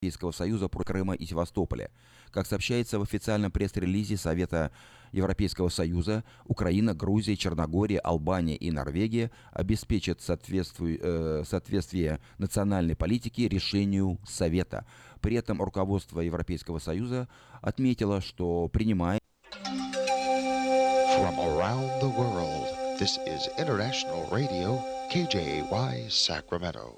Европейского Союза про Крыма и Севастополя. Как сообщается в официальном пресс-релизе Совета Европейского Союза, Украина, Грузия, Черногория, Албания и Норвегия обеспечат соответствие национальной политики решению Совета. При этом руководство Европейского Союза отметило, что принимает... From around the world, this is International Radio, KJY, Sacramento.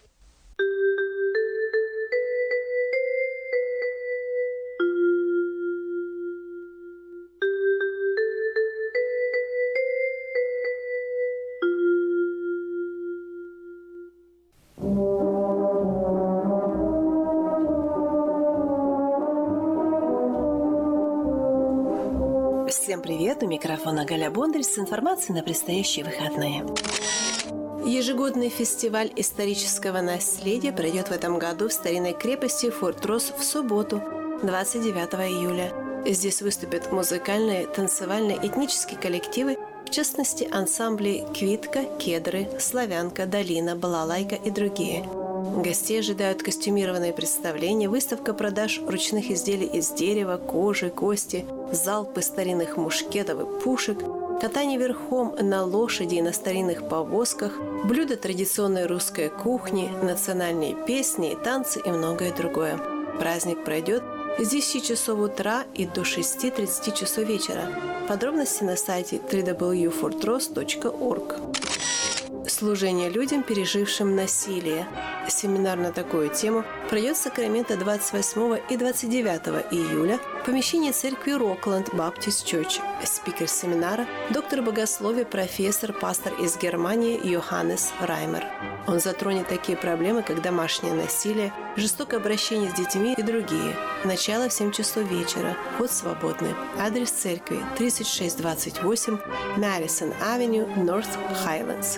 Всем привет! У микрофона Галя Бондарь с информацией на предстоящие выходные. Ежегодный фестиваль исторического наследия пройдет в этом году в старинной крепости Форт Росс в субботу, 29 июля. Здесь выступят музыкальные, танцевальные, этнические коллективы, в частности, ансамбли «Квитка», «Кедры», «Славянка», «Долина», «Балалайка» и другие. Гостей ожидают костюмированные представления, выставка продаж ручных изделий из дерева, кожи, кости, залпы старинных мушкетов и пушек, катание верхом на лошади и на старинных повозках, блюда традиционной русской кухни, национальные песни и танцы и многое другое. Праздник пройдет с 10 часов утра и до 6:30 часов вечера. Подробности на сайте www.fortross.org. Служение людям, пережившим насилие. Семинар на такую тему пройдет в Сакраменто 28 и 29 июля в помещении церкви Rockland Baptist Church. Спикер семинара – доктор богословия, профессор, пастор из Германии Йоханнес Раймер. Он затронет такие проблемы, как домашнее насилие, жестокое обращение с детьми и другие. Начало в 7 часов вечера. Вход свободный. Адрес церкви 3628 Madison Avenue, North Highlands.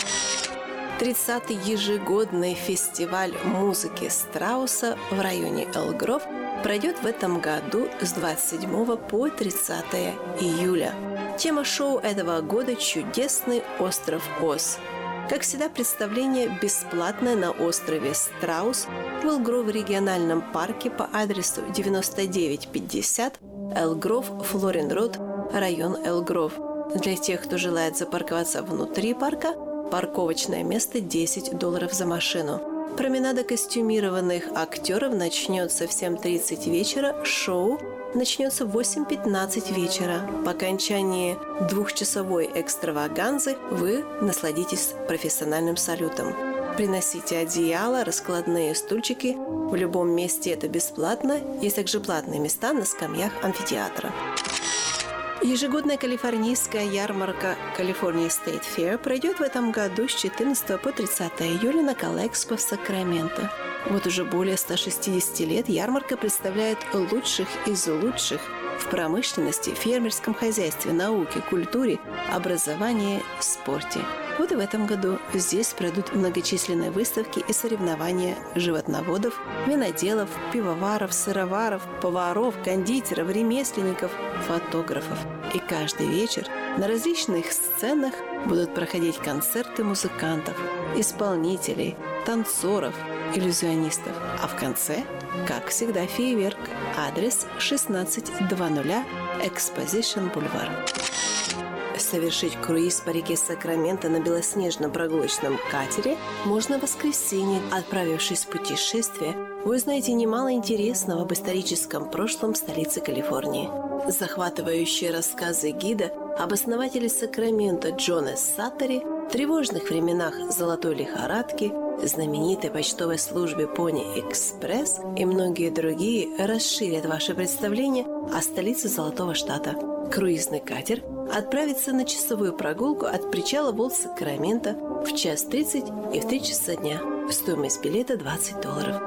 30-й ежегодный фестиваль музыки Страуса в районе Элл-Гров пройдет в этом году с 27 по 30 июля. Тема шоу этого года – «Чудесный остров Оз». Как всегда, представление бесплатное на острове Страус в Элл-Гров региональном парке по адресу 9950 Элл-Гров, Флорин-Род, район Элл-Гров. Для тех, кто желает запарковаться внутри парка, парковочное место $10 за машину. Променада костюмированных актеров начнется в 7:30 вечера. Шоу начнется в 8:15 вечера. По окончании 2-часовой экстраваганзы вы насладитесь профессиональным салютом. Приносите одеяло, раскладные стульчики. В любом месте это бесплатно. Есть также платные места на скамьях амфитеатра. Ежегодная калифорнийская ярмарка California State Fair пройдет в этом году с 14 по 30 июля на Калэкспо в Сакраменто. Вот уже более 160 лет ярмарка представляет лучших из лучших в промышленности, фермерском хозяйстве, науке, культуре, образовании, спорте. Вот и в этом году здесь пройдут многочисленные выставки и соревнования животноводов, виноделов, пивоваров, сыроваров, поваров, кондитеров, ремесленников, фотографов. И каждый вечер на различных сценах будут проходить концерты музыкантов, исполнителей, танцоров, иллюзионистов. А в конце, как всегда, фейерверк. Адрес 1600 Exposition Boulevard. Совершить круиз по реке Сакраменто на белоснежном прогулочном катере можно в воскресенье. Отправившись в путешествие, вы узнаете немало интересного об историческом прошлом столицы Калифорнии. Захватывающие рассказы гида об основателе Сакраменто Джоне Саттери, тревожных временах золотой лихорадки, знаменитой почтовой службе Pony Express и многие другие расширят ваше представление о столице Золотого Штата. Круизный катер отправится на часовую прогулку от причала Волт-Сакраменто в 1:30 и в 3 часа дня. Стоимость билета $20.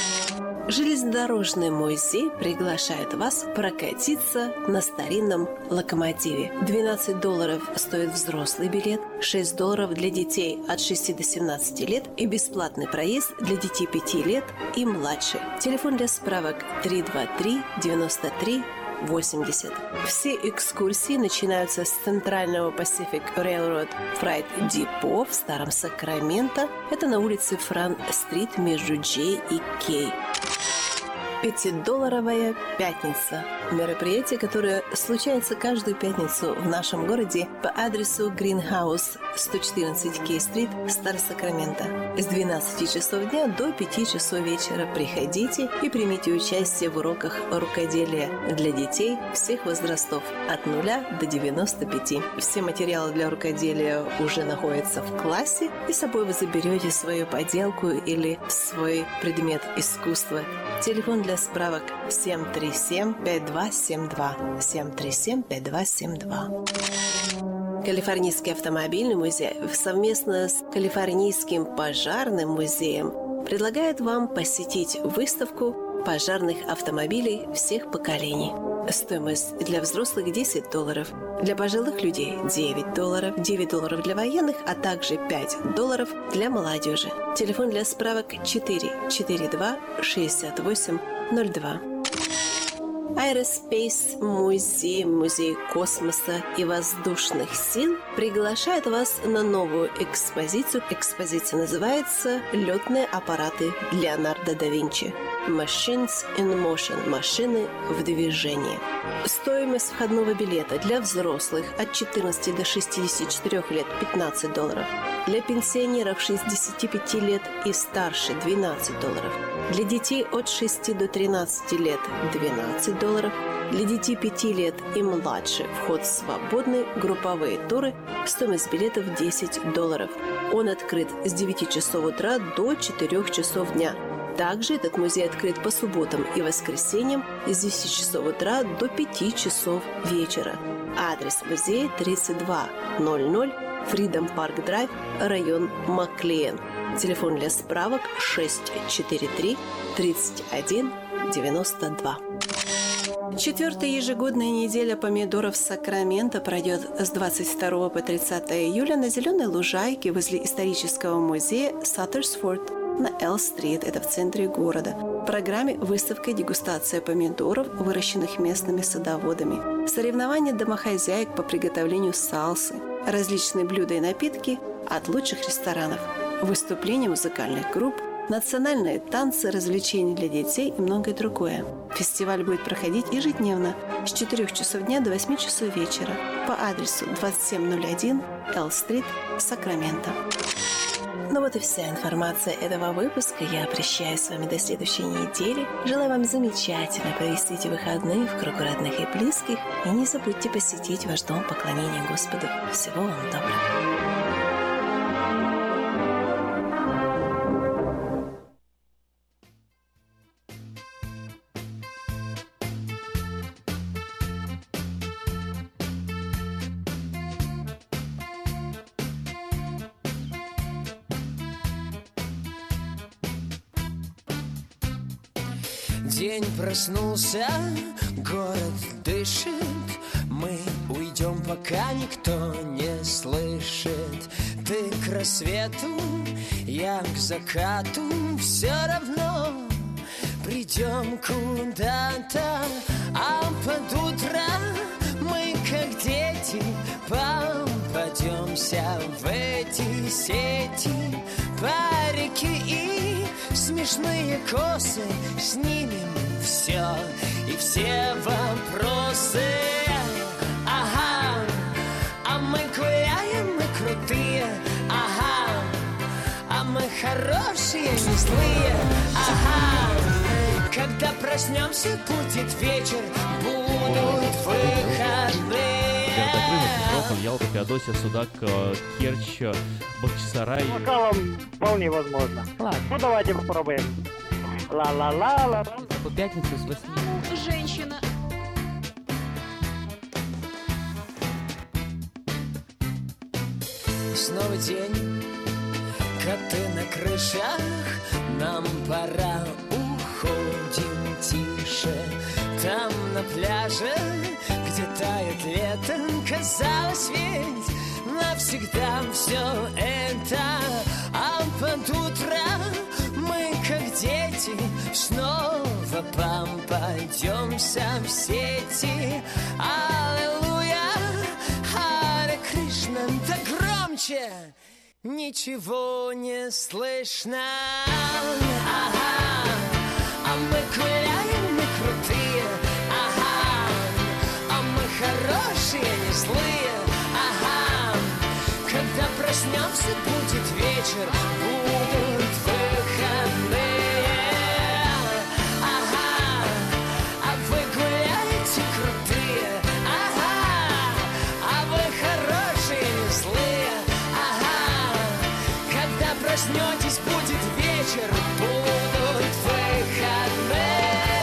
Железнодорожный музей приглашает вас прокатиться на старинном локомотиве. $12 стоит взрослый билет, $6 для детей от 6 до 17 лет и бесплатный проезд для детей 5 лет и младше. Телефон для справок 323-93-80. Все экскурсии начинаются с центрального Pacific Railroad Freight Depot в Старом Сакраменто. Это на улице Фран-стрит между Джей и Кей. 5-долларовая пятница. Мероприятие, которое случается каждую пятницу в нашем городе по адресу Greenhouse, 114 Кей-стрит, Стар-Сакраменто. С 12 часов дня до 5 часов вечера приходите и примите участие в уроках рукоделия для детей всех возрастов от 0 до 95. Все материалы для рукоделия уже находятся в классе, и с собой вы заберете свою поделку или свой предмет искусства. Телефон для справок 737-5272. 737-5272. Калифорнийский автомобильный музей совместно с Калифорнийским пожарным музеем предлагает вам посетить выставку пожарных автомобилей всех поколений. Стоимость для взрослых $10, для пожилых людей $9, $9 для военных, а также $5 для молодежи. Телефон для справок 442-6802. Aerospace музей космоса и воздушных сил приглашает вас на новую экспозицию. Экспозиция называется «Летные аппараты Леонардо да Винчи». Machines in Motion – машины в движении. Стоимость входного билета для взрослых от 14 до 64 лет $15. Для пенсионеров 65 лет и старше $12. Для детей от 6 до 13 лет $12. Для детей 5 лет и младше вход свободный, групповые туры, стоимость билетов $10. Он открыт с 9 часов утра до 4 часов дня. Также этот музей открыт по субботам и воскресеньям с 10 часов утра до 5 часов вечера. Адрес музея 3200 Freedom Park Drive, район Маклеен. Телефон для справок 643-31-92. Четвертая ежегодная неделя помидоров Сакраменто пройдет с 22 по 30 июля на зеленой лужайке возле исторического музея Саттерсфорд на Эл-стрит, это в центре города. В программе выставка и дегустация помидоров, выращенных местными садоводами, соревнования домохозяек по приготовлению сальсы, различные блюда и напитки от лучших ресторанов, выступления музыкальных групп, национальные танцы, развлечения для детей и многое другое. Фестиваль будет проходить ежедневно с 4 часов дня до 8 часов вечера по адресу 2701 Эл-стрит, Сакраменто. Ну вот и вся информация этого выпуска. Я прощаюсь с вами до следующей недели. Желаю вам замечательно провести эти выходные в кругу родных и близких. И не забудьте посетить ваш дом поклонения Господу. Всего вам доброго. День проснулся, город дышит, мы уйдем, пока никто не слышит. Ты к рассвету, я к закату, все равно придем куда-то, а под утро мы, как дети, попадемся в эти сети, парики и смешные косы, снимем все и все вопросы. Ага, а мы гуляем, мы крутые. Ага, а мы хорошие, не злые. Ага, когда проснемся, будет вечер, будут выходные. Михрохан, Ялта, Феодосия, Судак, Керчь, Бахчисарай. Вокалом вполне возможно. Ладно. Ну давайте попробуем. Ла-ла-ла-ла. По пятницу с 8. Женщина. Снова день, коты на крышах, нам пора, уходим тише. Там на пляже, где тает лето, казалось ведь навсегда все это. А под утро мы, как дети, снова попадемся в сети. Аллилуйя, Харе Кришна, да громче, ничего не слышно. Ага, а мы гуляем, Ньюс, и будет вечер, будут выходные. Ага, а вы гуляете крутые. Ага, а вы хорошие, не злые. Ага, когда проснетесь, будет вечер, будут выходные.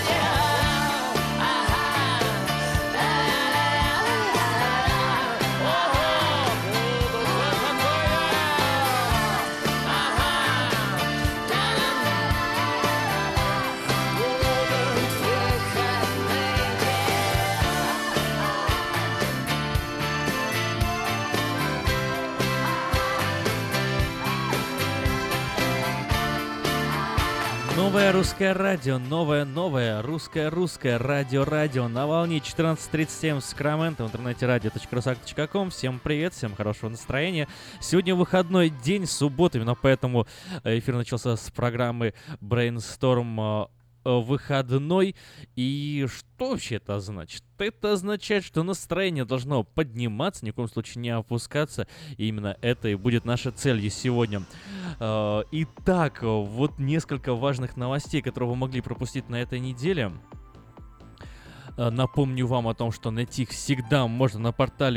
Новое русское радио, новое русское радио на волне 14:37 в Сакраменто, в интернете radio.rusak.com. Всем привет, всем хорошего настроения. Сегодня выходной день, суббота, именно поэтому эфир начался с программы Brainstorm выходной. И что вообще это значит? Это означает, что настроение должно подниматься, ни в коем случае не опускаться. И именно это и будет нашей целью сегодня. Итак, вот несколько важных новостей, которые вы могли пропустить на этой неделе. Напомню вам о том, что найти их всегда можно на портале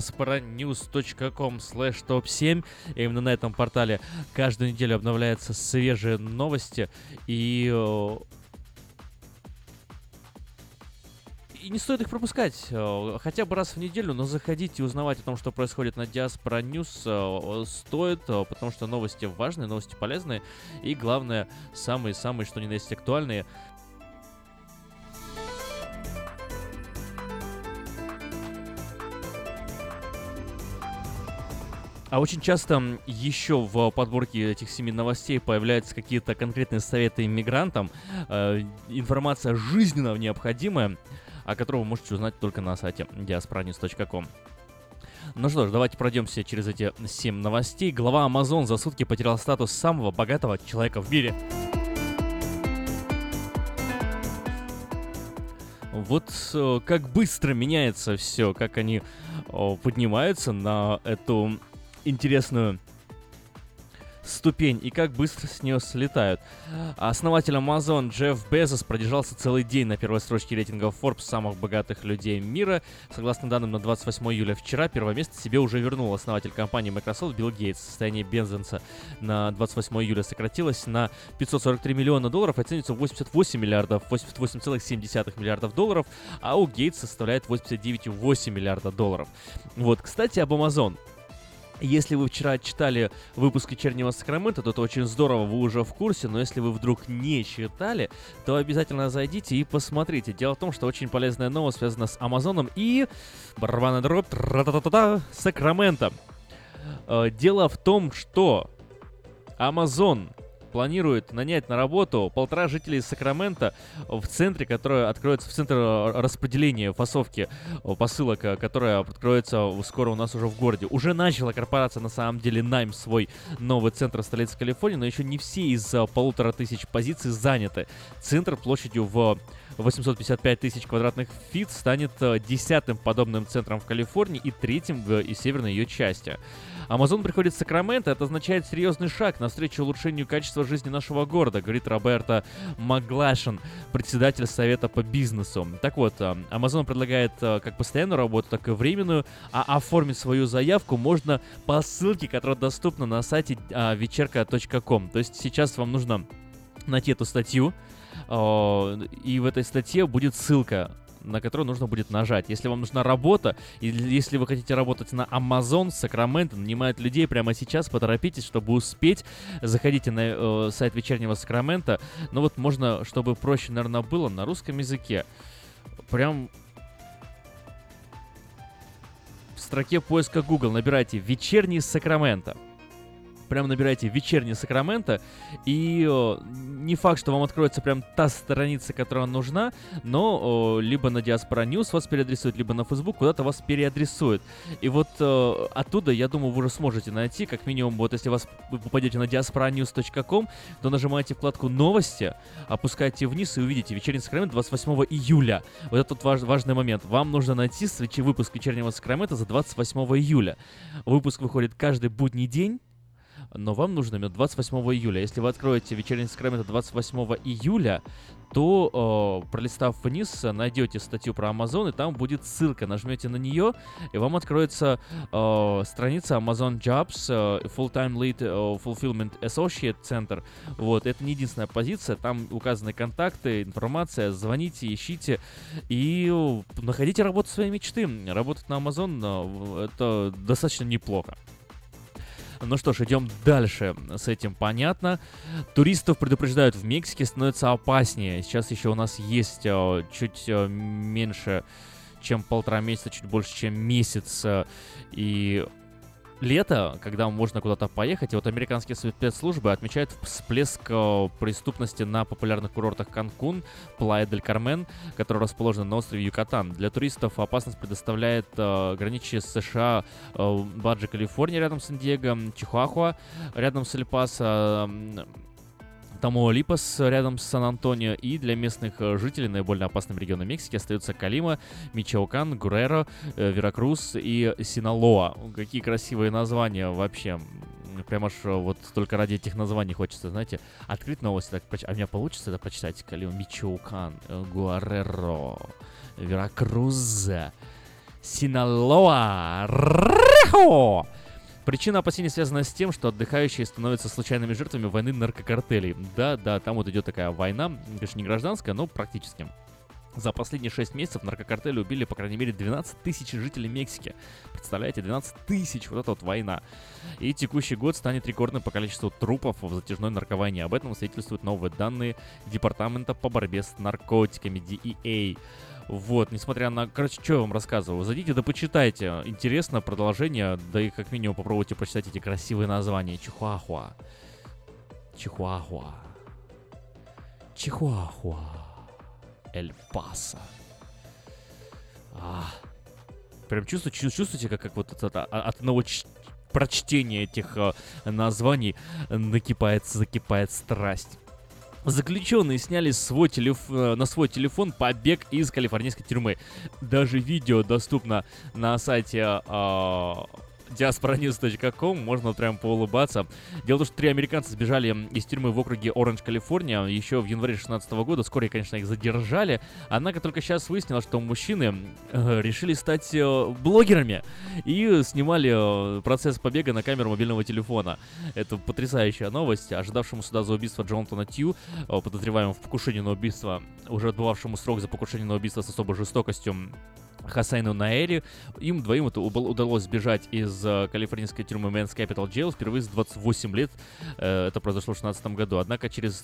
diasporanews.com/top7. Именно на этом портале каждую неделю обновляются свежие новости. И не стоит их пропускать, хотя бы раз в неделю, но заходите и узнавать о том, что происходит на Diaspora News стоит, потому что новости важные, новости полезные и, главное, самые-самые, что ни на есть, актуальные. А очень часто еще в подборке этих 7 новостей появляются какие-то конкретные советы иммигрантам, информация жизненно необходимая, о котором вы можете узнать только на сайте diasporanews.com. Ну что ж, давайте пройдемся через эти 7 новостей. Глава Amazon за сутки потерял статус самого богатого человека в мире. Вот как быстро меняется все, как они поднимаются на эту интересную ступень и как быстро с нее слетают. Основатель Amazon Джефф Безос продержался целый день на первой строчке рейтинга Forbes самых богатых людей мира. Согласно данным на 28 июля вчера, первое место себе уже вернул основатель компании Microsoft Билл Гейтс. Состояние Безоса на 28 июля сократилось на $543 миллиона и оценивается в 88,7 миллиардов долларов, а у Гейтса составляет $89,8 миллиарда. Вот, кстати, об Amazon. Если вы вчера читали выпуск «Вечернего Сакрамента», то это очень здорово, вы уже в курсе, но если вы вдруг не читали, то обязательно зайдите и посмотрите. Дело в том, что очень полезная новость связана с Амазоном и... барабанная дробь, Сакраменто. Дело в том, что Amazon планирует нанять на работу 1,5 жителей Сакрамента в центре, который откроется, в центр распределения фасовки посылок, которая откроется скоро у нас уже в городе. Уже начала корпорация, на самом деле, найм свой новый центр в столице Калифорнии, но еще не все из 1500 позиций заняты. Центр площадью в 855 тысяч квадратных фит станет 10-м подобным центром в Калифорнии и 3-м в северной ее части. Amazon приходит в Сакраменто, это означает серьезный шаг навстречу улучшению качества жизни нашего города, говорит Роберто Маглашин, председатель Совета по бизнесу. Так вот, Amazon предлагает как постоянную работу, так и временную, а оформить свою заявку можно по ссылке, которая доступна на сайте вечерка.com. То есть сейчас вам нужно найти эту статью, и в этой статье будет ссылка, на которую нужно будет нажать. Если вам нужна работа, или если вы хотите работать на Amazon, Сакраменто, нанимают людей прямо сейчас, поторопитесь, чтобы успеть. Заходите на сайт вечернего Сакрамента. Но вот можно, чтобы проще, наверное, было, на русском языке. Прям в строке поиска Google набирайте «Вечерний Сакраменто». Прям набирайте «Вечерний Сакраменто», и не факт, что вам откроется прям та страница, которая нужна, но либо на Diaspora News вас переадресует, либо на Facebook куда-то вас переадресует. И вот оттуда, я думаю, вы уже сможете найти, как минимум, вот если вы попадете на diasporanews.com, то нажимаете вкладку «Новости», опускаете вниз и увидите «Вечерний Сакраменто» 28 июля. Вот этот важный момент. Вам нужно найти выпуск «Вечернего Сакрамента» за 28 июля. Выпуск выходит каждый будний день, но вам нужно именно 28 июля. Если вы откроете вечерний Сакраменто 28 июля, то, пролистав вниз, найдете статью про Amazon, и там будет ссылка. Нажмете на нее, и вам откроется страница Amazon Jobs, Full-Time Lead Fulfillment Associate Center. Вот, это не единственная позиция, там указаны контакты, информация, звоните, ищите и находите работу своей мечты. Работать на Amazon это достаточно неплохо. Ну что ж, идем дальше. С этим понятно. Туристов предупреждают, в Мексике становится опаснее. Сейчас еще у нас есть чуть меньше, чем 1,5 месяца, чуть больше, чем месяц. И лето, когда можно куда-то поехать, и вот американские спецслужбы отмечают всплеск преступности на популярных курортах Канкун, Плая-дель-Кармен, который расположен на острове Юкатан. Для туристов опасность предоставляет граничащие с США Баджа, Калифорния, рядом с Сан-Диего, Чихуахуа, рядом с Эль-Пасо, Тамауалипас рядом с Сан-Антонио, и для местных жителей наиболее опасным регионом Мексики остаются Колима, Мичоакан, Герреро, Веракрус и Синалоа. Какие красивые названия вообще. Прям аж вот только ради этих названий хочется, знаете, открыть новости, так, а у меня получится это прочитать? Колима, Мичоакан, Герреро, Веракрус, Синалоа. Причина опасений связана с тем, что отдыхающие становятся случайными жертвами войны наркокартелей. Да, там вот идет такая война, конечно, не гражданская, но практически. За последние 6 месяцев наркокартели убили, по крайней мере, 12 тысяч жителей Мексики. Представляете, 12 тысяч, вот это вот война. И текущий год станет рекордным по количеству трупов в затяжной нарковойне. Об этом свидетельствуют новые данные Департамента по борьбе с наркотиками, DEA. Вот, несмотря на... Короче, что я вам рассказываю? Зайдите да почитайте. Интересно продолжение, да и как минимум попробуйте почитать эти красивые названия. Чихуахуа. Чихуахуа. Чихуахуа. Эль-Пасо. Прям чувствуете, как вот это, от одного прочтения этих названий закипает страсть. Заключенные сняли на свой телефон побег из калифорнийской тюрьмы. Даже видео доступно на сайте diasporanews.com, можно прям поулыбаться. Дело в том, что 3 американца сбежали из тюрьмы в округе Оранж, Калифорния, еще в январе 2016 года. Вскоре, конечно, их задержали. Однако только сейчас выяснилось, что мужчины решили стать блогерами и снимали процесс побега на камеру мобильного телефона. Это потрясающая новость. Ожидавшему суда за убийство Джонатана Тью, подозреваемому в покушении на убийство, уже отбывавшему срок за покушение на убийство с особой жестокостью, Хосейну Наэри, им двоим это удалось сбежать из калифорнийской тюрьмы Men's Capital Jail впервые с 28 лет. Это произошло в 2016 году. Однако через...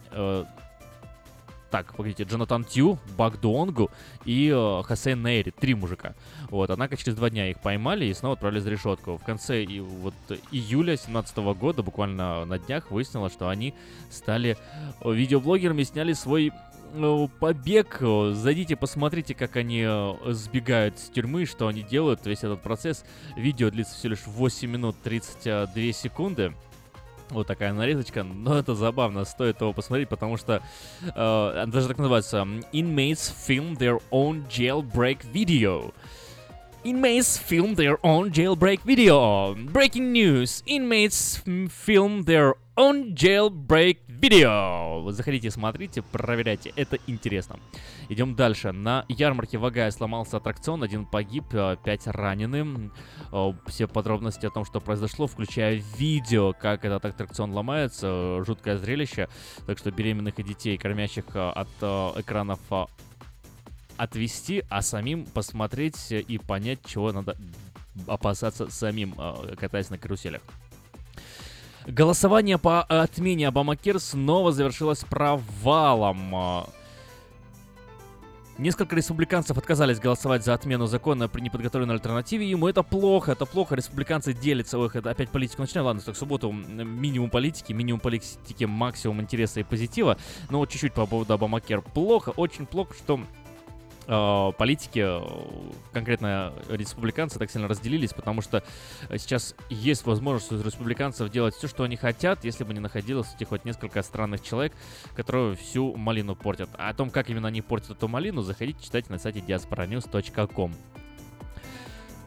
погодите, Джонатан Тью, Бак Дуонгу и Хосейн Наэри, 3 мужика. Вот, однако через 2 дня их поймали и снова отправили за решетку. В конце июля 2017 года, буквально на днях, выяснилось, что они стали видеоблогерами и сняли свой побег. Зайдите, посмотрите, как они сбегают с тюрьмы, что они делают, весь этот процесс. Видео длится всего лишь 8 минут 32 секунды. Вот такая нарезочка, но это забавно, стоит его посмотреть, потому что даже так называется Inmates film their own jailbreak video. Inmates film their own jailbreak video. Breaking news. Inmates film their own jailbreak video. Заходите, смотрите, проверяйте. Это интересно. Идем дальше. На ярмарке в Огайо сломался аттракцион. 1 погиб, 5 ранены. Все подробности о том, что произошло, включая видео, как этот аттракцион ломается. Жуткое зрелище. Так что беременных и детей, кормящих от экранов, отвести, а самим посмотреть и понять, чего надо опасаться самим, катаясь на каруселях. Голосование по отмене Обамакер снова завершилось провалом. Несколько республиканцев отказались голосовать за отмену закона при неподготовленной альтернативе ему. Это плохо, это плохо. Республиканцы делятся. Ох, это опять политику начинаем. Ладно, так в субботу минимум политики, максимум интереса и позитива. Но вот чуть-чуть по поводу Обамакер. Плохо, очень плохо, что политики, конкретно республиканцы, так сильно разделились, потому что сейчас есть возможность у республиканцев делать все, что они хотят, если бы не находилось этих вот несколько странных человек, которые всю малину портят. А о том, как именно они портят эту малину, заходите, читайте на сайте diasporanews.com.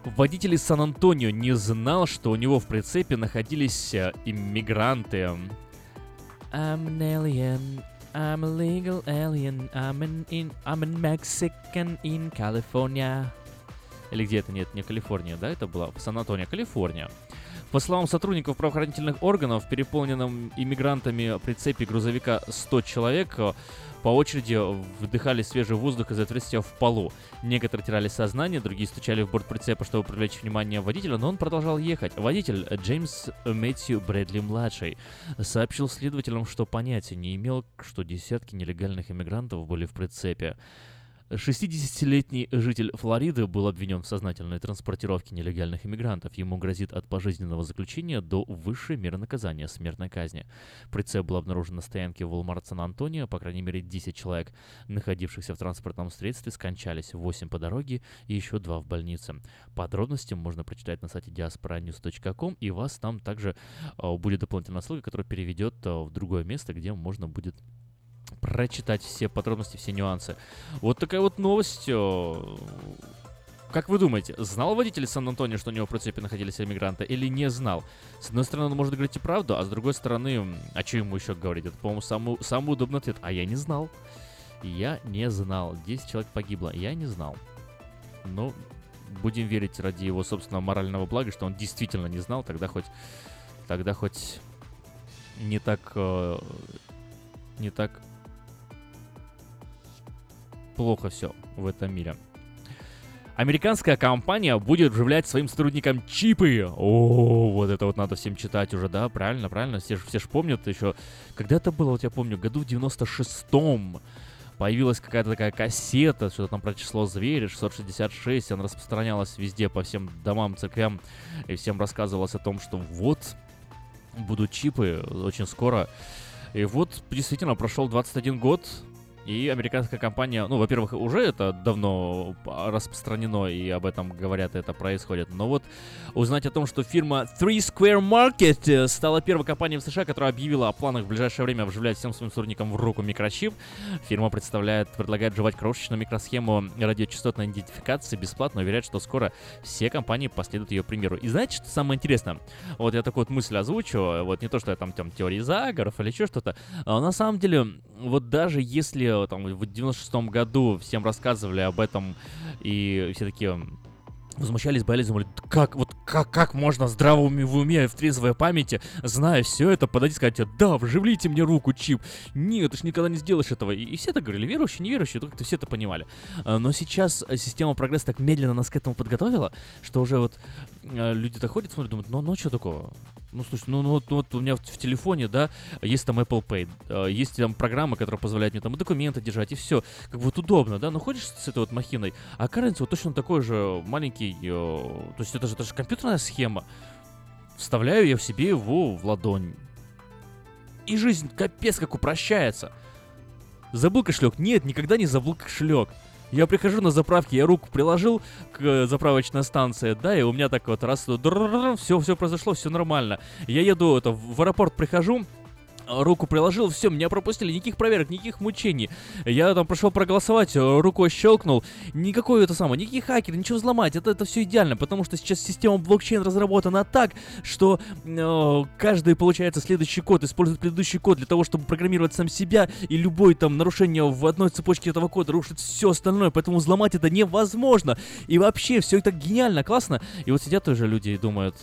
Водитель из Сан-Антонио не знал, что у него в прицепе находились иммигранты. I'm an alien, I'm a legal alien, I'm an Mexican in California. Или где это? Нет, не Калифорния, да, это была? В Сан-Антонио, Калифорния. По словам сотрудников правоохранительных органов, в переполненном иммигрантами прицепе грузовика 100 человек по очереди вдыхали свежий воздух из отверстия в полу. Некоторые теряли сознание, другие стучали в борт прицепа, чтобы привлечь внимание водителя, но он продолжал ехать. Водитель Джеймс Мэтью Брэдли-младший сообщил следователям, что понятия не имел, что десятки нелегальных иммигрантов были в прицепе. 60-летний житель Флориды был обвинен в сознательной транспортировке нелегальных иммигрантов. Ему грозит от пожизненного заключения до высшей меры наказания — смертной казни. Прицеп был обнаружен на стоянке Walmart Сан-Антонио. По крайней мере, 10 человек, находившихся в транспортном средстве, скончались, 8 по дороге и еще 2 в больнице. Подробности можно прочитать на сайте diasporanews.com, и вас там также будет дополнительная ссылка, которая переведет в другое место, где можно будет прочитать все подробности, все нюансы. Вот такая вот новость. Как вы думаете, знал водитель Сан-Антонио, что у него в прицепе находились иммигранты, или не знал? С одной стороны, он может говорить и правду, а с другой стороны, а что ему еще говорить? Это, по-моему, самый удобный ответ. А я не знал. Я не знал. 10 человек погибло. Я не знал. Ну, будем верить ради его собственного морального блага, что он действительно не знал, тогда хоть не так плохо все в этом мире. Американская компания будет вживлять своим сотрудникам чипы. О, вот это вот надо всем читать уже, да? Правильно. Все ж помнят еще. Когда это было, вот я помню, году в 96-м появилась какая-то такая кассета, что-то там про число зверя, 666. Она распространялась везде, по всем домам, церквям. И всем рассказывалось о том, что вот будут чипы очень скоро. И вот действительно прошел 21 год. И американская компания, ну, во-первых, уже это давно распространено, и об этом говорят, и это происходит. Но вот узнать о том, что фирма Three Square Market стала первой компанией в США, которая объявила о планах в ближайшее время вживлять всем своим сотрудникам в руку микрочип. Фирма предлагает вживать крошечную микросхему радиочастотной идентификации бесплатно, уверяет, что скоро все компании последуют ее примеру. И знаете, что самое интересное? Вот я такую вот мысль озвучу, вот не то, что я там теории заговоров или еще что-то, а на самом деле, вот даже если там в 96-м году всем рассказывали об этом, и все такие возмущались, боялись, думали, как можно здравыми в уме, в трезвой памяти, зная все это, подойти и сказать: да, вживлите мне руку чип. Нет, ты ж никогда не сделаешь этого. И все так говорили, верующие, неверующие, только как-то все это понимали. Но сейчас система прогресса так медленно нас к этому подготовила, что уже вот люди-то ходят, смотрят, думают, ну что такого? Ну, слушай, вот у меня в телефоне, да, есть там Apple Pay, есть там программа, которая позволяет мне там документы держать, и все. Как бы вот удобно, да, но ходишь с этой вот махиной, а кажется, вот точно такой же маленький, то есть это же компьютерная схема. Вставляю я в себе его в ладонь. И жизнь капец как упрощается. Забыл кошелек? Нет, никогда не забыл кошелек. Я прихожу на заправке, я руку приложил к заправочной станции, да, и у меня так вот раз, все произошло, все нормально. Я еду в аэропорт, прихожу, руку приложил, все, меня пропустили, никаких проверок, никаких мучений. Я там прошел проголосовать, рукой щелкнул, никаких хакеров, ничего взломать, это все идеально, потому что сейчас система блокчейн разработана так, что каждый, получается, следующий код использует предыдущий код для того, чтобы программировать сам себя, и любое там нарушение в одной цепочке этого кода рушит все остальное, поэтому взломать это невозможно. И вообще, все это гениально, классно. И вот сидят тоже люди и думают,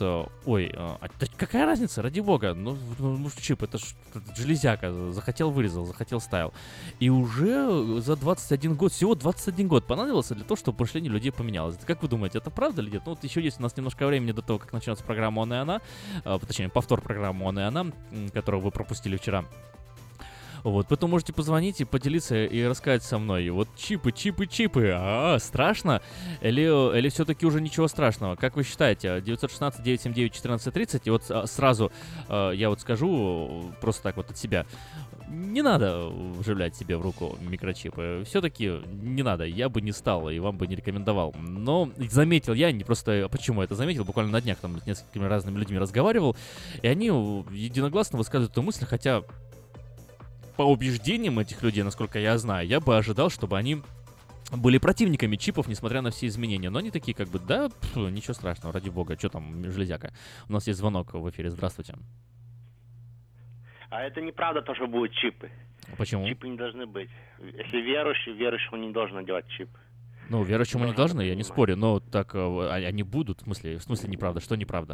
какая разница, ради бога, ну чип, это ж железяка, захотел вырезал, захотел ставил. И уже за 21 год, всего 21 год понадобился для того, чтобы мышление людей поменялось. Как вы думаете, это правда или нет? Ну вот еще есть у нас немножко времени до того, как начнется программа «Он и она», точнее, повтор программы «Он и она», которую вы пропустили вчера. Вот, поэтому можете позвонить и поделиться и рассказать со мной. Вот чипы. Страшно? Или все-таки уже ничего страшного? Как вы считаете? 916-979-1430. И вот сразу я вот скажу, просто так вот от себя. Не надо вживлять себе в руку микрочипы. Все-таки не надо. Я бы не стал и вам бы не рекомендовал. Но заметил я, не просто... Почему я это заметил? Буквально на днях там с несколькими разными людьми разговаривал. И они единогласно высказывают эту мысль, хотя... По убеждениям этих людей, насколько я знаю, я бы ожидал, чтобы они были противниками чипов, несмотря на все изменения. Но они такие, как бы, да, ничего страшного, ради бога, что там, железяка. У нас есть звонок в эфире, здравствуйте. А это неправда то, что будут чипы. Почему? Чипы не должны быть. Если верующему не должен надевать чип. Ну, верующему не должны, я не понимать. спорю, но так они будут, в смысле неправда, что неправда?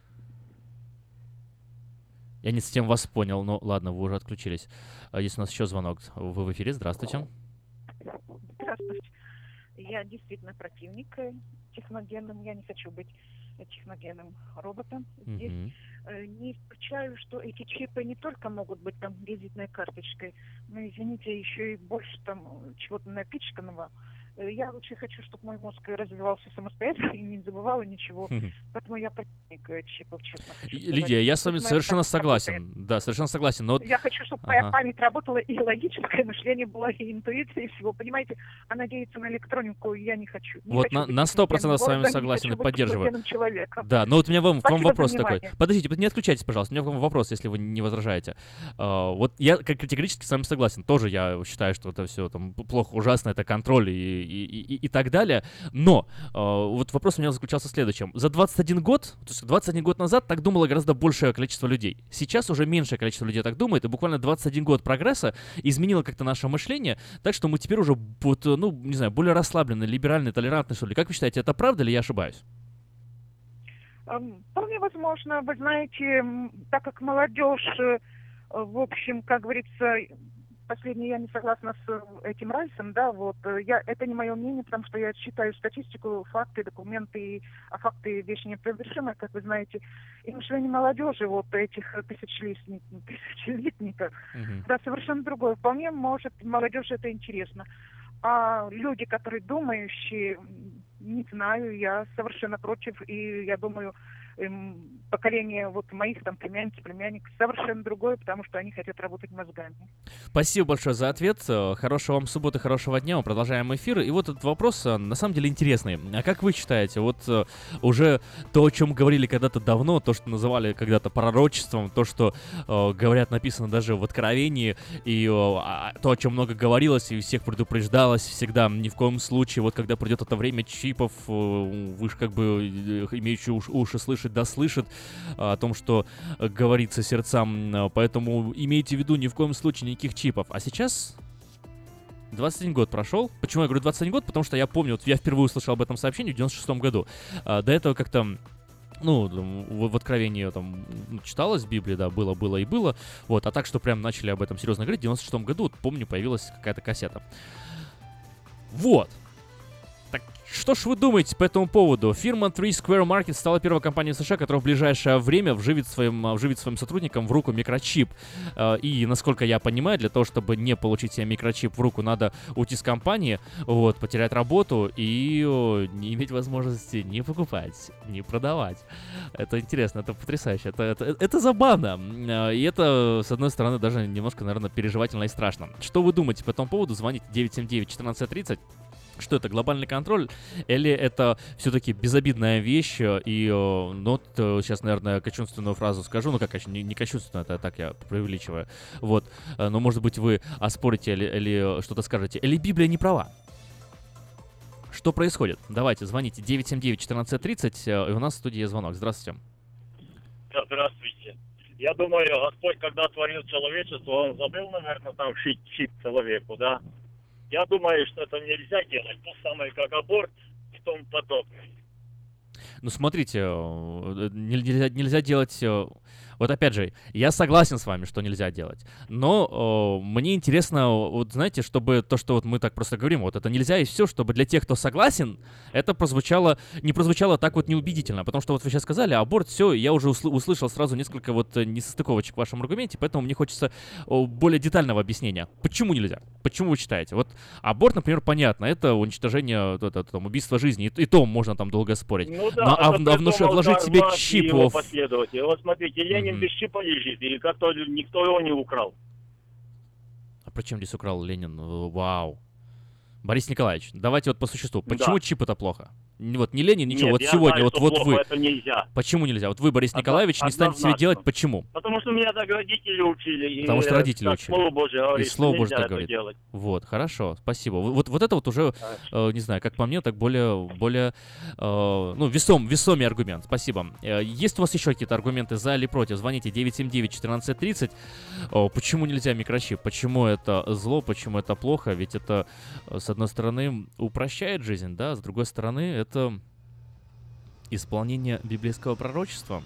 Я не совсем вас понял, но ладно, вы уже отключились. Есть у нас еще звонок, вы в эфире, здравствуйте. Здравствуйте. Я действительно противник техногенным. Я не хочу быть техногенным роботом здесь. Мгм. Не исключаю, что эти чипы не только могут быть там визитной карточкой, но, извините, еще и больше там чего-то напичканного. Я лучше хочу, чтобы мой мозг развивался самостоятельно и не забывал ничего. Поэтому я противник чипов, честно хочу сказать. Лидия, я с вами Пусть моя совершенно память работает. согласен. Да, совершенно согласен. Но вот Я хочу, чтобы Ага. моя память работала, и логическое мышление было, и интуиция, и всего. Понимаете, а надеяться на электронику я не хочу. Не Вот хочу быть на 100% с вами техногенным согласен и городом, не хочу быть поддерживаю. техногенным человеком. Да, но вот у меня к вам Спасибо за вопрос такой. внимание. Подождите, не отключайтесь, пожалуйста. У меня к вам вопрос, если вы не возражаете. Вот я категорически с вами согласен. Тоже я считаю, что это все там плохо, ужасно, это контроль и так далее. Но вот вопрос у меня заключался в следующем. За 21 год, то есть 21 год назад так думало гораздо большее количество людей. Сейчас уже меньшее количество людей так думает, и буквально 21 год прогресса изменило как-то наше мышление, так что мы теперь уже, вот, ну, не знаю, более расслабленные, либеральные, толерантные, что ли. Как вы считаете, это правда или я ошибаюсь? Вполне возможно. Вы знаете, так как молодежь, в общем, как говорится, последнее я не согласна с этим Райсом, да, вот, это не мое мнение, потому что я читаю статистику, факты, документы, а факты вещи непревышимые, как вы знаете, и мышление молодежи, вот этих тысячелетников, да, совершенно другое. Вполне может молодежи это интересно. А люди, которые думающие, не знаю, я совершенно против, и я думаю, поколение вот моих там племянников совершенно другое, потому что они хотят работать мозгами. Спасибо большое за ответ. Хорошего вам субботы, хорошего дня. Мы продолжаем эфир. И вот этот вопрос на самом деле интересный. А как вы считаете, вот уже то, о чем говорили когда-то давно, то, что называли когда-то пророчеством, то, что говорят, написано даже в Откровении, и то, о чем много говорилось и всех предупреждалось всегда, ни в коем случае, вот когда придет это время чипов, вы же как бы имеющие уши слышать, да слышит о том, что говорится сердцам, поэтому имейте в виду, ни в коем случае никаких чипов. А сейчас 21 год прошел. Почему я говорю 21 год? Потому что я помню, вот я впервые услышал об этом сообщении в 96-м году. До этого как-то, ну, в Откровении там читалось в Библии, да, было и было. Вот, а так, что прям начали об этом серьезно говорить, в 96-м году, вот, помню, появилась какая-то кассета. Вот. Так, что ж вы думаете по этому поводу? Фирма Three Square Market стала первой компанией в США, которая в ближайшее время вживит своим сотрудникам в руку микрочип. И, насколько я понимаю, для того, чтобы не получить себе микрочип в руку, надо уйти с компании, вот, потерять работу и не иметь возможности ни покупать, ни продавать. Это интересно, это потрясающе, это забавно. И это, с одной стороны, даже немножко, наверное, переживательно и страшно. Что вы думаете по этому поводу? Звоните 979-1430. Что это, глобальный контроль? Или это все-таки безобидная вещь? И, ну, вот, сейчас, наверное, кощунственную фразу скажу. Ну, как не кощунственную, это так я преувеличиваю. Вот. Но, может быть, вы оспорите или что-то скажете. Или Библия не права? Что происходит? Давайте, звоните 979-1430. И у нас в студии звонок. Здравствуйте. Здравствуйте. Я думаю, Господь, когда творил человечество, Он забыл, наверное, там шить чип человеку, да? Я думаю, что это нельзя делать, то самое, как аборт и тому подобное. Ну, смотрите, нельзя делать... Вот опять же, я согласен с вами, что нельзя делать. Но мне интересно, вот знаете, чтобы то, что вот мы так просто говорим, вот это нельзя, и все, чтобы для тех, кто согласен, это не прозвучало так вот неубедительно. Потому что вот вы сейчас сказали, аборт, все, я уже услышал сразу несколько вот несостыковочек в вашем аргументе, поэтому мне хочется более детального объяснения. Почему нельзя? Почему вы считаете? Вот аборт, например, понятно, это уничтожение, это, там, убийство жизни, и то можно там долго спорить. Ну да, вложить себе чип в... последователь. Вот смотрите, Ленин без чипа лежит, и как-то никто его не украл. А при чем здесь украл Ленин? Вау. Борис Николаевич, давайте вот по существу. Почему чип это плохо? Вот не Ленин, ничего, Нет, вот я сегодня, знаю, вот, что вот плохо, вы. это нельзя. Почему нельзя? Вот вы, Борис Николаевич, не станете себе Однозначно. делать, почему? Потому что меня так родители учили. Потому что родители как учили. Слово Божье говорит, И Слово что Божье нельзя так это говорит. делать. Вот, хорошо, спасибо. Вот это вот уже, не знаю, как по мне, так более весомый аргумент. Спасибо. Есть у вас еще какие-то аргументы за или против? Звоните 979-1430. Почему нельзя микрочип? Почему это зло? Почему это плохо? Ведь это, с одной стороны, упрощает жизнь, да, с другой стороны, это исполнение библейского пророчества.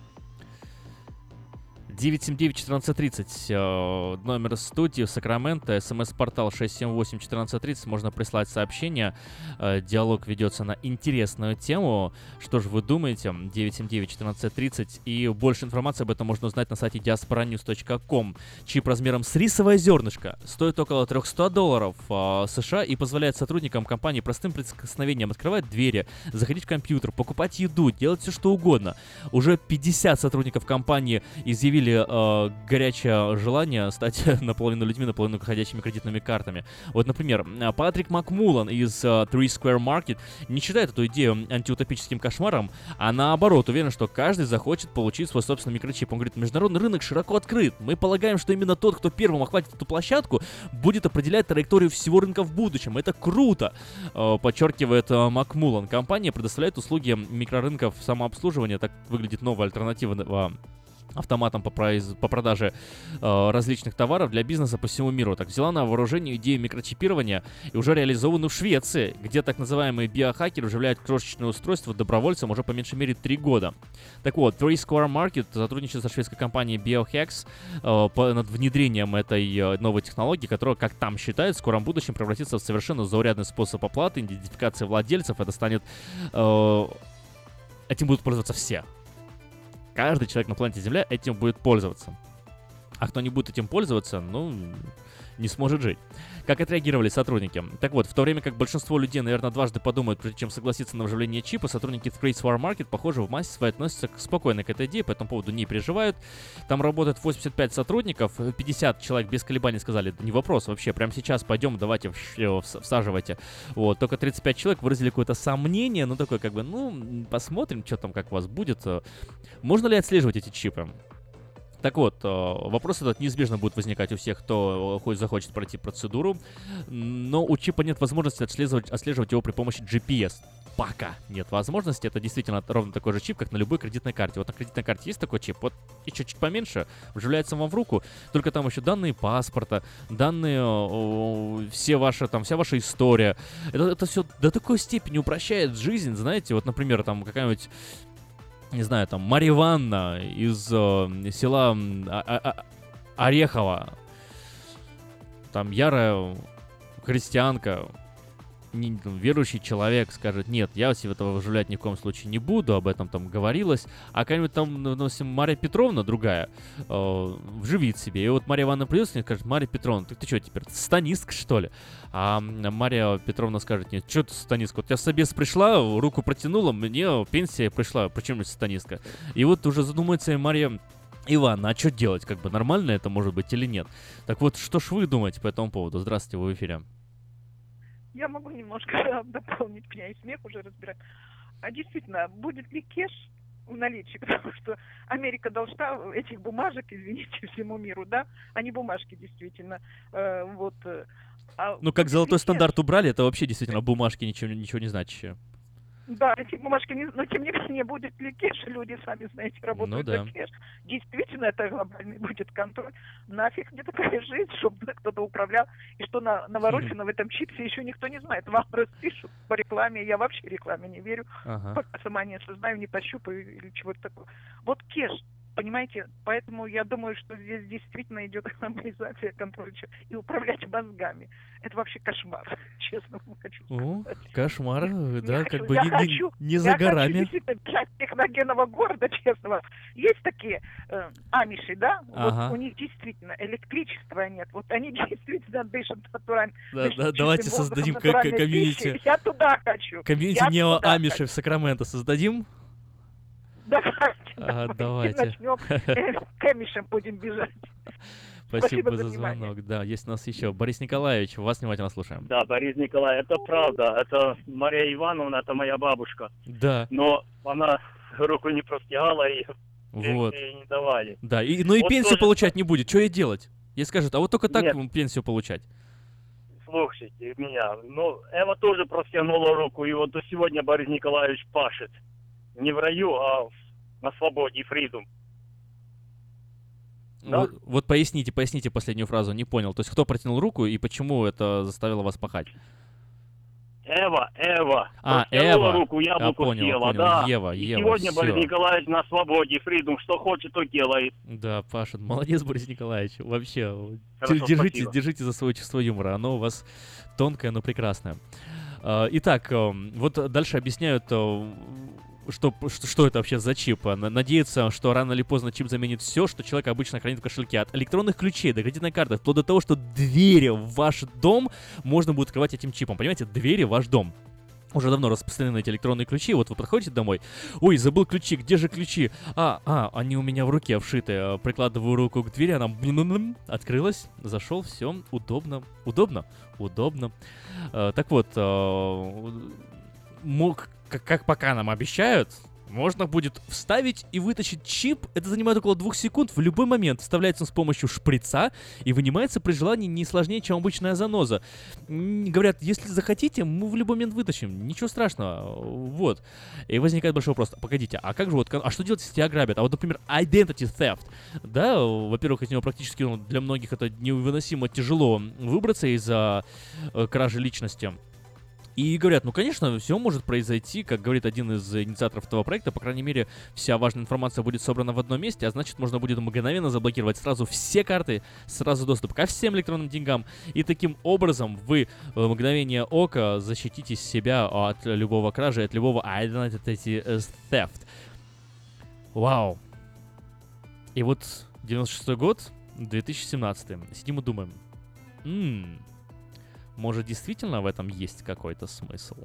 979-1430, номер студии Сакраменто, смс-портал 678-1430, можно прислать сообщение, диалог ведется на интересную тему. Что же вы думаете? 979-1430, и больше информации об этом можно узнать на сайте diasporanews.com. Чип размером с рисовое зернышко стоит около $300 США и позволяет сотрудникам компании простым прикосновением открывать двери, заходить в компьютер, покупать еду, делать все что угодно. Уже 50 сотрудников компании изъявили горячее желание стать наполовину людьми, наполовину ходячими кредитными картами. Вот, например, Патрик Макмулан из Three Square Market не считает эту идею антиутопическим кошмаром, а наоборот уверен, что каждый захочет получить свой собственный микрочип. Он говорит, международный рынок широко открыт. Мы полагаем, что именно тот, кто первым охватит эту площадку, будет определять траекторию всего рынка в будущем. Это круто, подчеркивает Макмулан. Компания предоставляет услуги микрорынков самообслуживания. Так выглядит новая альтернатива автоматом по продаже различных товаров для бизнеса по всему миру. Так взяла на вооружение идею микрочипирования и уже реализованную в Швеции, где так называемые биохакеры вживляют крошечное устройство добровольцам уже по меньшей мере 3 года. Так вот, Three Square Market сотрудничает со шведской компанией Biohacks над внедрением этой новой технологии, которая, как там считают, в скором будущем превратится в совершенно заурядный способ оплаты, идентификации владельцев. Это станет... Этим будут пользоваться все. Каждый человек на планете Земля этим будет пользоваться. А кто не будет этим пользоваться, не сможет жить. Как отреагировали сотрудники? Так вот, в то время как большинство людей, наверное, дважды подумают, прежде чем согласиться на вживление чипа, сотрудники Three Square Market, похоже, в массе своей относятся спокойно к этой идее, по этому поводу не переживают. Там работает 85 сотрудников, 50 человек без колебаний сказали, да не вопрос вообще, прямо сейчас пойдем, давайте всаживайте. Вот, только 35 человек выразили какое-то сомнение, такое как бы, посмотрим, что там, как у вас будет. Можно ли отслеживать эти чипы? Так вот, вопрос этот неизбежно будет возникать у всех, кто хоть захочет пройти процедуру, но у чипа нет возможности отслеживать его при помощи GPS. Пока нет возможности, это действительно ровно такой же чип, как на любой кредитной карте. Вот на кредитной карте есть такой чип, вот и чуть поменьше, вживляется вам в руку, только там еще данные паспорта, данные, вся ваша история. Это все до такой степени упрощает жизнь, знаете, вот, например, там какая-нибудь... Не знаю, там, Марья Ивановна из села Орехово, там, ярая христианка, верующий человек скажет, нет, я себе этого выживлять ни в коем случае не буду, об этом там говорилось, а какая-нибудь там, Марья Петровна, другая, вживит себе, и вот Марья Ивановна придет и скажет, Марья Петровна, ты что теперь, станистка, что ли? А Марья Петровна скажет, нет, что ты станистка, вот я собес пришла, руку протянула, мне пенсия пришла, причем здесь станистка? И вот уже задумается Марья Ивановна, а что делать, как бы нормально это может быть или нет? Так вот, что ж вы думаете по этому поводу? Здравствуйте, вы в эфире. Я могу немножко дополнить, меня и смех уже разбирать. А действительно, будет ли кэш в наличии? Потому что Америка должна этих бумажек, извините, всему миру, да? Они бумажки действительно. Как золотой стандарт убрали, это вообще действительно бумажки ничего не значащие. Да, эти бумажки, но тем не менее, будет ли кэш, люди, сами знаете, работают за кэш. Действительно, это глобальный будет контроль. Нафиг мне такая жизнь, чтобы кто-то управлял, и что наворочено в этом чипсе, еще никто не знает. Вам распишут по рекламе, я вообще рекламе не верю, пока сама не осознаю, не пощупаю или чего-то такого. Вот кэш, понимаете, поэтому я думаю, что здесь действительно идет глобализация контроля и управлять мозгами. Это вообще кошмар, честно вам хочу сказать. Кошмар, да, как бы не за горами. Я хочу действительно бежать техногенного города, честно. Есть такие амиши, да? Вот у них действительно электричества нет. Вот они действительно дышат натурально. Да, давайте создадим комьюнити. Я туда хочу. Комьюнити нео-амиши в Сакраменто создадим? Давайте. Давайте. Начнем к амишам будем бежать. Спасибо за внимание. звонок. Да, есть у нас еще Борис Николаевич, вас внимательно слушаем. Да, Борис Николаевич, это правда. Это Мария Ивановна, это моя бабушка. Да, Но она руку не простягала и вот. ей не давали. Да, но и Вот пенсию тоже- получать не будет. Что ей делать? Ей скажут, а вот только так Нет. пенсию получать. Слушайте меня. Ну, Эва тоже простянула руку, и вот до сегодня Борис Николаевич пашет. Не в раю, а на свободе, фридум. Да? Вот поясните последнюю фразу, не понял. То есть кто протянул руку и почему это заставило вас пахать? Эва. А, Протянула Эва. руку, яблоко понял, съела, понял. да. Ева, И Ева, сегодня всё. Борис Николаевич на свободе, фридум, что хочет, то делает. Да, Паша, молодец, Борис Николаевич. Вообще, Хорошо, спасибо. держите за свое чувство юмора. Оно у вас тонкое, но прекрасное. Итак, вот дальше объясняют, что это вообще за чип. Надеются, что рано или поздно чип заменит все, что человек обычно хранит в кошельке. От электронных ключей до кредитной карты, вплоть до того, что двери в ваш дом можно будет открывать этим чипом. Понимаете, двери в ваш дом. Уже давно распространены эти электронные ключи. Вот вы подходите домой. Ой, забыл ключи. Где же ключи? Они у меня в руке вшиты. Прикладываю руку к двери, она открылась. Зашел, все. Удобно. Так вот, как пока нам обещают, можно будет вставить и вытащить чип. Это занимает около 2 секунд. В любой момент вставляется он с помощью шприца и вынимается при желании не сложнее, чем обычная заноза. Говорят, если захотите, мы в любой момент вытащим. Ничего страшного. Вот. И возникает большой вопрос. Погодите, а как же вот... А что делать, если тебя ограбят? А вот, например, identity theft. Да, во-первых, из него практически для многих это невыносимо тяжело выбраться из-за кражи личности. И говорят, конечно, все может произойти, как говорит один из инициаторов этого проекта, по крайней мере, вся важная информация будет собрана в одном месте, а значит, можно будет мгновенно заблокировать сразу все карты, сразу доступ ко всем электронным деньгам, и таким образом вы в мгновение ока защитите себя от любого кражи, от любого identity theft. Вау. И вот 96-й год, 2017. Сидим и думаем, может, действительно в этом есть какой-то смысл?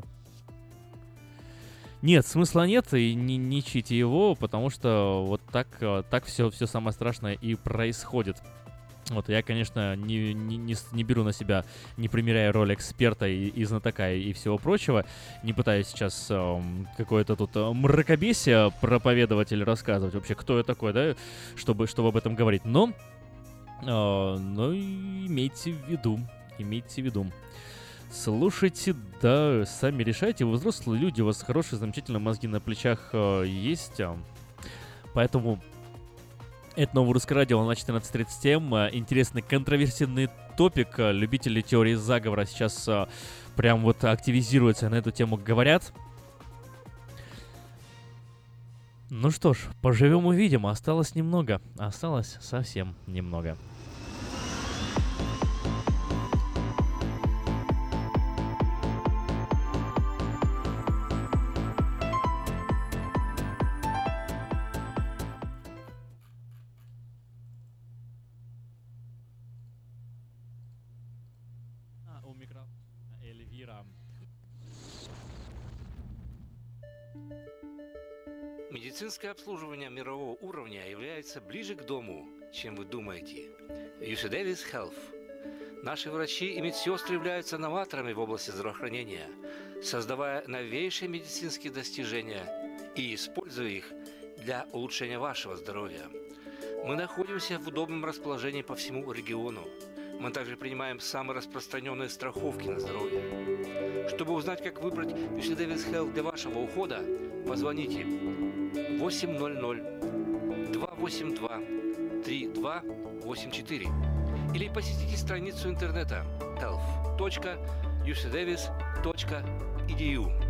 Нет, смысла нет, и не ищите его, потому что вот так все самое страшное и происходит. Вот, я, конечно, не беру на себя, не примеряя роль эксперта и знатока и всего прочего, не пытаюсь сейчас какое-то тут мракобесие проповедовать или рассказывать вообще, кто я такой, да, чтобы об этом говорить, но имейте в виду. Слушайте, да, сами решайте, вы взрослые люди, у вас хорошие, замечательные мозги на плечах есть, поэтому это новое русское радио, на 14:37, интересный контроверсийный топик, любители теории заговора сейчас прям вот активизируются, на эту тему говорят. Ну что ж, поживем увидим, осталось немного, осталось совсем немного. У микрофона Эльвира. Медицинское обслуживание мирового уровня является ближе к дому, чем вы думаете. UC Davis Health. Наши врачи и медсестры являются новаторами в области здравоохранения, создавая новейшие медицинские достижения и используя их для улучшения вашего здоровья. Мы находимся в удобном расположении по всему региону. Мы также принимаем самые распространенные страховки на здоровье. Чтобы узнать, как выбрать UC Davis Health для вашего ухода, позвоните 800-282-3284 или посетите страницу интернета health.ucdavis.edu.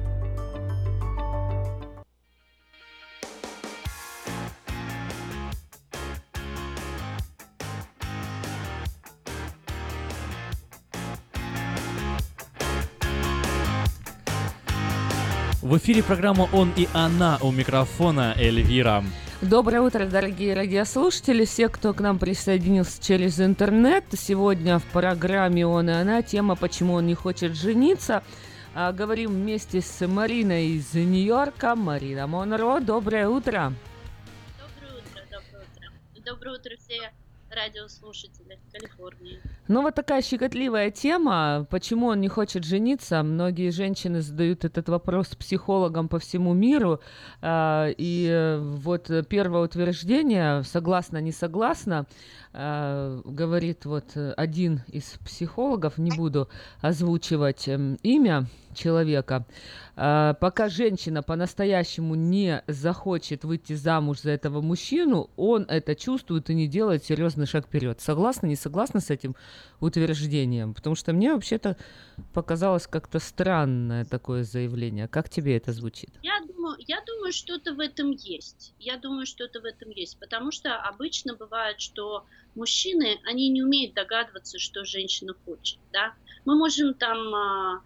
В эфире программа «Он и она», у микрофона Эльвира. Доброе утро, дорогие радиослушатели, все, кто к нам присоединился через интернет. Сегодня в программе «Он и она» тема «Почему он не хочет жениться». Говорим вместе с Мариной из Нью-Йорка. Марина Монро, доброе утро. Доброе утро. Доброе утро все радиослушателях Калифорнии. Ну, вот такая щекотливая тема. Почему он не хочет жениться? Многие женщины задают этот вопрос психологам по всему миру. И вот первое утверждение, согласна, не согласна, говорит вот один из психологов, не буду озвучивать имя человека, пока женщина по-настоящему не захочет выйти замуж за этого мужчину, он это чувствует и не делает серьезный шаг вперед. Согласна, не согласна с этим утверждением? Потому что мне вообще-то показалось как-то странное такое заявление. Как тебе это звучит? Я думаю, что-то в этом есть. Потому что обычно бывает, что мужчины, они не умеют догадываться, что женщина хочет, да? Мы можем там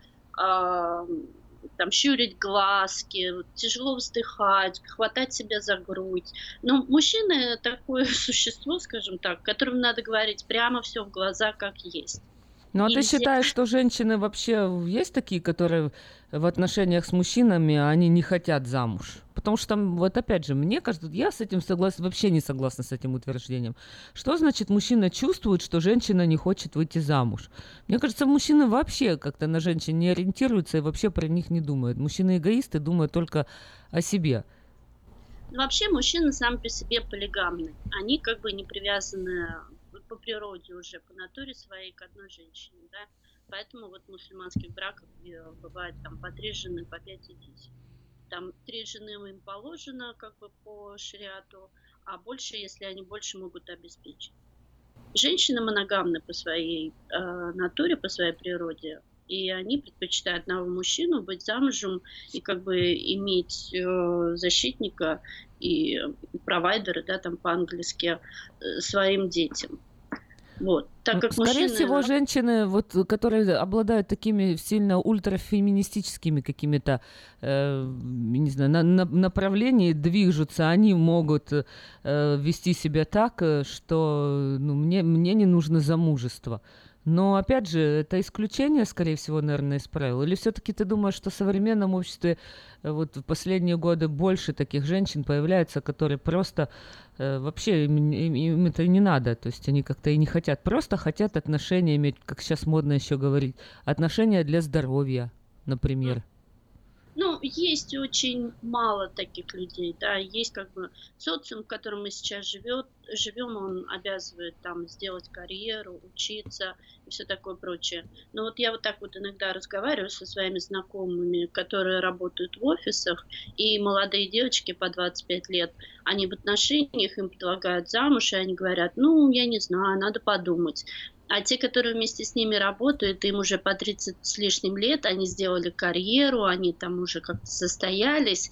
щурить глазки, тяжело вздыхать, хватать себя за грудь. Но мужчина такое существо, скажем так, которому надо говорить прямо все в глаза, как есть. Ну, а ты считаешь, что женщины вообще есть такие, которые в отношениях с мужчинами, они не хотят замуж? Потому что, вот опять же, мне кажется, я с этим вообще не согласна с этим утверждением. Что значит мужчина чувствует, что женщина не хочет выйти замуж? Мне кажется, мужчины вообще как-то на женщин не ориентируются и вообще про них не думают. Мужчины-эгоисты думают только о себе. Вообще мужчины сами по себе полигамны. Они как бы не привязаны по природе уже, по натуре своей к одной женщине, да. Поэтому вот в мусульманских браках бывает там по 3 жены, по 5 и 10. Там 3 жены им положено как бы по шариату, а больше, если они больше могут обеспечить. Женщины моногамны по своей натуре, по своей природе, и они предпочитают одного мужчину, быть замужем и как бы иметь защитника и провайдера, да, там по-английски, своим детям. Вот. Так как скорее всего, женщины, вот, которые обладают такими сильно ультрафеминистическими какими-то не знаю, направлениями, движутся, они могут вести себя так, что мне не нужно замужество. Но, опять же, это исключение, скорее всего, наверное, из правил. Или все-таки ты думаешь, что в современном обществе вот в последние годы больше таких женщин появляется, которые просто вообще им это не надо, то есть они как-то и не хотят, просто хотят отношения иметь, как сейчас модно еще говорить, отношения для здоровья, например. Ну, есть очень мало таких людей, да, есть как бы социум, в котором мы сейчас живем, он обязывает там сделать карьеру, учиться и все такое прочее. Но вот я вот так вот иногда разговариваю со своими знакомыми, которые работают в офисах, и молодые девочки по 25 лет, они в отношениях, им предлагают замуж, и они говорят, я не знаю, надо подумать. А те, которые вместе с ними работают, им уже по 30 с лишним лет, они сделали карьеру, они там уже как-то состоялись,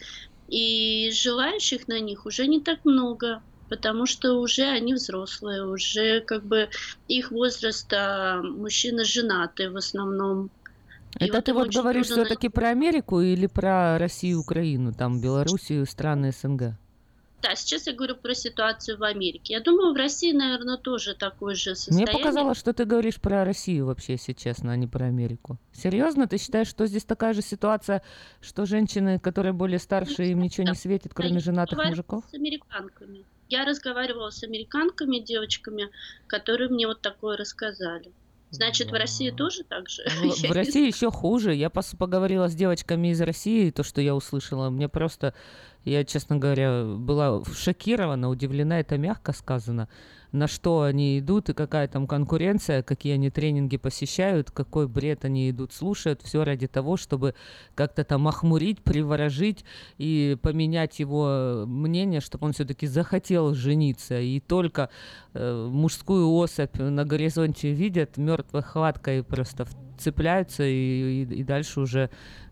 и желающих на них уже не так много, потому что уже они взрослые, уже как бы их возраста мужчины женаты в основном. Это вот ты вот говоришь все-таки про Америку или про Россию, Украину, там Белоруссию, страны СНГ? Да, сейчас я говорю про ситуацию в Америке. Я думаю, в России, наверное, тоже такое же состояние. Мне показалось, что ты говоришь про Россию вообще, если честно, а не про Америку. Серьезно? Ты считаешь, что здесь такая же ситуация, что женщины, которые более старше, им ничего не светит, кроме женатых мужиков? С американками. Я разговаривала с американками, девочками, которые мне вот такое рассказали. Значит, в России тоже так же? В России еще хуже. Я поговорила с девочками из России, то, что я услышала. Мне просто, я, честно говоря, была шокирована, удивлена, это мягко сказано, на что они идут и какая там конкуренция, какие они тренинги посещают, какой бред они идут, слушают. Все ради того, чтобы как-то там охмурить, приворожить и поменять его мнение, чтобы он все-таки захотел жениться. И только мужскую особь на горизонте видят, мертвой хваткой просто цепляются и дальше уже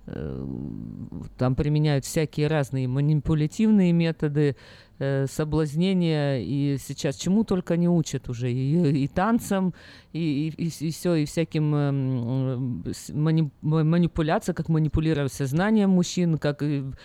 там применяют всякие разные манипулятивные методы, соблазнения, и сейчас чему только не учат уже, и танцам, и все, и всяким манипуляциям, как манипулировать сознанием мужчин, как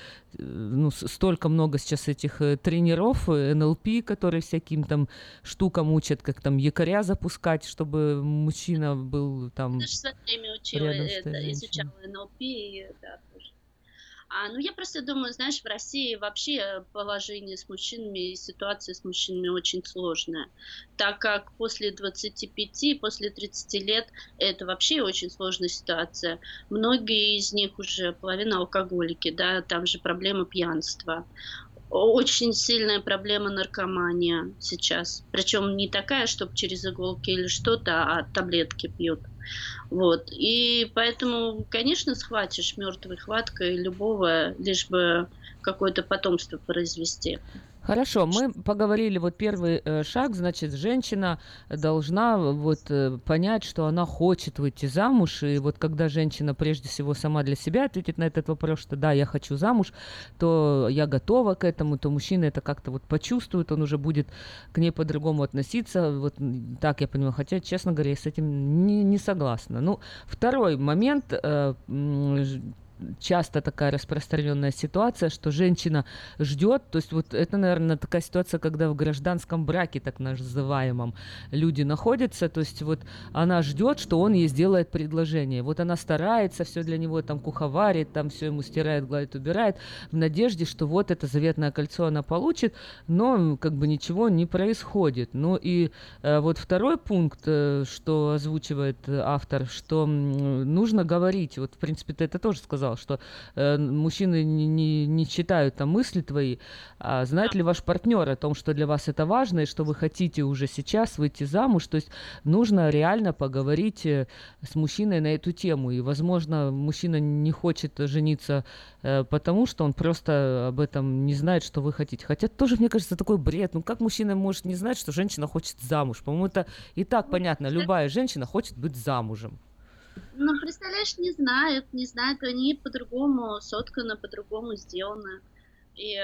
столько много сейчас этих тренеров, НЛП, которые всяким там штукам учат, как там якоря запускать, чтобы мужчина был там. Я же в свое время учила это, изучала НЛП, да, тоже. Ну, я просто думаю, знаешь, в России вообще положение с мужчинами и ситуация с мужчинами очень сложная, так как после 25, после 30 лет это вообще очень сложная ситуация. Многие из них уже половина алкоголики, да, там же проблема пьянства. Очень сильная проблема наркомания сейчас. Причем не такая, чтобы через иголки или что-то, а таблетки пьют. Вот. И поэтому, конечно, схватишь мертвой хваткой любого, лишь бы какое-то потомство произвести. Хорошо, мы поговорили, вот первый шаг, значит, женщина должна вот понять, что она хочет выйти замуж, и вот когда женщина прежде всего сама для себя ответит на этот вопрос, что да, я хочу замуж, то я готова к этому, то мужчина это как-то вот почувствует, он уже будет к ней по-другому относиться, вот так я понимаю, хотя, честно говоря, я с этим не согласна. Ну, второй момент, часто такая распространенная ситуация, что женщина ждет, то есть вот это, наверное, такая ситуация, когда в гражданском браке, так называемом, люди находятся, то есть вот она ждет, что он ей сделает предложение. Вот она старается, все для него там куховарит, там все ему стирает, гладит, убирает, в надежде, что вот это заветное кольцо она получит, но как бы ничего не происходит. Ну и вот второй пункт, что озвучивает автор, что нужно говорить, вот в принципе ты это тоже сказал, что мужчины не читают там мысли твои, а знает ли ваш партнер о том, что для вас это важно, и что вы хотите уже сейчас выйти замуж, то есть нужно реально поговорить с мужчиной на эту тему, и, возможно, мужчина не хочет жениться, потому что он просто об этом не знает, что вы хотите, хотя тоже, мне кажется, такой бред, ну как мужчина может не знать, что женщина хочет замуж, по-моему, это и так понятно, любая женщина хочет быть замужем. Ну, представляешь, не знают, они по-другому сотканы, по-другому сделаны. И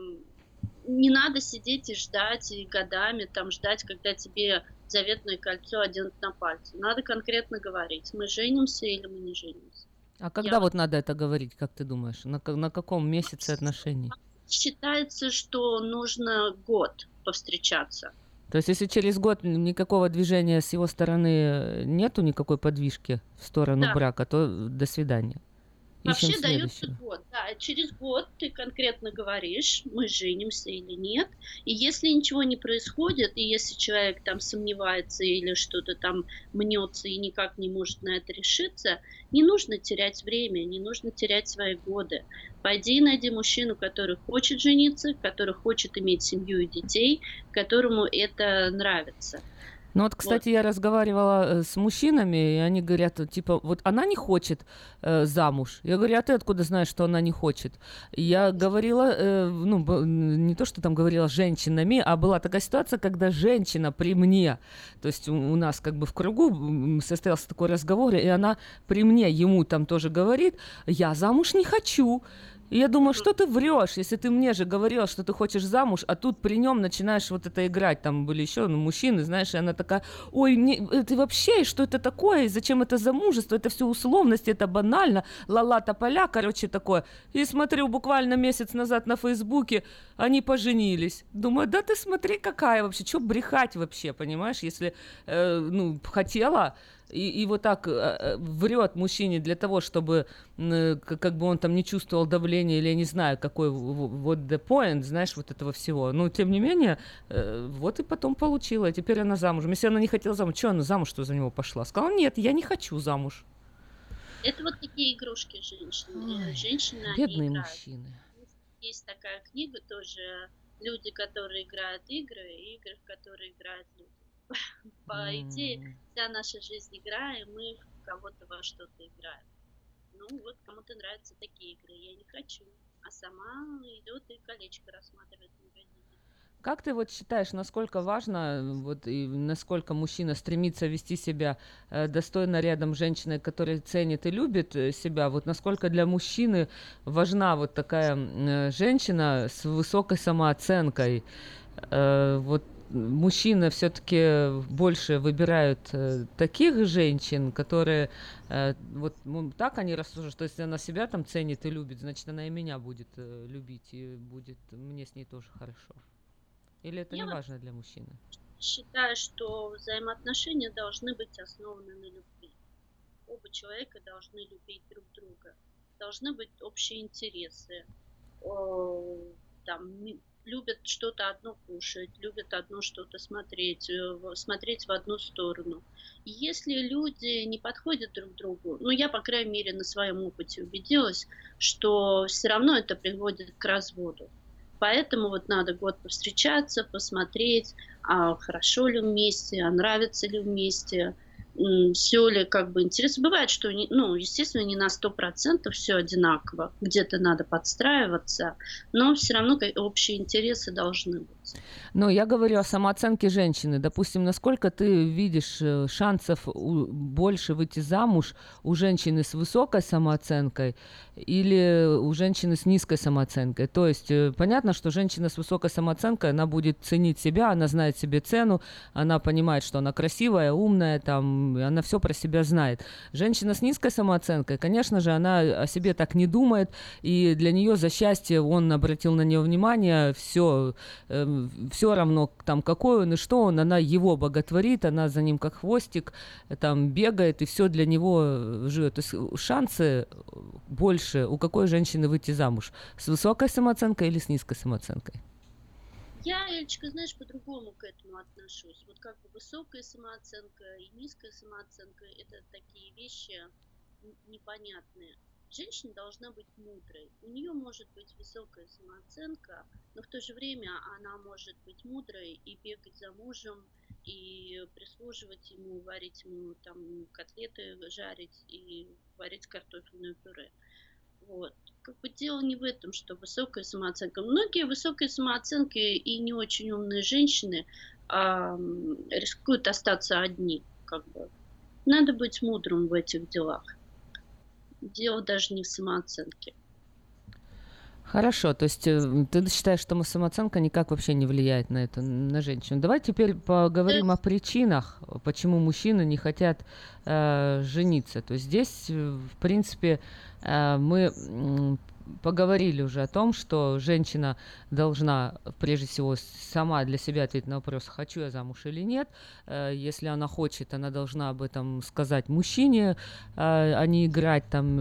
не надо сидеть и ждать, и годами там ждать, когда тебе заветное кольцо оденут на пальце. Надо конкретно говорить, мы женимся или мы не женимся. А когда вот надо это говорить, как ты думаешь? На каком месяце отношений? Считается, что нужно год повстречаться. То есть, если через год никакого движения с его стороны нету, никакой подвижки в сторону брака, то до свидания. Вообще дается год, да. Через год ты конкретно говоришь, мы женимся или нет. И если ничего не происходит, и если человек там сомневается или что-то там мнется и никак не может на это решиться, не нужно терять время, не нужно терять свои годы. Пойди и найди мужчину, который хочет жениться, который хочет иметь семью и детей, которому это нравится. Ну вот, кстати, я разговаривала с мужчинами, и они говорят, типа, вот она не хочет замуж. Я говорю, а ты откуда знаешь, что она не хочет? Я говорила, не то, что там говорила с женщинами, а была такая ситуация, когда женщина при мне, то есть у нас как бы в кругу состоялся такой разговор, и она при мне ему там тоже говорит, я замуж не хочу. И я думаю, что ты врешь, если ты мне же говорила, что ты хочешь замуж, а тут при нем начинаешь вот это играть. Там были еще мужчины, знаешь, и она такая, ой, ты вообще, что это такое, и зачем это замужество, это все условности, это банально, ла-ла тополя, короче, такое. И смотрю, буквально месяц назад на Фейсбуке они поженились. Думаю, да ты смотри, какая вообще, что брехать вообще, понимаешь, если, хотела... И вот так врет мужчине для того, чтобы как бы он там не чувствовал давления, или я не знаю, какой вот the point, знаешь, вот этого всего. Но тем не менее, вот и потом получила, и теперь она замужем. Если она не хотела замуж, что она замуж, что за него пошла? Сказала, нет, я не хочу замуж. Это вот такие игрушки женщины. Женщины, бедные они играют. Мужчины. Есть такая книга тоже, люди, которые играют игры, и игры, в которые играют люди. По идее, вся наша жизнь игра, и мы в кого-то во что-то играем. Ну вот, кому-то нравятся такие игры, я не хочу. А сама идет и колечко рассматривает в магазине. Как ты вот считаешь, насколько важно, вот и насколько мужчина стремится вести себя достойно рядом с женщиной, которая ценит и любит себя, вот насколько для мужчины важна вот такая женщина с высокой самооценкой, вот мужчины все-таки больше выбирают таких женщин, которые вот так они рассуждают, что если она себя там ценит и любит, значит она и меня будет любить, и будет мне с ней тоже хорошо. Или это не важно для мужчины? Считаю, что взаимоотношения должны быть основаны на любви. Оба человека должны любить друг друга, должны быть общие интересы. Там любят что-то одно кушать, любят одно что-то смотреть, смотреть в одну сторону. Если люди не подходят друг другу, ну, я, по крайней мере, на своем опыте убедилась, что все равно это приводит к разводу. Поэтому вот надо год повстречаться, посмотреть, а хорошо ли вместе, а нравится ли вместе, все ли как бы интересно. Бывает, что, ну, естественно, не на 100% все одинаково, где-то надо подстраиваться, но все равно общие интересы должны быть. Но я говорю о самооценке женщины. Допустим, насколько ты видишь шансов больше выйти замуж у женщины с высокой самооценкой или у женщины с низкой самооценкой? То есть понятно, что женщина с высокой самооценкой, она будет ценить себя, она знает себе цену, она понимает, что она красивая, умная, там, она все про себя знает. Женщина с низкой самооценкой, конечно же, она о себе так не думает, и для нее за счастье он обратил на нее внимание, все равно, там, какой он и что он, она его боготворит, она за ним как хвостик, там, бегает, и все для него живет. То есть шансы больше у какой женщины выйти замуж? С высокой самооценкой или с низкой самооценкой? Я, Элечка, знаешь, по-другому к этому отношусь. Вот как бы высокая самооценка и низкая самооценка – это такие вещи непонятные. Женщина должна быть мудрой. У нее может быть высокая самооценка, но в то же время она может быть мудрой и бегать за мужем, и прислуживать ему, варить ему там котлеты, жарить и варить картофельное пюре. Вот. Как бы дело не в этом, что высокая самооценка. Многие высокие самооценки и не очень умные женщины рискуют остаться одни. Как бы. Надо быть мудрым в этих делах. Дело даже не в самооценке. Хорошо, то есть ты считаешь, что самооценка никак вообще не влияет на это, на женщину. Давай теперь поговорим о причинах, почему мужчины не хотят жениться. То есть здесь, в принципе, мы поговорили уже о том, что женщина должна, прежде всего, сама для себя ответить на вопрос, хочу я замуж или нет. Если она хочет, она должна об этом сказать мужчине, а не играть там.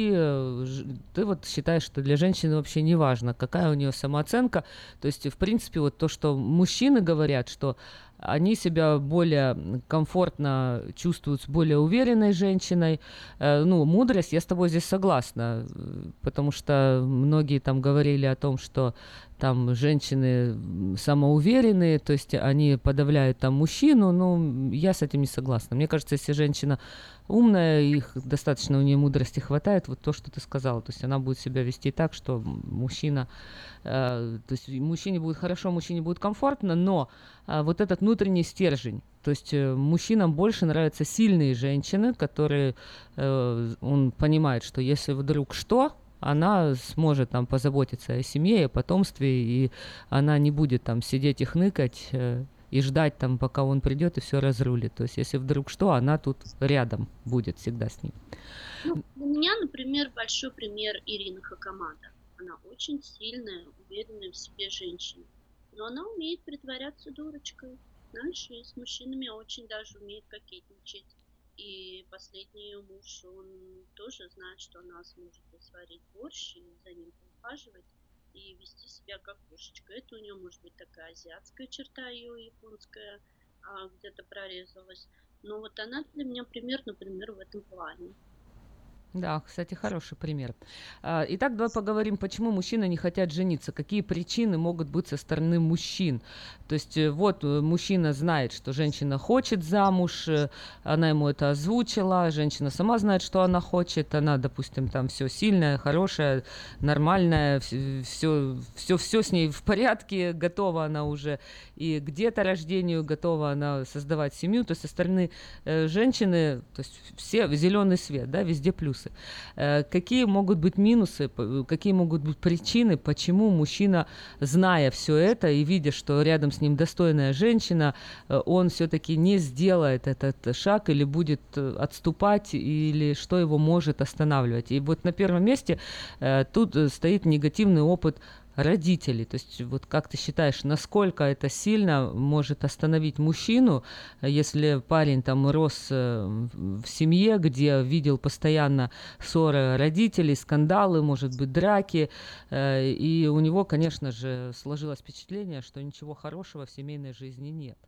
И ты вот считаешь, что для женщины вообще не важно, какая у нее самооценка. То есть, в принципе, вот то, что мужчины говорят, что они себя более комфортно чувствуют с более уверенной женщиной. Ну, мудрость, я с тобой здесь согласна, потому что многие там говорили о том, что там женщины самоуверенные, то есть они подавляют там мужчину, но я с этим не согласна. Мне кажется, если женщина умная, их достаточно у нее мудрости хватает, вот то, что ты сказала, то есть она будет себя вести так, что мужчина, то есть мужчине будет хорошо, мужчине будет комфортно, но вот этот внутренний стержень, то есть мужчинам больше нравятся сильные женщины, которые, он понимает, что если вдруг что, она сможет там позаботиться о семье, о потомстве, и она не будет там сидеть и хныкать и ждать там, пока он придет и все разрулит. То есть, если вдруг что, она тут рядом будет всегда с ним. Ну, у меня, например, большой пример Ирина Хакамада. Она очень сильная, уверенная в себе женщина. Но она умеет притворяться дурочкой. Знаешь, и с мужчинами очень даже умеет кокетничать. И последний ее муж, он тоже знает, что она сможет сварить борщ и за ним поухаживать и вести себя как кошечка. Это у нее может быть такая азиатская черта, ее японская где-то прорезалась. Но вот она для меня пример, например, в этом плане. Да, кстати, хороший пример. Итак, давай поговорим, почему мужчины не хотят жениться. Какие причины могут быть со стороны мужчин? То есть вот мужчина знает, что женщина хочет замуж, она ему это озвучила, женщина сама знает, что она хочет, она, допустим, там все сильная, хорошая, нормальная, все с ней в порядке, готова она уже и к деторождению, готова она создавать семью. То есть со стороны женщины, то есть все зеленый свет, да, везде плюсы. Какие могут быть минусы, какие могут быть причины, почему мужчина, зная все это и видя, что рядом с ним достойная женщина, он все-таки не сделает этот шаг или будет отступать, или что его может останавливать. И вот на первом месте тут стоит негативный опыт родителей. То есть вот как ты считаешь, насколько это сильно может остановить мужчину, если парень там рос в семье, где видел постоянно ссоры родителей, скандалы, может быть, драки, и у него, конечно же, сложилось впечатление, что ничего хорошего в семейной жизни нет.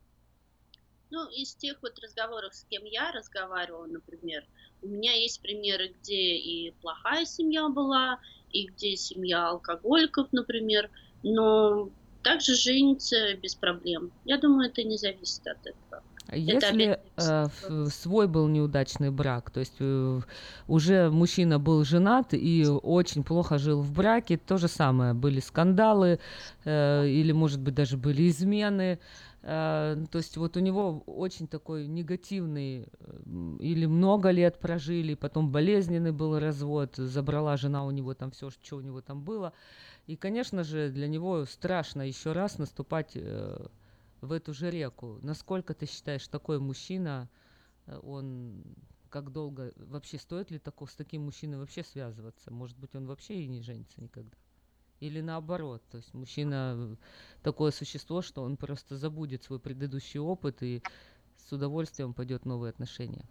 Ну, из тех вот разговоров, с кем я разговаривала, например, у меня есть примеры, где и плохая семья была, и где семья алкоголиков, например, но также женятся без проблем. Я думаю, это не зависит от этого. Если свой был неудачный брак, то есть уже мужчина был женат и очень плохо жил в браке, то же самое, были скандалы или, может быть, даже были измены, то есть вот у него очень такой негативный, или много лет прожили, потом болезненный был развод, забрала жена у него там все, что у него там было, и, конечно же, для него страшно еще раз наступать в эту же реку. Насколько ты считаешь, такой мужчина, он как долго, вообще стоит ли с таким мужчиной вообще связываться? Может быть, он вообще и не женится никогда? Или наоборот, то есть мужчина такое существо, что он просто забудет свой предыдущий опыт и с удовольствием пойдет в новые отношения?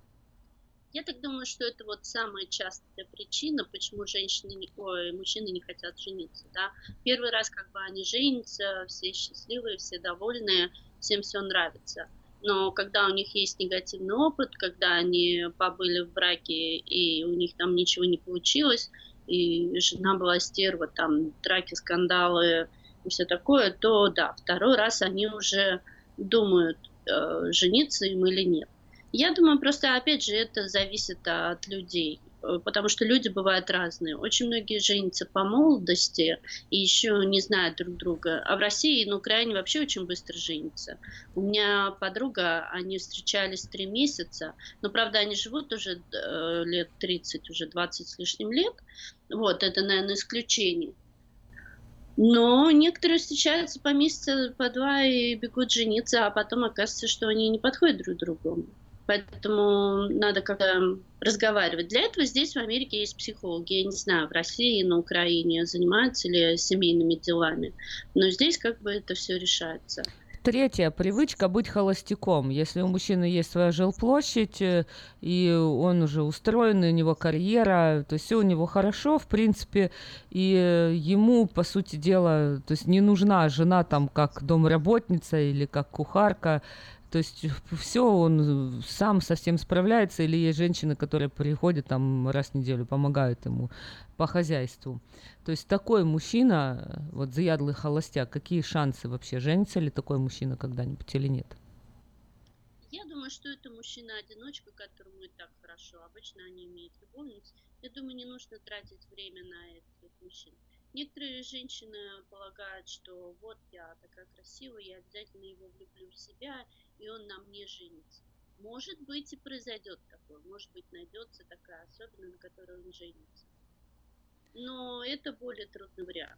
Я так думаю, что это вот самая частая причина, почему мужчины не хотят жениться. Да? Первый раз, как бы они женятся, все счастливые, все довольные, всем все нравится. Но когда у них есть негативный опыт, когда они побыли в браке и у них там ничего не получилось, и жена была стерва, там драки, скандалы и все такое, то да, второй раз они уже думают, жениться им или нет. Я думаю, просто, опять же, это зависит от людей, потому что люди бывают разные. Очень многие женятся по молодости и еще не знают друг друга. А в России, на Украине вообще очень быстро женятся. У меня подруга, они встречались 3 месяца, но, правда, они живут уже лет 30, уже 20 с лишним лет. Вот, это, наверное, исключение. Но некоторые встречаются по месяцу, по 2 и бегут жениться, а потом оказывается, что они не подходят друг другу. Поэтому надо как-то разговаривать. Для этого здесь в Америке есть психологи. Я не знаю, в России, на Украине занимаются ли семейными делами. Но здесь как бы это все решается. Третья привычка — быть холостяком. Если у мужчины есть своя жилплощадь, и он уже устроен, у него карьера, то есть все у него хорошо, в принципе, и ему, по сути дела, то есть не нужна жена там как домработница или как кухарка. То есть все, он сам совсем справляется, или есть женщины, которые приходят там раз в неделю, помогают ему по хозяйству. То есть такой мужчина, вот заядлый холостяк, какие шансы вообще? Женится ли такой мужчина когда-нибудь или нет? Я думаю, что это мужчина-одиночка, которому и так хорошо. Обычно они имеют любовниц. Я думаю, не нужно тратить время на этих мужчин. Некоторые женщины полагают, что вот я такая красивая, я обязательно его влюблю в себя, и он на мне женится. Может быть, и произойдет такое, может быть, найдется такая особенность, на которой он женится. Но это более трудный вариант.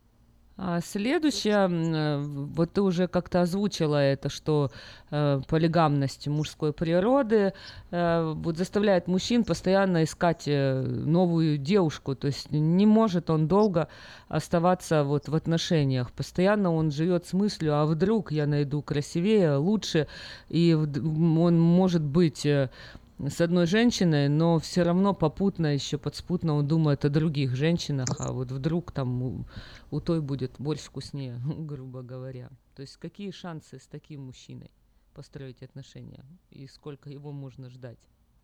Следующее, вот ты уже как-то озвучила это, что полигамность мужской природы вот заставляет мужчин постоянно искать новую девушку, то есть не может он долго оставаться вот в отношениях, постоянно он живет с мыслью, а вдруг я найду красивее, лучше, и он может быть с одной женщиной, но все равно попутно, еще подспутно он думает о других женщинах, а вот вдруг там у той будет больше вкуснее, грубо говоря. То есть какие шансы с таким мужчиной построить отношения и сколько его можно ждать?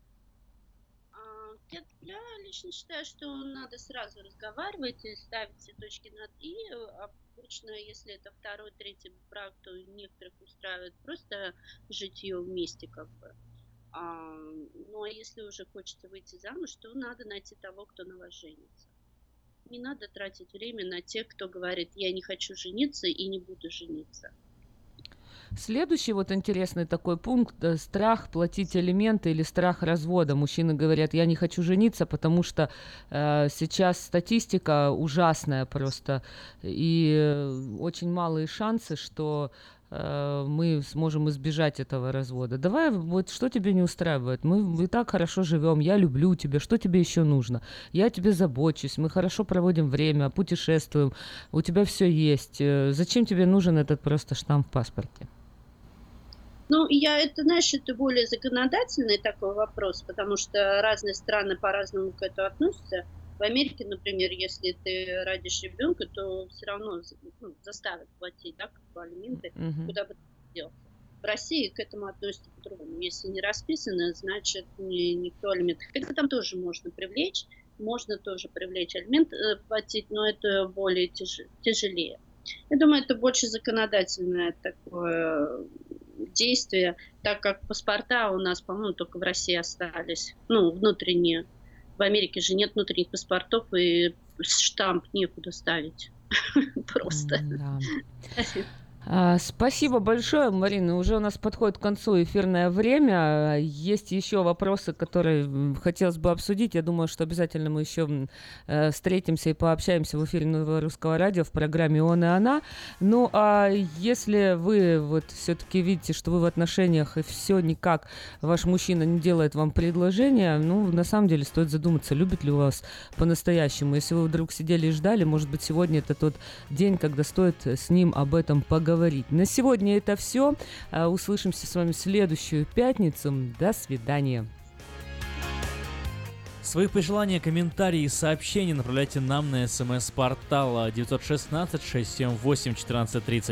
Я лично считаю, что надо сразу разговаривать и ставить все точки над «и». Обычно, если это 2-й, 3-й брак, то некоторых устраивает просто житье вместе как бы. Ну, а если уже хочется выйти замуж, то надо найти того, кто на вас женится. Не надо тратить время на тех, кто говорит, я не хочу жениться и не буду жениться. Следующий вот интересный такой пункт – страх платить алименты или страх развода. Мужчины говорят, я не хочу жениться, потому что сейчас статистика ужасная просто, и очень малые шансы, что мы сможем избежать этого развода. Давай, вот что тебе не устраивает? Мы и так хорошо живем, я люблю тебя, что тебе еще нужно? Я о тебе забочусь, мы хорошо проводим время, путешествуем, у тебя все есть. Зачем тебе нужен этот просто штамп в паспорте? Ну, это более законодательный такой вопрос, потому что разные страны по-разному к этому относятся. В Америке, например, если ты родишь ребенка, то все равно заставят платить, да, как алименты, куда бы ты ни делся. В России к этому относятся по-другому. Если не расписано, значит никто алименты. Хотя там тоже можно привлечь алимент платить, но это более тяжелее. Я думаю, это больше законодательное такое действие, так как паспорта у нас, по-моему, только в России остались, внутренние. В Америке же нет внутренних паспортов, и штамп некуда ставить. Просто. Спасибо большое, Марина. Уже у нас подходит к концу эфирное время. Есть еще вопросы, которые хотелось бы обсудить. Я думаю, что обязательно мы еще встретимся и пообщаемся в эфире Нового Русского Радио в программе «Он и она». Ну, а если вы вот все-таки видите, что вы в отношениях и все никак ваш мужчина не делает вам предложение, на самом деле стоит задуматься, любит ли вас по-настоящему. Если вы вдруг сидели и ждали, может быть, сегодня это тот день, когда стоит с ним об этом поговорить. На сегодня это все. Услышимся с вами в следующую пятницу. До свидания. Свои пожелания, комментарии и сообщения направляйте нам на смс-портал 916 678 1430.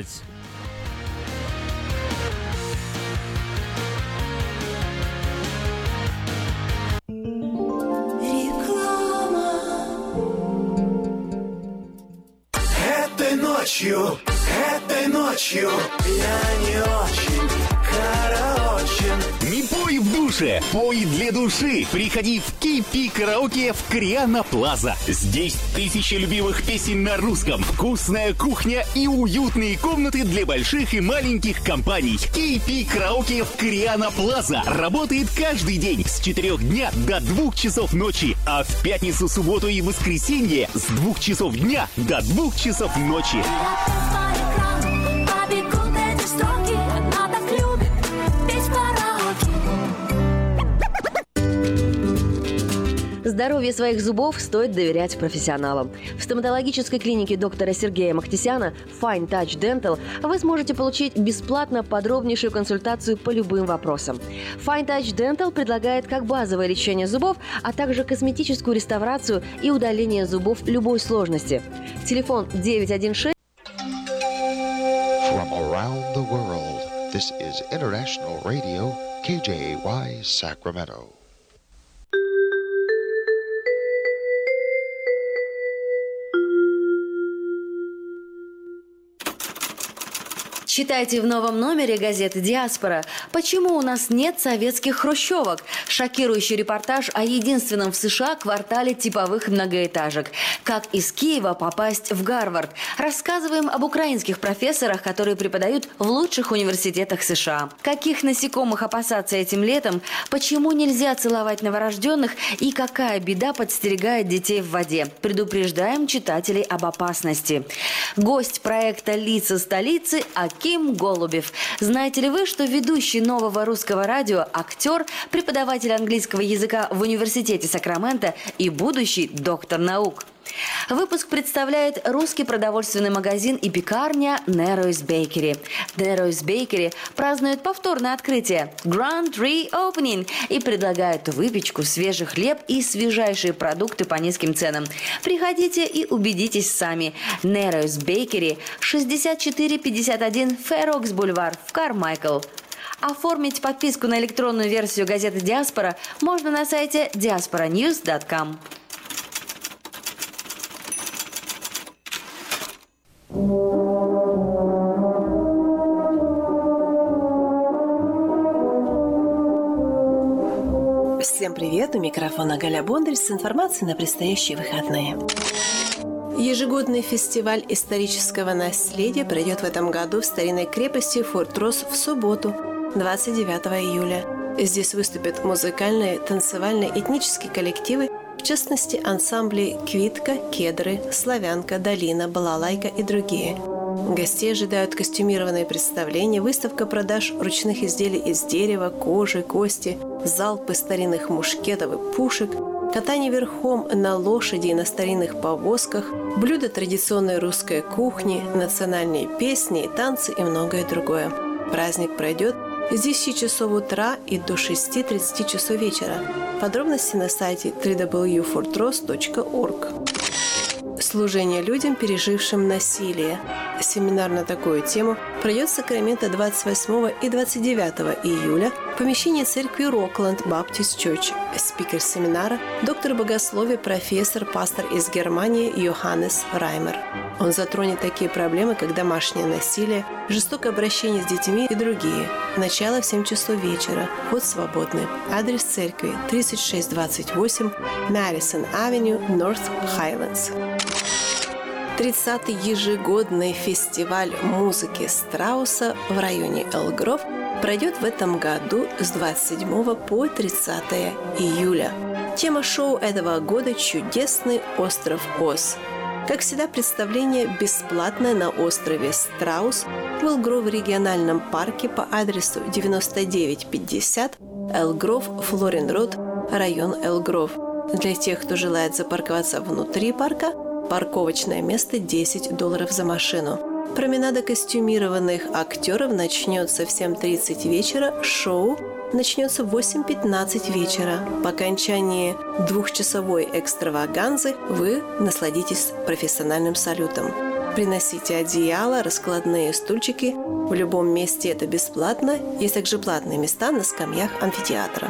Этой ночью я не очень караочен. Не пой в душе, пой для души. Приходи в KP Караоке в Криана Плаза. Здесь тысячи любимых песен на русском, вкусная кухня и уютные комнаты для больших и маленьких компаний. KP Караоке в Криана Плаза работает каждый день с 4 дня до 2 часов ночи, а в пятницу, субботу и воскресенье с 2 часов дня до 2 часов ночи. Здоровье своих зубов стоит доверять профессионалам. В стоматологической клинике доктора Сергея Махтисяна Fine Touch Dental вы сможете получить бесплатно подробнейшую консультацию по любым вопросам. Fine Touch Dental предлагает как базовое лечение зубов, а также косметическую реставрацию и удаление зубов любой сложности. Телефон 916. From around the world, this is International Radio, KJY, Sacramento. Читайте в новом номере газеты «Диаспора». Почему у нас нет советских хрущевок? Шокирующий репортаж о единственном в США квартале типовых многоэтажек. Как из Киева попасть в Гарвард? Рассказываем об украинских профессорах, которые преподают в лучших университетах США. Каких насекомых опасаться этим летом? Почему нельзя целовать новорожденных? И какая беда подстерегает детей в воде? Предупреждаем читателей об опасности. Гость проекта «Лица столицы» Аким Голубев. Знаете ли вы, что ведущий Нового Русского Радио, актер, преподаватель английского языка в университете Сакраменто и будущий доктор наук? Выпуск представляет русский продовольственный магазин и пекарня Narrows Bakery. Narrows Bakery празднует повторное открытие Grand Reopening и предлагает выпечку, свежий хлеб и свежайшие продукты по низким ценам. Приходите и убедитесь сами. Narrows Bakery, 6451 Fair Oaks Boulevard в Кармайкл. Оформить подписку на электронную версию газеты «Диаспора» можно на сайте diasporanews.com. Всем привет! У микрофона Галя Бондарь с информацией на предстоящие выходные. Ежегодный фестиваль исторического наследия пройдет в этом году в старинной крепости Форт Росс в субботу, 29 июля. Здесь выступят музыкальные, танцевальные, этнические коллективы, в частности, ансамбли «Квитка», «Кедры», «Славянка», «Долина», «Балалайка» и другие. Гостей ожидают костюмированные представления, выставка продаж ручных изделий из дерева, кожи, кости, залпы старинных мушкетов и пушек, катание верхом на лошади и на старинных повозках, блюда традиционной русской кухни, национальные песни и танцы и многое другое. Праздник пройдет с 10 часов утра и до 6:30 часов вечера. Подробности на сайте www.fortros.org. Служение людям, пережившим насилие. Семинар на такую тему пройдет в Сакраменто 28 и 29 июля в помещении церкви Rockland Baptist Church. Спикер семинара – доктор богословия, профессор, пастор из Германии Йоханнес Раймер. Он затронет такие проблемы, как домашнее насилие, жестокое обращение с детьми и другие. Начало в 7 часов вечера. Вход свободный. Адрес церкви 3628 Madison Avenue, North Highlands. 30-й ежегодный фестиваль музыки Страуса в районе Элл-Гров пройдет в этом году с 27 по 30 июля. Тема шоу этого года – «Чудесный остров Оз». Как всегда, представление бесплатное на острове Страус в Элл-Гров региональном парке по адресу 9950 Элл-Гров, Флорин-Роуд, район Элл-Гров. Для тех, кто желает запарковаться внутри парка, парковочное место $10 за машину. Променада костюмированных актеров начнется в 7:30 вечера. Шоу начнется в 8:15 вечера. По окончании 2-часовой экстраваганзы вы насладитесь профессиональным салютом. Приносите одеяло, раскладные стульчики. В любом месте это бесплатно. Есть также платные места на скамьях амфитеатра.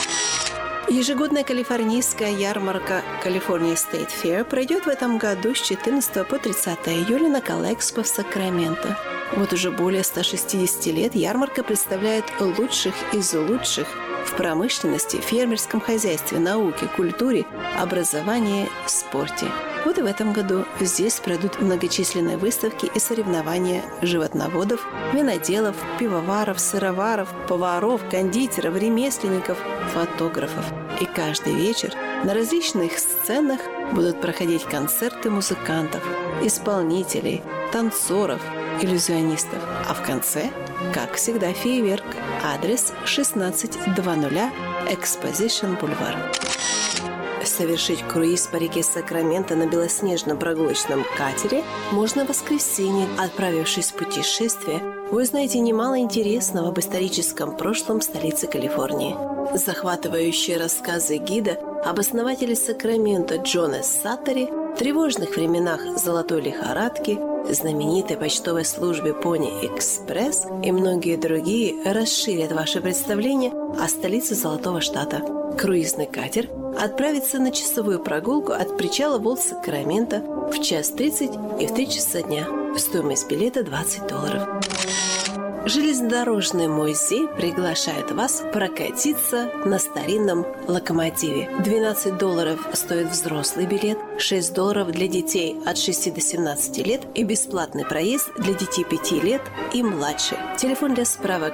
Ежегодная калифорнийская ярмарка California State Fair пройдет в этом году с 14 по 30 июля на Калэкспо в Сакраменто. Вот уже более 160 лет ярмарка представляет лучших из лучших в промышленности, фермерском хозяйстве, науке, культуре, образовании, спорте. Вот и в этом году здесь пройдут многочисленные выставки и соревнования животноводов, виноделов, пивоваров, сыроваров, поваров, кондитеров, ремесленников, фотографов. И каждый вечер на различных сценах будут проходить концерты музыкантов, исполнителей, танцоров, иллюзионистов. А в конце, как всегда, фейерверк. Адрес 1600 Exposition Boulevard. Совершить круиз по реке Сакраменто на белоснежном прогулочном катере можно в воскресенье. Отправившись в путешествие, вы узнаете немало интересного об историческом прошлом столицы Калифорнии. Захватывающие рассказы гида об основателе Сакраменто Джоне Саттери, тревожных временах золотой лихорадки, знаменитой почтовой службе Pony Express и многие другие расширят ваше представление о столице Золотого Штата. Круизный катер отправится на часовую прогулку от причала Волт-Сакраменто в 1:30 и в 3 часа дня. Стоимость билета $20. Железнодорожный музей приглашает вас прокатиться на старинном локомотиве. $12 стоит взрослый билет, $6 для детей от 6 до 17 лет и бесплатный проезд для детей 5 лет и младше. Телефон для справок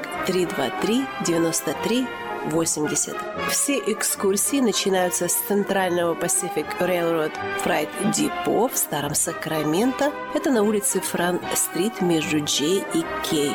323-93-80. Все экскурсии начинаются с центрального Pacific Railroad Freight Depot в Старом Сакраменто. Это на улице Фран-стрит между Джей и Кей.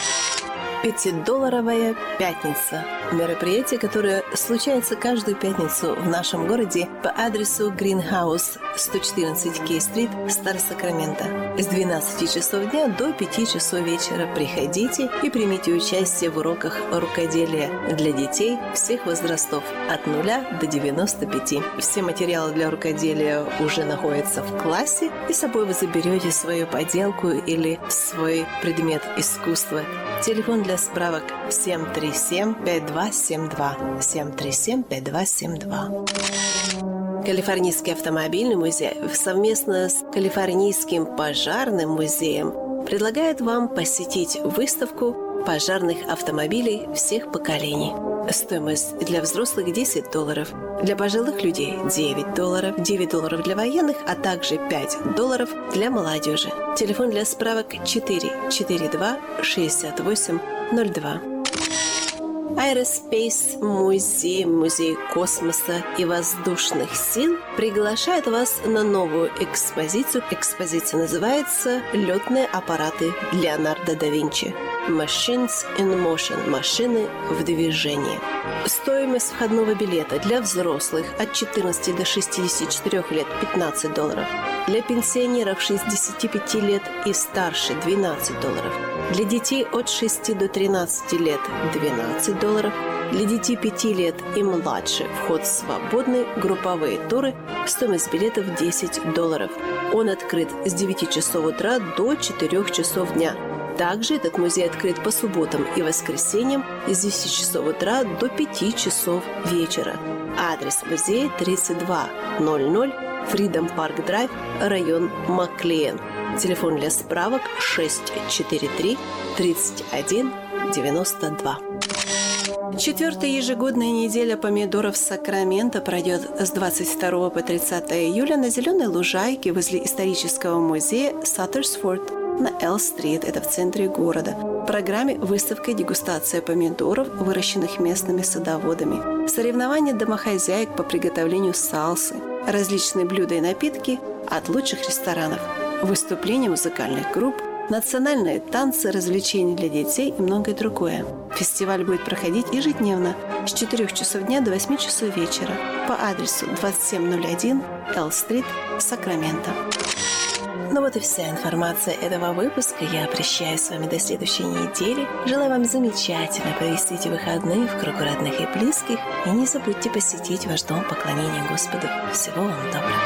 $5 пятница. Мероприятие, которое случается каждую пятницу в нашем городе по адресу Greenhouse 114 Кей-стрит, Старый Сакраменто. С 12 часов дня до 5 часов вечера приходите и примите участие в уроках рукоделия для детей всех возрастов от 0 до 95. Все материалы для рукоделия уже находятся в классе, и с собой вы заберете свою поделку или свой предмет искусства. Телефон для справок 737-5272. 737-5272. Калифорнийский автомобильный музей совместно с Калифорнийским пожарным музеем предлагает вам посетить выставку пожарных автомобилей всех поколений. Стоимость для взрослых $10, для пожилых людей $9, $9 для военных, а также $5 для молодежи. Телефон для справок 442-6802. Aerospace музей космоса и воздушных сил приглашает вас на новую экспозицию. Экспозиция называется «Летные аппараты Леонардо да Винчи». Machines in Motion – машины в движении. Стоимость входного билета для взрослых от 14 до 64 лет – $15. Для пенсионеров 65 лет и старше – $12. Для детей от 6 до 13 лет – $12. Для детей 5 лет и младше вход свободный, групповые туры, стоимость билетов $10. Он открыт с 9 часов утра до 4 часов дня. Также этот музей открыт по субботам и воскресеньям с 10 часов утра до 5 часов вечера. Адрес музея 3200 Freedom Park Drive, район Маклеен. Телефон для справок 643 31 92. Четвертая ежегодная неделя помидоров Сакраменто пройдет с 22 по 30 июля на зеленой лужайке возле исторического музея Саттерсфорд на Эл-стрит, это в центре города. В программе выставка и дегустация помидоров, выращенных местными садоводами, соревнования домохозяек по приготовлению сальсы, различные блюда и напитки от лучших ресторанов, выступления музыкальных групп, национальные танцы, развлечения для детей и многое другое. Фестиваль будет проходить ежедневно с 4 часов дня до 8 часов вечера по адресу 2701 Эл-стрит, Сакраменто. Ну вот и вся информация этого выпуска. Я прощаюсь с вами до следующей недели. Желаю вам замечательно провести эти выходные в кругу родных и близких. И не забудьте посетить ваш дом поклонения Господу. Всего вам доброго.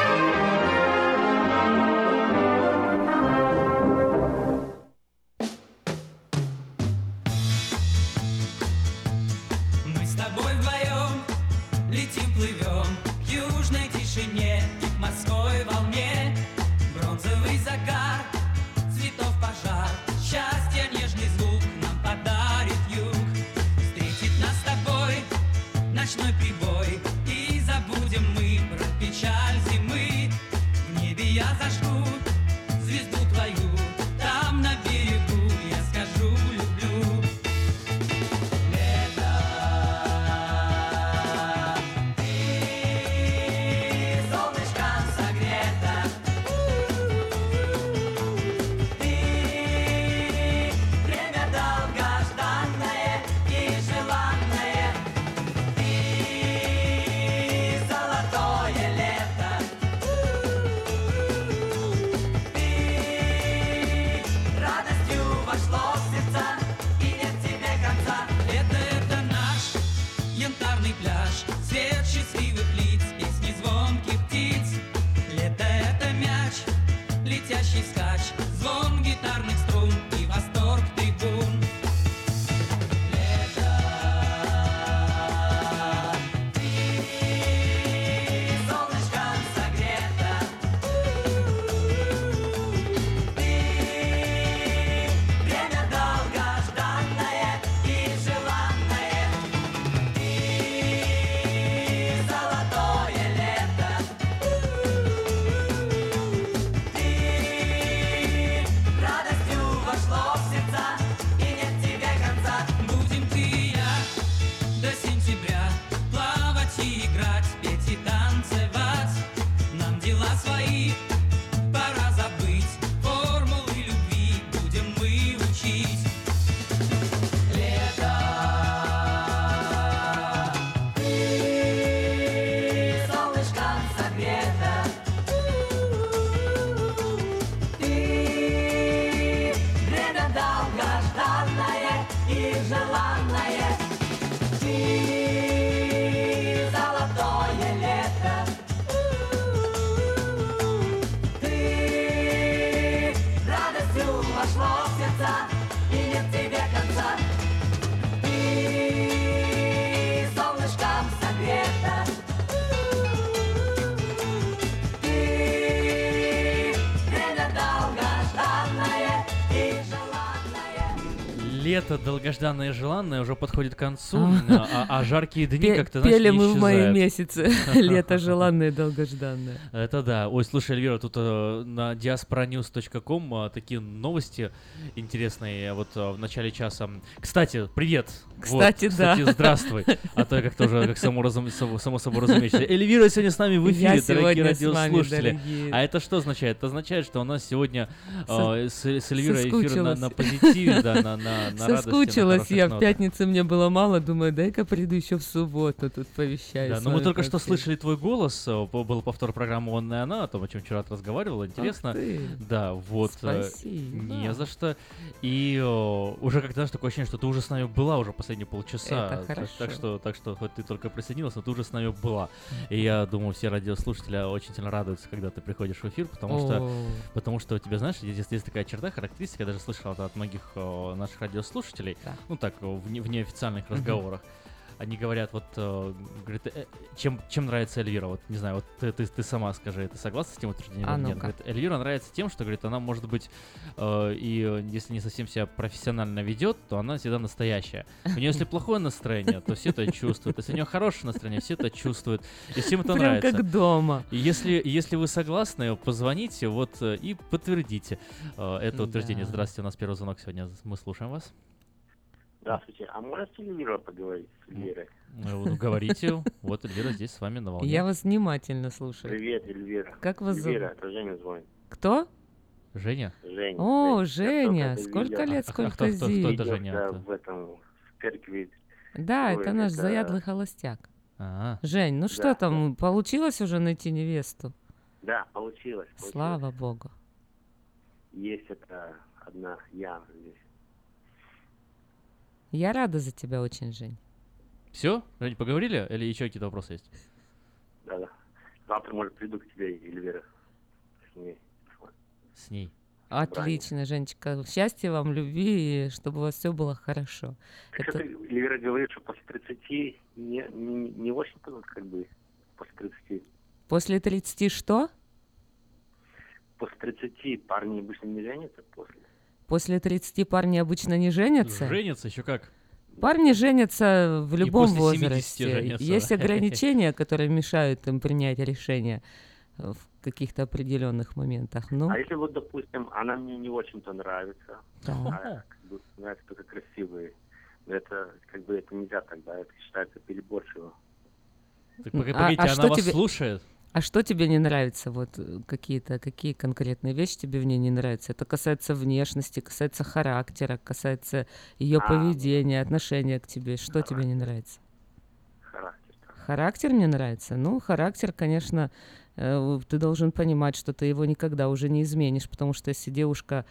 Ночной прибой, и забудем мы про печаль зимы. В небе я зажгу звезду твою, там на берегу я скажу люблю. Лето, ты солнышком согрета, ты время долгожданное и желанное. Свет счастливых лиц, песни звонких птиц. Лето — это мяч, летящий скач, звон гитарных струн и восторг трибун. Лето, ты солнышком согрета, ты время долгожданное и желанное. Золотое лето, ты Лето долгожданное и желанное уже подходит к концу, а жаркие дни как-то, знаешь, Пели не мы в мае исчезают. месяце. Лето желанное и долгожданное. Это да. Ой, слушай, Эльвира, тут на diasporanews.com такие новости интересные вот в начале часа. Кстати, привет. Кстати, вот, да. Кстати, здравствуй. А то я как-то уже как само собой разумеется. Эльвира сегодня с нами в эфире, дорогие радиослушатели. А это что означает? Это означает, что у нас сегодня с Эльвирой эфир на позитиве, да, на радости. Соскучилась я, в пятницу мне было мало, думаю, дай-ка приду еще в субботу, тут повещаю. Да, но мы только что слышали твой голос, был повтор программы «Он и она», о том, о чем вчера ты разговаривала, интересно. Да, вот. Спасибо. Не за что. И уже как-то, знаешь, такое ощущение, что ты уже с нами была уже последние полчаса. Это хорошо. Так что хоть ты только присоединилась, но ты уже с нами была. И я думаю, все радиослушатели очень сильно радуются, когда ты приходишь в эфир, потому что у тебя, знаешь, есть такая черта, характеристика, я даже слышал это от многих наших радиослушателей, ну так, в неофициальных разговорах. Они говорят, вот, говорят, чем нравится Эльвира? Вот, не знаю, вот ты сама скажи, ты согласна с тем утверждением? Нет, говорит, Эльвира нравится тем, что, говорит, она, может быть, и если не совсем себя профессионально ведет, то она всегда настоящая. У нее, если плохое настроение, то все это чувствуют. Если у нее хорошее настроение, все это чувствуют. И всем это прям нравится. как дома. И если вы согласны, позвоните вот и подтвердите это утверждение. Здравствуйте, у нас первый звонок сегодня. Мы слушаем вас. Здравствуйте. А можете Эльвира поговорить с Эльвирой? Ну, говорите. Вот Эльвира здесь с вами на волне. Я вас внимательно слушаю. Привет, Эльвира. Как вас зовут? Эльвира, это Женя звонит. Кто? Женя? Женя. О, Женя. Сколько лет, сколько зим. Кто это Женя? В этом, в церкви. Да, это наш заядлый холостяк. Жень, ну что там, получилось уже найти невесту? Да, получилось. Слава богу. Есть это одна я здесь. Я рада за тебя очень, Жень. Все? Жень, поговорили? Или еще какие-то вопросы есть? Да. Завтра, может, приду к тебе, Эльвира. С ней. Отлично, Женечка. Счастья вам, любви, и чтобы у вас все было хорошо. Эльвира говорит, что после 30 не очень-то, как бы, после 30. После 30 что? После 30 парни обычно не женятся после. После 30 парни обычно не женятся? Женятся еще как? Парни женятся в любом возрасте. Женятся. Есть ограничения, которые мешают им принять решение в каких-то определенных моментах. Ну. А если вот, допустим, она мне не очень-то нравится, да. как бы, нравится только красивые, это как бы это нельзя тогда, это считается переборчиво. Так погодите, она вас слушает? А что тебе не нравится? Вот какие конкретные вещи тебе в ней не нравятся? Это касается внешности, касается характера, касается ее поведения, отношения к тебе. Что тебе не нравится? Характер не нравится? Ну, характер, конечно, ты должен понимать, что ты его никогда уже не изменишь, потому что если девушка,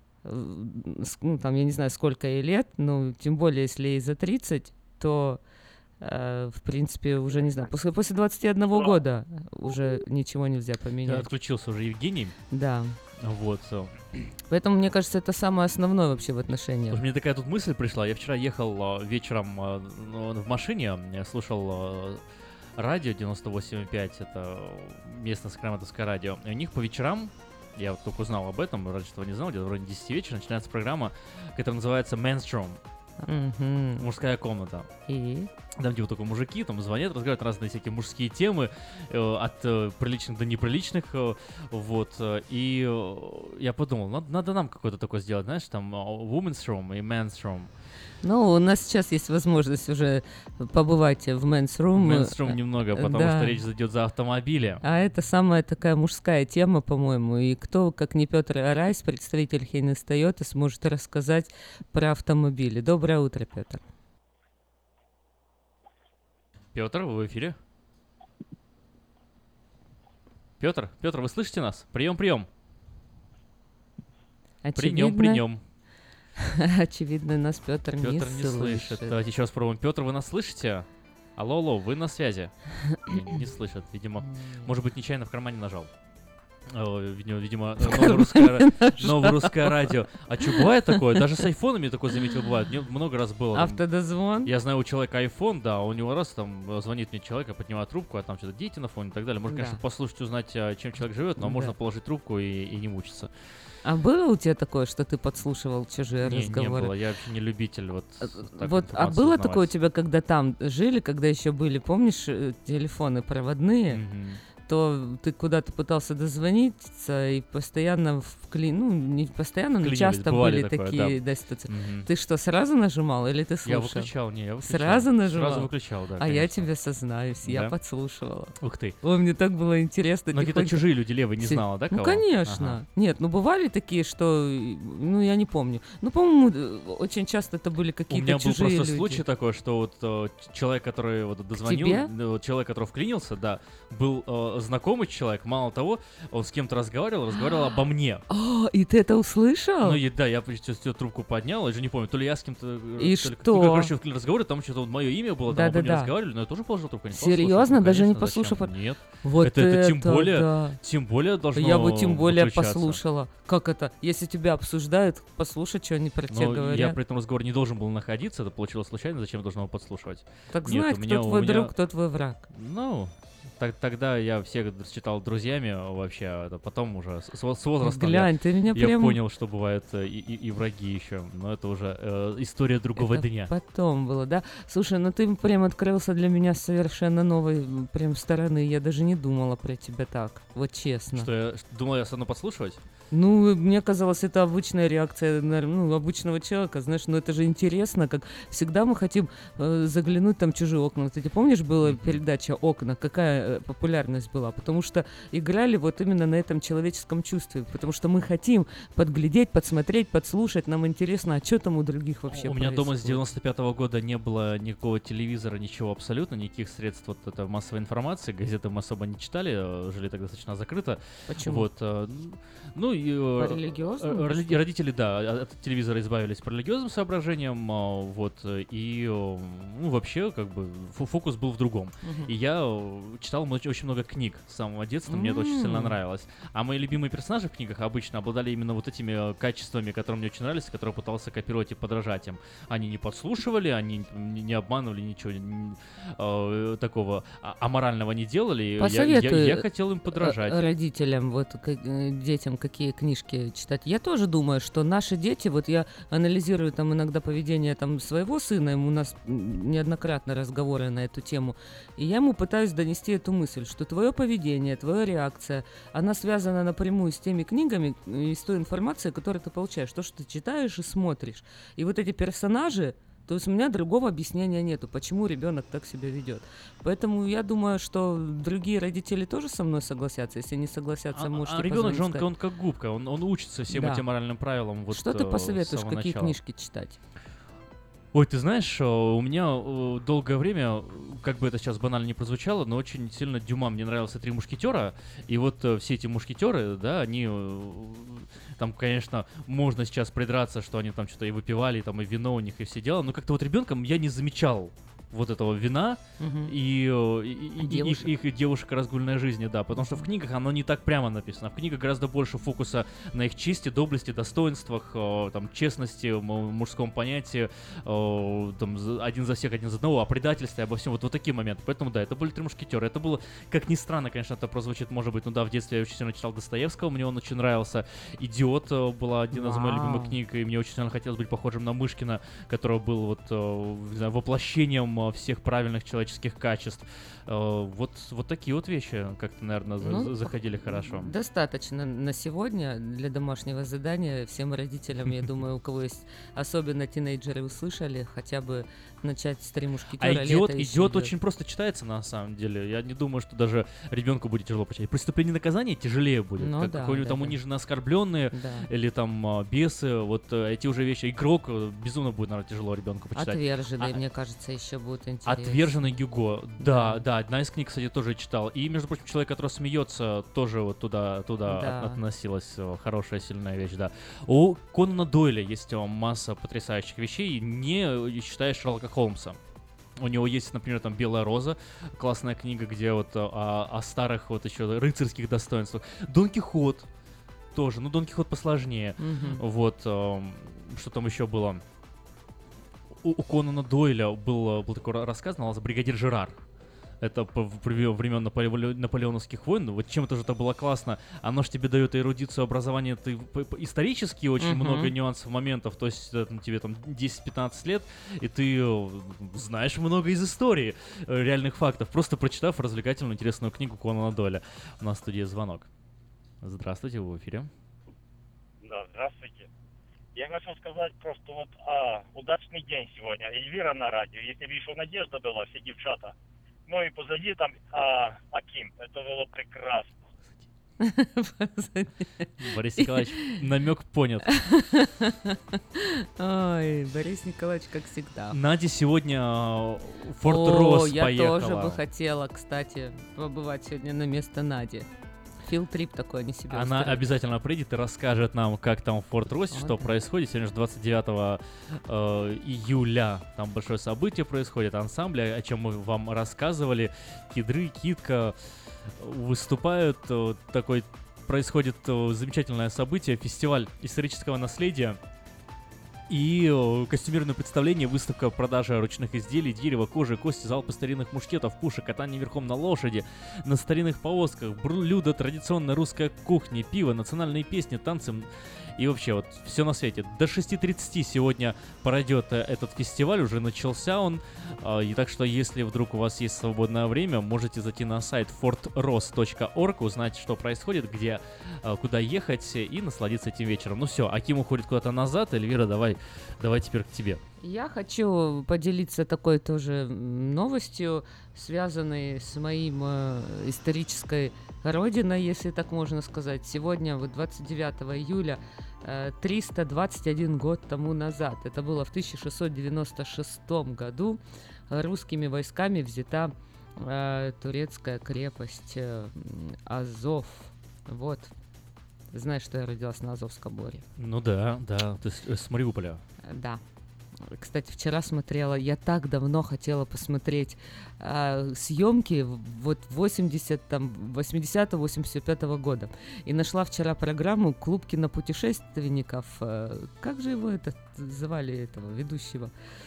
ну, там, я не знаю, сколько ей лет, ну, тем более, если ей за 30, то... в принципе, уже, не знаю, после 21 года уже ничего нельзя поменять. Отключился уже Евгений. Да. Вот. Поэтому, мне кажется, это самое основное вообще в отношениях. Мне такая тут мысль пришла. Я вчера ехал вечером в машине, слушал радио 98,5, это местное сакраментовское радио. И у них по вечерам, я вот только узнал об этом, раньше этого не знал, где-то вроде 10 вечера начинается программа, которая называется Men's Room. Мужская комната. И? Там типа только мужики, там звонят, разговаривают разные всякие мужские темы, от приличных до неприличных, вот. И я подумал, надо нам какое-то такое сделать, знаешь, там women's room и men's room. Ну, у нас сейчас есть возможность уже побывать в men's room. Men's room немного, потому что речь зайдет за автомобили. А это самая такая мужская тема, по-моему. И кто, как не Петр Арайс, представитель Хейнес Тойоты, сможет рассказать про автомобили. Доброе утро, Петр. Петр, вы в эфире? Петр, вы слышите нас? Прием. Прием. Очевидно, нас Петр не слышит. Давайте еще раз пробуем. Петр, вы нас слышите? Алло, вы на связи? Не слышат, видимо. Может быть, нечаянно в кармане нажал. Видимо, новое русское радио. А что, бывает такое? Даже с айфонами такое, заметил, бывает. Мне много раз было. Там, автодозвон? Я знаю, у человека айфон, да, у него раз там звонит мне человек, я поднимаю трубку, а там что-то дети на фоне и так далее. Можно, конечно, послушать, узнать, чем человек живет, но можно положить трубку и не мучиться. А было у тебя такое, что ты подслушивал чужие разговоры? Не было, я вообще не любитель А было такое у тебя, когда там жили, когда еще были, помнишь, телефоны проводные? То ты куда-то пытался дозвониться и постоянно не постоянно, но часто были такие ситуации. Ты что, сразу нажимал или ты слушал? Я выключал. Сразу нажимал? Сразу выключал, да. А я тебе сознаюсь, я подслушивала. Ух ты. Ой, мне так было интересно. Но где-то чужие люди левые не знала, да, кого? Ну, конечно. Нет, бывали такие, что, я не помню. По-моему, очень часто это были какие-то чужие люди. У меня был просто случай такой, что вот человек, который вот дозвонил, человек, который вклинился, да, был знакомый человек, мало того, он с кем-то разговаривал обо мне. И ты это услышал? Да, я трубку поднял, я же не помню, то ли я с кем-то... И что? Короче, в разговоре, там что-то мое имя было, там обо мне разговаривали, но я тоже положил трубку. Серьезно? Даже не послушав? Нет. Вот это тем более должно Я бы тем более послушала. Как это? Если тебя обсуждают, послушать, что они про тебя говорят. Я при этом разговоре не должен был находиться, это получилось случайно, зачем должен его подслушивать? Так знает, кто твой друг, кто твой враг. Тогда я всех считал друзьями вообще, а потом уже с возрастом я понял, что бывают и враги еще, но это уже история другого дня. Потом было, да? Слушай, ты прям открылся для меня с совершенно новой прям стороны, я даже не думала про тебя так, вот честно. Что, я думал, я стану подслушивать? Мне казалось, это обычная реакция обычного человека, знаешь, это же интересно, как всегда мы хотим заглянуть там в чужие окна. Ты помнишь, была передача «Окна», какая популярность была? Потому что играли вот именно на этом человеческом чувстве, потому что мы хотим подглядеть, подсмотреть, подслушать, нам интересно, а что там у других вообще У меня дома с 95-го года не было никакого телевизора, ничего абсолютно, никаких средств массовой информации, газеты мы особо не читали, жили так достаточно закрыто. Почему? По религиозному? Родители, да, от телевизора избавились по религиозным соображениям, вообще, как бы, фокус был в другом. И я читал очень много книг с самого детства, мне это очень сильно нравилось. А мои любимые персонажи в книгах обычно обладали именно вот этими качествами, которые мне очень нравились, которые я пытался копировать и подражать им. Они не подслушивали, они не обманывали, ничего такого аморального не делали. Я хотел им подражать. Родителям, детям какие книжки читать. Я тоже думаю, что наши дети, я анализирую там иногда поведение своего сына, у нас неоднократно разговоры на эту тему, и я ему пытаюсь донести эту мысль, что твое поведение, твоя реакция, она связана напрямую с теми книгами и с той информацией, которую ты получаешь, то, что ты читаешь и смотришь. И вот эти персонажи, то есть у меня другого объяснения нету, почему ребенок так себя ведет. Поэтому я думаю, что другие родители тоже со мной согласятся. Если не согласятся, можете ребенок же, он как губка, он учится всем этим моральным правилам. Что ты посоветуешь, какие книжки читать? Ой, ты знаешь, у меня долгое время, как бы это сейчас банально не прозвучало, но очень сильно Дюма, мне нравился «Три мушкетера», и все эти мушкетеры, да, они, там, конечно, можно сейчас придраться, что они там что-то и выпивали, и вино у них, и все дела, но как-то ребенком я не замечал вот этого вина и их девушек разгульной жизни, да, потому что в книгах оно не так прямо написано. В книгах гораздо больше фокуса на их чести, доблести, достоинствах, честности, мужском понятии, один за всех, один за одного, о предательстве, обо всем, вот такие моменты. Поэтому, да, это были «Три мушкетера». Это было, как ни странно, конечно, это прозвучит, может быть, в детстве я очень сильно читал Достоевского, мне он очень нравился. «Идиот» была один из моих любимых книг, и мне очень сильно хотелось быть похожим на Мышкина, который был воплощением всех правильных человеческих качеств. Вот такие вот вещи как-то, наверное, заходили хорошо. Достаточно на сегодня для домашнего задания. Всем родителям, я думаю, у кого есть особенно тинейджеры, услышали, хотя бы начать с «Три мушкетера». А «Идиот» очень просто читается, на самом деле. Я не думаю, что даже ребенку будет тяжело прочитать. «Преступление и наказание» тяжелее будет. Какой-нибудь униженно оскорбленные или бесы, эти уже вещи. «Игрок» безумно будет, наверное, тяжело ребенку почитать. «Отверженный», мне кажется, еще будет интересно. «Отверженный» Гюго. Да, одна из книг, кстати, тоже читал. И, между прочим, «Человек, который смеется», тоже туда относилась. Хорошая, сильная вещь, да. У Конана Дойля есть масса потрясающих вещей, не считая Шерлока Холмса. У него есть, например, там «Белая роза», классная книга, где вот о старых вот еще рыцарских достоинствах. «Дон Кихот» тоже, Дон Кихот посложнее. Вот, что там еще было? У Конана Дойля был такой рассказ, назывался «Бригадир Жерар». Это времен наполеоновских войн. Вот чем тоже это было классно. Оно же тебе дает эрудицию образования. Ты исторически очень много нюансов, моментов. То есть тебе там 10-15 лет, и ты знаешь много из истории реальных фактов, просто прочитав развлекательную, интересную книгу Конана Дойля. У нас в студии звонок. Здравствуйте, вы в эфире. Да, здравствуйте. Я хотел сказать просто вот удачный день сегодня. Эльвира на радио. Если бы еще Надежда была, все девчата. Ну и позади там Аким. Это было прекрасно. Борис Николаевич, намек понят. Ой, Борис Николаевич, как всегда. Надя сегодня Форт Росс поехала. Я тоже бы хотела, кстати, побывать сегодня на место Нади. Филд-трип такой они себе Она устроили. Обязательно придет и расскажет нам, как там в Форт Россе, что происходит. Сегодня же 29 июля там большое событие происходит, ансамбли, о чем мы вам рассказывали. Кедры, Китка выступают. Происходит замечательное событие, фестиваль исторического наследия. И костюмированное представление, выставка, продажа ручных изделий, дерева, кожи, кости, залпы старинных мушкетов, пушек, катание верхом на лошади, на старинных повозках, блюда традиционной русской кухни, пиво, национальные песни, танцы и вообще вот все на свете. До 6:30 сегодня пройдет этот фестиваль, уже начался он. И так что, если вдруг у вас есть свободное время, можете зайти на сайт fortross.org, узнать, что происходит, где, куда ехать и насладиться этим вечером. Ну все, Аким уходит куда-то назад. Эльвира, давай теперь к тебе. Я хочу поделиться такой тоже новостью, связанной с моим исторической родиной, если так можно сказать. Сегодня, 29 июля, 321 год тому назад, это было в 1696 году, русскими войсками взята турецкая крепость Азов. Вот. Знаешь, что я родилась на Азовском море? Ну да, ты с Мариуполя. Да. Кстати, вчера смотрела, я так давно хотела посмотреть съемки вот 80-85 года. И нашла вчера программу «Клуб кинопутешественников». Как же его звали, этого ведущего?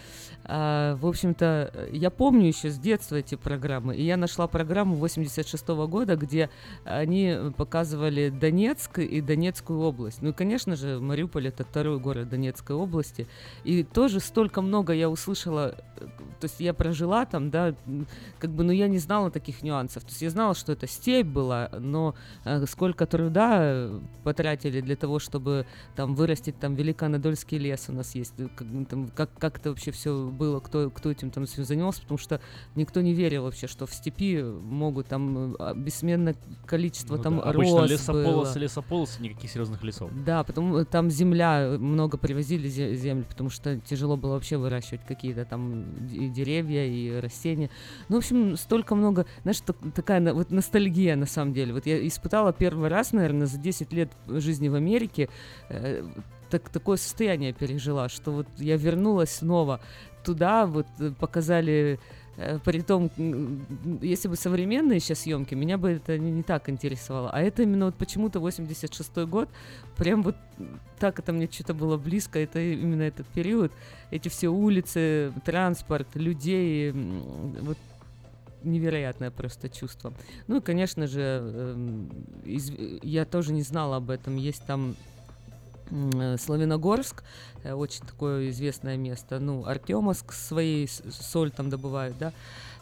В общем-то, я помню еще с детства эти программы, и я нашла программу 86-го года, где они показывали Донецк и Донецкую область. Ну и, конечно же, Мариуполь — это второй город Донецкой области, и тоже столько много я услышала, то есть я прожила там, да, как бы, но я не знала таких нюансов, то есть я знала, что это степь была, но сколько труда потратили для того, чтобы там вырастить там Великонадольский лес у нас есть, как это вообще все было, кто этим там занимался, потому что никто не верил вообще, что в степи могут там бессменное количество там роз обычно было. лесополосы, никаких серьезных лесов. Да, потом там земля, много привозили землю, потому что тяжело было вообще выращивать какие-то там и деревья, и растения. Ну, в общем, столько много, знаешь, такая вот ностальгия на самом деле. Вот я испытала первый раз, наверное, за 10 лет жизни в Америке, такое состояние пережила, что вот я вернулась снова туда, вот показали, притом, если бы современные сейчас съемки, меня бы это не так интересовало, а это именно вот почему-то 86-й год, прям вот так это мне что-то было близко, это именно этот период, эти все улицы, транспорт, людей, вот невероятное просто чувство. Ну и, конечно же, я тоже не знала об этом, есть там Славяногорск, очень такое известное место, ну, Артемовск своей соль там добывают, да,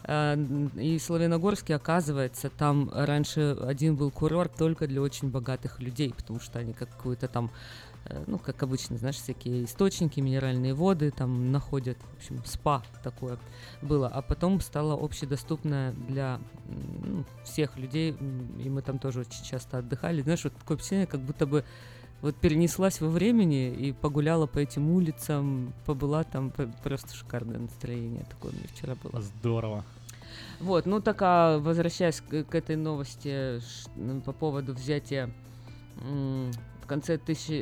и в Славяногорске, оказывается, там раньше один был курорт только для очень богатых людей, потому что они какую-то там, ну, как обычно, знаешь, всякие источники, минеральные воды там находят, в общем, спа такое было, а потом стало общедоступное для всех людей, и мы там тоже очень часто отдыхали, знаешь, вот такое впечатление, как будто бы вот перенеслась во времени и погуляла по этим улицам, побыла там, просто шикарное настроение такое у меня вчера было. Здорово. Вот, ну так, а возвращаясь к этой новости по поводу взятия конце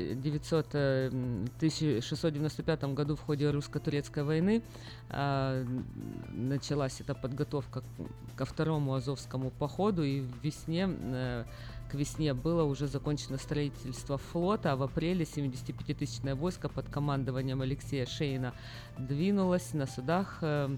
1695 году в ходе русско-турецкой войны началась эта подготовка ко второму Азовскому походу, и к весне было уже закончено строительство флота, а в апреле 75-тысячное войско под командованием Алексея Шейна двинулось на судах к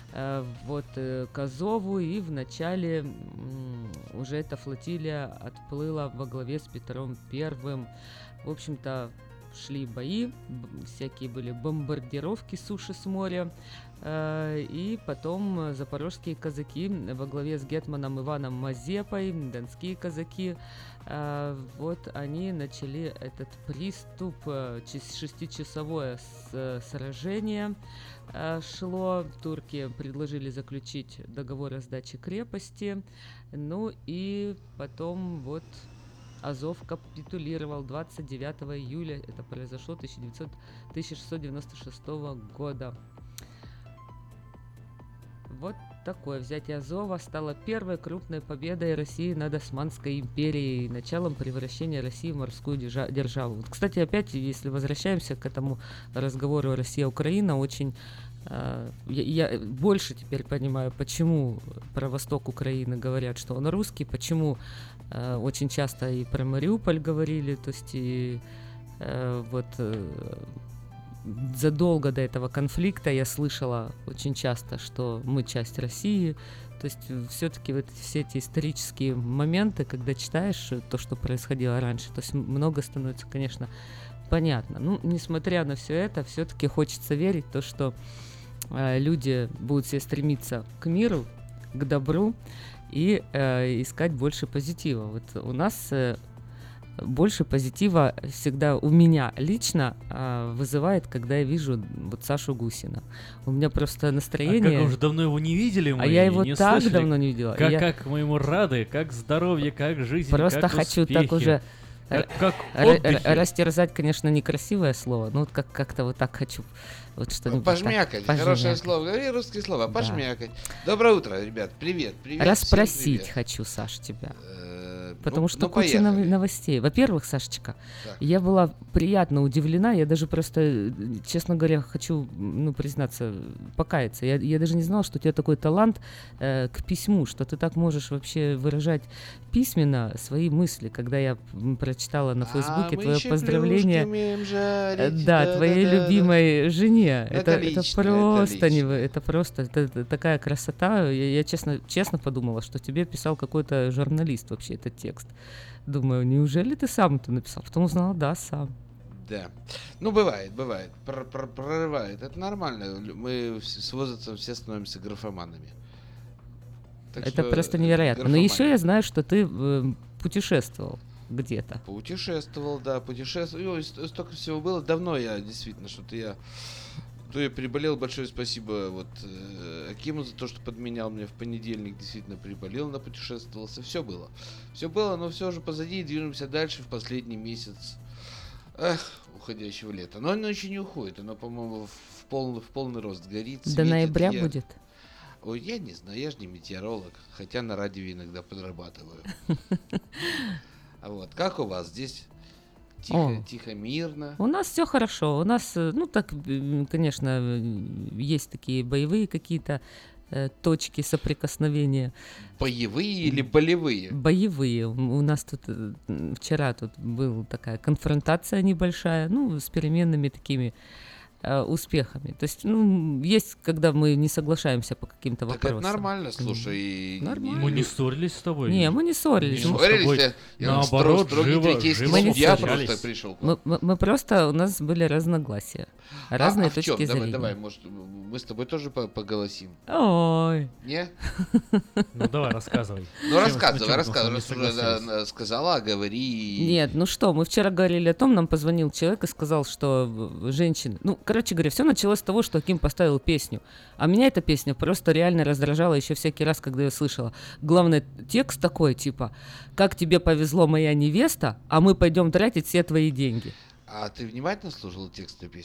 Азову, и в начале уже эта флотилия отплыла во главе с Петром Первым. В общем-то, шли бои, всякие были бомбардировки суши с моря, и потом запорожские казаки во главе с гетманом Иваном Мазепой, донские казаки, вот они начали этот приступ, 6-часовое сражение шло, турки предложили заключить договор о сдаче крепости, ну и потом вот Азов капитулировал 29 июля, это произошло 1696 года. Вот такое взятие Азова стало первой крупной победой России над Османской империей, началом превращения России в морскую державу. Вот, кстати, опять, если возвращаемся к этому разговору Россия-Украина, очень я больше теперь понимаю, почему про восток Украины говорят, что он русский, почему очень часто и про Мариуполь говорили, то есть и задолго до этого конфликта я слышала очень часто, что мы часть России. То есть все-таки вот все эти исторические моменты, когда читаешь то, что происходило раньше, то есть много становится, конечно, понятно. Ну, несмотря на все это, все-таки хочется верить в то, что люди будут все стремиться к миру, к добру и искать больше позитива. Вот у нас больше позитива всегда у меня лично вызывает, когда я вижу вот Сашу Гусина. У меня просто настроение... А как, уже давно его не видели мы? А я его не так слышали, давно не видела. Как мы ему рады, как здоровье, как жизнь, просто как хочу успехи. Так уже... Как растерзать, конечно, некрасивое слово, но вот как-то вот так хочу. Вот что-нибудь пожмякать. Так, хорошее слово. Говори русские слова. Пожмякать. Да. Доброе утро, ребят. Привет. Расспросить привет. Хочу, Саш, тебя. Потому что куча новостей. Во-первых, Сашечка, я была приятно удивлена. Я даже просто, честно говоря, хочу признаться, покаяться. Я даже не знала, что у тебя такой талант к письму, что ты так можешь вообще выражать письменно свои мысли. Когда я прочитала на Фейсбуке твое поздравление твоей любимой жене. Это просто это такая красота. Я честно подумала, что тебе писал какой-то журналист вообще этот текст. Думаю, неужели ты сам это написал? Потом узнала, да, сам. Да. Ну, бывает. Прорывает. Это нормально. Мы с возрастом все становимся графоманами. Так это просто невероятно. Но еще я знаю, что ты путешествовал где-то. Путешествовал, да, путешествовал. Столько всего было. Давно я действительно я приболел. Большое спасибо Акиму за то, что подменял меня в понедельник. Действительно приболел, напутешествовался. Все было, но все же позади. Движемся дальше в последний месяц уходящего лета. Но оно еще не уходит. Оно, по-моему, в полный рост горит. До ноября будет? Ой, я не знаю, я же не метеоролог. Хотя на радио иногда подрабатываю. А вот, как у вас здесь? Тихо, мирно. У нас все хорошо. У нас, конечно, есть такие боевые какие-то точки соприкосновения. Боевые или болевые? Боевые. У нас тут вчера была такая конфронтация небольшая, с переменными такими успехами. То есть, есть, когда мы не соглашаемся по каким-то вопросам. Так это нормально, слушай. Нормально. Мы не ссорились с тобой. Не, мы не ссорились. Наоборот, я просто пришел. Мы просто, у нас были разногласия. Разные точки зрения. Давай, может, мы с тобой тоже поголосим. Ой. Не? Ну, давай, рассказывай. Рассказывай. Раз уже сказала, говори. Нет, мы вчера говорили о том, нам позвонил человек и сказал, что женщины... короче говоря, все началось с того, что Аким поставил песню. А меня эта песня просто реально раздражала еще всякий раз, когда я слышала. Главное, текст такой, типа, как тебе повезло, моя невеста, а мы пойдем тратить все твои деньги. А ты внимательно слушала текст этой песни?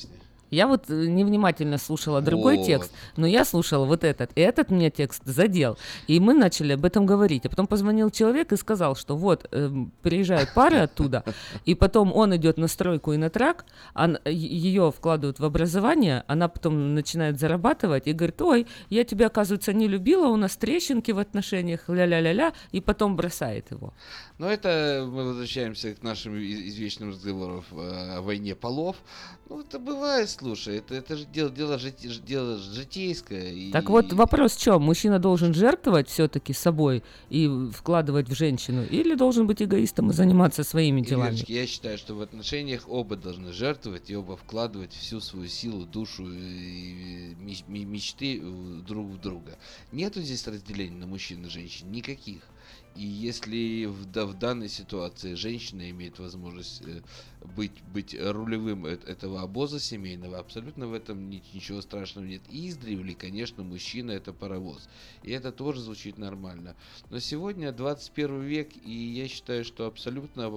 Я вот невнимательно слушала другой Вот. текст, но я слушала вот этот, и этот меня текст задел. И мы начали об этом говорить. А потом позвонил человек и сказал, что вот, приезжают пары оттуда, и потом он идет на стройку и на трак, ее вкладывают в образование, она потом начинает зарабатывать и говорит: ой, я тебя, оказывается, не любила, у нас трещинки в отношениях, ля-ля-ля-ля, и потом бросает его. Но это мы возвращаемся к нашим извечным разговорам о войне полов. Ну, это бывает, слушай, это же дело житейское. Так вот, вопрос в чем? Мужчина должен жертвовать все-таки собой и вкладывать в женщину, или должен быть эгоистом и заниматься своими делами? Ильички, я считаю, что в отношениях оба должны жертвовать и оба вкладывать всю свою силу, душу и мечты друг в друга. Нету здесь разделения на мужчин и женщин, никаких. И если в данной ситуации женщина имеет возможность быть рулевым этого обоза семейного, абсолютно в этом ничего страшного нет. И издревле, конечно, мужчина — это паровоз. И это тоже звучит нормально. Но сегодня 21 век, и я считаю, что абсолютно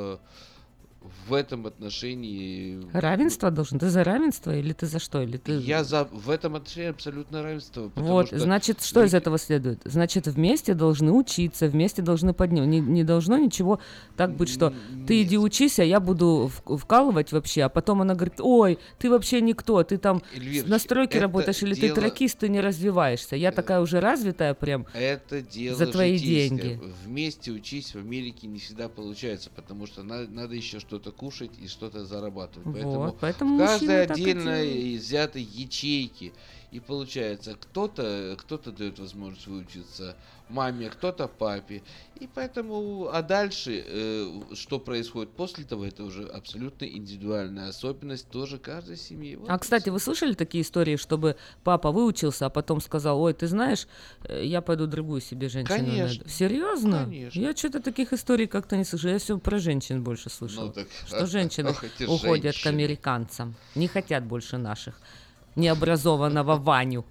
в этом отношении... Равенство должен? Ты за равенство или ты за что? Или ты... Я в этом отношении абсолютно равенство. Вот, что значит, что из этого следует? Значит, вместе должны учиться, вместе должны поднимать. Не должно ничего так быть, что ты иди учись, а я буду вкалывать вообще. А потом она говорит: ой, ты вообще никто, ты там на стройке работаешь, или ты тракист, ты не развиваешься. Я такая уже развитая прям это дело за твои житейское. деньги. Вместе учись в Америке не всегда получается, потому что надо еще что-то кушать и что-то зарабатывать. Поэтому в каждой так и отдельно делают. взятой ячейке. И получается, кто-то дает возможность выучиться маме, кто-то папе. И поэтому, а дальше, что происходит после того, это уже абсолютно индивидуальная особенность тоже каждой семьи. Вот Кстати, вы слышали такие истории, чтобы папа выучился, а потом сказал: ой, ты знаешь, я пойду другую себе женщину Конечно. найду. Серьезно? Конечно. Я что-то таких историй как-то не слышала. Я все про женщин больше слышала. Ну, так, что женщины ох, эти уходят к женщины. американцам. Не хотят больше наших. Необразованного Ваню.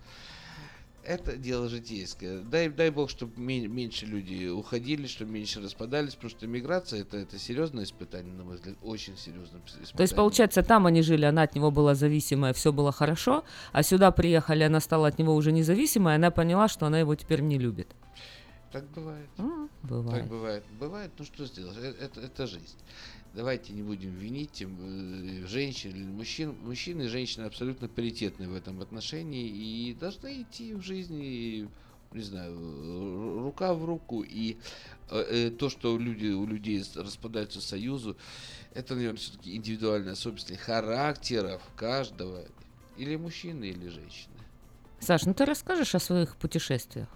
Это дело житейское. Дай бог, чтобы меньше люди уходили, чтобы меньше распадались, потому что миграция это серьезное испытание, на мой взгляд, очень серьезное испытание. То есть, получается, там они жили, она от него была зависимая, все было хорошо, а сюда приехали, она стала от него уже независимой, она поняла, что она его теперь не любит. Так бывает. Бывает. Так бывает. Бывает, ну что сделать? Это жизнь. Давайте не будем винить женщин или мужчин. Мужчины и женщины абсолютно паритетны в этом отношении и должны идти в жизни, не знаю, рука в руку. И то, что у людей распадаются союзы, это, наверное, все-таки индивидуальная особенность характеров каждого, или мужчины, или женщины. Саш, ну ты расскажешь о своих путешествиях?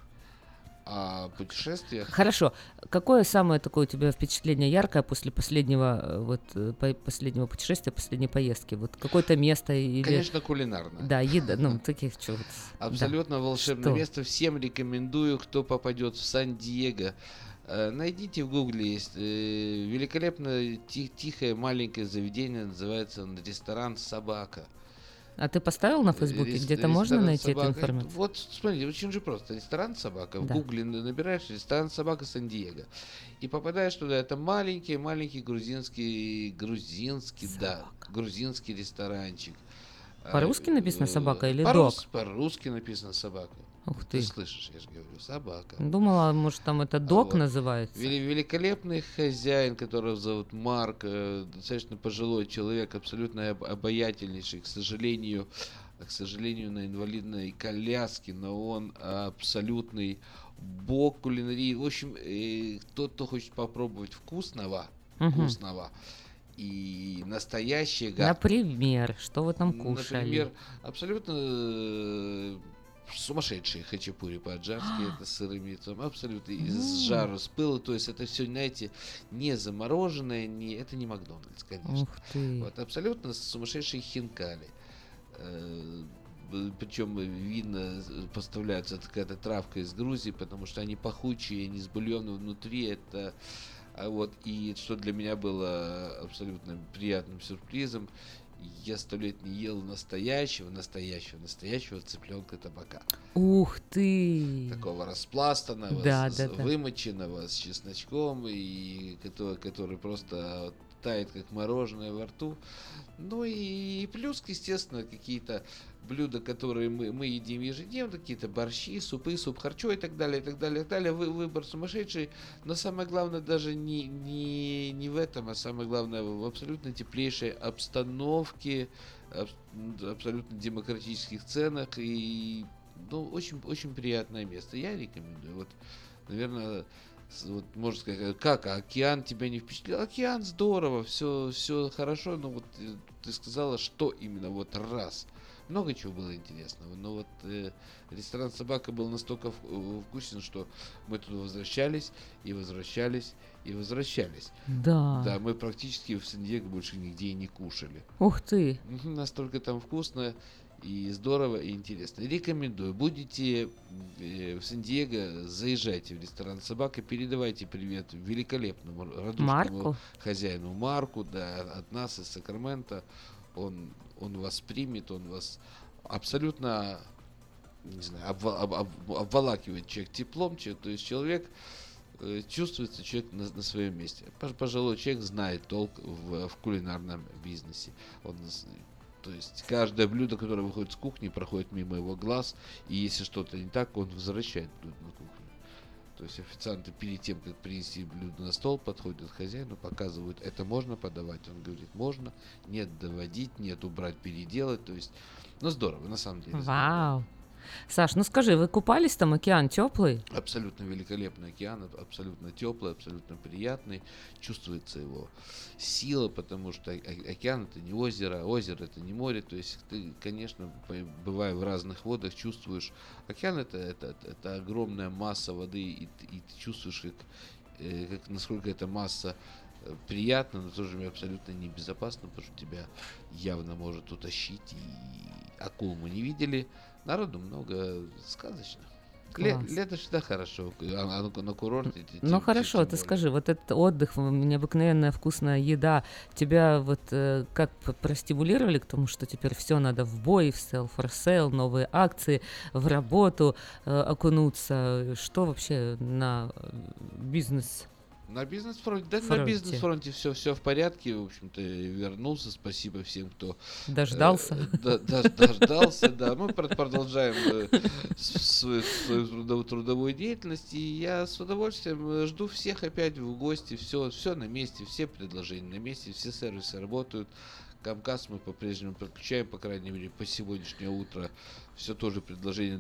О путешествиях? Хорошо. Какое самое такое у тебя впечатление яркое после последнего последнего путешествия, последней поездки? Вот какое-то место или... Конечно, кулинарное. Да, еда, ну, таких чего. Абсолютно волшебное место. Всем рекомендую, кто попадет в Сан-Диего. Найдите в гугле, есть великолепное тихое маленькое заведение, называется ресторан «Собака». А ты поставил на Фейсбуке? Где-то можно найти «Собака». эту информацию? Вот, смотри, очень же просто. Ресторан «Собака». В гугле набираешь «Ресторан «Собака» Сан-Диего». И попадаешь туда. Это маленький грузинский ресторанчик. По-русски написано «Собака» или «Дог»? По-русски написано «Собака». Ух ты. Ты слышишь, я же говорю, «Собака». Думала, может, там это «Дог» называется. Великолепный хозяин, которого зовут Марк, достаточно пожилой человек, абсолютно обаятельнейший, к сожалению, на инвалидной коляске, но он абсолютный бог кулинарии. В общем, кто хочет попробовать вкусного, и настоящее. Например, что вы там кушали? Например, абсолютно сумасшедшие хачапури по-аджарски, это с сырым яйцом, абсолютно из жару, с пыла, то есть это все, знаете, не замороженное, это не Макдональдс, конечно. Ух ты. Вот, абсолютно сумасшедшие хинкали. Причем видно, поставляется какая-то травка из Грузии, потому что они пахучие, они с бульоном внутри, это... Вот, и что для меня было абсолютно приятным сюрпризом, я 100 лет не ел настоящего цыпленка табака. Ух ты! Такого распластанного, да. вымоченного, с чесночком, и который просто тает как мороженое во рту. Ну и плюс, естественно, какие-то блюда, которые мы едим ежедневно, какие-то борщи, супы, суп харчо и так далее, и так далее, и так далее. Выбор сумасшедший, но самое главное даже не в этом, а самое главное в абсолютно теплейшей обстановке, абсолютно демократических ценах и очень, очень приятное место. Я рекомендую. Вот, наверное, вот можно сказать, как океан тебя не впечатлил? Океан здорово, все хорошо, но вот ты сказала, что именно вот раз. Много чего было интересного, но вот ресторан «Собака» был настолько вкусен, что мы туда возвращались и возвращались и возвращались. Да. Да, мы практически в Сан-Диего больше нигде и не кушали. Ух ты! Настолько там вкусно и здорово и интересно. Рекомендую. Будете в Сан-Диего, заезжайте в ресторан «Собака», передавайте привет великолепному радушному хозяину Марку, да, от нас из Сакрамента. Он вас примет, он вас абсолютно, не знаю, обволакивает человек теплом, то есть человек чувствуется человек на своем месте. Пожалуй, человек знает толк в кулинарном бизнесе. То есть каждое блюдо, которое выходит с кухни, проходит мимо его глаз, и если что-то не так, он возвращает блюдо на кухню. То есть официанты перед тем, как принести блюдо на стол, подходят к хозяину, показывают, это можно подавать. Он говорит, можно, нет, доводить, нет, убрать, переделать. То есть, здорово, на самом деле. Вау! Саш, скажи, вы купались там, океан теплый? Абсолютно великолепный океан, абсолютно теплый, абсолютно приятный. Чувствуется его сила, потому что океан это не озеро, озеро это не море. То есть ты, конечно, бывая в разных водах, чувствуешь, океан это огромная масса воды, и ты чувствуешь, как насколько эта масса приятно, но в то же время абсолютно небезопасно, потому что тебя явно может утащить, и акул мы не видели. Народу много, сказочно. Лето всегда хорошо, а на курорте... Хорошо, ты скажи, вот этот отдых, необыкновенная вкусная еда, тебя вот как простимулировали к тому, что теперь все надо в бой, в sell for sale, новые акции, в работу окунуться? Что вообще на бизнес? На бизнес-фронте, на бизнес-фронте все в порядке, в общем-то, вернулся, спасибо всем, кто дождался. Дождался, да, мы продолжаем свою трудовую деятельность, и я с удовольствием жду всех опять в гости, все на месте, все предложения на месте, все сервисы работают. Comcast мы по-прежнему подключаем, по крайней мере, по сегодняшнее утро, все тоже предложение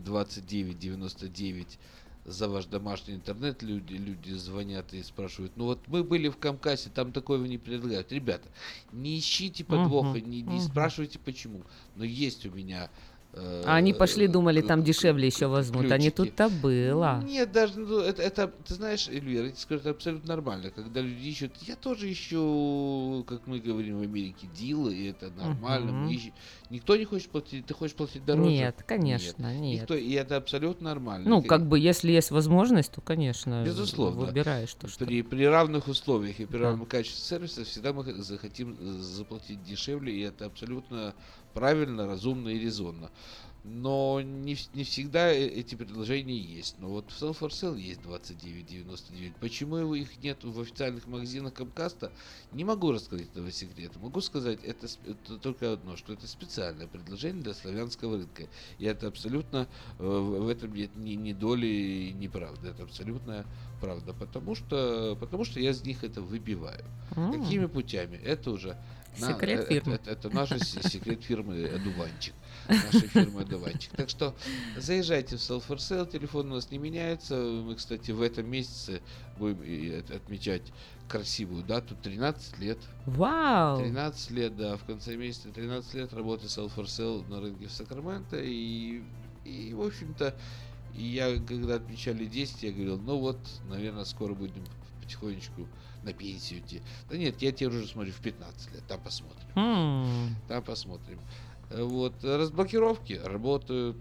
29.99 за ваш домашний интернет. Люди звонят и спрашивают, мы были в Камкасе, там такого не предлагают. Ребята, не ищите подвоха, не спрашивайте почему, но есть у меня... они пошли, думали, там дешевле еще возьмут, а не тут-то было. Нет, даже, это, ты знаешь, Эльвира, я тебе скажу, это абсолютно нормально, когда люди ищут, я тоже ищу, как мы говорим в Америке, дилы, и это нормально, мы ищем. Никто не хочет платить, ты хочешь платить дороже? Нет, конечно, нет. Никто, и это абсолютно нормально. Если есть возможность, то, конечно, безусловно, выбираешь то, что... При равных условиях и при равном качестве сервиса всегда мы захотим заплатить дешевле, и это абсолютно правильно, разумно и резонно. Но не всегда эти предложения есть. Но вот в Sell for Sale есть 29.99. Почему их нет в официальных магазинах Comcast? Не могу рассказать этого секрета. Могу сказать, это только одно, что это специальное предложение для славянского рынка. И это абсолютно, в этом нет ни доли неправды. Это абсолютная правда. Потому что я из них это выбиваю. Какими путями? Это уже... Секрет фирмы. Это наш секрет фирмы «Одуванчик». Наша фирма «Одуванчик». Так что заезжайте в Sell for Sale, телефон у нас не меняется. Мы, кстати, в этом месяце будем отмечать красивую дату, 13 лет. Вау! 13 лет, да, в конце месяца 13 лет работы Sell for Sale на рынке в Сакраменто. И в общем-то, я, когда отмечали 10, я говорил, наверное, скоро будем потихонечку на пенсию идти. Да нет, я тебя уже смотрю в 15 лет, там посмотрим. Там посмотрим. Вот, разблокировки работают,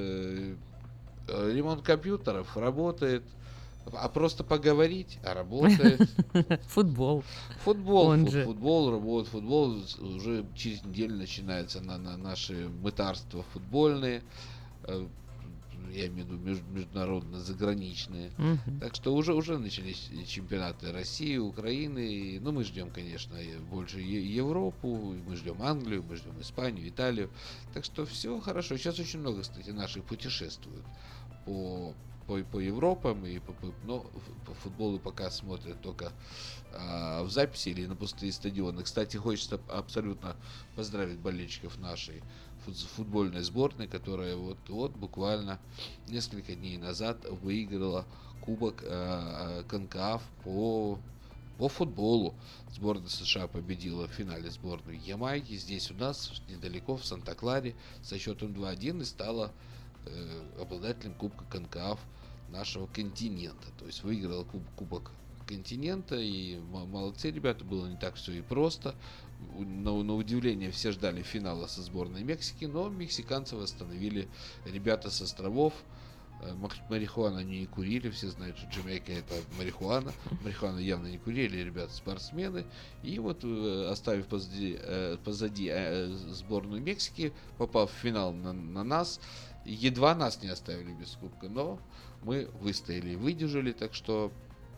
ремонт компьютеров работает, а просто поговорить, работает. Футбол. Футбол работает, футбол уже через неделю начинается на наши мытарства футбольные. я имею в виду международные, заграничные. Так что уже начались чемпионаты России, Украины. Ну, мы ждем, конечно, больше Европу, мы ждем Англию, мы ждем Испанию, Италию. Так что все хорошо. Сейчас очень много, кстати, наших путешествуют по Европам, но по футболу пока смотрят только в записи или на пустые стадионы. Кстати, хочется абсолютно поздравить болельщиков нашей футбольной сборной, которая вот буквально несколько дней назад выиграла Кубок КонКАФ по футболу. Сборная США победила в финале сборную Ямайки здесь у нас, недалеко, в Санта-Кларе, со счетом 2-1 и стала обладателем Кубка КонКАФ нашего континента. То есть выиграла Кубок континента, и молодцы ребята, было не так все и просто. На удивление все ждали финала со сборной Мексики, но мексиканцев остановили ребята с островов. Марихуану они не курили, все знают, что Джамайка это марихуана. Марихуану явно не курили ребята-спортсмены. И вот, оставив позади сборную Мексики, попав в финал на нас, едва нас не оставили без кубка, но мы выстояли и выдержали, так что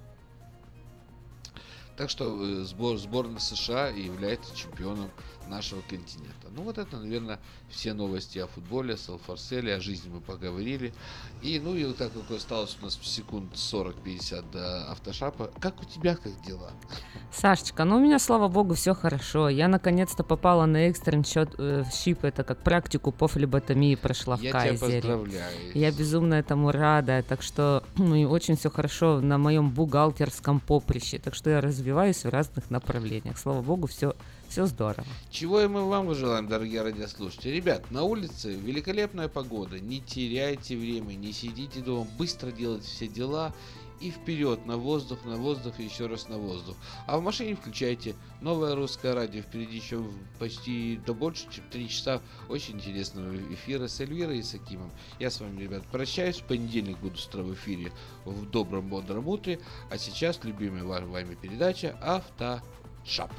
сборная США является чемпионом нашего континента. Ну вот это, наверное, все новости о футболе, о Салфарселе, о жизни мы поговорили. И вот так как осталось у нас секунд 40-50 до автошапа, как у тебя, как дела? Сашечка, у меня, слава богу, все хорошо. Я наконец-то попала на экстерншип, это как практику по флеботомии прошла в Кайзере. Я тебя поздравляю. Я безумно этому рада, так что очень все хорошо на моем бухгалтерском поприще, так что я развиваюсь в разных направлениях. Слава богу, все здорово. Чего и мы вам желаем, дорогие радиослушатели. Ребят, на улице великолепная погода. Не теряйте время, не сидите дома. Быстро делайте все дела и вперед, на воздух и еще раз на воздух. А в машине включайте новое русское радио. Впереди еще почти больше, чем 3 часа очень интересного эфира с Эльвирой и с Акимом. Я с вами, ребят, прощаюсь. В понедельник буду в эфире в добром, бодром утре. А сейчас любимая вами передача «Автошап».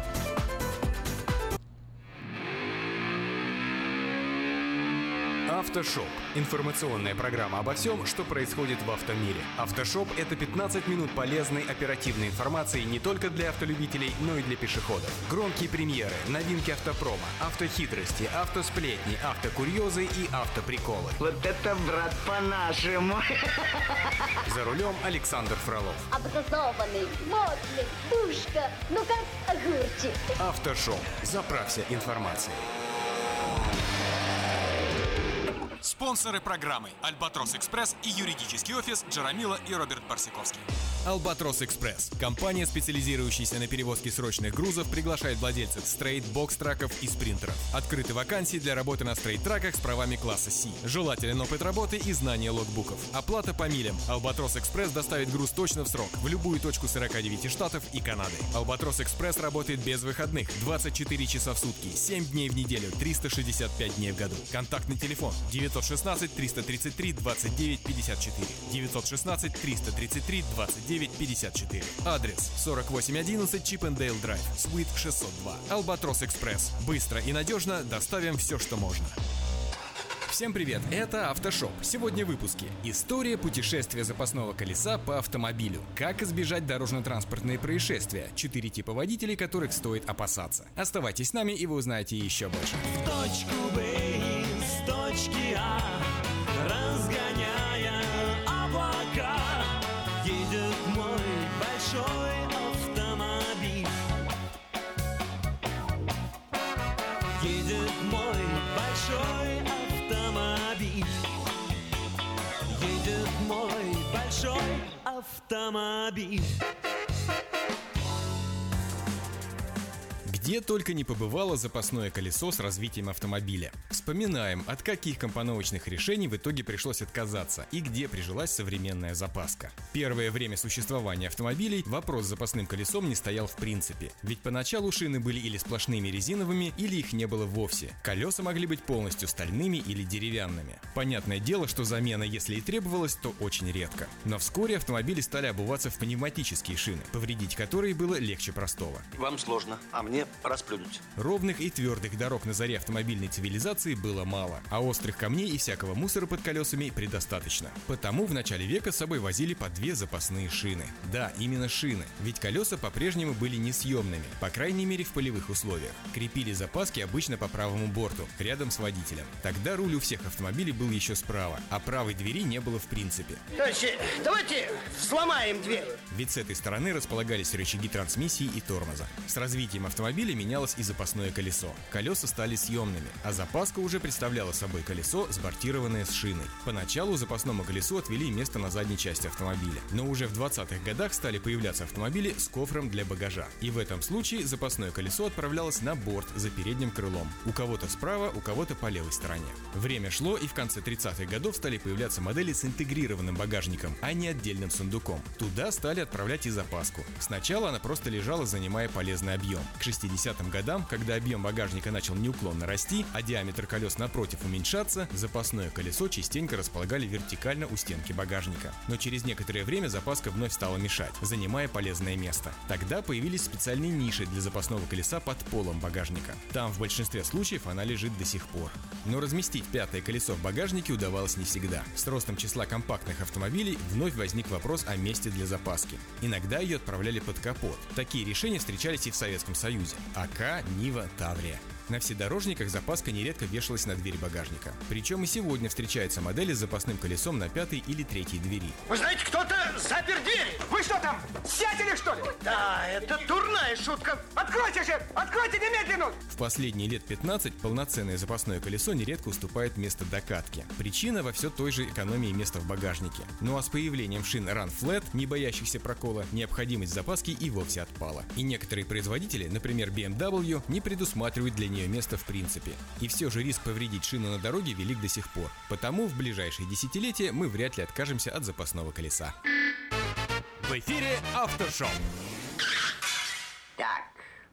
Автошоп. Информационная программа обо всем, что происходит в автомире. Автошоп – это 15 минут полезной оперативной информации не только для автолюбителей, но и для пешеходов. Громкие премьеры, новинки автопрома, автохитрости, автосплетни, автокурьезы и автоприколы. Вот это, брат, по-нашему. За рулем Александр Фролов. Образованный, модный, душка, ну как огурчик. Автошоп. Заправься информацией. Спонсоры программы «Альбатрос Экспресс» и юридический офис Джарамила и Роберт Барсиковский. «Альбатрос Экспресс» – компания, специализирующаяся на перевозке срочных грузов, приглашает владельцев стрейт, бокс-траков и спринтеров. Открыты вакансии для работы на стрейт-траках с правами класса C. Желателен опыт работы и знание логбуков. Оплата по милям. «Альбатрос Экспресс» доставит груз точно в срок в любую точку 49 штатов и Канады. «Альбатрос Экспресс» работает без выходных, 24 часа в сутки, 7 дней в неделю, 365 дней в году. Контактный телефон 916-333-29-54. 916-333-29-54. Адрес 4811 Чиппендейл Драйв, Суит 602. «Альбатрос Экспресс». Быстро и надежно доставим все, что можно. Всем привет, это Автошоп. Сегодня в выпуске. История путешествия запасного колеса по автомобилю. Как избежать дорожно-транспортные происшествия. 4 типа водителей, которых стоит опасаться. Оставайтесь с нами, и вы узнаете еще больше. В точку Б, с точки А, разгоняя облака, едет мой большой автомобиль. Едет мой большой автомобиль. Едет мой большой автомобиль. Где только не побывало запасное колесо с развитием автомобиля. Вспоминаем, от каких компоновочных решений в итоге пришлось отказаться и где прижилась современная запаска. Первое время существования автомобилей вопрос с запасным колесом не стоял в принципе. Ведь поначалу шины были или сплошными резиновыми, или их не было вовсе. Колеса могли быть полностью стальными или деревянными. Понятное дело, что замена, если и требовалась, то очень редко. Но вскоре автомобили стали обуваться в пневматические шины, повредить которые было легче простого. Вам сложно, а мне расплюнуть. Ровных и твердых дорог на заре автомобильной цивилизации было мало, а острых камней и всякого мусора под колесами предостаточно. Потому в начале века с собой возили по 2 запасные шины. Да, именно шины, ведь колеса по-прежнему были несъемными, по крайней мере в полевых условиях. Крепили запаски обычно по правому борту, рядом с водителем. Тогда руль у всех автомобилей был еще справа, а правой двери не было в принципе. Товарищи, давайте взломаем дверь. Ведь с этой стороны располагались рычаги трансмиссии и тормоза. С развитием автомобиля менялось и запасное колесо. Колеса стали съемными, а запаска уже представляла собой колесо, сбортированное с шиной. Поначалу запасному колесу отвели место на задней части автомобиля, но уже в 20-х годах стали появляться автомобили с кофром для багажа. И в этом случае запасное колесо отправлялось на борт за передним крылом. У кого-то справа, у кого-то по левой стороне. Время шло, и в конце 30-х годов стали появляться модели с интегрированным багажником, а не отдельным сундуком. Туда стали отправлять и запаску. Сначала она просто лежала, занимая полезный объем. К 60-м годам, когда объем багажника начал неуклонно расти, а диаметр колес напротив уменьшаться, запасное колесо частенько располагали вертикально у стенки багажника. Но через некоторое время запаска вновь стала мешать, занимая полезное место. Тогда появились специальные ниши для запасного колеса под полом багажника. Там в большинстве случаев она лежит до сих пор. Но разместить пятое колесо в багажнике удавалось не всегда. С ростом числа компактных автомобилей вновь возник вопрос о месте для запаски. Иногда ее отправляли под капот. Такие решения встречались и в Советском Союзе. АК, Нива, Таврия. На вседорожниках запаска нередко вешалась на дверь багажника. Причем и сегодня встречаются модели с запасным колесом на 5-й или 3-й двери. Вы знаете, кто-то запер дверь! Вы что там, сядели что ли? Да, это дурная шутка! Откройте же! Откройте немедленно! В последние лет 15 полноценное запасное колесо нередко уступает место докатке. Причина во все той же экономии места в багажнике. Ну а с появлением шин Run Flat, не боящихся прокола, необходимость запаски и вовсе отпала. И некоторые производители, например BMW, не предусматривают для нее место в принципе. И все же риск повредить шину на дороге велик до сих пор. Потому в ближайшие десятилетия мы вряд ли откажемся от запасного колеса. В эфире Автошоу. Так,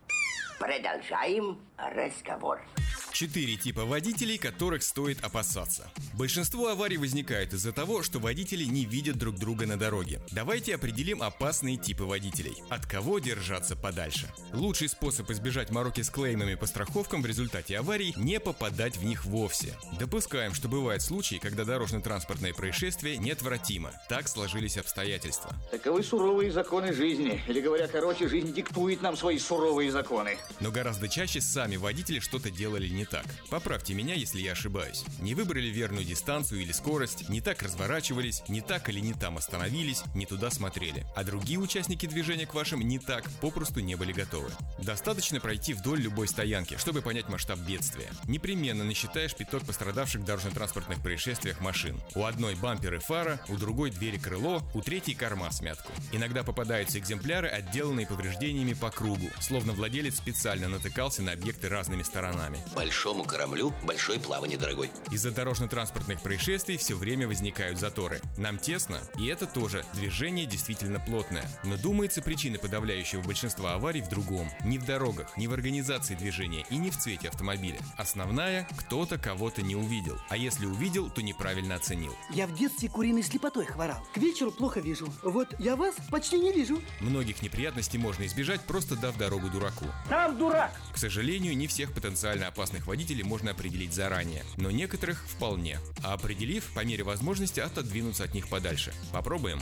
продолжаем разговор. 4 типа водителей, которых стоит опасаться. Большинство аварий возникает из-за того, что водители не видят друг друга на дороге. Давайте определим опасные типы водителей. От кого держаться подальше? Лучший способ избежать мороки с клеймами по страховкам в результате аварий – не попадать в них вовсе. Допускаем, что бывают случаи, когда дорожно-транспортное происшествие неотвратимо. Так сложились обстоятельства. Таковы суровые законы жизни. Или говоря короче, жизнь диктует нам свои суровые законы. Но гораздо чаще сами водители что-то делали не так. Поправьте меня, если я ошибаюсь. Не выбрали верную дистанцию или скорость, не так разворачивались, не так или не там остановились, не туда смотрели. А другие участники движения к вашим не так попросту не были готовы. Достаточно пройти вдоль любой стоянки, чтобы понять масштаб бедствия. Непременно насчитаешь пяток пострадавших в дорожно-транспортных происшествиях машин. У одной бампер и фара, у другой дверь и крыло, у третьей корма в смятку. Иногда попадаются экземпляры, отделанные повреждениями по кругу, словно владелец специально натыкался на объекты разными сторонами. Большому кораблю большое плавание, дорогой. Из-за дорожно-транспортных происшествий все время возникают заторы. Нам тесно, и это тоже. Движение действительно плотное. Но думается, причина подавляющего большинства аварий в другом. Не в дорогах, не в организации движения и не в цвете автомобиля. Основная – кто-то кого-то не увидел. А если увидел, то неправильно оценил. Я в детстве куриной слепотой хворал. К вечеру плохо вижу. Вот я вас почти не вижу. Многих неприятностей можно избежать, просто дав дорогу дураку. Там дурак! К сожалению, не всех потенциально опасных водителей можно определить заранее, но некоторых вполне. А определив, по мере возможности отодвинуться от них подальше. Попробуем.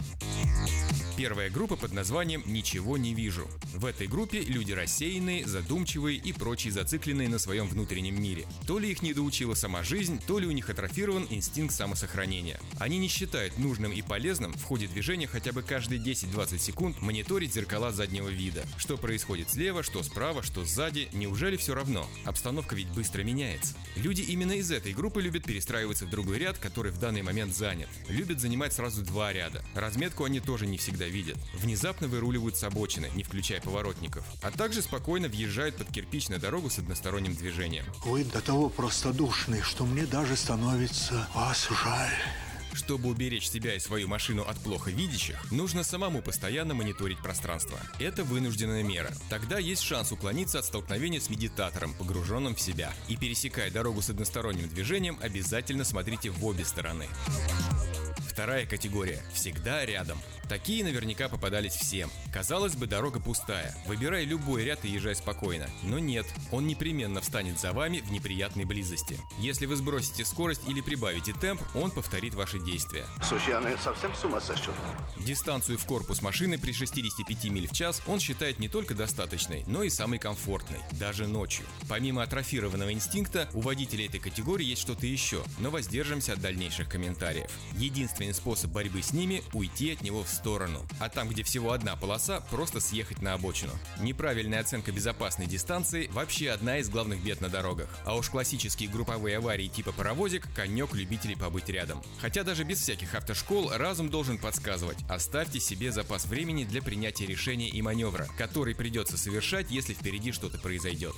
Первая группа под названием «Ничего не вижу». В этой группе люди рассеянные, задумчивые и прочие зацикленные на своем внутреннем мире. То ли их недоучила сама жизнь, то ли у них атрофирован инстинкт самосохранения. Они не считают нужным и полезным в ходе движения хотя бы каждые 10-20 секунд мониторить зеркала заднего вида. Что происходит слева, что справа, что сзади, неужели все равно? Обстановка ведь быстро меняется. Люди именно из этой группы любят перестраиваться в другой ряд, который в данный момент занят. Любят занимать сразу 2 ряда. Разметку они тоже не всегда видят. Внезапно выруливают с обочины, не включая поворотников. А также спокойно въезжают под кирпич на дорогу с односторонним движением. Вы до того простодушны, что мне даже становится вас жаль. Чтобы уберечь себя и свою машину от плохо видящих, нужно самому постоянно мониторить пространство. Это вынужденная мера. Тогда есть шанс уклониться от столкновения с медитатором, погруженным в себя. И пересекая дорогу с односторонним движением, обязательно смотрите в обе стороны. Вторая категория – всегда рядом. Такие наверняка попадались всем. Казалось бы, дорога пустая. Выбирай любой ряд и езжай спокойно. Но нет, он непременно встанет за вами в неприятной близости. Если вы сбросите скорость или прибавите темп, он повторит ваши действия. Слушай, я совсем с ума сошел. Дистанцию в корпус машины при 65 миль в час он считает не только достаточной, но и самой комфортной, даже ночью. Помимо атрофированного инстинкта, у водителей этой категории есть что-то еще, но воздержимся от дальнейших комментариев. Единственный способ борьбы с ними – уйти от него в сторону. А там, где всего одна полоса, просто съехать на обочину. Неправильная оценка безопасной дистанции – вообще одна из главных бед на дорогах. А уж классические групповые аварии типа паровозик – конек любителей побыть рядом. Хотя даже без всяких автошкол разум должен подсказывать – оставьте себе запас времени для принятия решения и маневра, который придется совершать, если впереди что-то произойдет.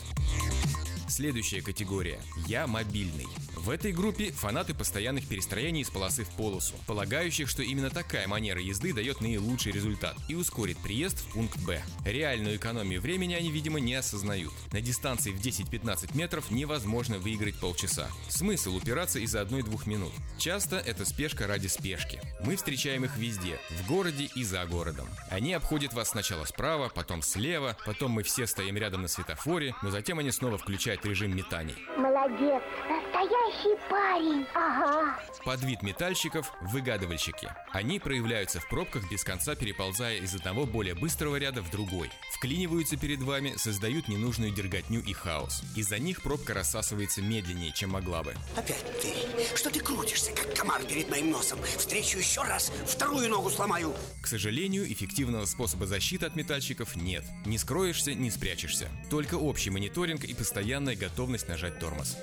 Следующая категория – «Я мобильный». В этой группе фанаты постоянных перестроений из полосы в полосу, полагающих, что именно такая манера езды дает наилучший результат и ускорит приезд в пункт Б. Реальную экономию времени они, видимо, не осознают. На дистанции в 10-15 метров невозможно выиграть полчаса. Смысл упираться из-за 1-2 минут. Часто это спешка ради спешки. Мы встречаем их везде, в городе и за городом. Они обходят вас сначала справа, потом слева, потом мы все стоим рядом на светофоре, но затем они снова включают режим метаний. Молодец, настоящий парень, ага. Под вид метальщиков – выгадывальщики. Они проявляются в пробках, без конца переползая из одного более быстрого ряда в другой. Вклиниваются перед вами, создают ненужную дерготню и хаос. Из-за них пробка рассасывается медленнее, чем могла бы. Опять ты? Что ты крутишься, как комар перед моим носом? Встречу еще раз, вторую ногу сломаю. К сожалению, эффективного способа защиты от метальщиков нет. Не скроешься, не спрячешься. Только общий мониторинг и постоянная готовность нажать тормоз.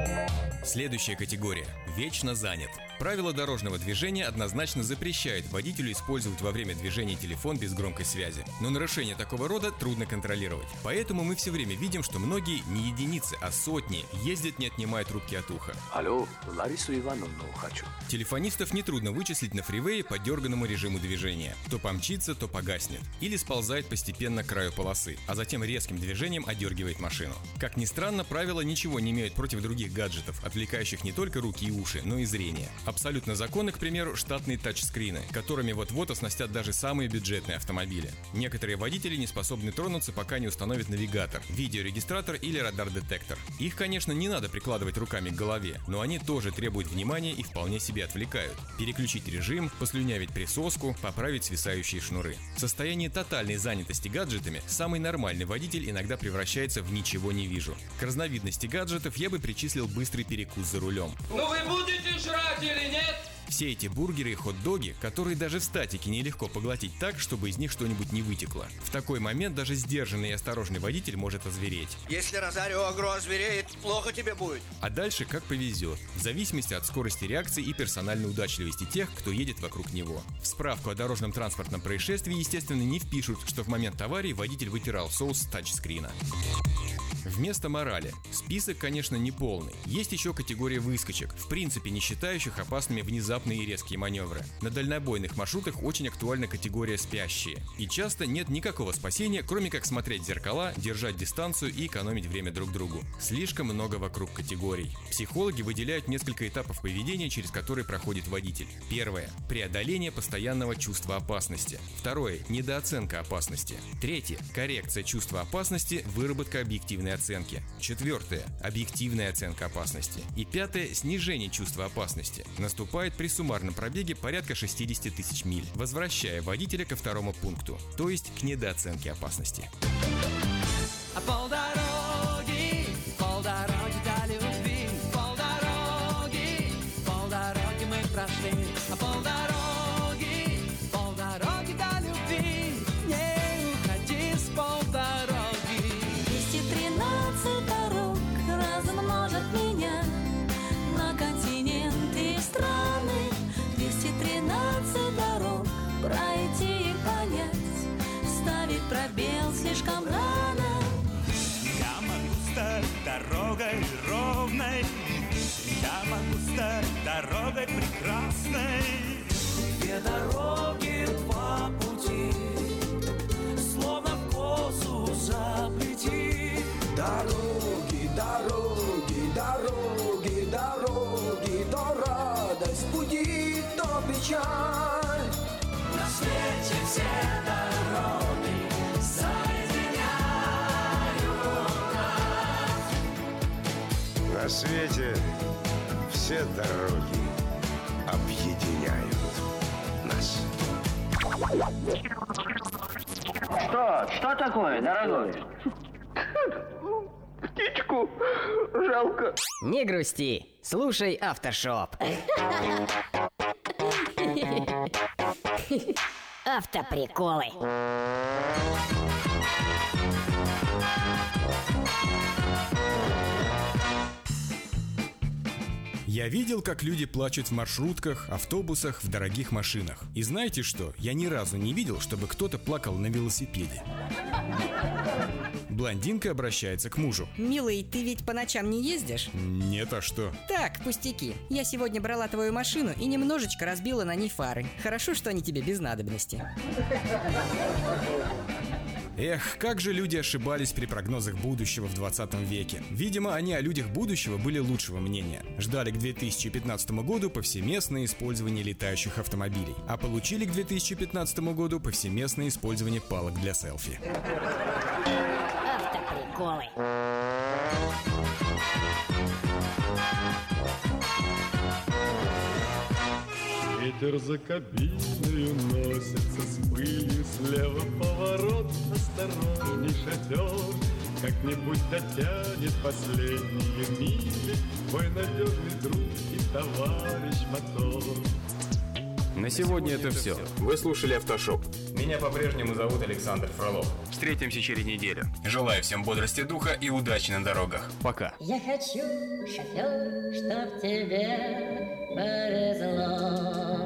Следующая категория – вечно занят. Правила дорожного движения однозначно запрещают водителю использовать во время движения телефон без громкой связи. Но нарушение такого рода трудно контролировать. Поэтому мы все время видим, что многие, не единицы, а сотни, ездят, не отнимая трубки от уха. Алло, Ларису Ивановну хочу. Телефонистов нетрудно вычислить на фривее по дерганному режиму движения. То помчится, то погаснет. Или сползает постепенно к краю полосы, а затем резким движением одергивает машину. Как ни странно, правила ничего не имеют против других гаджетов, отвлекающих не только руки и уши, но и зрение. Абсолютно законны, к примеру, штатные тачскрины, которыми вот-вот оснастят даже самые бюджетные автомобили. Некоторые водители не способны тронуться, пока не установят навигатор, видеорегистратор или радар-детектор. Их, конечно, не надо прикладывать руками к голове, но они тоже требуют внимания и вполне себе отвлекают. Переключить режим, послюнявить присоску, поправить свисающие шнуры. В состоянии тотальной занятости гаджетами самый нормальный водитель иногда превращается в «ничего не вижу». К разновидности гаджетов я бы причислил быстрый перекус за рулем. Ну вы будете жрать или нет? Все эти бургеры и хот-доги, которые даже в статике нелегко поглотить так, чтобы из них что-нибудь не вытекло. В такой момент даже сдержанный и осторожный водитель может озвереть. Если Розарио Агро озвереет, плохо тебе будет. А дальше как повезет, в зависимости от скорости реакции и персональной удачливости тех, кто едет вокруг него. В справку о дорожном транспортном происшествии, естественно, не впишут, что в момент аварии водитель вытирал соус с тачскрина. Вместо морали. Список, конечно, не полный. Есть еще категория выскочек, в принципе не считающих опасными внезапные и резкие маневры. На дальнобойных маршрутах очень актуальна категория спящие. И часто нет никакого спасения, кроме как смотреть в зеркала, держать дистанцию и экономить время друг другу. Слишком много вокруг категорий. Психологи выделяют несколько этапов поведения, через которые проходит водитель. Первое – преодоление постоянного чувства опасности. Второе – недооценка опасности. Третье – коррекция чувства опасности, выработка объективной оценки. Четвертое – объективная оценка опасности. И пятое – снижение чувства опасности. Наступает при суммарном пробеге порядка 60 тысяч миль, возвращая водителя ко второму пункту, то есть к недооценке опасности. Полдороги до любви, полдороги мы прошли, полдороги до любви, не уходи с полдороги. 213 дорог размножат меня на континенты и страны. 213 дорог пройти и понять, вставить пробел слишком рано. Я могу стать дорогой ровной, я могу стать дорогой прекрасной. Две дороги, два пути, словно в косу заплети. Дороги, То радость будет, то печаль. свете все дороги объединяют нас. Что такое, дорогой? Птичку жалко. Не грусти, слушай Автошоп. Автоприколы. Я видел, как люди плачут в маршрутках, автобусах, в дорогих машинах. И знаете что? Я ни разу не видел, чтобы кто-то плакал на велосипеде. Блондинка обращается к мужу. Милый, ты ведь по ночам не ездишь? Нет, а что? Так, пустяки. Я сегодня брала твою машину и немножечко разбила на ней фары. Хорошо, что они тебе без надобности. Эх, как же люди ошибались при прогнозах будущего в 20 веке. Видимо, они о людях будущего были лучшего мнения. Ждали к 2015 году повсеместное использование летающих автомобилей, а получили к 2015 году повсеместное использование палок для селфи. Автоприколы. Ветер за кабиною носится с пылью, слева поворот, осторожней шофер. Как-нибудь дотянет последние мили твой надежный друг и товарищ мотор. На сегодня это все. Вы слушали Автошоп. Меня по-прежнему зовут Александр Фролов. Встретимся через неделю. Желаю всем бодрости духа и удачи на дорогах. Пока. Я хочу, шофер, чтоб тебе повезло.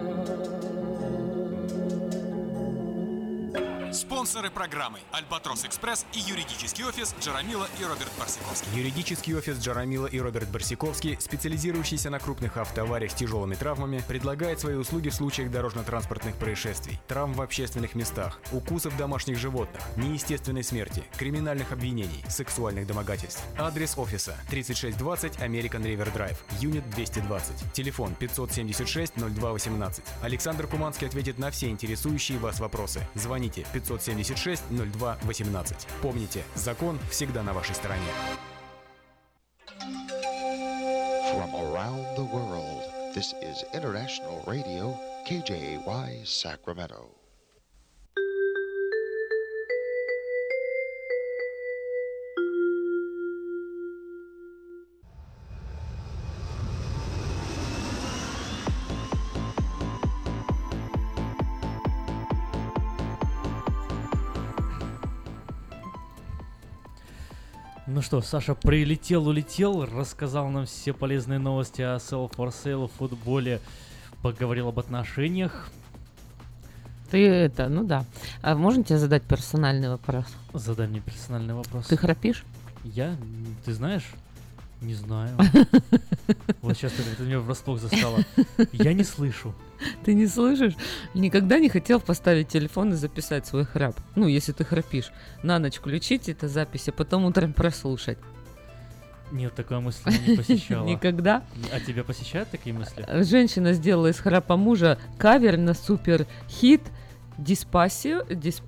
Спонсоры программы «Альбатрос Экспресс» и юридический офис Джарамила и Роберт Барсиковский. Юридический офис Джарамила и Роберт Барсиковский, специализирующийся на крупных автоавариях с тяжелыми травмами, предлагает свои услуги в случаях дорожно-транспортных происшествий, травм в общественных местах, укусов домашних животных, неестественной смерти, криминальных обвинений, сексуальных домогательств. Адрес офиса: 3620 American River Drive, Юнит 220. Телефон 576-0218. Александр Куманский ответит на все интересующие вас вопросы. Звоните 576-0218. Помните, закон всегда на вашей стороне. From around the world, this is International Radio, KJY, Sacramento. Ну что, Саша улетел, рассказал нам все полезные новости о Sell for Sale, футболе, поговорил об отношениях. Ты это, ну да. А можно тебе задать персональный вопрос? Задай мне персональный вопрос. Ты храпишь? Я? Ты знаешь? Не знаю. Вот сейчас ты меня врасплох застала. Я не слышу. Ты не слышишь? Никогда не хотел поставить телефон и записать свой храп. Ну, если ты храпишь. На ночь включить это запись, а потом утром прослушать. Нет, такая мысль меня не посещала. Никогда? А тебя посещают такие мысли? Женщина сделала из храпа мужа кавер на супер хит Диспасито,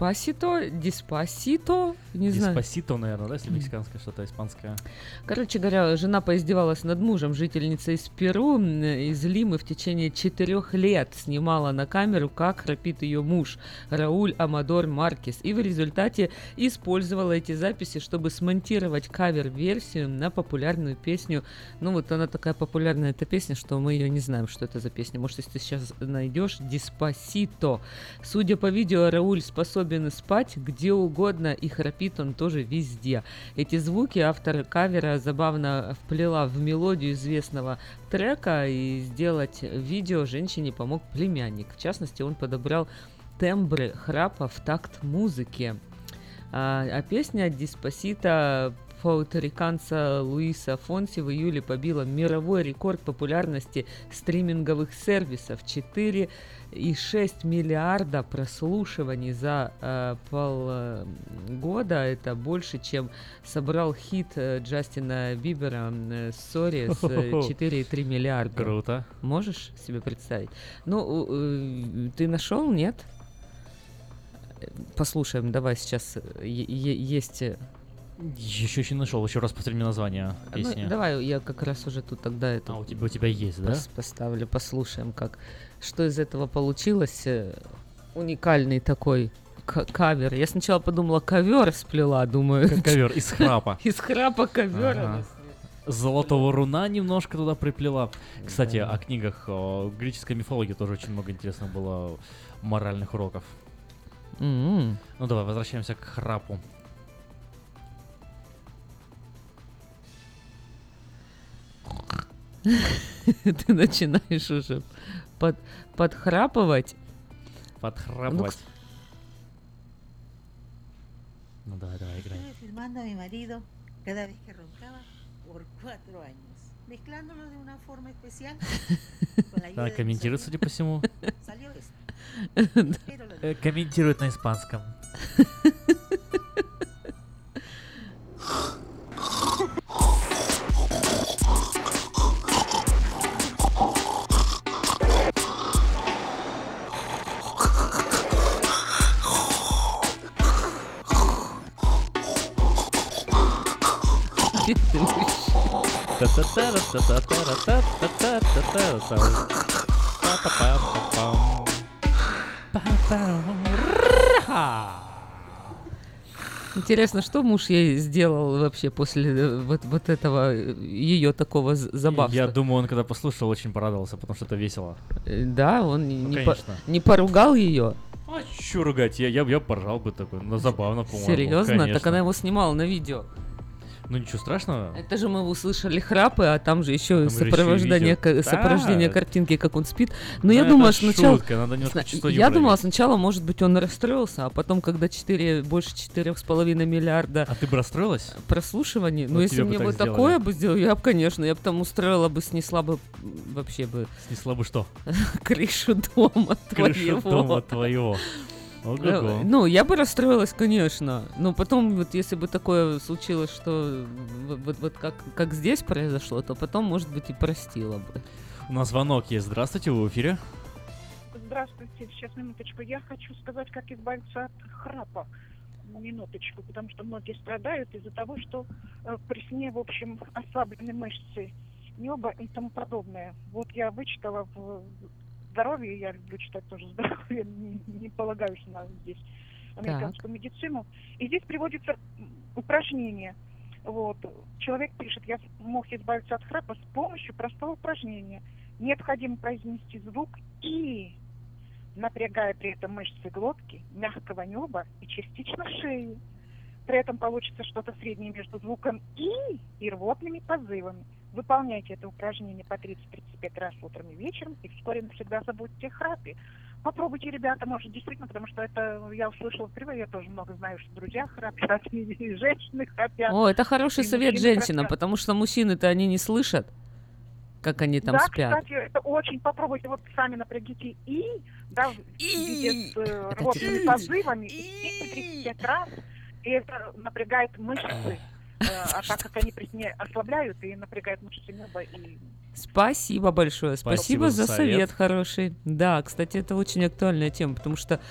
не знаю. Диспасито, наверное, да, если мексиканское, что-то испанское. Короче говоря, жена поиздевалась над мужем, жительница из Перу, из Лимы, в течение 4 лет снимала на камеру, как храпит ее муж Рауль Амадор Маркес, и в результате использовала эти записи, чтобы смонтировать кавер-версию на популярную песню. Ну вот она такая популярная, эта песня, что мы ее не знаем, что это за песня. Может, если ты сейчас найдешь Диспасито. Судя по видео, Рауль способен спать где угодно, и храпит он тоже везде. Эти звуки автор кавера забавно вплела в мелодию известного трека, и сделать видео женщине помог племянник. В частности, он подобрал тембры храпа в такт музыки. А песня «Диспасито» пуэрториканца Луиса Фонси в июле побила мировой рекорд популярности стриминговых сервисов. 4,6 миллиарда прослушиваний за полгода. Это больше, чем собрал хит Джастина Бибера «Sorry» с 4,3 миллиарда. Круто. Можешь себе представить? Ну, ты нашел, нет? Послушаем, давай сейчас есть... Еще не нашел. Еще раз повтори мне название песни. Ну, давай, я как раз уже тут тогда это... у тебя есть, да? Поставлю, послушаем, что из этого получилось. Уникальный такой кавер. Я сначала подумала, ковер сплела, думаю. Ковер из храпа. Из храпа ковера. Золотого руна немножко туда приплела. Кстати, о книгах греческой мифологии тоже очень много интересных было моральных уроков. Ну давай, возвращаемся к храпу. Ты начинаешь уже подхрапывать. Подхрапывать. Ну давай, играй. Filmando a mi marido cada vez que roncaba por 4 años, mezclándolo de una forma especial. Да, комментирует, судя по всему. Salió esto. Комментирует на испанском. Интересно, что муж ей сделал вообще после вот этого ее такого забавства? Я думаю, он когда послушал, очень порадовался, потому что это весело. Да, он не поругал ее. А чё ругать? Я поржал бы такой, но забавно, по-моему. Серьезно? Конечно. Так она его снимала на видео. Ну ничего страшного. Это же мы услышали храпы, а там же еще сопровождение картинки, как он спит. Но я думала, сначала... Я думала, сначала, может быть, он расстроился, а потом, когда больше 4,5 миллиарда... А ты бы расстроилась? Прослушиваний. Ну, если мне бы такое бы сделал, я бы, конечно, я бы там устроила бы, снесла бы вообще бы... Снесла бы что? Крышу дома твоего. Крышу дома твоего. Ого-го. Ну, я бы расстроилась, конечно. Но потом, вот если бы такое случилось, что вот как здесь произошло, то потом, может быть, и простила бы. У нас звонок есть. Здравствуйте, вы в эфире. Здравствуйте. Сейчас, минуточку. Я хочу сказать, как избавиться от храпа. Минуточку. Потому что многие страдают из-за того, что при сне, в общем, ослаблены мышцы неба и тому подобное. Вот я вычитала в здоровье, я люблю читать тоже здоровье, не полагаюсь на здесь американскую медицину. И здесь приводится упражнение. Вот. Человек пишет, я мог избавиться от храпа с помощью простого упражнения. Необходимо произнести звук «и», напрягая при этом мышцы глотки, мягкого неба и частично шеи. При этом получится что-то среднее между звуком «и» и рвотными позывами. Выполняйте это упражнение по 30-35 раз утром и вечером, и вскоре навсегда забудьте о храпе. Попробуйте, ребята, может, действительно, потому что это я услышала впервые, я тоже много знаю, что друзья храпят, и женщины храпят. О, это хороший совет женщинам, потому что мужчины-то они не слышат, как они там спят. Да, кстати, это очень попробуйте, вот сами напрягите «и», да, в виде с рвотными позывами, и 35 раз, и это напрягает мышцы. А так как они при сне ослабляют и напрягают мышцы неба и... Спасибо большое, спасибо за совет хороший. Да, кстати, это очень актуальная тема, потому что,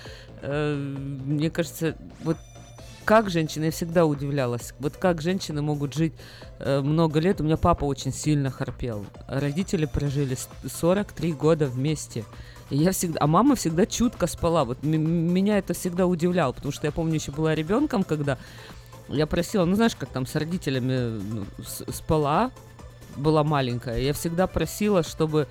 мне кажется, вот как женщины, я всегда удивлялась, вот как женщины могут жить много лет. У меня папа очень сильно храпел, родители прожили 43 года вместе. А мама всегда чутко спала. Вот меня это всегда удивляло, потому что я помню, еще была ребенком, когда я просила, ну знаешь, как там с родителями спала, была маленькая. Я всегда просила, чтобы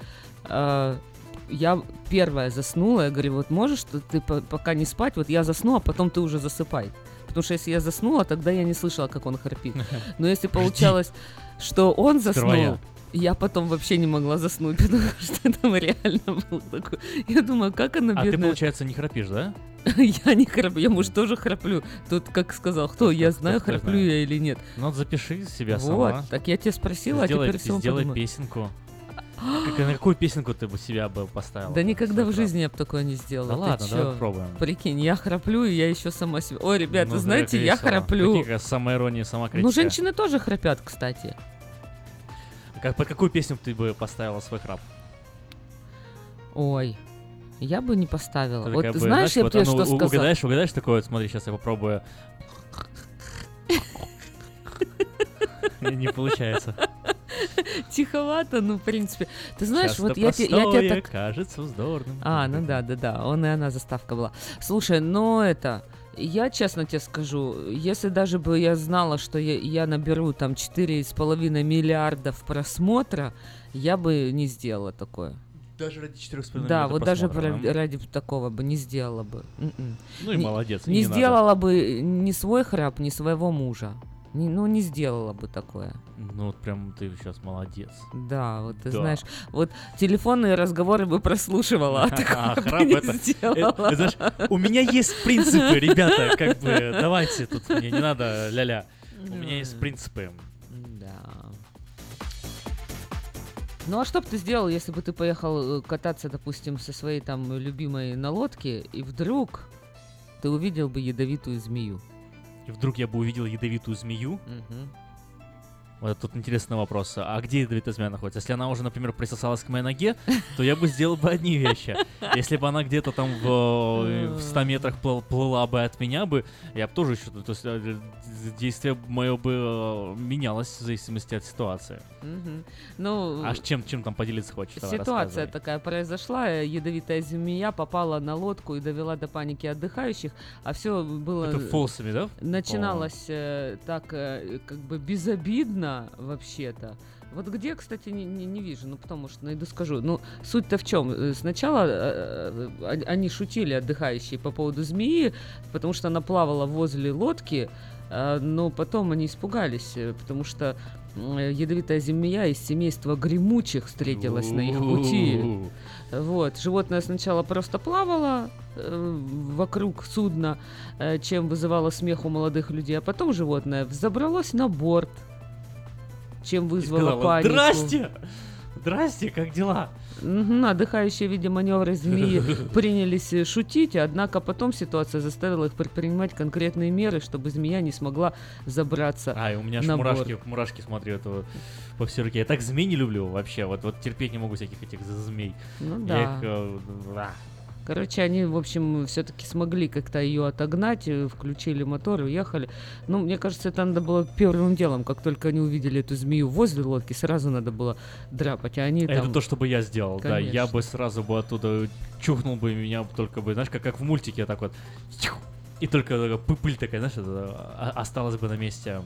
я первая заснула. Я говорю, вот можешь ты пока не спать, вот я засну, а потом ты уже засыпай. Потому что если я заснула, тогда я не слышала, как он храпит. Но если получалось, что он заснул, я потом вообще не могла заснуть, потому что там реально был такой... Я думаю, как она бедная... А ты, получается, не храпишь, да? Я не храплю, я, может, тоже храплю. Тут, как сказал, я знаю, храплю я или нет. Ну, запиши себя сама. Вот, так я тебя спросила, а теперь все сделай песенку. На какую песенку ты бы себя поставила? Да никогда в жизни я бы такое не сделала. Да ладно, давай попробуем. Прикинь, я храплю, и я еще сама себя... Ой, ребята, знаете, я храплю. Прикинь, какая самоирония, самокритика. Ну, женщины тоже храпят, кстати. Под какую песню ты бы поставила свой храп? Ой, я бы не поставила. Вот знаешь, я тебе что сказала? Угадаешь такое? Вот смотри, сейчас я попробую. Не получается. Тиховато, ну, в принципе. Ты знаешь, Часто вот я простое так... кажется вздорным. Ну да, он и она заставка была. Слушай, я честно тебе скажу, если даже бы я знала, что я наберу там 4,5 миллиардов просмотра, я бы не сделала такое. Даже ради 4,5 Да, вот даже да? ради такого бы не сделала бы. Ну и молодец. Не сделала бы ни свой храп, ни своего мужа. Не сделала бы такое. Ну вот прям ты сейчас молодец. Да, вот ты знаешь, вот телефонные разговоры бы прослушивала, а такое бы не сделала. Знаешь, у меня есть принципы, ребята, как бы, давайте, тут мне не надо ля-ля. У меня есть принципы. Да. Ну а что бы ты сделал, если бы ты поехал кататься, допустим, со своей там любимой на лодке, и вдруг ты увидел бы ядовитую змею? И вдруг я бы увидел ядовитую змею? Вот тут интересный вопрос. А где ядовитая змея находится? Если она уже, например, присосалась к моей ноге, то я бы сделал бы одни вещи. Если бы она где-то там в 100 метрах плыла бы от меня бы, я бы тоже еще... То есть действие мое бы менялось в зависимости от ситуации. Ну, а чем там поделиться хочешь? Ситуация такая произошла. Ядовитая змея попала на лодку и довела до паники отдыхающих. А все было... Это фолсами, да? Начиналось так как бы безобидно вообще-то. Вот где, кстати, не вижу, потому что найду, скажу. Ну, суть-то в чем? Сначала они шутили, отдыхающие, по поводу змеи, потому что она плавала возле лодки, но потом они испугались, потому что ядовитая змея из семейства гремучих встретилась на их пути. Вот. Животное сначала просто плавало вокруг судна, чем вызывало смех у молодых людей, а потом животное взобралось на борт, чем вызвало панику. Здрасте, как дела? Отдыхающие, видя маневры змеи, принялись шутить, однако потом ситуация заставила их предпринимать конкретные меры, чтобы змея не смогла забраться и у меня на мурашки, смотрю, это по всей руке. Я так змей не люблю вообще, вот терпеть не могу всяких этих змей. Ну да. Короче, они, в общем, все-таки смогли как-то ее отогнать, включили мотор и уехали. Ну, мне кажется, это надо было первым делом, как только они увидели эту змею возле лодки, сразу надо было драпать, а они это там... то, что бы я сделал, Конечно. Да, я бы сразу бы оттуда чухнул бы меня, только бы, знаешь, как в мультике, так вот, и только пыль такая, знаешь, осталась бы на месте.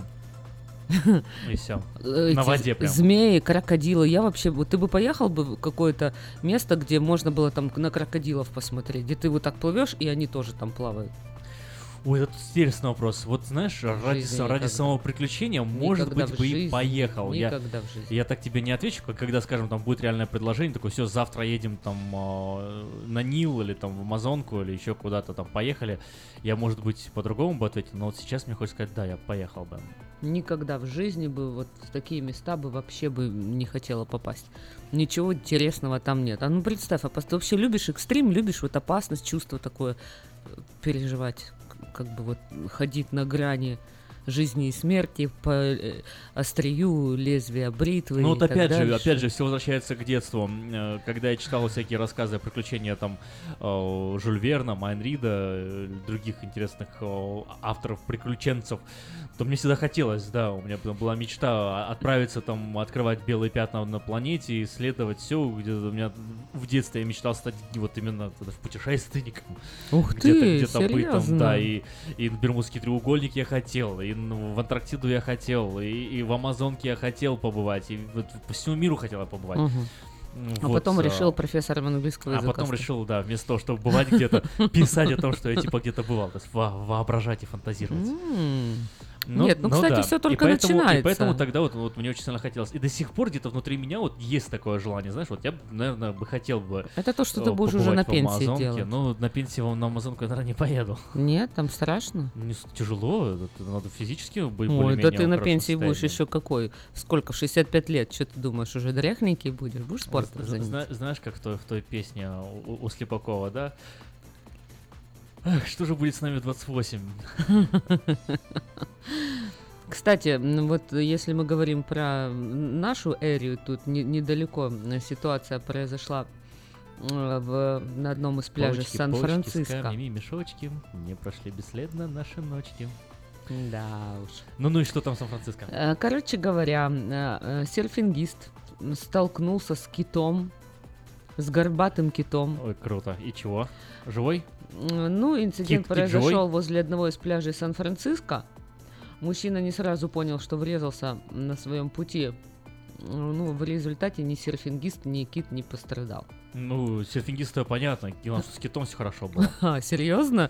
И все. На воде прям. Змеи, крокодилы. Я вообще... Вот ты бы поехал бы в какое-то место, где можно было там на крокодилов посмотреть, где ты вот так плывешь, и они тоже там плавают. Ой, это интересный вопрос. Вот знаешь, ради самого приключения, может быть, бы и поехал. Никогда в жизни. Я так тебе не отвечу, когда, скажем, там будет реальное предложение, такое, все, завтра едем там на Нил или там в Амазонку или еще куда-то там поехали. Я, может быть, по-другому бы ответил, но вот сейчас мне хочется сказать, да, я поехал бы. Никогда в жизни бы вот в такие места бы вообще бы не хотела попасть. Ничего интересного там нет. А ну представь, ты вообще любишь экстрим, любишь вот опасность, чувство такое переживать, как бы вот ходить на грани жизни и смерти, по острию лезвия бритвы. Ну вот опять же, все возвращается к детству. Когда я читал всякие рассказы о приключениях там Жюль Верна, Майн Рида, других интересных авторов-приключенцев, то мне всегда хотелось, да, у меня была мечта отправиться там, открывать белые пятна на планете, исследовать все, где у меня в детстве я мечтал стать вот именно в путешественником. Ух ты, где-то быть там, да, и Бермудский треугольник я хотел, и в Антарктиду я хотел, и в Амазонке я хотел побывать, и вот по всему миру хотел побывать. А потом решил профессором английского языка. А потом решил, да, вместо того, чтобы бывать где-то, писать о том, что я типа где-то бывал, то есть воображать и фантазировать. Нет, кстати, да. все только начинается. И поэтому тогда вот мне очень сильно хотелось. И до сих пор где-то внутри меня вот есть такое желание, знаешь, вот я, наверное, бы хотел бы. Это то, что ты будешь уже на пенсии делать. Ну, на пенсии на Амазонку я, наверное, не поеду. Нет, там страшно. Тяжело, надо физически быть более-менее. Ой, да ты на пенсии будешь еще какой? Сколько? В 65 лет? Что ты думаешь, уже дряхненький будешь? Будешь спортом заниматься? Знаешь, как в той песне у Слепакова, да? Ах, что же будет с нами в 28? Кстати, вот если мы говорим про нашу эрию, тут недалеко ситуация произошла на одном из пляжей Сан-Франциско. С камнями, мешочки, не прошли бесследно наши ночки. Да уж. Ну и что там в Сан-Франциско? Короче говоря, серфингист столкнулся с китом, с горбатым китом. Ой, круто. И чего? Живой? Ну, инцидент Кит произошел живой? возле одного из пляжей Сан-Франциско. Мужчина не сразу понял, что врезался на своем пути. Ну, в результате ни серфингист, ни кит не пострадал. Ну, серфингиста понятно. Главное, что с китом все хорошо было. А, серьезно?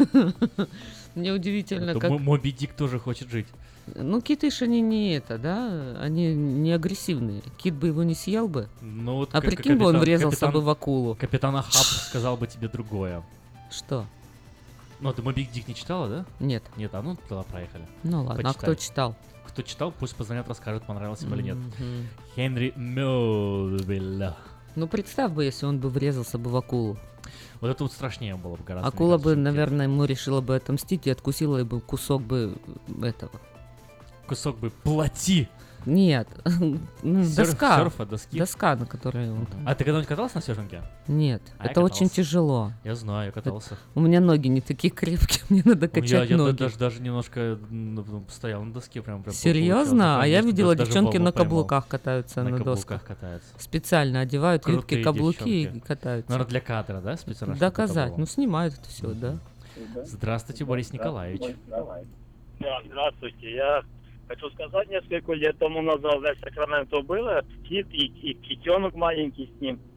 Мне удивительно, Это как... Моби Дик тоже хочет жить. Ну, киты ж они не это, да? Они не агрессивные. Кит бы его не съел бы. Ну, вот А прикинь бы, он врезался бы в акулу. Капитан Ахаб сказал бы тебе другое. Что? Ну, ты Моби Дик не читала, да? Нет. Нет, а ну тогда проехали. Ну ладно, Почитай. а кто читал? Кто читал, пусть позвонят, расскажут, понравилось им или нет. Генри Мелвилл. Ну, представь бы, если он бы врезался бы в акулу. Вот это вот страшнее было бы гораздо. Акула бы, наверное, ему решила бы отомстить и откусила бы кусок бы этого. Кусок бы плоти. Нет, доска. Серфа, доски. Доска, на которой он... А ты когда-нибудь катался на серфинге? Нет, А это очень тяжело. Я знаю, я катался. У меня ноги не такие крепкие, мне надо качать ноги. Я даже немножко стоял на доске прям. Серьезно? А я видела, девчонки на каблуках катаются на досках. Катаются. Специально одевают юбки, каблуки и катаются. Наверное, для кадра, да, специально? Доказать, ну снимают это все, да. Здравствуйте, Борис Николаевич. Да, здравствуйте. Я хочу сказать, несколько лет тому назад в Сакраменто было кит и китенок маленький с ним.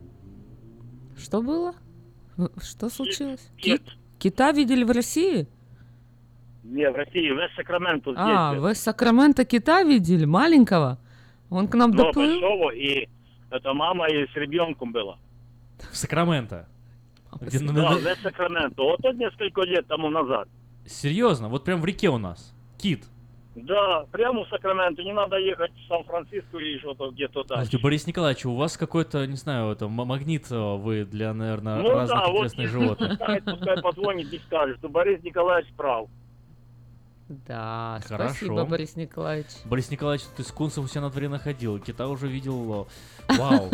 Что было? Что случилось? Кита видели в России? Не, в России, в Сакраменто. В Сакраменто кита видели? Маленького? Он к нам доплыл? Большого, и это мама и с ребенком была. В Сакраменто? Да, в Сакраменто. Вот это несколько лет тому назад. Серьезно? Вот прям в реке у нас? Кит? Да, прямо в Сакраменто, не надо ехать в Сан-Франциско или что-то где-то там. Борис Николаевич, у вас какой-то, не знаю, это магнит вы для, наверное, ну, разных да, интересных животных. Пускай позвонит и скажет, что Борис Николаевич прав. Да, Хорошо. Спасибо, Борис Николаевич. Борис Николаевич, ты с кунцем у себя на дворе находил, кита уже видел. Вау.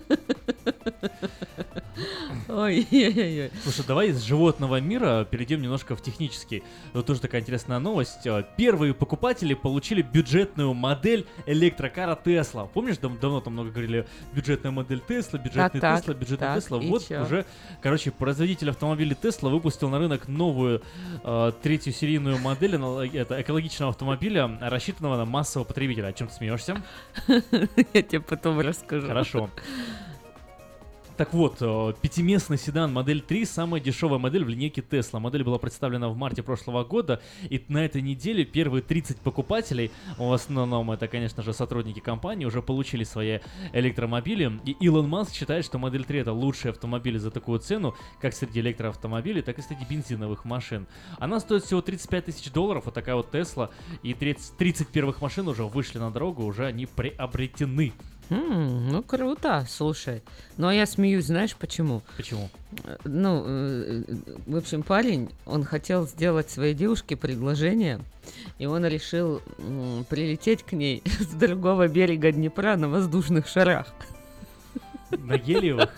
Ой-ой-ой. Слушай, давай из животного мира перейдем немножко в технический. Вот тоже такая интересная новость. Первые покупатели получили бюджетную модель электрокара Tesla. Помнишь, давно там много говорили, бюджетная модель Tesla, бюджетный Tesla, бюджетный Tesla. Вот чё? Уже, короче, производитель автомобилей Tesla выпустил на рынок новую третью серийную модель это экологичного автомобиля, рассчитанного на массового потребителя. О чем ты смеешься? Я тебе потом расскажу. Хорошо. Так вот, пятиместный седан модель 3, самая дешевая модель в линейке Tesla. Модель была представлена в марте прошлого года, и на этой неделе первые 30 покупателей, в основном это, конечно же, сотрудники компании, уже получили свои электромобили. И Илон Маск считает, что модель 3 это лучший автомобиль за такую цену, как среди электроавтомобилей, так и среди бензиновых машин. Она стоит всего $35 тысяч, вот такая вот Tesla, и 30 первых машин уже вышли на дорогу, уже они приобретены. Ну, круто, слушай. Ну, а я смеюсь, знаешь почему? Почему? Ну, в общем, парень, он хотел сделать своей девушке предложение, и он решил прилететь к ней с другого берега Днепра на воздушных шарах. На гелиевых?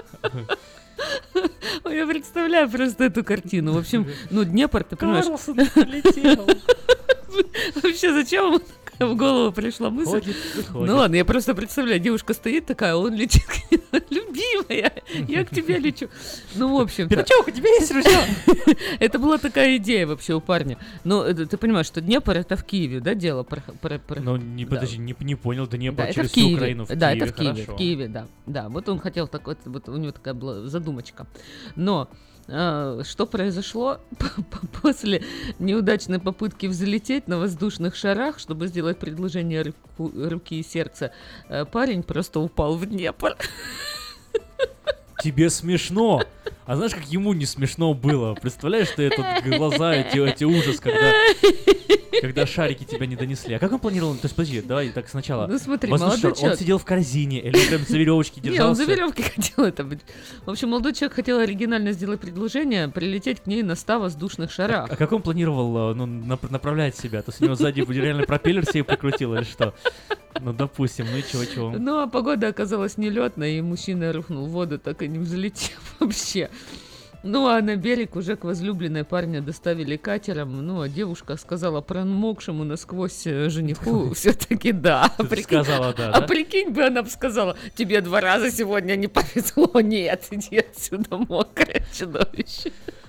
Ой, я представляю просто эту картину. В общем, ну, Днепр, ты понимаешь... Карлсон прилетел. Вообще, зачем ему в голову пришла мысль? Ходит. Ну ладно, я просто представляю, девушка стоит такая, он летит к ней, любимая, я к тебе лечу. Ну, в общем-то... Пятачок, у тебя есть ружье? Это была такая идея вообще у парня. Но ты понимаешь, что Днепр это в Киеве, да, дело? Ну, подожди, не понял, Днепр да, через всю Украину в Киеве. Да, это в Киеве, да. Да, вот он хотел такой, вот у него такая была задумочка. Но... что произошло после неудачной попытки взлететь на воздушных шарах, чтобы сделать предложение руки и сердца, парень просто упал в Днепр. Тебе смешно. А знаешь, как ему не смешно было? Представляешь, ты глаза, эти ужас, когда шарики тебя не донесли. А как он планировал? То есть, подожди, давай так сначала. Ну смотри, молодой человек. Он сидел в корзине или прям за веревочки держался? Не, он за веревки хотел это быть. В общем, молодой человек хотел оригинально сделать предложение, прилететь к ней на 100 воздушных шарах. А как он планировал направлять себя? То есть у него сзади реально пропеллер себе прикрутил или что? Ну, допустим, ну и чего? Ну, а погода оказалась нелетной, и мужчина рухнул в воду, так и не взлетев вообще. Ну, а на берег уже к возлюбленной парня доставили катером. Ну, а девушка сказала промокшему насквозь жениху все-таки да. Сказала да, А прикинь бы, она бы сказала, тебе 2 раза сегодня не повезло. Нет, иди отсюда, мокрое чудовище.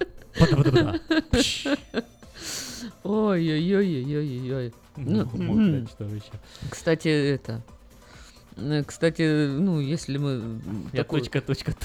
Ой-ой-ой-ой-ой-ой. Мокрое чудовище. Кстати, ну, если мы... Я точка.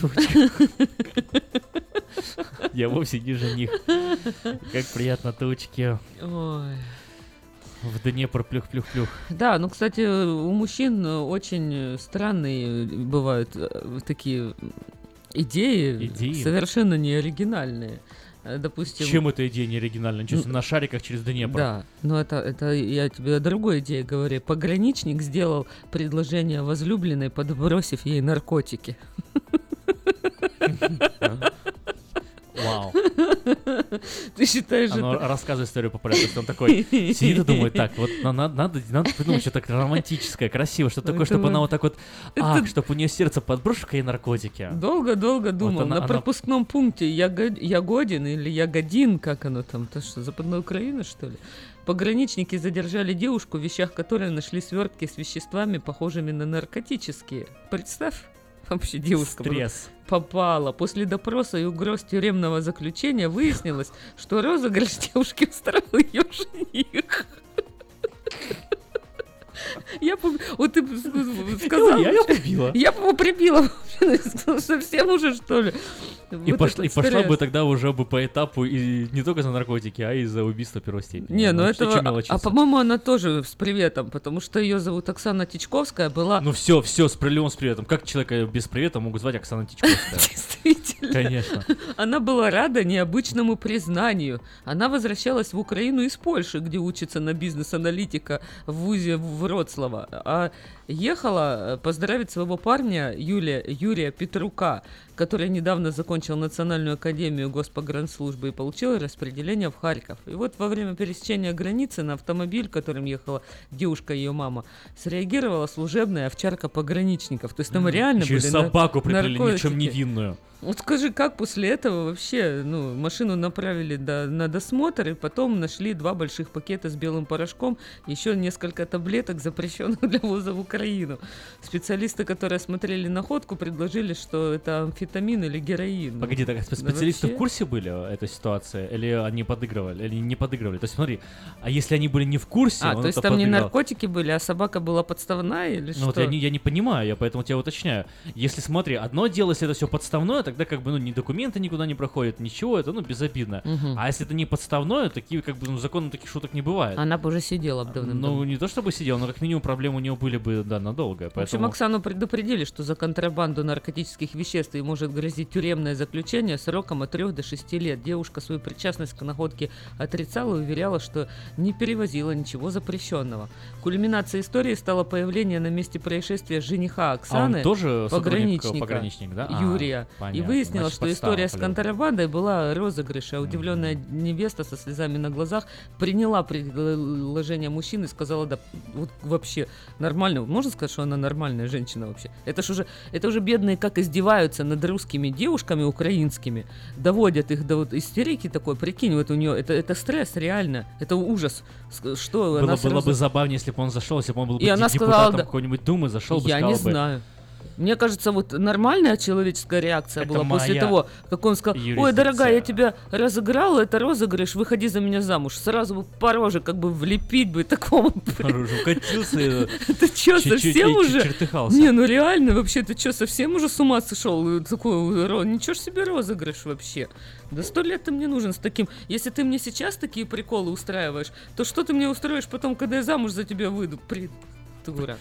Я вовсе не жених. Как приятно тучки. Ой. В Днепр плюх-плюх-плюх. Да, ну, кстати, у мужчин очень странные бывают такие идеи. Совершенно не оригинальные. Допустим... Чем эта идея не оригинальна? Ничего себе, на шариках через Днепр. Да, но это я тебе о другой идее говорю. Пограничник сделал предложение возлюбленной, подбросив ей наркотики. Вау. Ты считаешь, Оно рассказывает историю по порядку. Он такой сидит и думает, так, вот надо придумать что-то романтическое, красивое, что-то такое, чтобы она вот так вот, чтобы у нее сердце подброшу-ка ей наркотики. Долго думал. На пропускном пункте Ягодин или Ягодин, как оно там, то что, Западная Украина, что ли? Пограничники задержали девушку, в вещах которой нашли свертки с веществами, похожими на наркотические. Представь. Вообще девушка попала. После допроса и угроз тюремного заключения выяснилось, что розыгрыш девушки устроил ее жених. Вот ты сказал... Я его прибила. Я его прибила. Совсем уже, что ли? И пошла бы тогда уже бы по этапу и не только за наркотики, а и за убийство первой степени. Не, ну это... А по-моему, она тоже с приветом, потому что ее зовут Оксана Тичковская, была... Ну все, с приветом. Как человека без привета могут звать Оксана Тичковская? Действительно. Конечно. Она была рада необычному признанию. Она возвращалась в Украину из Польши, где учится на бизнес-аналитика в вузе Вроцлава. А ехала поздравить своего парня Юрия Петрука, который недавно закончил Национальную академию Госпогранслужбы и получил распределение в Харьков. И вот во время пересечения границы на автомобиль, которым ехала девушка и ее мама, среагировала служебная овчарка пограничников. То есть там реально были собаку припрели, наркотики. ничем невинную. Вот скажи, как после этого вообще, машину направили на досмотр, и потом нашли 2 больших пакета с белым порошком, еще несколько таблеток, запрещенных для ввоза в Украину. Специалисты, которые осмотрели находку, предложили, что это амфетамин или героин. Погоди, так специалисты в курсе были этой ситуации? Или они подыгрывали? Или не подыгрывали? То есть смотри, а если они были не в курсе, то есть там не наркотики были, а собака была подставная или что? Вот я не понимаю, я поэтому тебя уточняю. Если смотри, одно дело, если это все подставное, тогда как бы, ни документы никуда не проходят, ничего, это, безобидно. Угу. А если это не подставное, такие, как бы, законом таких шуток не бывает. Она бы уже сидела бы давным-давно. Ну, не то чтобы сидела, но как минимум проблемы у нее были бы, надолго. В общем, Оксану предупредили, что за контрабанду наркотических веществ ей может грозить тюремное заключение сроком от 3 до 6 лет. Девушка свою причастность к находке отрицала и уверяла, что не перевозила ничего запрещенного. Кульминацией истории стало появление на месте происшествия жениха Оксаны, он тоже пограничник, да? Юрия. И выяснилось, что история с контрабандой была розыгрыш, а удивленная невеста со слезами на глазах приняла предложение мужчины и сказала, да, вот вообще нормально, можно сказать, что она нормальная женщина вообще? Это уже бедные как издеваются над русскими девушками украинскими, доводят их до вот истерики такой, прикинь, вот у нее, это стресс реально, это ужас. Что было бы забавнее, если бы он зашел, если бы он был бы депутатом сказала, какой-нибудь думы, зашел бы, я не знаю. Мне кажется, вот нормальная человеческая реакция была после того, как он сказал, ой, дорогая, я тебя разыграл, это розыгрыш, выходи за меня замуж. Сразу бы по роже как бы влепить бы такому. По роже укатился. Ты что, совсем уже? Не, ну реально, вообще, ты что, совсем уже с ума сошел? Такой, ничего ж себе розыгрыш вообще. Да 100 лет ты мне нужен с таким. Если ты мне сейчас такие приколы устраиваешь, то что ты мне устроишь потом, когда я замуж за тебя выйду? Придурок.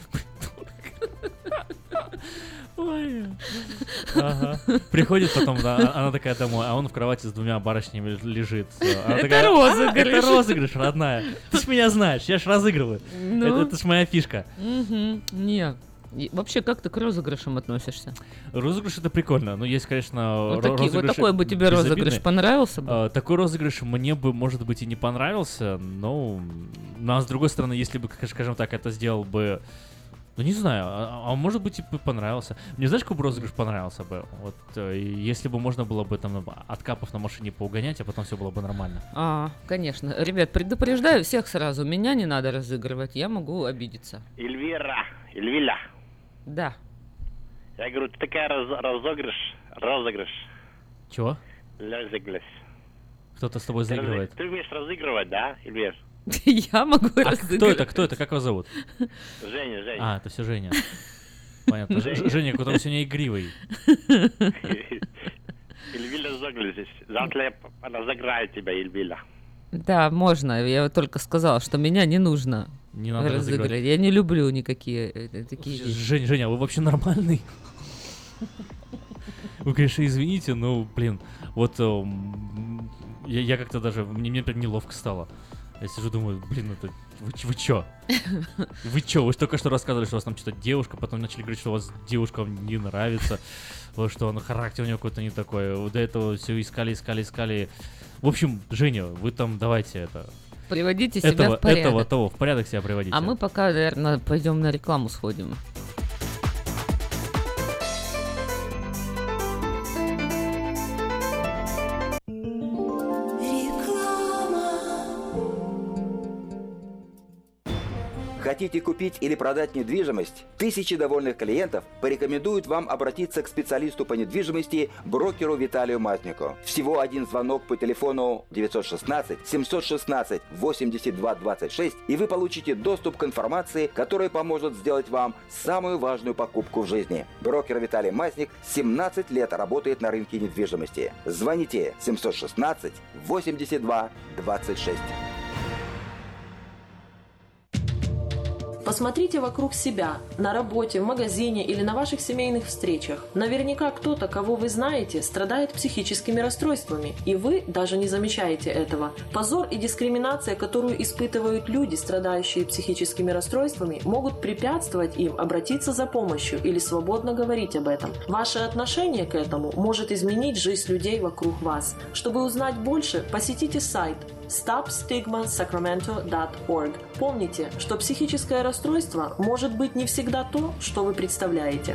Ой. Ага. Приходит потом, да, она такая домой, а он в кровати с 2 барышнями лежит. Это розыгрыш. Это розыгрыш, родная. Ты ж меня знаешь, я ж разыгрываю. Это ж моя фишка. Не. Вообще, как ты к розыгрышам относишься? Розыгрыш — это прикольно, но есть, конечно, розыгрыш. Вот такой бы тебе розыгрыш понравился бы? Такой розыгрыш мне бы, может быть, и не понравился, но с другой стороны, если бы, скажем так, это сделал бы Ну, не знаю, а может быть, и понравился. Мне знаешь, какой бы розыгрыш понравился бы? Вот, если бы можно было бы там от капов на машине поугонять, а потом все было бы нормально. Конечно. Ребят, предупреждаю всех сразу, меня не надо разыгрывать, я могу обидеться. Эльвира. Да. Я говорю, ты такая розыгрыш. Чего? Розыгрыш. Кто-то с тобой заигрывает. Ты умеешь разыгрывать, да, Эльвир? Я могу разыгрывать. Кто это? Как вас зовут? Женя. А, это все Женя. Понятно. Женя, который сегодня игривый. Эльвира разыгрывает. Завтра я разыграю тебя, Эльвира. Да, можно. Я только сказала, что меня не нужно разыгрывать. Я не люблю никакие такие вещи. Женя, вы вообще нормальный? Вы, конечно, извините, но, блин, вот я как-то даже, мне прям неловко стало. Я сижу, думаю, блин, это вы чё? Вы чё? Вы же только что рассказывали, что у вас там что-то девушка, потом начали говорить, что у вас девушка вам не нравится, вот что характер у нее какой-то не такой. До этого все искали. В общем, Женя, вы там давайте это... Приводите себя в порядок. В порядок себя приводите. А мы пока, наверное, пойдем на рекламу сходим. Хотите купить или продать недвижимость? Тысячи довольных клиентов порекомендуют вам обратиться к специалисту по недвижимости, брокеру Виталию Мазнику. Всего один звонок по телефону 916-716-8226, и вы получите доступ к информации, которая поможет сделать вам самую важную покупку в жизни. Брокер Виталий Мазник 17 лет работает на рынке недвижимости. Звоните 716-8226. Посмотрите вокруг себя, на работе, в магазине или на ваших семейных встречах. Наверняка кто-то, кого вы знаете, страдает психическими расстройствами, и вы даже не замечаете этого. Позор и дискриминация, которую испытывают люди, страдающие психическими расстройствами, могут препятствовать им обратиться за помощью или свободно говорить об этом. Ваше отношение к этому может изменить жизнь людей вокруг вас. Чтобы узнать больше, посетите сайт stopstigmasacramento.org. Помните, что психическое расстройство может быть не всегда то, что вы представляете.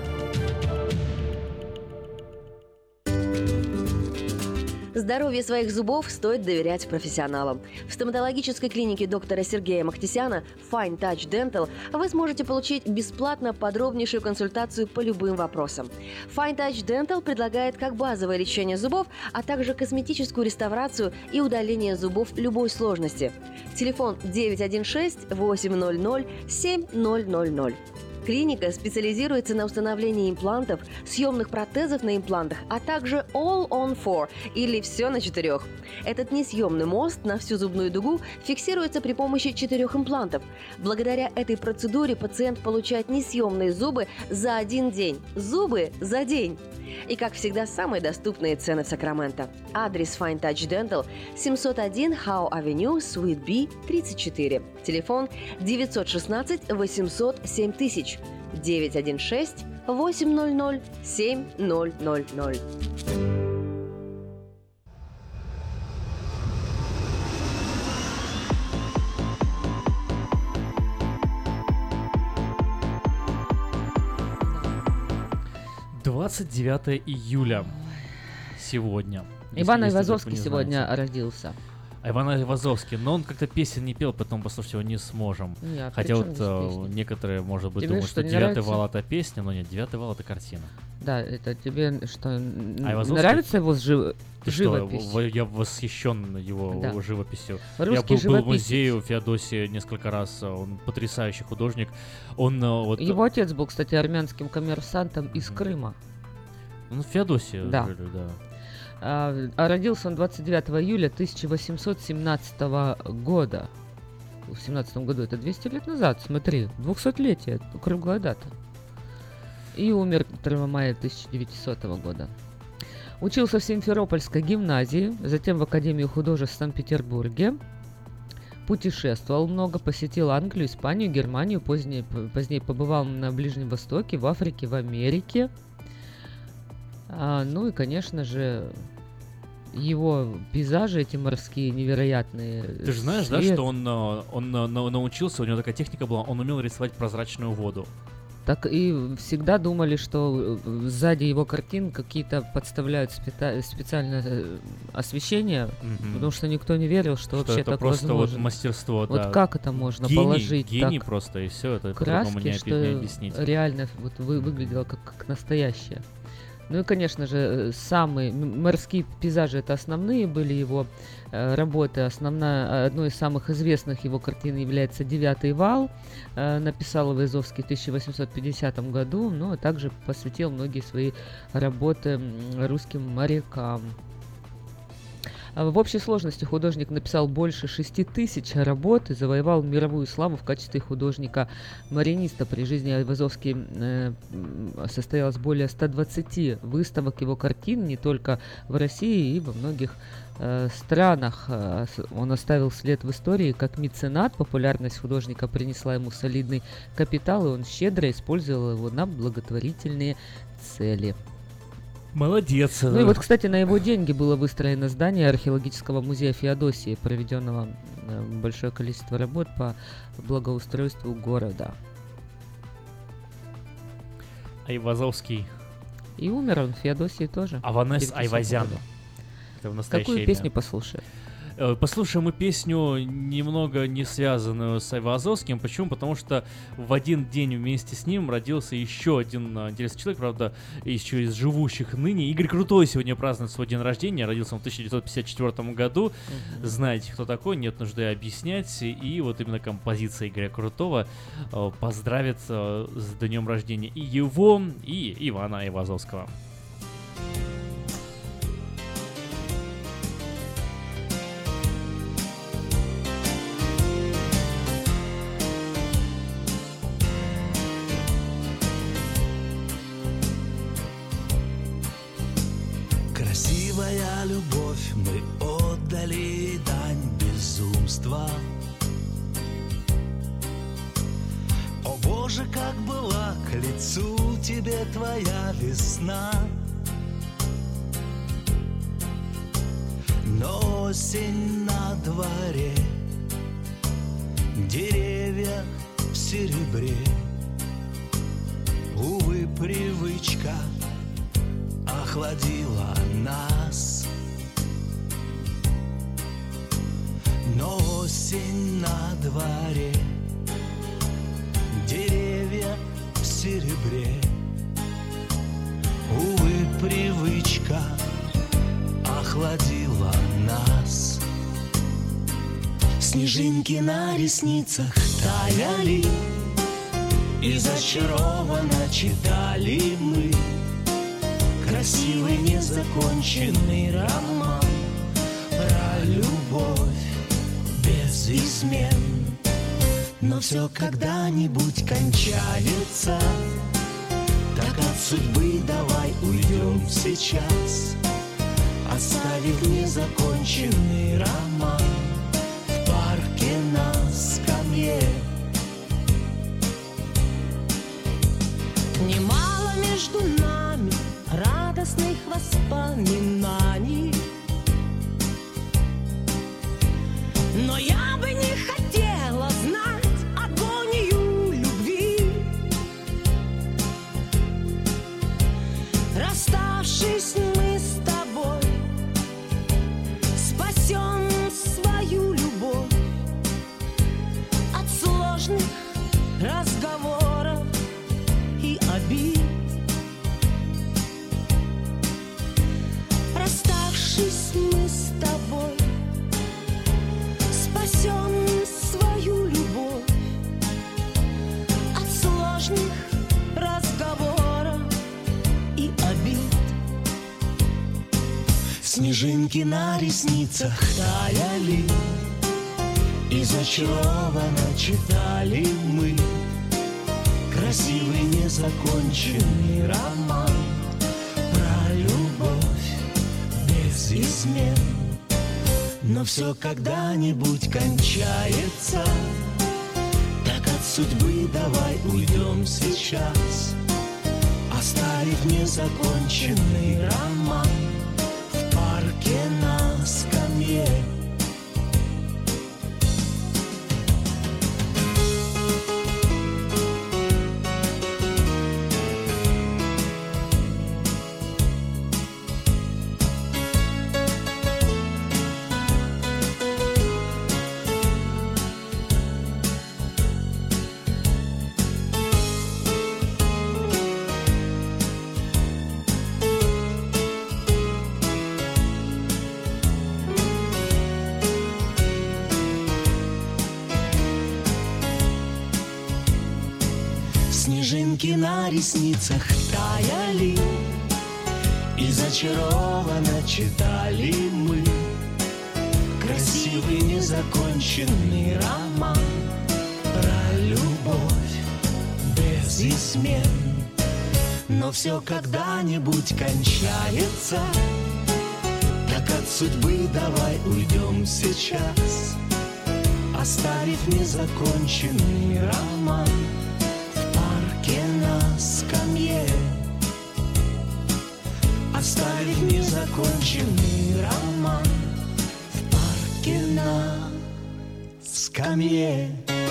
Здоровью своих зубов стоит доверять профессионалам. В стоматологической клинике доктора Сергея Махтисяна Fine Touch Dental вы сможете получить бесплатно подробнейшую консультацию по любым вопросам. Fine Touch Dental предлагает как базовое лечение зубов, а также косметическую реставрацию и удаление зубов любой сложности. Телефон 916-800-7000. Клиника специализируется на установлении имплантов, съемных протезов на имплантах, а также All on 4 или все на 4. Этот несъемный мост на всю зубную дугу фиксируется при помощи 4 имплантов. Благодаря этой процедуре пациент получает несъемные зубы за один день. Зубы за день! И, как всегда, самые доступные цены в Сакраменто. Адрес Fine Touch Dental 701 Howe Avenue, Suite B, 34. Телефон 916-800-7000. 916-800-7000. — 29 июля сегодня. Иван Айвазовский сегодня родился. Иван Айвазовский, но он как-то песен не пел, поэтому послушать его не сможем. Хотя вот некоторые, может быть, думают, что 9-й вал — это песня, но нет, 9-й вал — это картина. Да, это тебе что, нравится его живопись? Я восхищен его живописью. Русский я был в музее у Феодосии несколько раз, он потрясающий художник. Его отец был, кстати, армянским коммерсантом из Крыма. Ну, в Феодосии жили, да. А родился он 29 июля 1817 года. В 17 году, это 200 лет назад, смотри, 200-летие, круглая дата. И умер 2 мая 1900 года. Учился в Симферопольской гимназии, затем в Академию художеств в Санкт-Петербурге. Путешествовал много, посетил Англию, Испанию, Германию, позднее побывал на Ближнем Востоке, в Африке, в Америке. Ну и, конечно же, его пейзажи эти морские невероятные. Ты же знаешь, да, что он научился, у него такая техника была, он умел рисовать прозрачную воду. Так и всегда думали, что сзади его картин какие-то подставляют специальное освещение, потому что никто не верил, что вообще это так просто возможно. Вот мастерство, вот да. как это можно гений, положить гений так просто, и все, это краски, не что объяснить. реально вот выглядело как настоящее. Ну и, конечно же, самые морские пейзажи — это основные были его работы. Одной из самых известных его картин является «Девятый вал». Написал его Айвазовский в 1850 году, но также посвятил многие свои работы русским морякам. В общей сложности художник написал больше 6000 работ и завоевал мировую славу в качестве художника-мариниста. При жизни Айвазовский состоялось более 120 выставок его картин не только в России и во многих странах. Он оставил след в истории как меценат. Популярность художника принесла ему солидный капитал, и он щедро использовал его на благотворительные цели. Молодец. Ну и вот, кстати, на его деньги было выстроено здание археологического музея Феодосии, проведенного большое количество работ по благоустройству города. Айвазовский. И умер он в Феодосии тоже. Аванес Айвазян. Это в настоящее Какую имя. песню послушаем? Послушаем мы песню, немного не связанную с Айвазовским. Почему? Потому что в один день вместе с ним родился еще один интересный человек, правда, еще из живущих ныне. Игорь Крутой сегодня празднует свой день рождения. Родился он в 1954 году. Знаете, кто такой, нет нужды объяснять. И вот именно композиция Игоря Крутого поздравит с днем рождения и его, и Ивана Айвазовского. Красивая любовь, мы отдали дань безумства. О Боже, как была к лицу тебе твоя весна. Но осень на дворе, деревья в серебре. Увы, привычка охладила нас. Но осень на дворе, деревья в серебре. Увы, привычка охладила нас. Снежинки на ресницах таяли, и зачарованно читали мы красивый незаконченный роман про любовь без измен. Но все когда-нибудь кончается, так от судьбы давай уйдем сейчас, оставив незаконченный роман в парке на скамье. Немало между нами радостных воспоминаний, но я бы не хотела знать агонию любви. Расставшись мы с тобой, спасем свою любовь от сложных разговоров и обид. Расставшись мы с тобой, спасем свою любовь от сложных разговоров и обид. Снежинки на ресницах таяли, и зачарованно читали мы красивый незаконченный роман про любовь без измен. Но все когда-нибудь кончается, так от судьбы давай уйдем сейчас, оставив незаконченный роман в парке на скамье. Снежинки на ресницах таяли, и зачарованно читали мы красивый незаконченный роман про любовь без измен. Но все когда-нибудь кончается, так от судьбы давай уйдем сейчас, оставив незаконченный роман в парке на скамье. Оставив незаконченный роман в парке на скамье.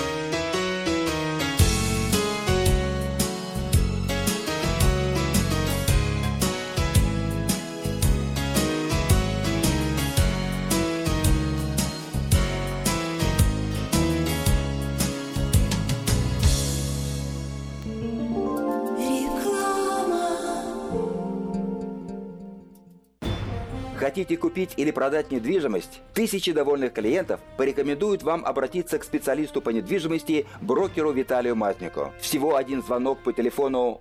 Хотите купить или продать недвижимость? Тысячи довольных клиентов порекомендуют вам обратиться к специалисту по недвижимости, брокеру Виталию Мазнику. Всего один звонок по телефону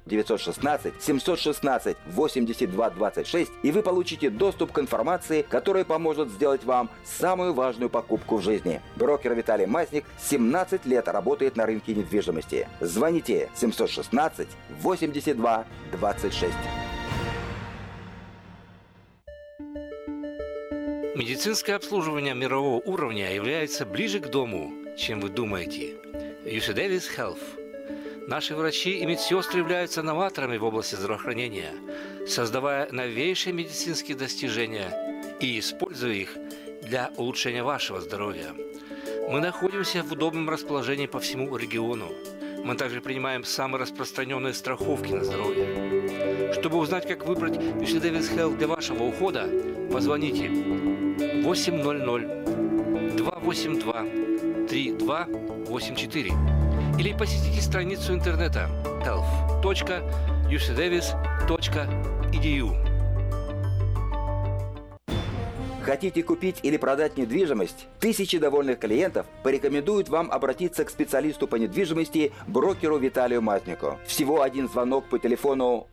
916-716-8226, и вы получите доступ к информации, которая поможет сделать вам самую важную покупку в жизни. Брокер Виталий Мазник 17 лет работает на рынке недвижимости. Звоните 716-8226. Медицинское обслуживание мирового уровня является ближе к дому, чем вы думаете. UC Davis Health. Наши врачи и медсестры являются новаторами в области здравоохранения, создавая новейшие медицинские достижения и используя их для улучшения вашего здоровья. Мы находимся в удобном расположении по всему региону. Мы также принимаем самые распространенные страховки на здоровье. Чтобы узнать, как выбрать UC Davis Health для вашего ухода, позвоните 800-282-3284 или посетите страницу интернета health.ucdavis.edu. Хотите купить или продать недвижимость? Тысячи довольных клиентов порекомендуют вам обратиться к специалисту по недвижимости, брокеру Виталию Мазнику. Всего один звонок по телефону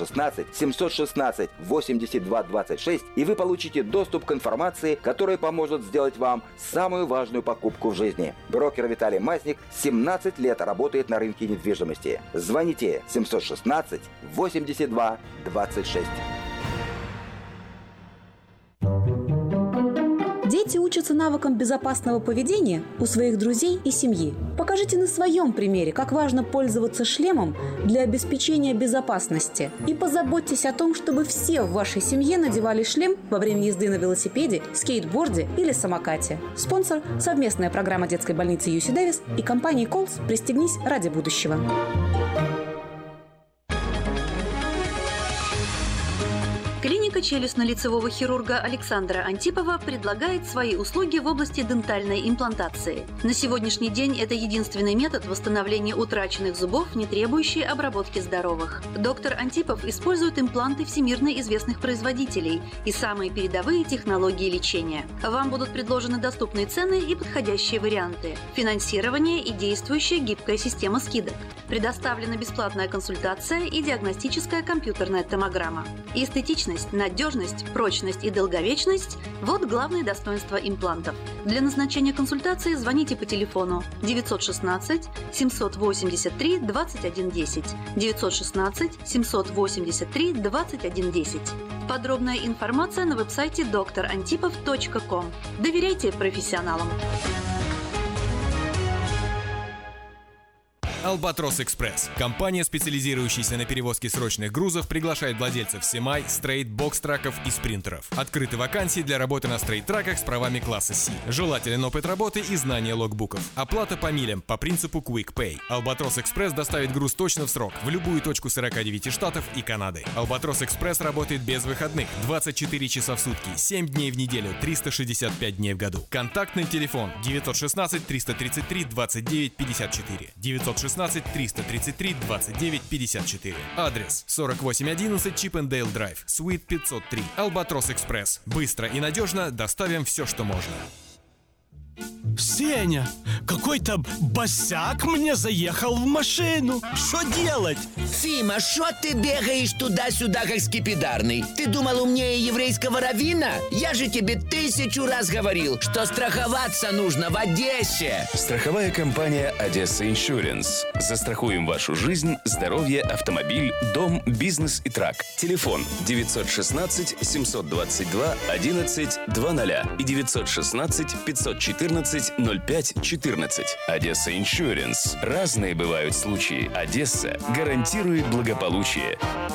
916-716-8226, и вы получите доступ к информации, которая поможет сделать вам самую важную покупку в жизни. Брокер Виталий Мазник 17 лет работает на рынке недвижимости. Звоните 716-8226. Дети учатся навыкам безопасного поведения у своих друзей и семьи. Покажите на своем примере, как важно пользоваться шлемом для обеспечения безопасности. И позаботьтесь о том, чтобы все в вашей семье надевали шлем во время езды на велосипеде, скейтборде или самокате. Спонсор – совместная программа детской больницы UC Davis и компании Колс «Пристегнись ради будущего». Клиника челюстно-лицевого хирурга Александра Антипова предлагает свои услуги в области дентальной имплантации. На сегодняшний день это единственный метод восстановления утраченных зубов, не требующий обработки здоровых. Доктор Антипов использует импланты всемирно известных производителей и самые передовые технологии лечения. Вам будут предложены доступные цены и подходящие варианты. Финансирование и действующая гибкая система скидок. Предоставлена бесплатная консультация и диагностическая компьютерная томограмма. Эстетичность, надежность, прочность и долговечность – вот главные достоинства имплантов. Для назначения консультации звоните по телефону 916 783 2110 916 783 2110. Подробная информация на веб-сайте drantipov.com. Доверяйте профессионалам. Albatros Express. Компания, специализирующаяся на перевозке срочных грузов, приглашает владельцев семай, стрейт, бокс-траков и спринтеров. Открыты вакансии для работы на стрейт-траках с правами класса C. Желателен опыт работы и знание логбуков. Оплата по милям по принципу Quick Pay. Albatros Express доставит груз точно в срок в любую точку 49 штатов и Канады. Albatros Express работает без выходных 24 часа в сутки, 7 дней в неделю, 365 дней в году. Контактный телефон 916 333 29 54 916 333 29 54. Адрес 4811 Чиппендейл Драйв, Суит 503. Albatros Express. Быстро и надежно доставим все, что можно. Сеня, какой-то босяк мне заехал в машину. Что делать? Фима, что ты бегаешь туда-сюда, как скипидарный? Ты думал умнее еврейского раввина? Я же тебе 1000 раз говорил, что страховаться нужно в Одессе. Страховая компания «Одесса Иншуренс». Застрахуем вашу жизнь, здоровье, автомобиль, дом, бизнес и трак. Телефон 916 722 11 00 и 916 514 0514. «Одесса Иншуренс». Разные бывают случаи. «Одесса» гарантирует благополучие.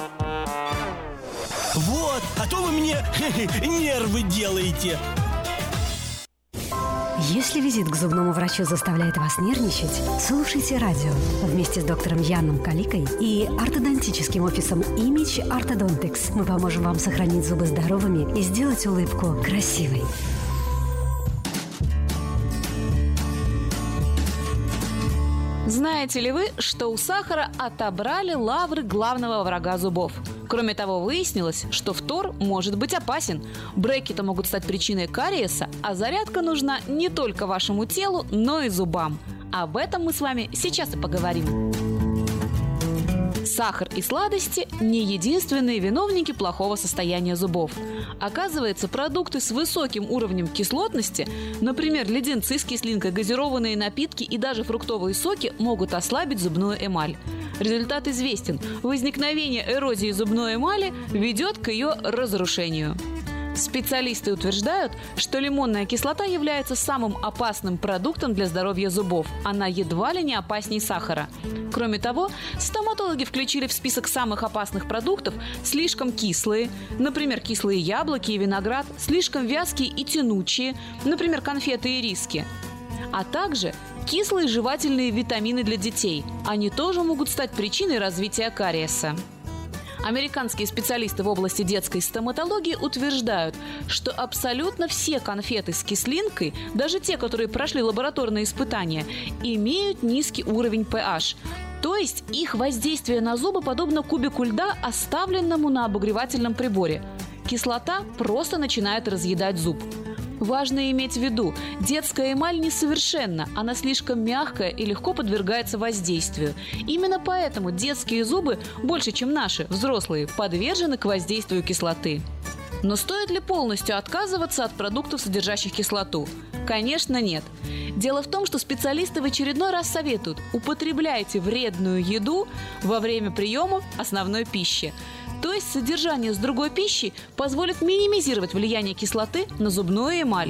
Вот, а то вы мне нервы делаете. Если визит к зубному врачу заставляет вас нервничать, слушайте радио вместе с доктором Яном Каликой и ортодонтическим офисом Image Orthodontics. Мы поможем вам сохранить зубы здоровыми и сделать улыбку красивой. Знаете ли вы, что у сахара отобрали лавры главного врага зубов? Кроме того, выяснилось, что фтор может быть опасен. Брекеты могут стать причиной кариеса, а зарядка нужна не только вашему телу, но и зубам. Об этом мы с вами сейчас и поговорим. Сахар и сладости – не единственные виновники плохого состояния зубов. Оказывается, продукты с высоким уровнем кислотности, например, леденцы с кислинкой, газированные напитки и даже фруктовые соки, могут ослабить зубную эмаль. Результат известен – возникновение эрозии зубной эмали ведет к ее разрушению. Специалисты утверждают, что лимонная кислота является самым опасным продуктом для здоровья зубов. Она едва ли не опаснее сахара. Кроме того, стоматологи включили в список самых опасных продуктов слишком кислые, например, кислые яблоки и виноград, слишком вязкие и тянучие, например, конфеты и риски, а также кислые жевательные витамины для детей. Они тоже могут стать причиной развития кариеса. Американские специалисты в области детской стоматологии утверждают, что абсолютно все конфеты с кислинкой, даже те, которые прошли лабораторные испытания, имеют низкий уровень pH. То есть их воздействие на зубы подобно кубику льда, оставленному на обогревательном приборе. Кислота просто начинает разъедать зуб. Важно иметь в виду, детская эмаль несовершенна, она слишком мягкая и легко подвергается воздействию. Именно поэтому детские зубы, больше чем наши, взрослые, подвержены к воздействию кислоты. Но стоит ли полностью отказываться от продуктов, содержащих кислоту? Конечно, нет. Дело в том, что специалисты в очередной раз советуют: употребляйте вредную еду во время приема основной пищи. То есть содержание с другой пищей позволит минимизировать влияние кислоты на зубную эмаль.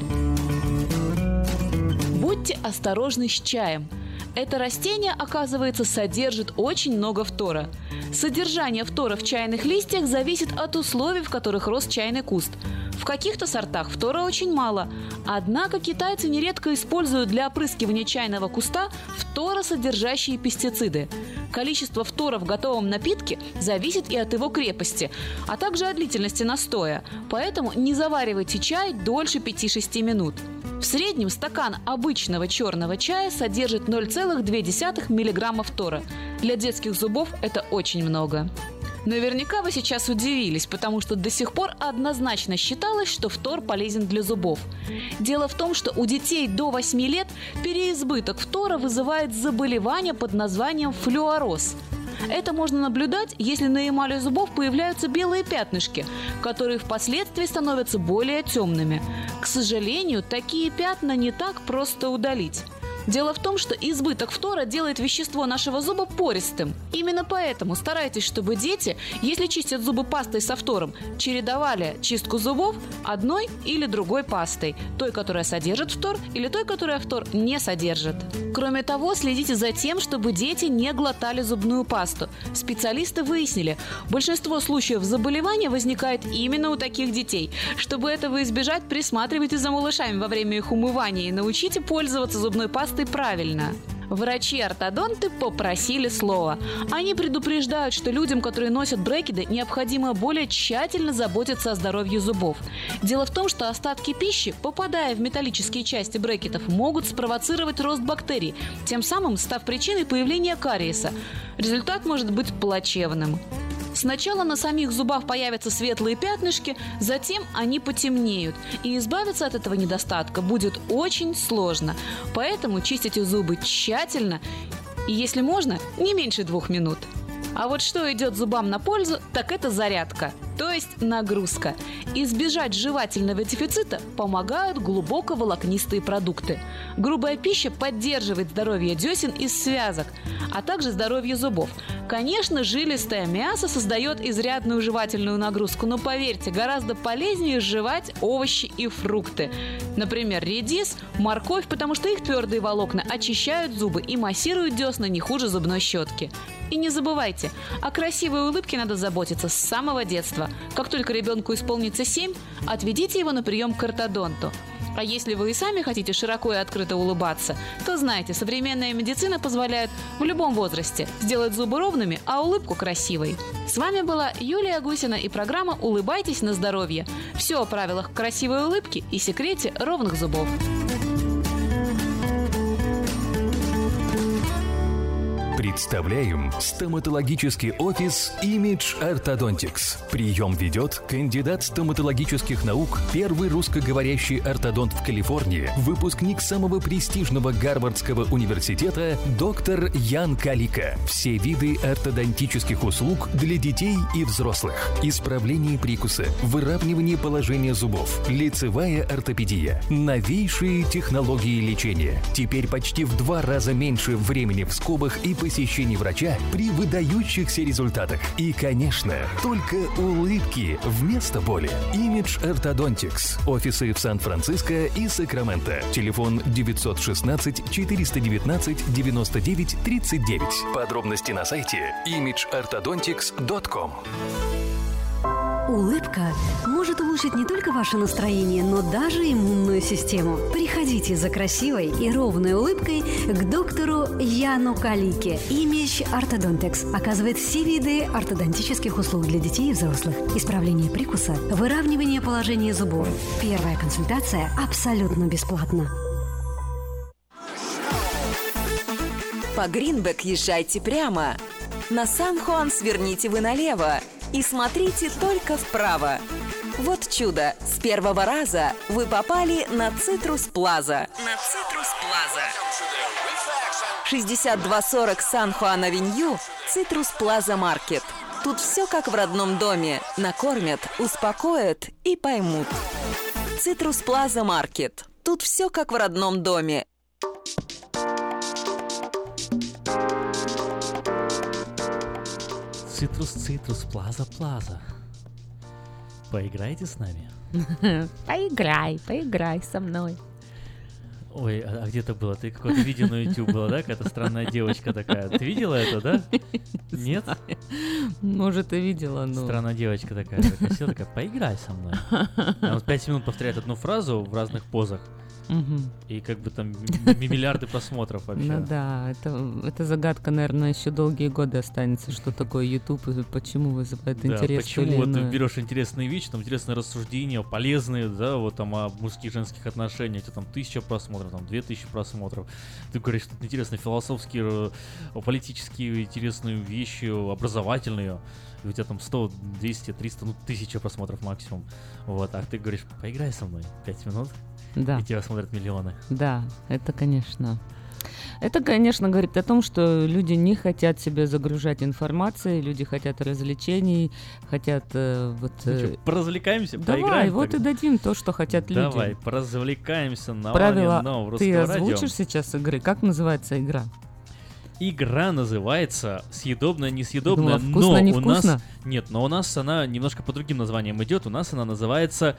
Будьте осторожны с чаем. Это растение, оказывается, содержит очень много фтора. Содержание фтора в чайных листьях зависит от условий, в которых рос чайный куст. В каких-то сортах фтора очень мало. Однако китайцы нередко используют для опрыскивания чайного куста фторосодержащие пестициды. Количество фтора в готовом напитке зависит и от его крепости, а также от длительности настоя. Поэтому не заваривайте чай дольше 5-6 минут. В среднем стакан обычного черного чая содержит 0,2 мг фтора. Для детских зубов это очень много. Наверняка вы сейчас удивились, потому что до сих пор однозначно считалось, что фтор полезен для зубов. Дело в том, что у детей до 8 лет переизбыток фтора вызывает заболевание под названием флюороз. Это можно наблюдать, если на эмали зубов появляются белые пятнышки, которые впоследствии становятся более темными. К сожалению, такие пятна не так просто удалить. Дело в том, что избыток фтора делает вещество нашего зуба пористым. Именно поэтому старайтесь, чтобы дети, если чистят зубы пастой со фтором, чередовали чистку зубов одной или другой пастой. Той, которая содержит фтор, или той, которая фтор не содержит. Кроме того, следите за тем, чтобы дети не глотали зубную пасту. Специалисты выяснили, большинство случаев заболевания возникает именно у таких детей. Чтобы этого избежать, присматривайте за малышами во время их умывания и научите пользоваться зубной пастой правильно. Врачи-ортодонты попросили слова. Они предупреждают, что людям, которые носят брекеты, необходимо более тщательно заботиться о здоровье зубов. Дело в том, что остатки пищи, попадая в металлические части брекетов, могут спровоцировать рост бактерий, тем самым став причиной появления кариеса. Результат может быть плачевным. Сначала на самих зубах появятся светлые пятнышки, затем они потемнеют. И избавиться от этого недостатка будет очень сложно. Поэтому чистите зубы тщательно и, если можно, не меньше 2 минут. А вот что идет зубам на пользу, так это зарядка, то есть нагрузка. Избежать жевательного дефицита помогают глубоковолокнистые продукты. Грубая пища поддерживает здоровье десен и связок, а также здоровье зубов. Конечно, жилистое мясо создает изрядную жевательную нагрузку, но поверьте, гораздо полезнее жевать овощи и фрукты. Например, редис, морковь, потому что их твердые волокна очищают зубы и массируют десна не хуже зубной щетки. И не забывайте, о красивой улыбке надо заботиться с самого детства. Как только ребенку исполнится 7, отведите его на прием к ортодонту. А если вы и сами хотите широко и открыто улыбаться, то знайте, современная медицина позволяет в любом возрасте сделать зубы ровными, а улыбку красивой. С вами была Юлия Гусина и программа «Улыбайтесь на здоровье». Все о правилах красивой улыбки и секрете ровных зубов. Представляем стоматологический офис Image Orthodontics. Прием ведет кандидат стоматологических наук, первый русскоговорящий ортодонт в Калифорнии, выпускник самого престижного Гарвардского университета доктор Ян Калика. Все виды ортодонтических услуг для детей и взрослых. Исправление прикуса, выравнивание положения зубов, лицевая ортопедия, новейшие технологии лечения. Теперь почти в 2 раза меньше времени в скобах и посещений врача при выдающихся результатах. И, конечно, только улыбки вместо боли. Image Orthodontics. Офисы в Сан-Франциско и Сакраменто. Телефон 916-419-99-39. Подробности на сайте imageorthodontics.com. Улыбка может улучшить не только ваше настроение, но даже иммунную систему. Приходите за красивой и ровной улыбкой к доктору Яну Калике. Image Orthodontics оказывает все виды ортодонтических услуг для детей и взрослых. Исправление прикуса, выравнивание положения зубов. Первая консультация абсолютно бесплатна. По Гринбек езжайте прямо. На Сан-Хуан сверните вы налево. И смотрите только вправо. Вот чудо! С первого раза вы попали на Citrus Plaza. 6240 Сан-Хуан-Авеню, Citrus Plaza Market. Тут все как в родном доме. Накормят, успокоят и поймут. Citrus Plaza Market. Тут все как в родном доме. Citrus, Plaza. Поиграйте с нами? Поиграй со мной. Ой, а где это было? Ты какое-то видео на YouTube было, да? Какая-то странная девочка такая. Ты видела это, да? Нет? Может, и видела, но... Странная девочка такая села, такая, поиграй со мной. Она 5 минут повторяет одну фразу в разных позах. И как бы там миллиарды просмотров вообще. Ну да, это загадка, наверное, еще долгие годы останется, что такое YouTube и почему вызывает интерес. Почему вот ты берешь интересные вещи, там интересные рассуждения, полезные, да, вот там о мужских и женских отношениях, у тебя там 1000 просмотров, там 2000 просмотров. Ты говоришь, что это интересные философские, политические интересные вещи, образовательные. И у тебя там 100, 200, 300, 1000 просмотров максимум. Вот, а ты говоришь, поиграй со мной 5 минут. Да. И тебя смотрят миллионы. Да, это, конечно, говорит о том, что люди не хотят себя загружать информацией, люди хотят развлечений, хотят поразвлекаемся, давай, поиграем. Вот и дадим то, что хотят люди. Давай, поразвлекаемся на правила волне Русского ты радио. озвучишь сейчас игры? Как называется игра? Игра называется «Съедобная, несъедобная», вкусно, но невкусно? у нас... Нет, но у нас она немножко по другим названиям идет. У нас она называется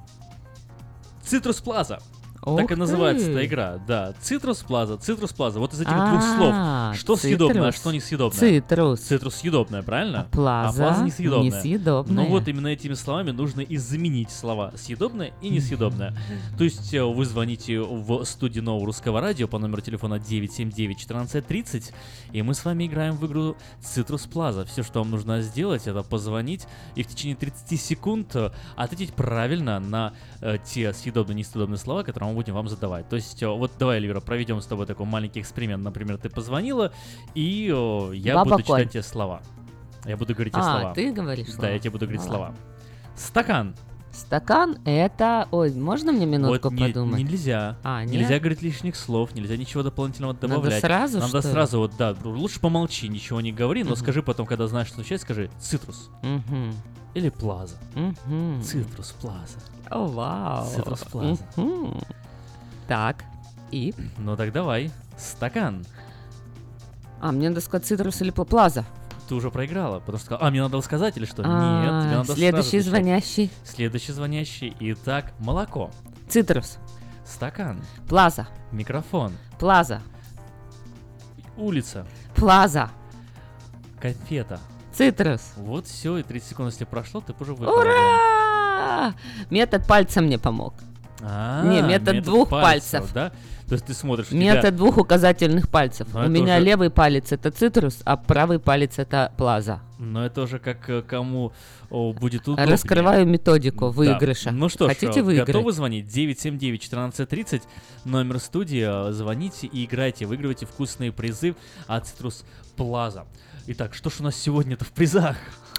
Citrus Plaza. Так и называется эта игра, да. Citrus Plaza. Вот из этих двух слов. Что съедобное, а что несъедобное? Citrus съедобное, правильно? А Plaza несъедобное. Ну вот именно этими словами нужно и заменить слова съедобное и несъедобное. То есть вы звоните в студию Нового Русского радио по номеру телефона 979-1430, и мы с вами играем в игру Citrus Plaza. Все, что вам нужно сделать, это позвонить и в течение 30 секунд ответить правильно на те съедобные и несъедобные слова, которые мы будем вам задавать. То есть, вот давай, Эльвира, проведем с тобой такой маленький эксперимент. Например, ты позвонила, и я буду читать тебе слова. Я буду говорить слова. ты говоришь Да, слова. я тебе буду говорить Ну, слова. ладно. Стакан. Стакан это... Ой, можно мне минутку Вот подумать? нельзя. нет? Нельзя говорить лишних слов, нельзя ничего дополнительного Надо добавлять. сразу, Надо что ли? сразу, вот, да. Лучше помолчи, ничего не говори, но скажи потом, когда знаешь, что отвечать, скажи цитрус. Мгм. Или плаза. Мгм. Цитрус плаза. О, вау. Цитрус плаза. Мгм. Так, и? Ну так давай. Стакан. Мне надо сказать цитрус или плаза? Ты уже проиграла, потому что сказала, мне надо сказать или что? Нет, тебе надо Следующий сразу отвечать. звонящий. Следующий звонящий. Итак, молоко. Цитрус. Стакан. Плаза. Микрофон. Плаза. Улица. Плаза. Конфета. Цитрус. Вот все, и 30 секунд, если прошло, ты уже выиграл. Ура! Метод пальца мне помог. Не, метод двух пальцев. Да? То есть ты смотришь, у Метод тебя... двух указательных пальцев. Но У это меня уже- левый палец это цитрус, а правый палец это плаза. Но это уже как кому будет удобнее. Раскрываю методику выигрыша. Да. Ну что ж, Хотите выиграть? готовы звонить? 979-1430, номер студии. Звоните и играйте, выигрывайте вкусные призы от Citrus Plaza. Итак, что ж у нас сегодня-то в призах?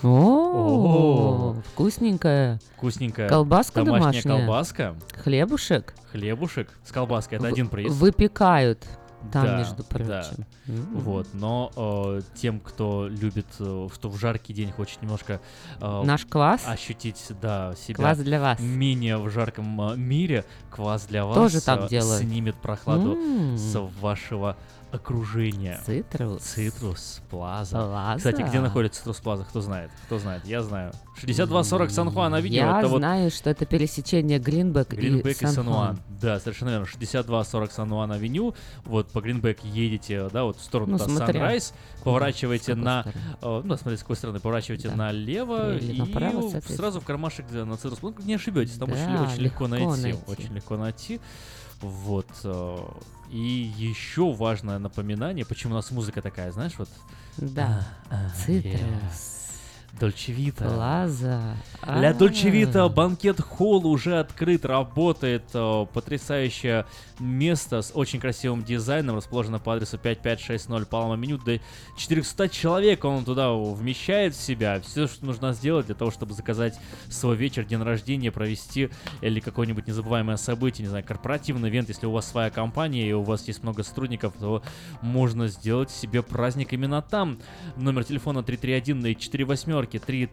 О, вкусненькая. Вкусненькая. Колбаска домашняя домашняя. колбаска. Хлебушек. Хлебушек с колбаской. Это один приз. Выпекают там, Да, между прочим. да. Вот, но тем, кто любит, что в жаркий день хочет немножко Наш квас? ощутить, да, себя Квас для вас. менее в жарком мире, квас для вас Тоже так делают. снимет прохладу М. с вашего окружения. Цитрус. Citrus Plaza. Plaza. Кстати, где находится Citrus Plaza? Кто знает? Кто знает? Я знаю. 6240 Сан-Хуан-Авеню. Я это вот знаю, что это пересечение Гринбек Гринбек и Сан-Хуан. Сан-Хуан. Да, совершенно верно. 6240 Сан-Хуан-Авеню. Вот по Гринбек едете, да, вот в сторону Ну, смотря. Санрайз. Поворачиваете С какой на... стороны? ну, смотрите, с какой стороны. Поворачиваете налево Или и направо, соответственно. сразу в кармашек на Citrus Plaza. Не ошибетесь, там Да, очень легко найти. найти. Очень легко найти. Вот. И еще важное напоминание, почему у нас музыка такая, знаешь, вот... Да. Цитрус. Дольче Вита. Плаза. Ля Дольче Вита банкет-холл уже открыт, работает. Потрясающее место с очень красивым дизайном, расположено по адресу 5560 Палма Меню. До 400 человек он туда вмещает в себя. Все, что нужно сделать для того, чтобы заказать свой вечер, день рождения, провести или какое-нибудь незабываемое событие, не знаю, корпоративный ивент. Если у вас своя компания и у вас есть много сотрудников, то можно сделать себе праздник именно там. Номер телефона 331-48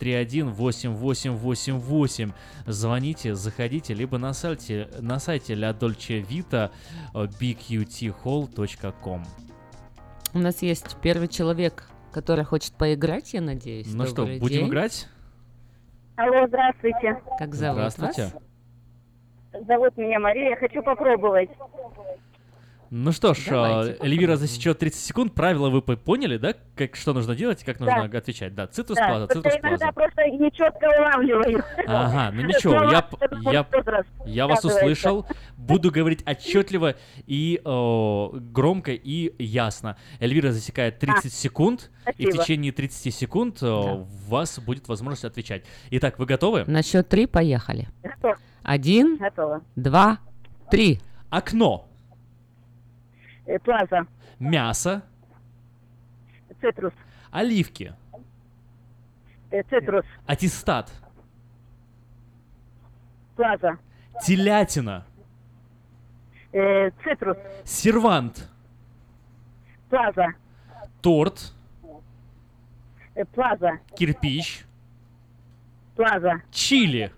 331-8888. Звоните, заходите, либо на сайте La Dolce Vita bqthall.com. У нас есть первый человек, который хочет поиграть, я надеюсь. Ну что, Добрый будем день. играть? Алло, здравствуйте. Как зовут Здравствуйте. вас? Зовут меня Мария, хочу попробовать. Ну что ж, Давайте. Эльвира засечет 30 секунд. Правила вы поняли, да? Что нужно делать и как нужно отвечать? Да, Citrus Plaza, просто Citrus иногда Plaza. просто нечетко вылавливаю. Ага, ну ничего, я вас услышал. Буду говорить отчетливо и громко и ясно. Эльвира засекает 30 секунд, и в спасибо. течение 30 секунд у вас будет возможность отвечать. Итак, вы готовы? На счет 3 поехали. Готов. 1, Готово. 2, 3. Окно. Плаза. Мясо. Цитрус. Оливки. Цитрус. Аттестат. Плаза. Телятина. Цитрус. Сервант. Плаза. Торт. Плаза. Кирпич. Плаза. Чили.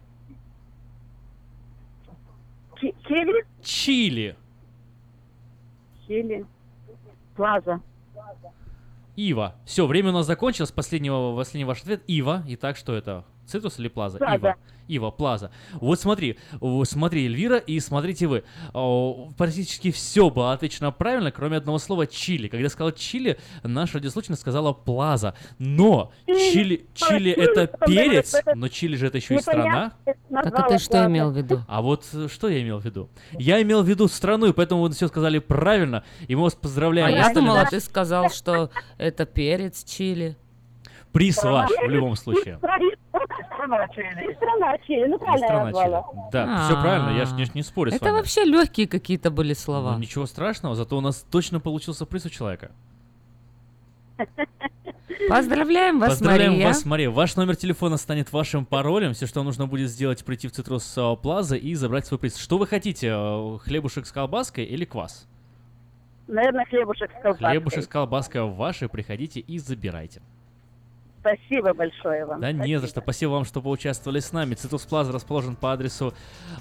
Чили. Чили. Чили. Плаза. Ива. Все, время у нас закончилось. Последний ваш ответ. Ива. Итак, что это? Цитрус или Плаза? Плаза. Ива. Ива, Плаза. Вот смотри, Эльвира, и смотрите вы. Практически все было отвечено правильно, кроме одного слова чили. Когда я сказала чили, наша радиослушательница сказала Плаза. Но чили это перец, но чили же это еще и страна. Так а ты что имел в виду? А вот что я имел в виду? Я имел в виду страну, и поэтому вы все сказали правильно, и мы вас поздравляем. А Вы я стали думала, наш- ты сказал, что это перец чили. Приз ваш в любом случае. Страна Чили. Ну, правильно я Страна назвала. Чили. Да, все правильно, я же не спорю с Это вами. вообще легкие какие-то были слова. Ну, ничего страшного, зато у нас точно получился приз у человека. Поздравляем вас, Поздравляем Мария. вас, Мария. Ваш номер телефона станет вашим паролем. Все, что вам нужно будет сделать, прийти в Цитрус Плаза и забрать свой приз. Что вы хотите? Хлебушек с колбаской или квас? Наверное, хлебушек с колбаской. Хлебушек с колбаской ваши. Приходите и забирайте. Спасибо большое вам. Да не за что. Спасибо вам, что поучаствовали с нами. Цитрус Плаза расположен по адресу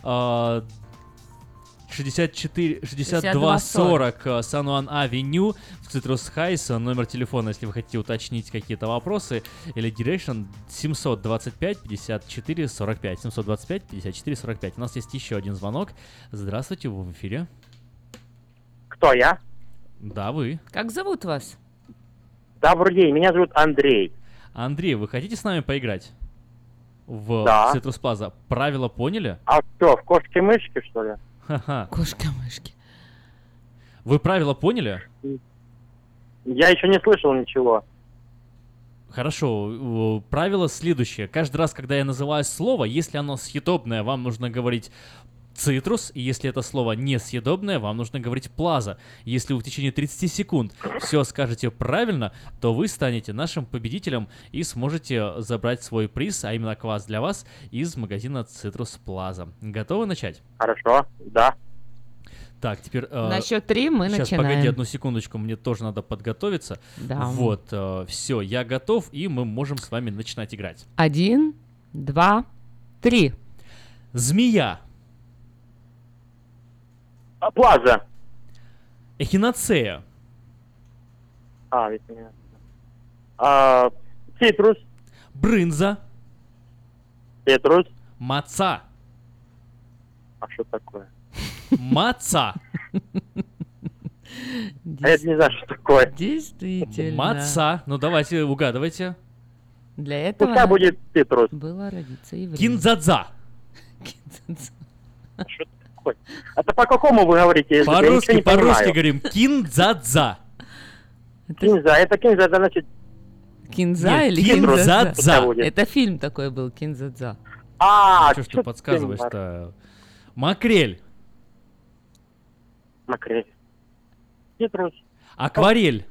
6240 Сан-Уан-Авеню в Цитрус Хайс. Номер телефона, если вы хотите уточнить какие-то вопросы, или Direction 725-54-45. 725-54-45. У нас есть еще один звонок. Здравствуйте, вы в эфире. Кто я? Да, вы. Как зовут вас? Добрый день, меня зовут Андрей. Андрей, вы хотите с нами поиграть в Да. Цитрус Плаза? Правила поняли? А что, в кошки-мышки, что ли? Ха-ха. Кошка-мышки. Вы правила поняли? Я еще не слышал ничего. Хорошо. Правило следующее. Каждый раз, когда я называю слово, если оно съедобное, вам нужно говорить цитрус, и если это слово несъедобное, вам нужно говорить плаза. Если вы в течение 30 секунд все скажете правильно, то вы станете нашим победителем и сможете забрать свой приз, а именно квас для вас, из магазина Цитрус Плаза. Готовы начать? Хорошо, да. Так, теперь... На счет 3 мы сейчас, начинаем. Погоди одну секундочку, мне тоже надо подготовиться. Да. Вот, все, я готов, и мы можем с вами начинать играть. 1, 2, 3. Змея. Плаза. Эхиноцея. Ведь меня... Цитрус. Брынза. Цитрус. Маца. А что такое? Маца. Я не знаю, что такое. Действительно. Маца. Ну давайте, угадывайте. Для этого Пускай будет цитрус. было родиться евреем. Кинзадза. Что такое? Это по какому вы говорите языку? Я ничего не По-русски понимаю. говорим кинзадза. Кинза. Это кинза, это значит... Кинза Нет, или кинзадза. кинзадза? Это фильм такой был, Кинзадза. Что ж ты подсказываешь-то? Макрель. Макрель. Цитрус. Акварель.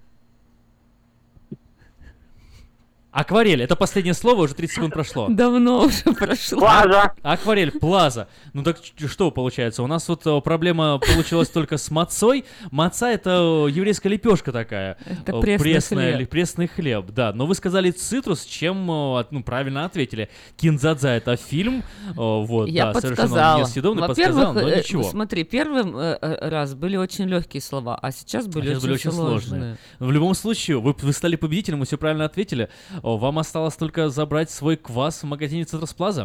Акварель, это последнее слово, уже 30 секунд прошло. Давно уже прошло. Плаза. Акварель, плаза. Ну так что получается? У нас вот проблема получилась только с мацой. Маца — это еврейская лепешка такая. Это пресный хлеб. Пресный хлеб, да. Но вы сказали цитрус, чем правильно ответили. Кинзадза — это фильм. Вот, Я да, подсказала. несъедобный, подсказал, но ничего. Смотри, первым раз были очень легкие слова, а сейчас были очень сложные. В любом случае, вы стали победителем, вы все правильно ответили. Вам осталось только забрать свой квас в магазине Цитрус Плаза.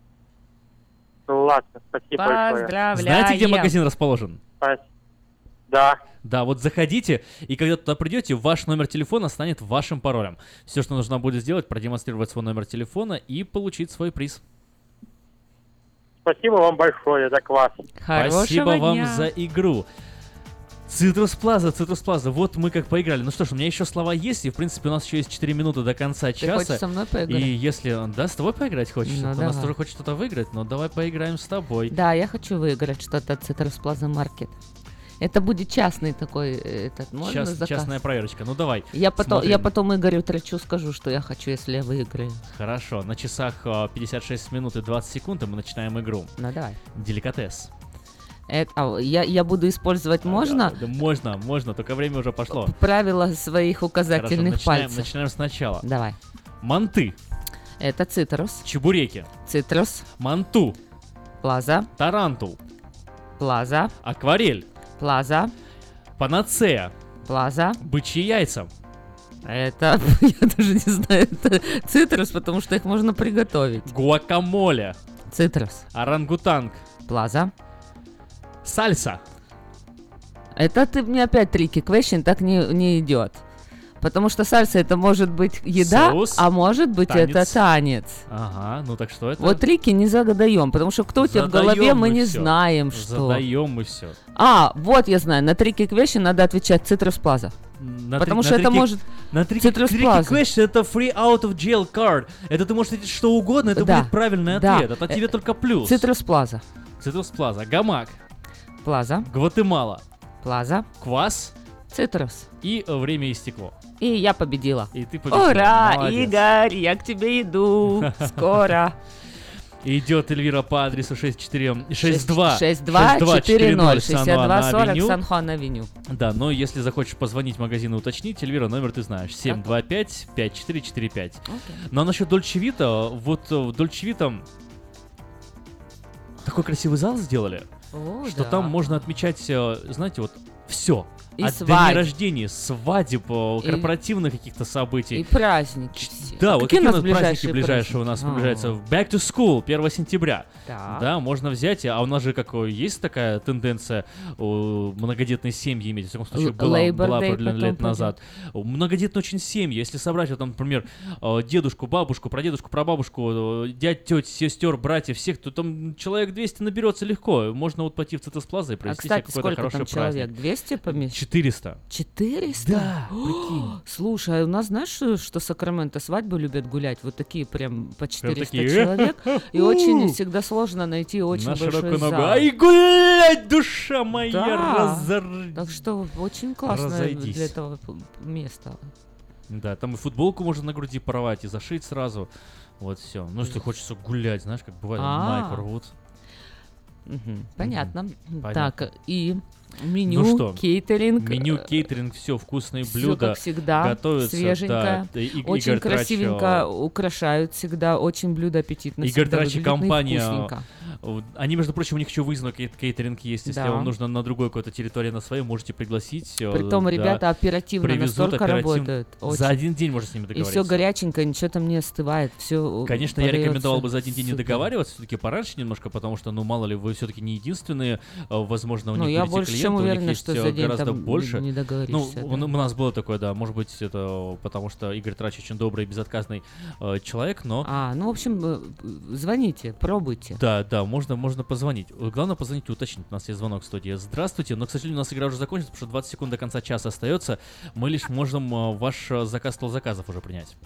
Ладно, спасибо большое. Поздравляем. Знаете, где магазин расположен? Да. Да, вот заходите, и когда туда придете, ваш номер телефона станет вашим паролем. Все, что нужно будет сделать, продемонстрировать свой номер телефона и получить свой приз. Спасибо вам большое за квас. Спасибо вам за игру. Цитрус Плаза, вот мы как поиграли. Ну что ж, у меня еще слова есть, и в принципе у нас еще есть 4 минуты до конца часа. Ты хочешь со мной поиграть? И если... Да, с тобой поиграть хочешь? Ну, Ты нас тоже хочешь что-то выиграть, но давай поиграем с тобой. Да, я хочу выиграть что-то от Цитрус Плаза Маркет. Это будет частный такой, можно заказ? Частная проверочка, ну давай. Я потом Игорю Трачу скажу, что я хочу, если я выиграю. Хорошо, на часах 56 минут и 20 секунд, и мы начинаем игру. Ну давай. Деликатес. Я буду использовать можно? Да, можно, только время уже пошло. Правила своих указательных пальцев. Начинаем сначала. Давай. Манты. Это цитрус. Чебуреки. Цитрус. Манту. Плаза. Тарантул. Плаза. Акварель. Плаза. Панацея. Плаза. Бычьи яйца. Это, я даже не знаю, это цитрус, потому что их можно приготовить. Гуакамоле. Цитрус. Орангутанг. Плаза. Сальса. Это ты мне опять трики question, так не идет. Потому что сальса это может быть еда, соус, а может быть танец. Это танец. Ага, ну так что это? Вот трики не загадаем, потому что кто у тебя в голове, мы не знаем, что. Задаем мы все. Вот я знаю, на трики question надо отвечать Цитрус Плаза. Потому что это может... На трики question это free out of jail card. Это ты можешь ответить что угодно, это будет правильный ответ. Это тебе только плюс. Цитрус Плаза. Цитрус Плаза. Гамак. Плаза. Гватемала. Плаза. Квас. Цитрус. И время истекло. И я победила. И ты победила. Ура, Молодец. Игорь, я к тебе иду. Скоро. Идет Эльвира по адресу 6240 Сан-Хуан-Авеню. Да, но если захочешь позвонить в магазин и уточнить, Эльвира, номер ты знаешь. 725-5445. Ну а насчет Дольче Вита, вот в Дольче Вита такой красивый зал сделали, что там можно отмечать, знаете, вот все. И от дней рождения, свадеб, корпоративных каких-то событий. И праздники. Да, вот какие у нас праздники ближайшие у нас приближаются. Back to School, 1 сентября. Да. Да, можно взять, а у нас же есть такая тенденция многодетные семьи иметь, в всяком случае, была определенные лет назад. Многодетные очень семьи, если собрать, вот, там, например, дедушку, бабушку, прадедушку, прабабушку, дядь, теть, сестер, братьев, всех, то там человек 200 наберется легко. Можно вот пойти в ЦТС Плаза и провести себе какой-то хороший праздник. Человек? 200 поместится? 400. 400? Да, прикинь. Слушай, у нас, знаешь, что Сакраменто свадьбы любят гулять? Вот такие прям по 400 такие. человек. И очень всегда сложно найти очень большой зал. Ай, гулять, душа моя, да. Так что очень классное для этого место. Да, там и футболку можно на груди порвать и зашить сразу. Вот все. Ну, если хочется гулять, знаешь, как бывает, майку рвут. Понятно. Понятно. Так, и меню, ну что, кейтеринг. Меню, кейтеринг, все, вкусные всё, блюда. Как всегда, готовятся, свеженько, да, очень Игорь красивенько украшают всегда, очень блюдо аппетитно. Игорь Трач и компания, вкусненько. они, между прочим, у них еще выездной кейтеринг есть, если Да. вам нужно на другой какой-то территории, на своей, можете пригласить. Притом да, ребята оперативно привезут, настолько работают. Очень. За один день можно с ними договориться. И все горяченько, ничего там не остывает, все. Конечно, я рекомендовал бы за один день не договариваться, все-таки пораньше немножко, потому что, ну, мало ли, вы все-таки не единственные, возможно, у них я будете больше клиенты, чем у них уверена, есть что за день гораздо там больше. Не договоришься. Ну, у нас было такое, да, может быть, это потому что Игорь Трач очень добрый и безотказный человек, но... Ну, в общем, звоните, пробуйте. Да, можно позвонить. Главное позвонить и уточнить. У нас есть звонок в студии. Здравствуйте, но, к сожалению, у нас игра уже закончится, потому что 20 секунд до конца часа остается. Мы лишь можем ваш заказ, стол заказов уже принять.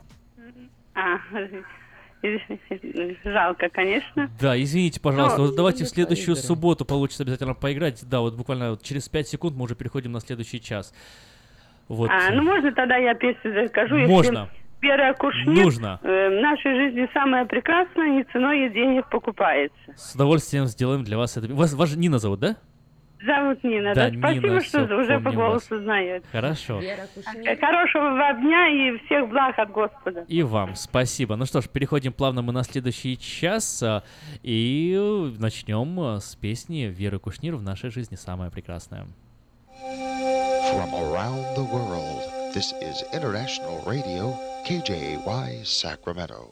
Жалко, конечно. Да, извините, пожалуйста. Вот давайте в следующую субботу получится обязательно поиграть. Да, вот буквально через 5 секунд мы уже переходим на следующий час. Вот. Ну можно тогда я песню закажу? Можно. Вера Кушнир. Нужно. В нашей жизни самое прекрасное, не ценой денег покупается. С удовольствием сделаем для вас это. Вас же Нина зовут, да? Зовут Нина, да. Спасибо, Нина, что всё, уже по помним голосу вас. знаете. Хорошо. Хорошего вам дня и всех благ от Господа. И вам спасибо. Ну что ж, переходим плавно мы на следующий час и начнем с песни Веры Кушнир «В нашей жизни самое прекрасное». From around the world, this is International Radio, KJY, Sacramento.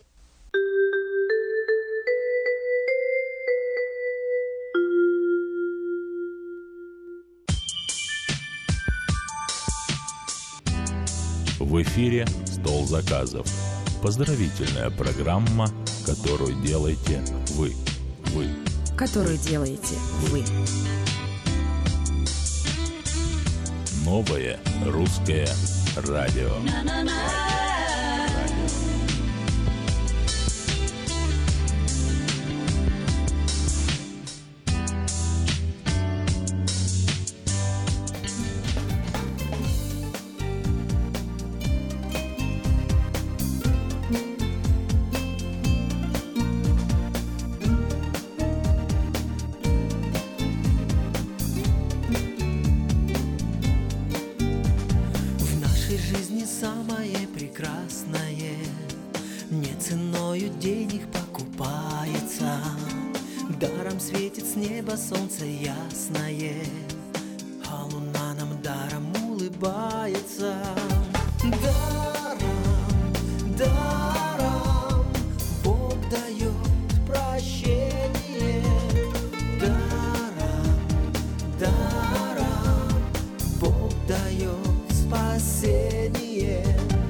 В эфире «Стол заказов». Поздравительная программа, которую делаете вы. Которую делаете вы. Новое русское радио. Солнце ясное, а луна нам даром улыбается. Даром Бог дает прощение. Даром Бог дает спасение.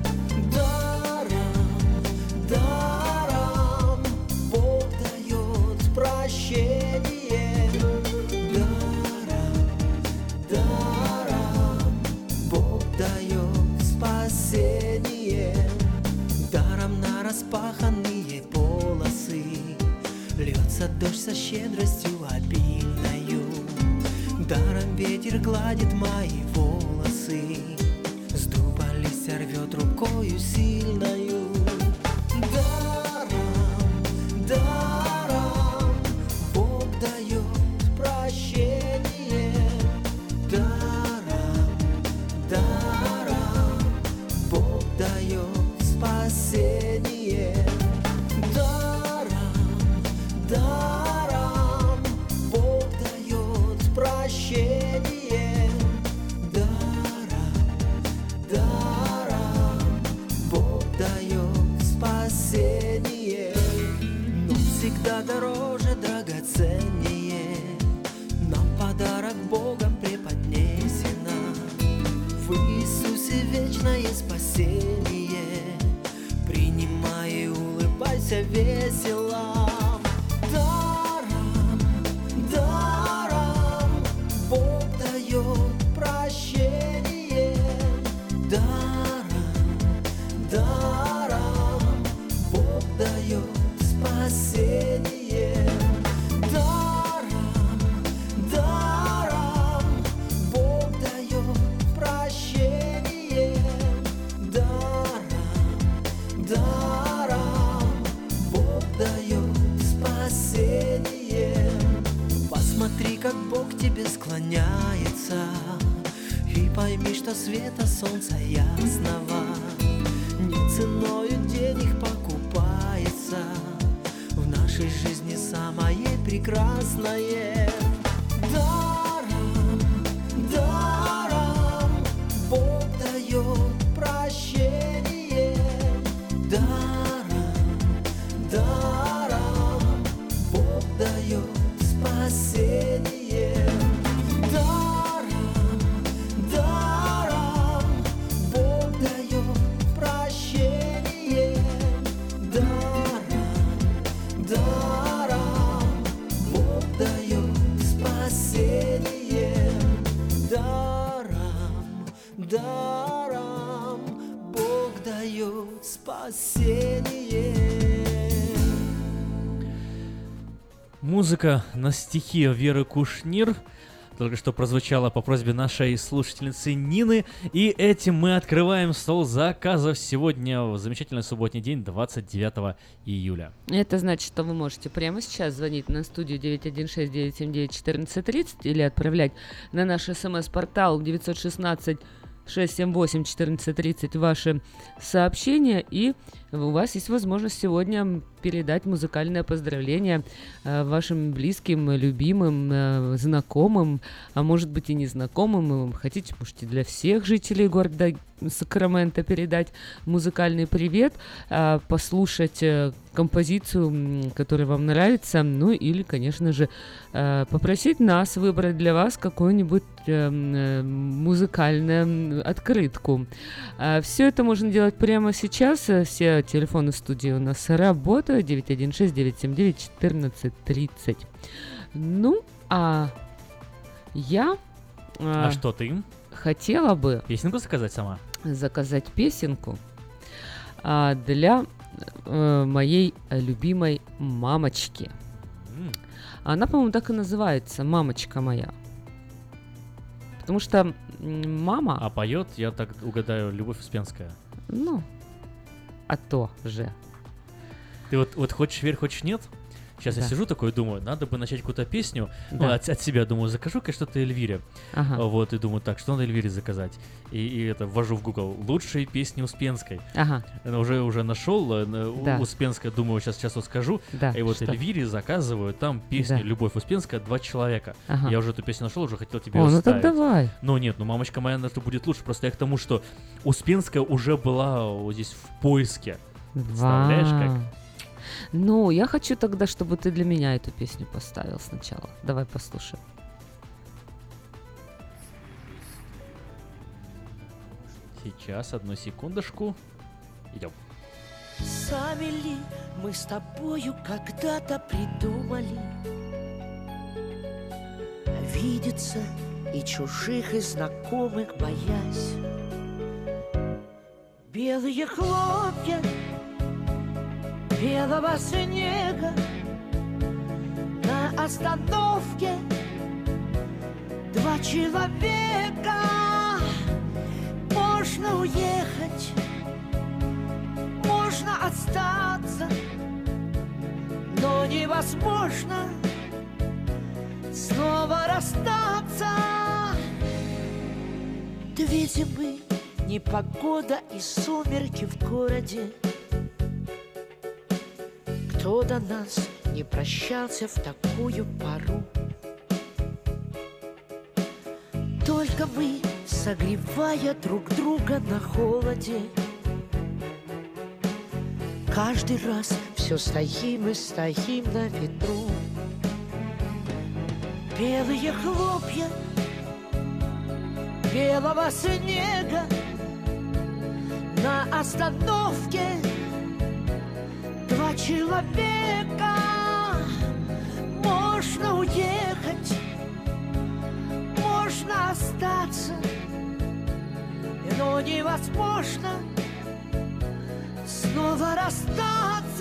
Даром Бог дает прощение. Распаханные полосы, льется дождь со щедростью обильною. Даром ветер гладит мои волосы. волосы. С дуба листья рвет рукою сильною. Даром Бог дает прощение. Даром Бог дает спасение. Даром Бог дает прощение. Даром Бог дает спасение. Но всегда дороже, драгоценнее нам подарок Богом преподнесено. В Иисусе вечное спасение. Принимай и улыбайся весело. Даром Бог дает прощение. Даром Бог дает спасение. Даром Бог дает прощение. Даром Бог дает спасение. Посмотри, как Бог тебе склоняется, и пойми, что света солнца ясного не ценою денег покупается. В нашей жизни самое прекрасное. Даром Бог дает прощение. Даром Бог дает спасение. Даром Бог дает прощение. Даром Бог дает спасение. Даром Бог дает спасение. Музыка на стихи Веры Кушнир только что прозвучала по просьбе нашей слушательницы Нины. И этим мы открываем стол заказов сегодня, в замечательный субботний день, 29 июля. Это значит, что вы можете прямо сейчас звонить на студию 916-979-1430 или отправлять на наш смс-портал 916-678-1430 ваши сообщения, и у вас есть возможность сегодня передать музыкальное поздравление вашим близким, любимым, знакомым, а может быть и незнакомым. Хотите, можете для всех жителей города Сакраменто передать музыкальный привет, послушать композицию, которая вам нравится, ну или, конечно же, попросить нас выбрать для вас какую-нибудь музыкальную открытку. Все это можно делать прямо сейчас. Все телефоны студии у нас работают. 916-979-1430. Ну, а я... А что ты? Хотела бы... Песенку заказать сама? Заказать песенку для моей любимой мамочки. Она, по-моему, так и называется, «Мамочка моя». Потому что мама... А поет, я так угадаю, Любовь Успенская. Ну, а то же. Ты вот хочешь верь, хочешь нет? Сейчас я сижу такой, думаю, надо бы начать какую-то песню, от себя, думаю, закажу-ка что-то Эльвире. Вот, и думаю, так, что надо Эльвире заказать? И это ввожу в Google, лучшие песни Успенской. Уже нашел Успенская, думаю, сейчас вот скажу. И вот Эльвире заказываю, там песню «Любовь Успенская», 2 человека. Я уже эту песню нашел, уже хотел тебе ее ставить. Ну так давай. Но нет, «Мамочка моя», это будет лучше, просто я к тому, что Успенская уже была вот здесь в поиске. Представляешь, как? Ну, я хочу тогда, чтобы ты для меня эту песню поставил сначала. Давай послушаем. Сейчас, одну секундочку. Идем. Сами ли мы с тобою когда-то придумали видеться и чужих, и знакомых боясь? Белые хлопья белого снега на остановке 2 человека Можно уехать, можно остаться, но невозможно снова расстаться. Две зимы, непогода и сумерки в городе. Кто до нас не прощался в такую пору? Только мы, согревая друг друга на холоде, каждый раз все стоим и стоим на ветру. Белые хлопья белого снега на остановке. Два человека. Можно уехать, можно остаться, но невозможно снова расстаться.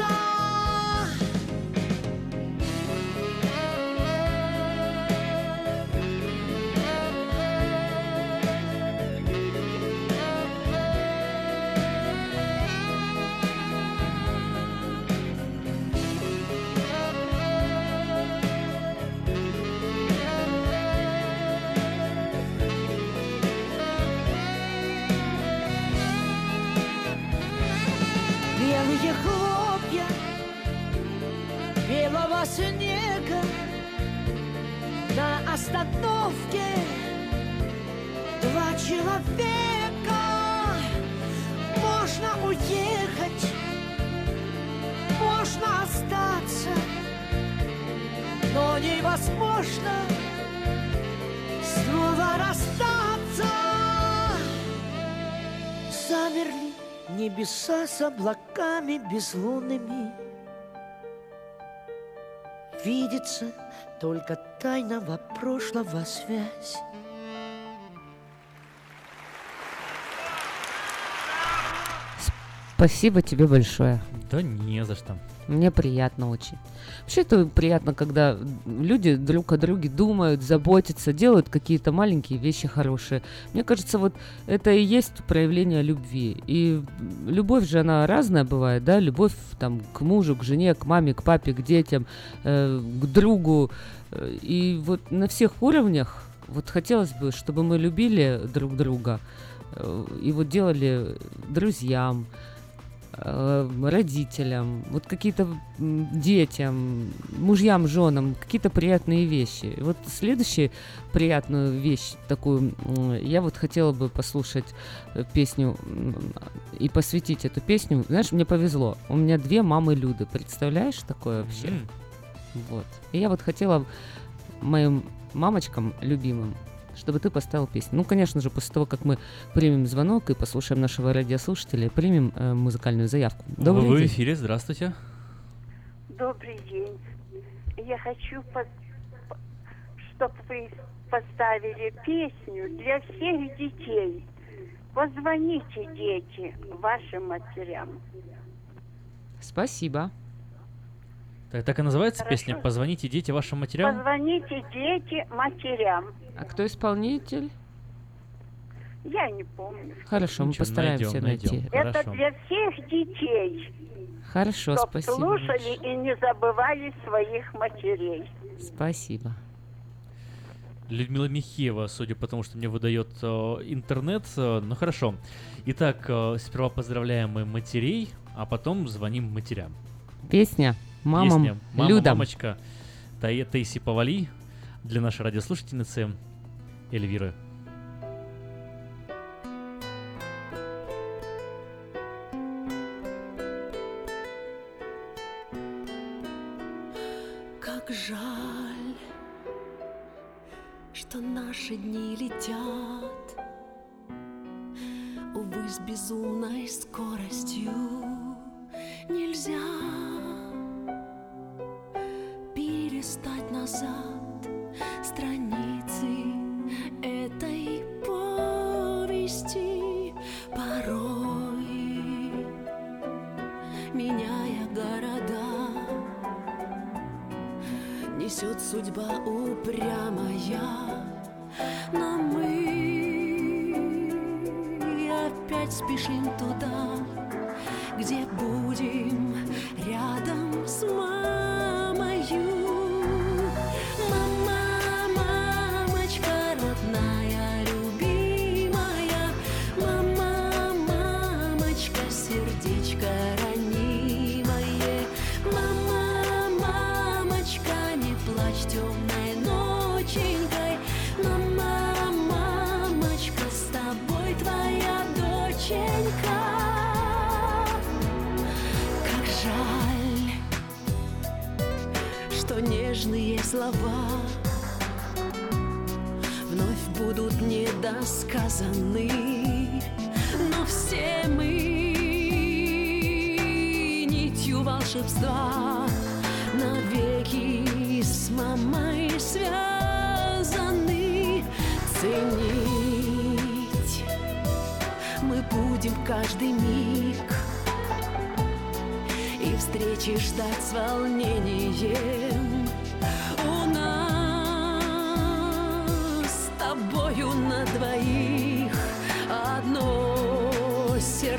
Белые хлопья белого снега на остановке. Два человека. Можно уехать, можно остаться, но невозможно снова расстаться. Замерли небеса с облаками безлунными. Видится только тайного прошлого связь. Спасибо тебе большое. Да не за что. Мне приятно очень. Вообще это приятно, когда люди друг о друге думают, заботятся, делают какие-то маленькие вещи хорошие. Мне кажется, вот это и есть проявление любви. И любовь же, она разная бывает, да? Любовь там к мужу, к жене, к маме, к папе, к детям, к другу. И вот на всех уровнях вот хотелось бы, чтобы мы любили друг друга. И вот делали друзьям, родителям, вот какие-то детям, мужьям, женам, какие-то приятные вещи. И вот следующую приятную вещь такую, я вот хотела бы послушать песню и посвятить эту песню. Знаешь, мне повезло. У меня две мамы Люды. Представляешь такое вообще? Вот. И я вот хотела моим мамочкам любимым, чтобы ты поставил песню. Ну, конечно же, после того, как мы примем звонок и послушаем нашего радиослушателя, примем музыкальную заявку. Добрый день. Вы в эфире, здравствуйте. Добрый день. Я хочу, чтобы вы поставили песню для всех детей. Позвоните, дети, вашим матерям. Спасибо. Так и называется Хорошо. песня «Позвоните, дети, вашим матерям»? Позвоните, дети, матерям. А кто исполнитель? Я не помню. Хорошо, мы постараемся найти. Это Хорошо. для всех детей. Хорошо, Чтоб спасибо. слушали и не забывали своих матерей. Спасибо. Людмила Михеева, судя по тому, что мне выдает интернет. Ну хорошо. Итак, сперва поздравляем мы матерей, а потом звоним матерям. Песня «Мамам, Песня «Мама, Людам». мамочка» Таиси Повали для нашей радиослушательницы Эльвиры. Как жаль, что наши дни летят, увы, с безумной скоростью. Нельзя перелистать назад страницы этой повести, порой меняя города, несет судьба упрямая, но мы опять опять спешим туда, где будем рядом с мамою. Мама, мамочка родная, любимая, мама, мамочка, сердечко ранимое, мама, мамочка, не плачь темной ноченькой, мама, мамочка, с тобой твоя доченька. Как жаль, что нежные слова вновь будут недосказаны, но все мы нитью волшебства навеки с мамой связаны. Ценить мы будем каждый миг и встречи ждать с волнением. У нас с тобою на двоих одно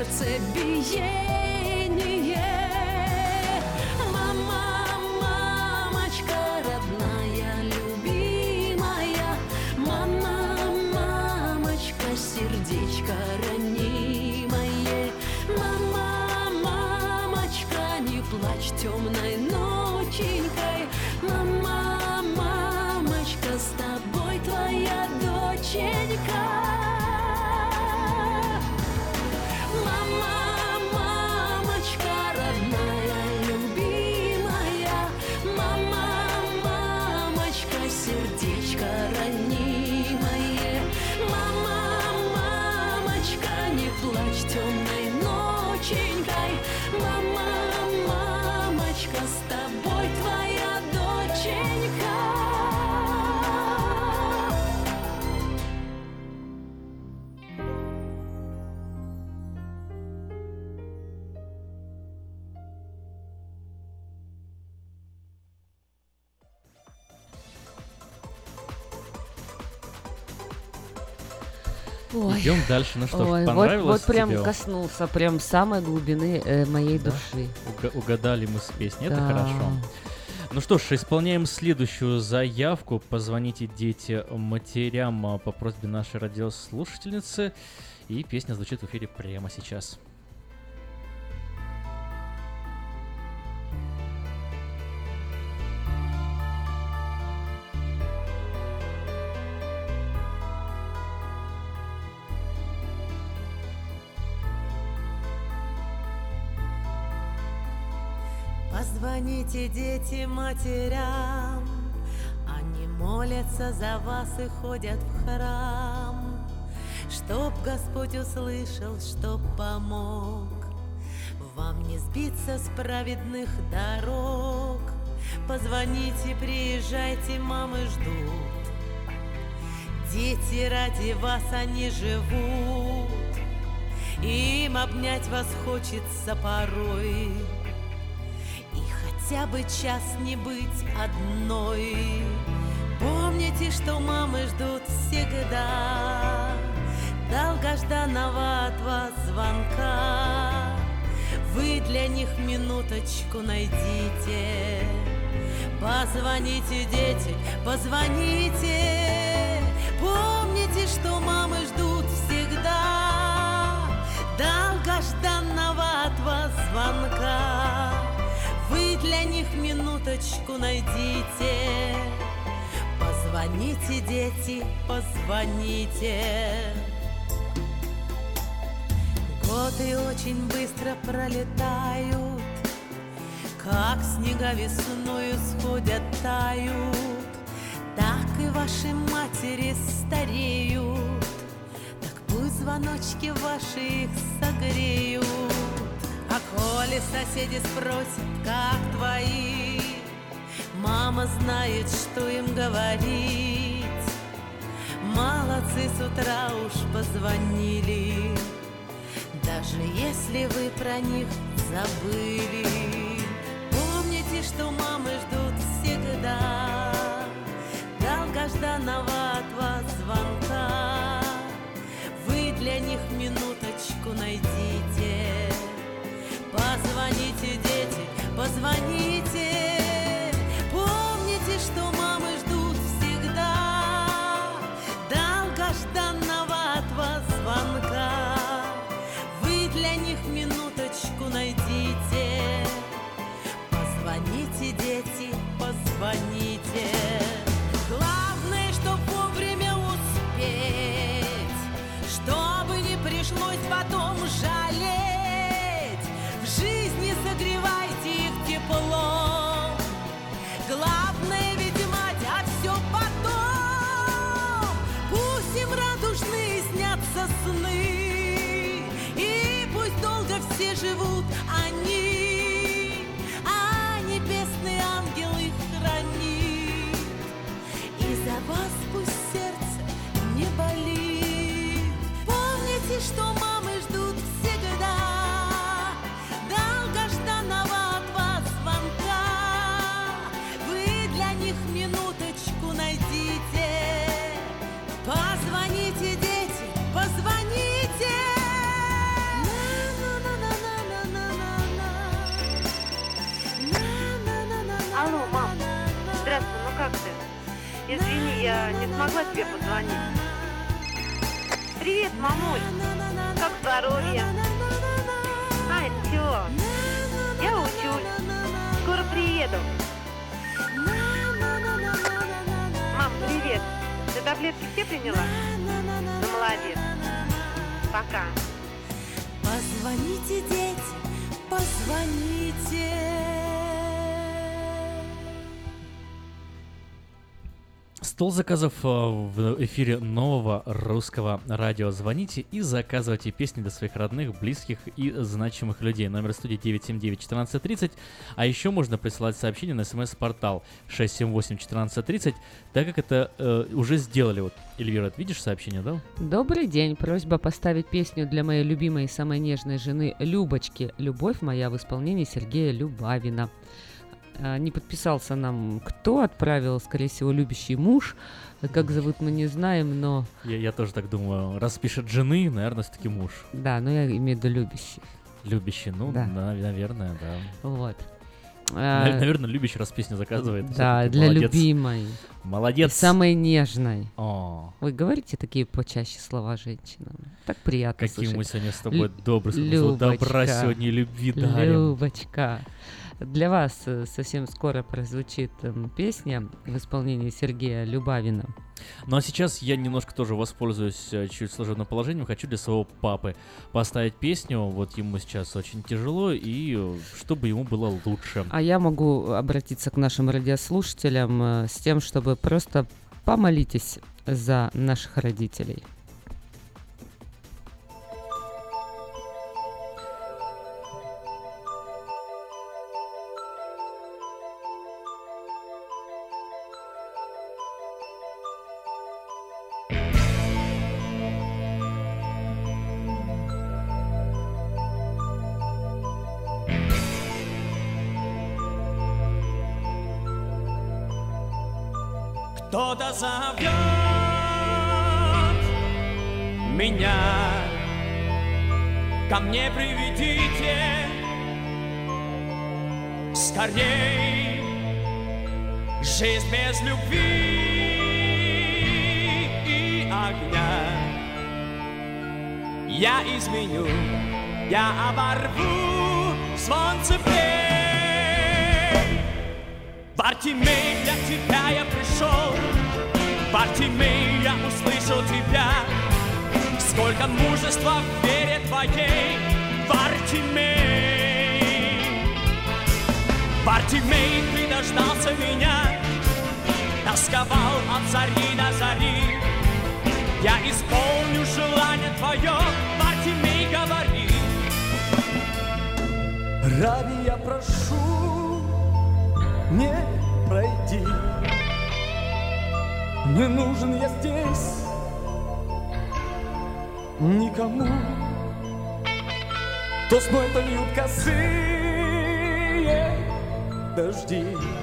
сердцебиение. Мама, мамочка родная, любимая, мама, мамочка, сердечко ранимое, мама, мамочка, не плачь темной ноченькой, мама, мамочка, с тобой твоя доченька. Мама, мамочка родная, любимая, мама, мамочка, сердечко ранимое, мама, мамочка, не плачь темной ноченькой, мама, мамочка, с тобой твоя доченька. Ой. Идем дальше. Ну что ж, Ой, понравилось вот прям тебе? коснулся прям самой глубины моей Да? души. Угадали мы с песней, это Да. хорошо. Ну что ж, исполняем следующую заявку. Позвоните, дети, матерям по просьбе нашей радиослушательницы. И песня звучит в эфире прямо сейчас. Позвоните, дети, матерям, они молятся за вас и ходят в храм, чтоб Господь услышал, чтоб помог вам не сбиться с праведных дорог. Позвоните, приезжайте, мамы ждут, дети ради вас они живут, им обнять вас хочется порой. Хотя бы час не быть одной. Помните, что мамы ждут всегда долгожданного от вас звонка. Вы для них минуточку найдите. Позвоните, дети, позвоните. Помните, что мамы ждут всегда долгожданного от вас звонка. Вы для них минуточку найдите. Позвоните, дети, позвоните. Годы очень быстро пролетают, как снега весною сходят, тают, так и ваши матери стареют, так пусть звоночки ваши их согреют. А коли соседи спросят, как твои, мама знает, что им говорить. Молодцы, с утра уж позвонили, даже если вы про них забыли. Помните, что мамы ждут всегда долгожданного от вас звонка. Вы для них минуточку найдите. Извини, я не смогла тебе позвонить. Привет, мамуль. Как здоровье? Ай, все. Я учусь. Скоро приеду. Мам, привет. Ты таблетки все приняла? Ну, молодец. Пока. Позвоните, дети, позвоните. Стол заказов в эфире нового русского радио. Звоните и заказывайте песни для своих родных, близких и значимых людей. Номер студии 979-1430. А еще можно присылать сообщения на смс-портал 678-1430, так как это уже сделали. Вот, Эльвира, ты видишь сообщение, да? Добрый день. Просьба поставить песню для моей любимой и самой нежной жены Любочки «Любовь моя» в исполнении Сергея Любавина. Не подписался нам, кто отправил, скорее всего, любящий муж. Как зовут, мы не знаем, но... Я тоже так думаю. Раз пишет жены, наверное, все-таки муж. Да, но я имею в виду любящий. Любящий, ну, да. Наверное, да. Вот. Наверное, любящий, раз песню заказывает. Да, для молодец. Любимой. Молодец. И самой нежной. О. Вы говорите такие почаще слова женщинам? Так приятно Какие слушать. мы сегодня с тобой добрые. Добра сегодня и любви дарим. Любочка. Для вас совсем скоро прозвучит песня в исполнении Сергея Любавина. Ну а сейчас я немножко тоже воспользуюсь чуть служебным положением. Хочу для своего папы поставить песню. Вот ему сейчас очень тяжело, и чтобы ему было лучше. А я могу обратиться к нашим радиослушателям с тем, чтобы просто помолитесь за наших родителей. Кто-то зовет меня, ко мне приведите скорей. Жизнь без любви и огня я изменю, я оборву звон цепей. Бартимей, для тебя я пришел, Бартимей, я услышал тебя. Сколько мужества в вере твоей, Бартимей. Бартимей, ты дождался меня, тосковал от зари до зари. Я исполню желание твое, Бартимей, говори. Раби, я прошу, не пройди. Не нужен я здесь никому. То сной, то льют косые дожди.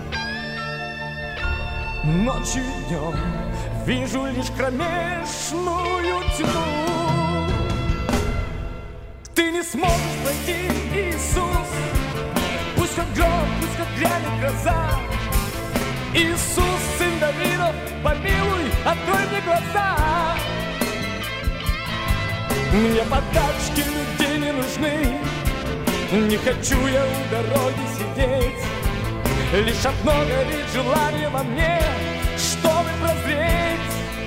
Ночью и днем вижу лишь кромешную тьму. Ты не сможешь пройти, Иисус. Пусть как гром, пусть как грянет гроза. Иисус, сын Давидов, помилуй, открой мне глаза. Мне подачки людей не нужны. Не хочу я у дороги сидеть. Лишь одно горит желание во мне, чтобы прозреть.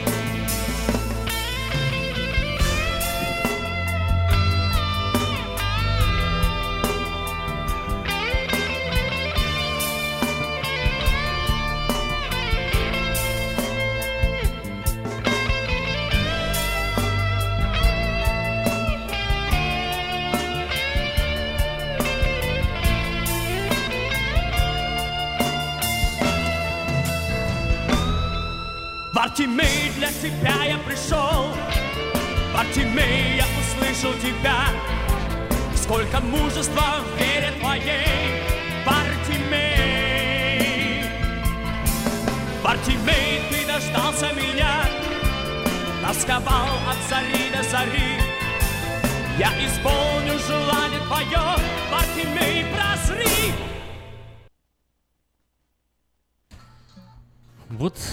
Бартимей, для тебя я пришел, Бартимей, я услышал тебя. Сколько мужества в вере твоей, Бартимей. Бартимей, ты дождался меня, тосковал от зари до зари. Я исполню желание твое, Бартимей, прозри. Вот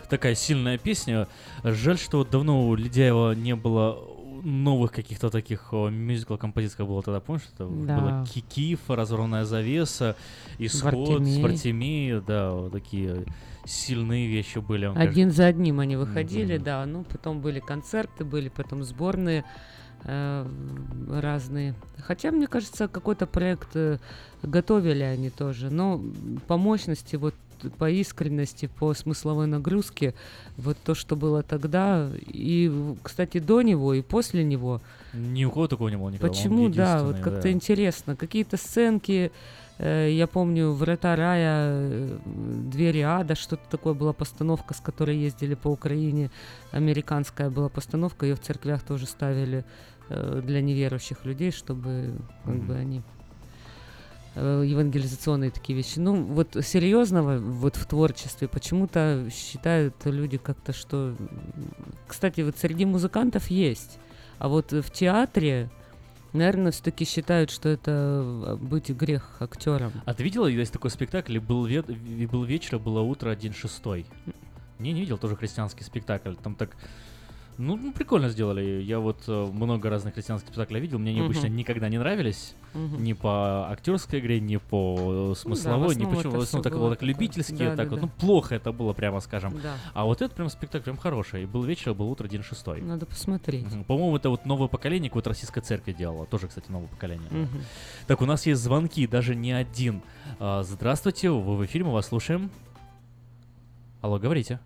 такая сильная песня. Жаль, что вот давно у Ледяева не было новых каких-то таких мюзикл-композиций, как было тогда, помнишь? Это было Кикиф, Разорванная завеса, Исход, Бартимей, да, вот такие сильные вещи были. Один за одним они выходили, да, ну потом были концерты, были потом сборные разные. Хотя, мне кажется, какой-то проект готовили они тоже, но по мощности, вот по искренности, по смысловой нагрузке, вот то, что было тогда, и, кстати, до него и после него. Ни у кого такого не было никогда. Почему, да, вот как-то интересно. Какие-то сценки, я помню, «Врата рая», «Двери ада», что-то такое была постановка, с которой ездили по Украине, американская была постановка, ее в церквях тоже ставили для неверующих людей, чтобы как бы они... евангелизационные такие вещи. Ну, вот серьезного вот в творчестве почему-то считают люди как-то, что... Кстати, вот среди музыкантов есть, а вот в театре, наверное, все-таки считают, что это быть грех актером. А ты видела, есть такой спектакль «Был вечер, было утро, 1/6»? Не видел, тоже христианский спектакль. Там так... Ну, прикольно сделали. Я вот много разных христианских спектаклей видел. Мне они обычно никогда не нравились. Ни по актерской игре, ни по смысловой, ни почему. В основном так было так любительски. Да, так вот. Ну, плохо это было, прямо скажем. Да. А вот этот прям спектакль прям хороший. «Был вечер, был утро, 1/6». Надо посмотреть. По-моему, это вот новое поколение, какое-то российская церковь делала. Тоже, кстати, новое поколение. Так, у нас есть звонки, даже не один. Здравствуйте, вы в эфире, мы вас слушаем. Алло, говорите.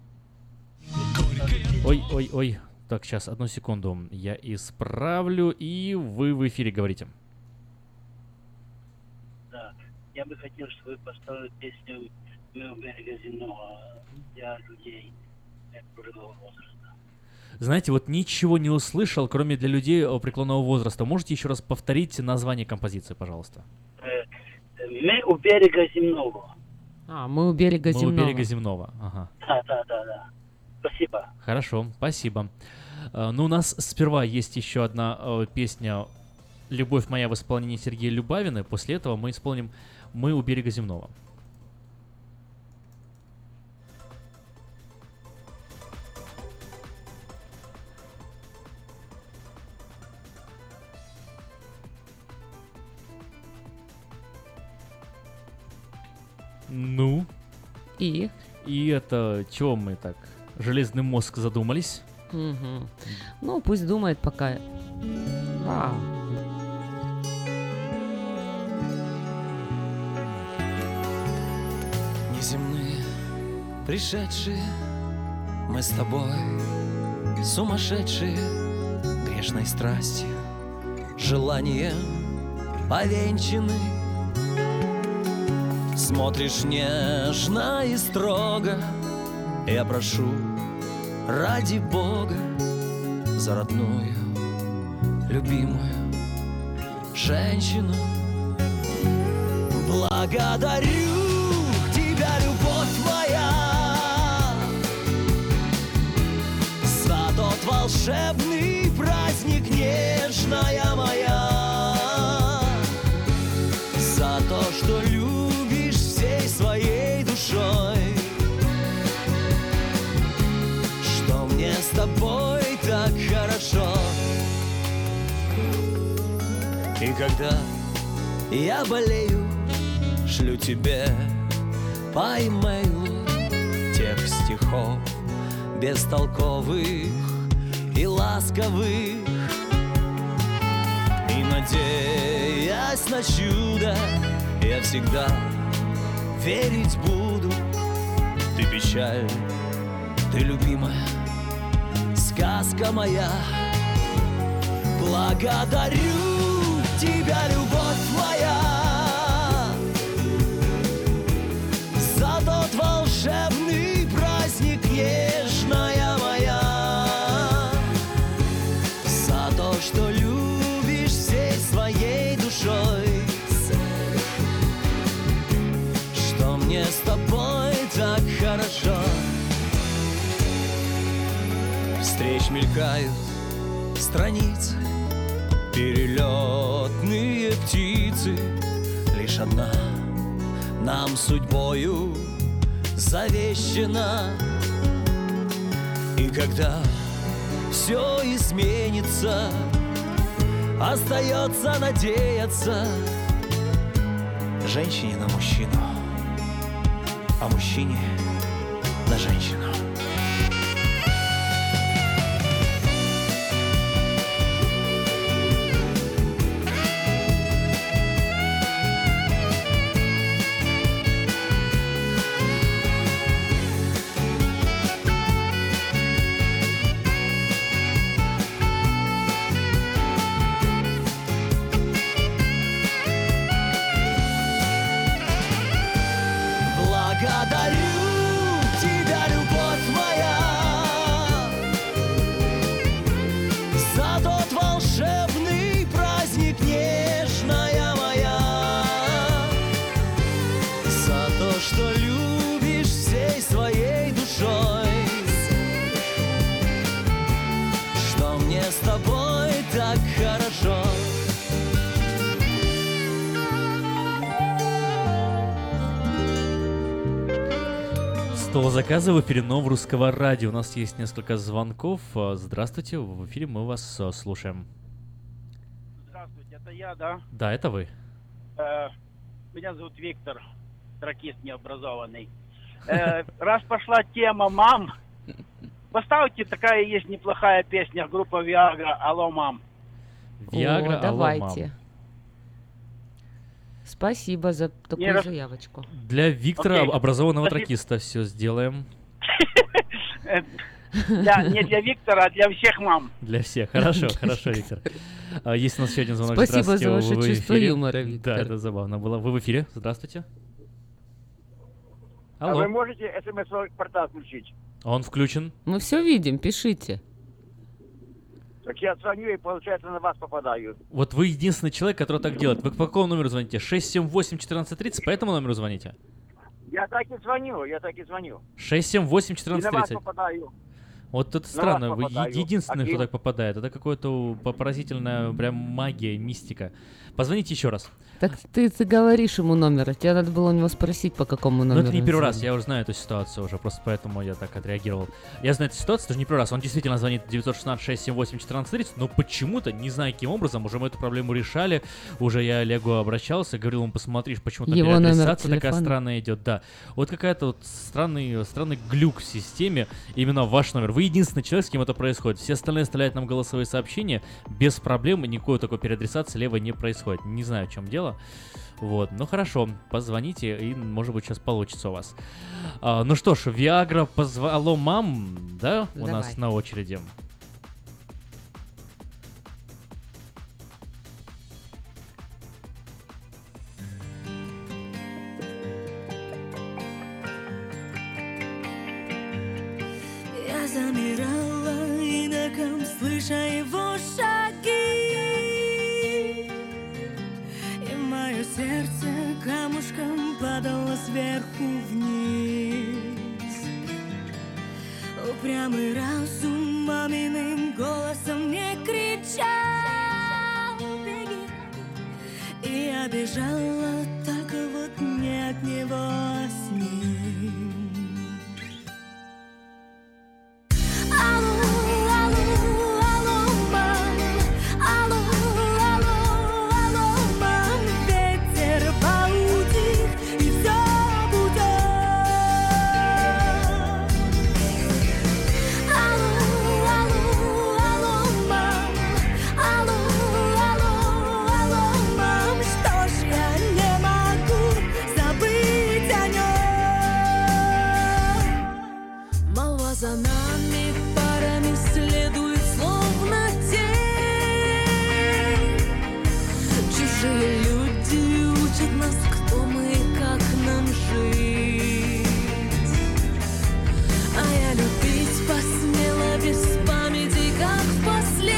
Ой. Так, сейчас, одну секунду. Я исправлю, и вы в эфире говорите. Да, я бы хотел, чтобы вы поставили песню «Мы у берега земного» для людей преклонного возраста. Знаете, вот ничего не услышал, кроме для людей преклонного возраста. Можете еще раз повторить название композиции, пожалуйста? «Мы у берега земного». «Мы у берега земного». «Мы у берега земного», ага. Да. Спасибо. Хорошо, спасибо. Ну, у нас сперва есть еще одна песня «Любовь моя» в исполнении Сергея Любавина. После этого мы исполним «Мы у берега земного». Ну? И это чего мы так... Железный мозг задумались. Ну, пусть думает пока. Неземные, пришедшие, мы с тобой, сумасшедшие, грешной страстью, желанием повенчаны. Смотришь нежно и строго. Я прошу, ради Бога, за родную, любимую женщину. Благодарю тебя, любовь моя, за тот волшебный праздник, нежная моя, за то, что любишь всей своей душой. Мне с тобой так хорошо. И когда я болею, шлю тебе по имейлу текст стихов бестолковых и ласковых. И надеясь на чудо, я всегда верить буду. Ты печаль, ты любимая, сказка моя. Благодарю тебя, любовь моя, за тот волшебный праздник, нежная моя, за то, что любишь всей своей душой, что мне с тобой так хорошо. Встреч мелькают страницы, перелетные птицы. Лишь одна нам судьбою завещана. И когда все изменится, остается надеяться женщине на мужчину, а мужчине на женщину. Стол заказа в эфире Нового Русского Радио. У нас есть несколько звонков. Здравствуйте, в эфире мы вас слушаем. Здравствуйте, это я, да? Да, это вы. Меня зовут Виктор, тракист необразованный. Раз пошла тема мам, поставьте, такая есть неплохая песня, группа Viagra, «Алло, мам». Viagra, давайте. Алло, мам. Спасибо за такую заявочку. Для Виктора, образованного тракиста, все сделаем. Не для Виктора, а для всех мам. Для всех. Хорошо, хорошо, Виктор. Есть у нас еще один звонок. Спасибо за ваше чувство юмора, Виктор. Да, это забавно было. Вы в эфире? Здравствуйте. Алло. А вы можете смс-портал включить? Он включен. Мы все видим, пишите. Так я звоню и, получается, на вас попадаю. Вот вы единственный человек, который так делает. Вы по какому номеру звоните? 678-1430? По этому номеру звоните? Я так и звоню. 678-1430. И на вас попадаю. Вот это странно. Вы единственный, кто так попадает. Это какая-то поразительная прям магия, мистика. Позвоните еще раз. Так ты говоришь ему номер, тебе надо было у него спросить, по какому номеру. Ну, это не первый раз, я уже знаю эту ситуацию уже, просто поэтому я так отреагировал. Я знаю эту ситуацию, это же не первый раз, он действительно звонит 916-678-1430, но почему-то, не знаю каким образом, уже мы эту проблему решали, уже я Олегу обращался, говорил ему, посмотришь, почему там переадресация такая странная идет, да. Вот какая-то вот странный глюк в системе, именно ваш номер. Вы единственный человек, с кем это происходит. Все остальные оставляют нам голосовые сообщения, без проблем, и никакой такой переадресации левой не происходит. Не знаю, в чем дело. Вот, ну хорошо, позвоните, и, может быть, сейчас получится у вас. Ну что ж, Viagra, алло, мам, да, у нас на очереди. Я замирала иногда, слыша его шаги. Мое сердце камушком падало сверху вниз. Упрямый разум маминым голосом мне кричал: беги. И я бежала, только вот не от него, а с ним. За нами парами следует словно тень. Чужие люди учат нас, кто мы и как нам жить. А я любить посмела без памяти, как в последний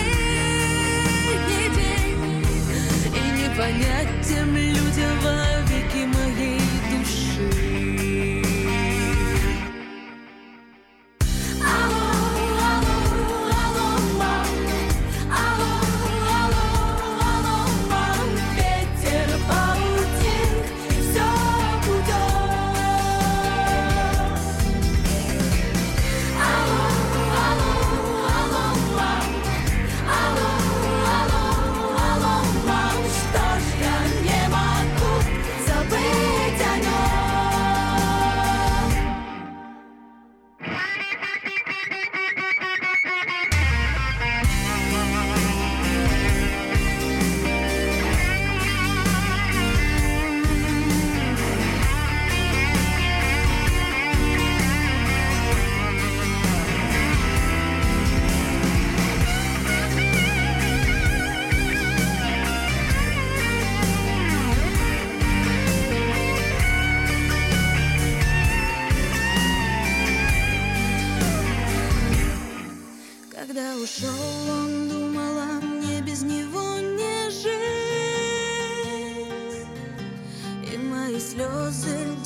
день. И не понять тем людям вовеки моей души.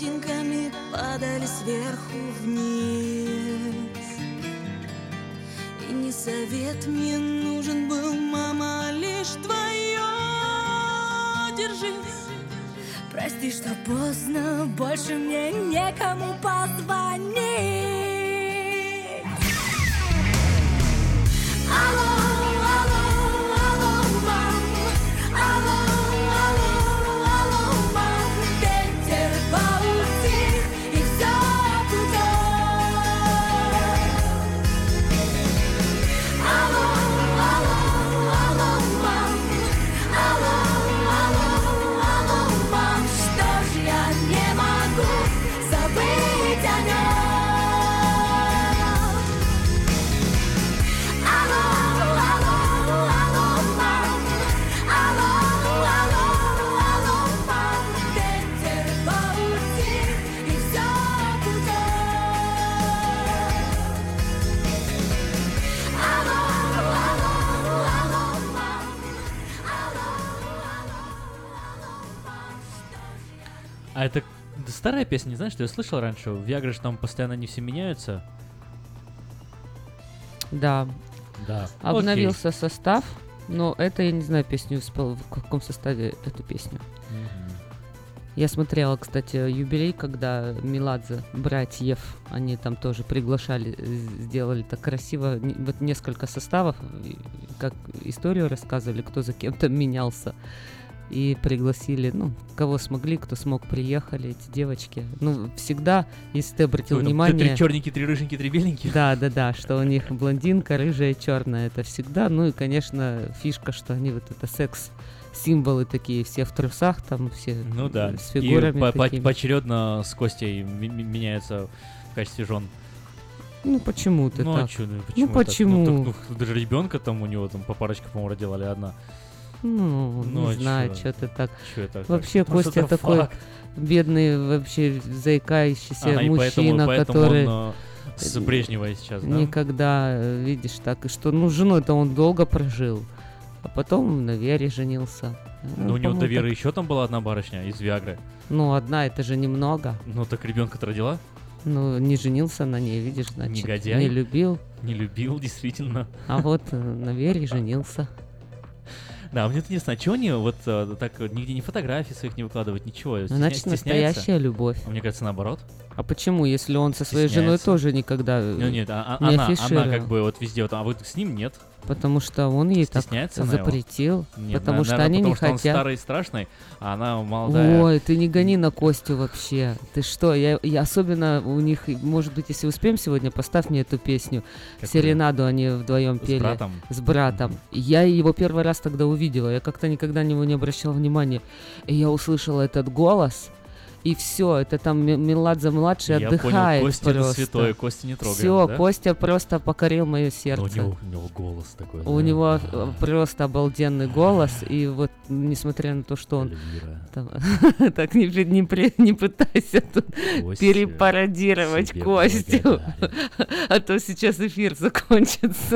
блондинками падали сверху вниз. И не совет мне нужен был, мама, лишь твое. Держись. Прости, что поздно, больше мне некому позвонить. Алло, алло, алло, мам. Алло, алло, алло, мам. Ветер поутих, и все путем. Алло, алло, алло, мам. Алло, алло, алло, мам. Что ж я не могу забыть о нем? А это старая песня, не знаешь, что я слышал раньше? В Виагре же там постоянно они все меняются. Да. Да. Обновился состав, но это, я не знаю, песню спел, в каком составе эту песню. Я смотрела, кстати, юбилей, когда Меладзе, братьев, они там тоже приглашали, сделали так красиво, вот несколько составов, как историю рассказывали, кто за кем-то менялся. И пригласили, ну, кого смогли, кто смог, приехали, эти девочки. Ну, всегда, если ты обратил внимание... 3 черненькие, 3 рыженькие, 3 беленькие. Да, что у них блондинка, рыжая, черная, это всегда. Ну и, конечно, фишка, что они вот это секс-символы такие, все в трусах, там все с фигурами. И поочередно с Костей меняются в качестве жен. Ну почему ты так? Почему? Ну, даже ребенка там у него там по парочке, по-моему, родила, или одна. Ну, не знаю, что ты так. Вообще, Просто Костя такой факт. Бедный, вообще заикающийся мужчина, который с Брежневой сейчас, да? Никогда, видишь, так, и что, ну, женой-то он долго прожил, а потом на Вере женился. Ну, у него до Веры еще там была одна барышня из Виагры. Ну, одна, это же немного. Ну, так ребенка-то родила? Ну, не женился на ней, видишь, значит. Негодяй. Не любил. Не любил, действительно. А вот на Вере женился. Да, мне интересно, а чего они вот так нигде ни фотографий своих не выкладывают, ничего? Значит, настоящая любовь. Мне кажется, наоборот. А почему, если он со своей женой тоже никогда нет, не афишировал? Она как бы вот везде, вот, а вот с ним нет. Потому что он ей так запретил. Нет, потому что они не хотят. Потому что он старый и страшный, а она молодая. Ой, ты не гони на Костю вообще. Ты что? Я особенно у них, может быть, если успеем сегодня, поставь мне эту песню. Серенаду они вдвоем пели. С братом. Я его первый раз тогда увидела. Я как-то никогда на него не обращала внимания. И я услышала этот голос. И все, это там Меладзе-младший отдыхает. Понял, Костя просто. Святой, Костя не трогаем, все, да? Костя просто покорил мое сердце. У него голос такой. У него просто обалденный голос, и вот, несмотря на то, что он... Там, так не пытайся тут перепародировать Костю, а то сейчас эфир закончится,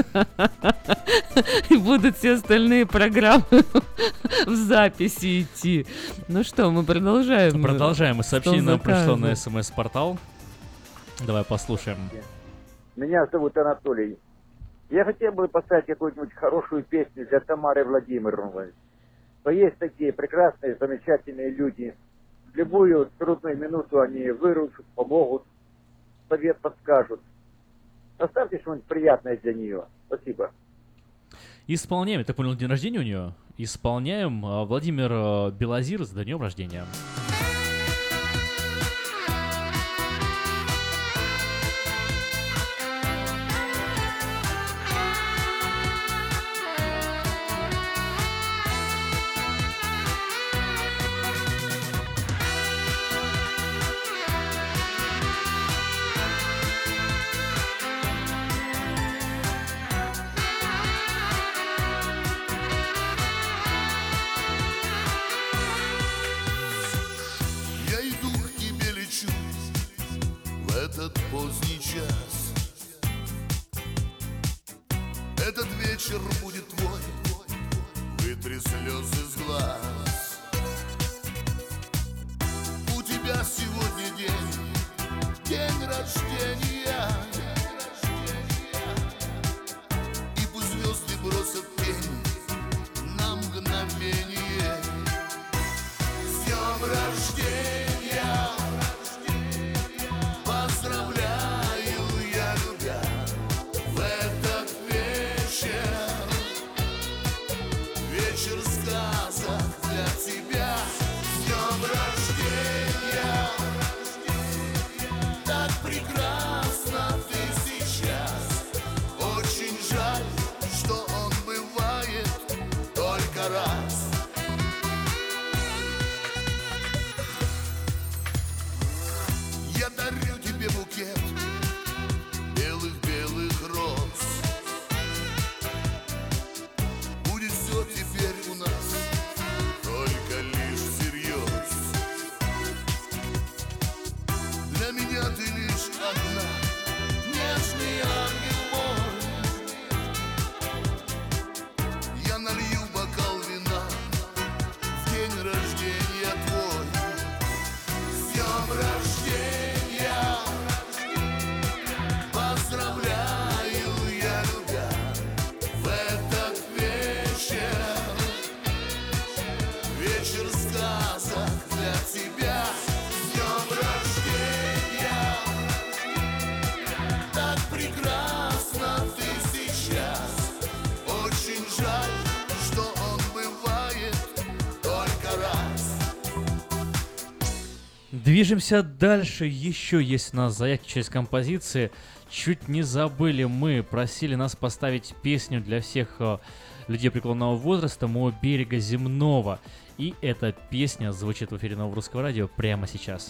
и будут все остальные программы в записи идти. Ну что, мы продолжаем. Продолжаем. Сообщение нам пришло на СМС-портал. Давай послушаем. Меня зовут Анатолий. Я хотел бы поставить какую-нибудь хорошую песню для Тамары Владимировны. То есть такие прекрасные, замечательные люди. В любую трудную минуту они выручат, помогут, совет подскажут. Поставьте что-нибудь приятное для нее. Спасибо. Исполняем. Я так понял, день рождения у нее. Исполняем. Владимир Белозир с днем рождения. Поздний час. Этот вечер будет твой, вытри слезы с глаз. У тебя сегодня день Я дарю тебе букет белых-белых роз. Будет все теперь у нас только лишь всерьез. Для меня ты лишь одна, нежный ангел мой. Я налью бокал вина в день рождения твой. С днем рождения поздравляю я, любя, в этот вечер. Вечер сказок для тебя. С днем рождения, так прекрасно ты сейчас. Очень жаль, что он бывает только раз. Движемся дальше. Еще есть у нас заявки через композиции. Чуть не забыли мы. Просили нас поставить песню для всех людей преклонного возраста «Моего берега земного». И эта песня звучит в эфире Нового Русского Радио прямо сейчас.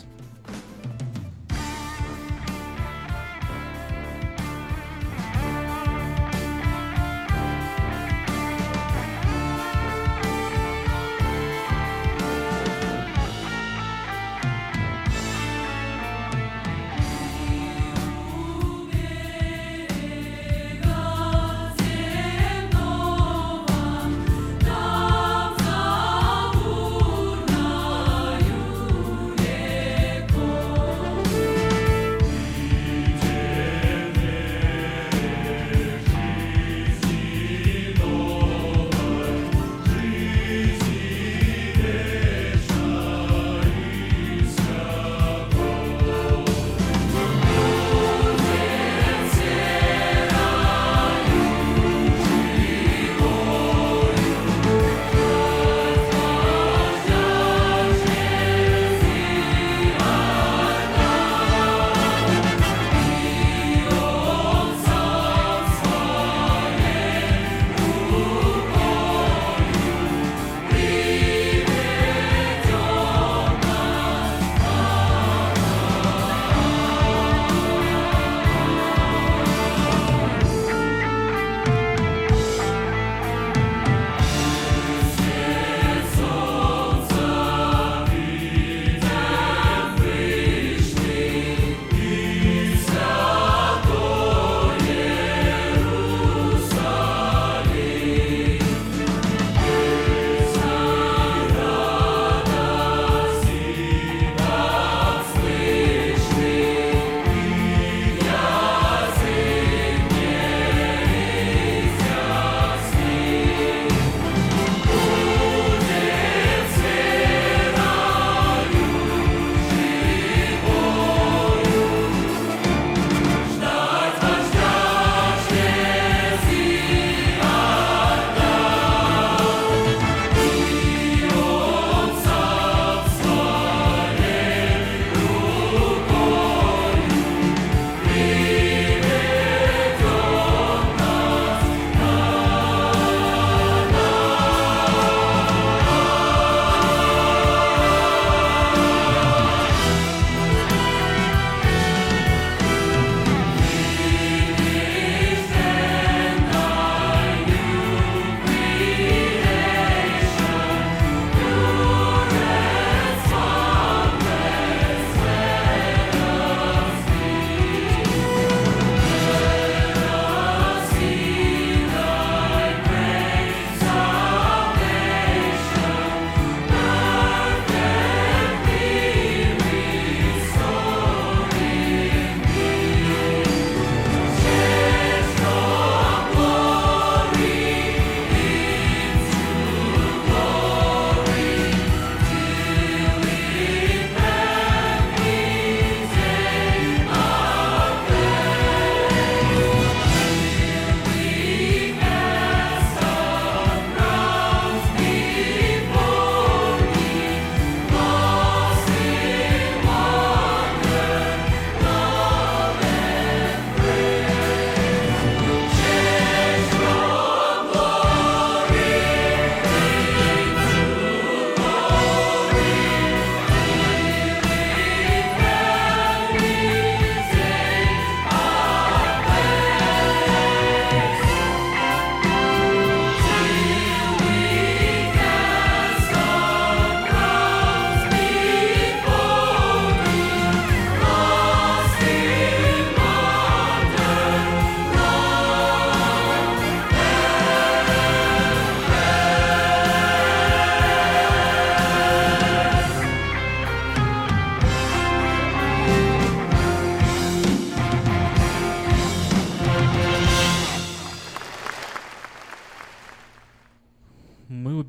Там за бурною рекой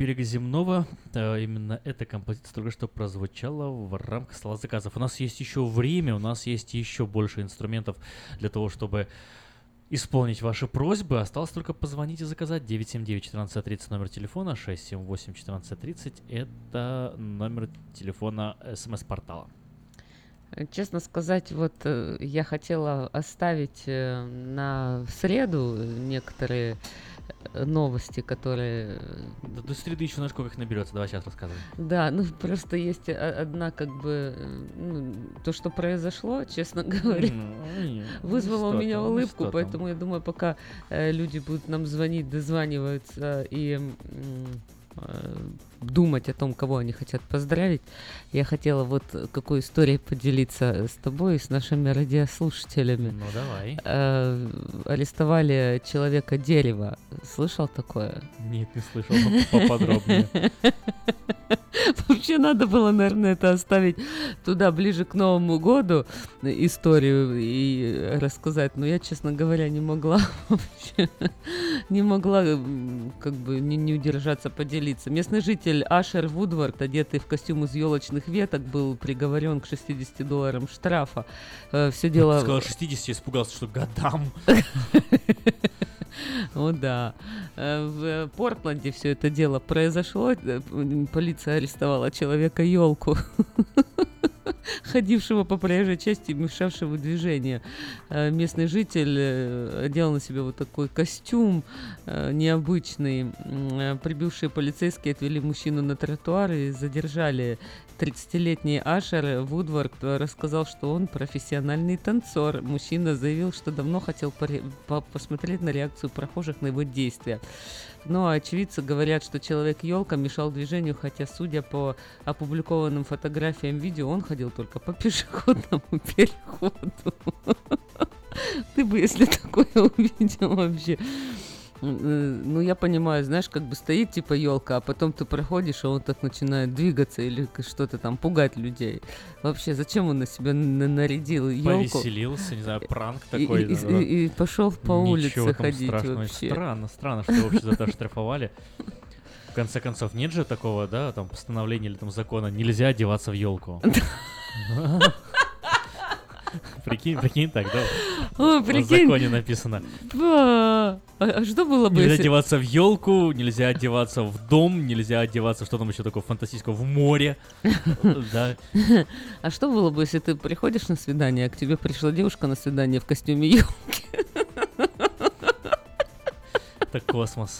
берега земного». Именно эта композиция только что прозвучала в рамках стола заказов. У нас есть еще время, у нас есть еще больше инструментов для того, чтобы исполнить ваши просьбы. Осталось только позвонить и заказать. 979-1430 номер телефона, 678-1430 это номер телефона СМС-портала. Честно сказать, вот я хотела оставить на среду некоторые новости, которые... До среды еще знаешь, сколько их наберется. Давай сейчас рассказывай. Да, ну просто есть одна как бы... то, что произошло, честно говоря, вызвало у меня улыбку, поэтому я думаю, пока люди будут нам звонить, дозваниваться и думать о том, кого они хотят поздравить, я хотела вот какой историей поделиться с тобой и с нашими радиослушателями. Ну, давай. Арестовали человека-дерево. Слышал такое? Нет, не слышал. Поподробнее. Вообще надо было, наверное, это оставить туда ближе к Новому году, историю, и рассказать. Но я, честно говоря, не могла вообще, не могла как бы не удержаться поделиться. Местный житель Ашер Вудвард, одетый в костюм из елочных веток, был приговорен к $60 штрафа. Все дело... Ты сказал 60, испугался, что годам. О, да. В Портленде все это дело произошло. Полиция арестовала человека-елку, ходившего по проезжей части и мешавшего движению. Местный житель одел на себя вот такой костюм необычный. Прибывшие полицейские отвели мужчину на тротуар и задержали. 30-летний Ашер Вудвард рассказал, что он профессиональный танцор. Мужчина заявил, что давно хотел посмотреть на реакцию прохожих на его действия. Но очевидцы говорят, что человек-елка мешал движению, хотя, судя по опубликованным фотографиям, видео, он ходил только по пешеходному переходу. Ты бы, если такое увидел вообще... Ну, я понимаю, знаешь, как бы стоит типа елка, а потом ты проходишь, и он так начинает двигаться или что-то там пугать людей. Вообще, зачем он на себя нарядил елку? Повеселился, не знаю, пранк такой. И пошел по улице ходить вообще. Странно, что вообще за это штрафовали. В конце концов, нет же такого, да, там постановления или там закона, нельзя одеваться в елку. Прикинь так, да? О, прикинь. В законе написано. А что было бы, нельзя если... одеваться в елку, нельзя одеваться в дом, нельзя одеваться, что там еще такого фантастического, в море. Да. А что было бы, если ты приходишь на свидание, а к тебе пришла девушка на свидание в костюме елки? Это космос.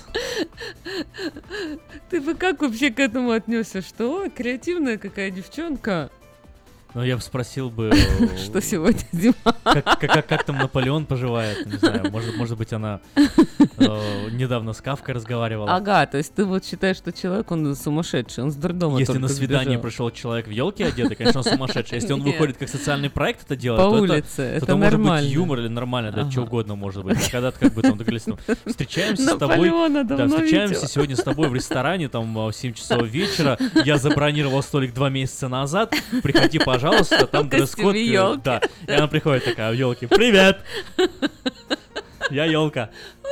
Ты бы как вообще к этому отнесся? Что? Креативная какая девчонка. Ну, я бы спросил бы... Что сегодня зима? Как там Наполеон поживает? Не знаю, может быть, она недавно с Кафкой разговаривала. Ага, то есть ты вот считаешь, что человек, он сумасшедший, он с дурдома. Если на свидание пришел человек в елке одетый, конечно, он сумасшедший. Если он выходит как социальный проект это делает, по улице, это может быть юмор или нормально, да, что угодно может быть. Когда ты как бы там договорились, встречаемся с тобой, встречаемся сегодня с тобой в ресторане, там, в 7 часов вечера, я забронировал столик 2 месяца назад, приходи, пожалуйста, там дресс-код. Да, и она приходит такая в елке. Привет! Я елка.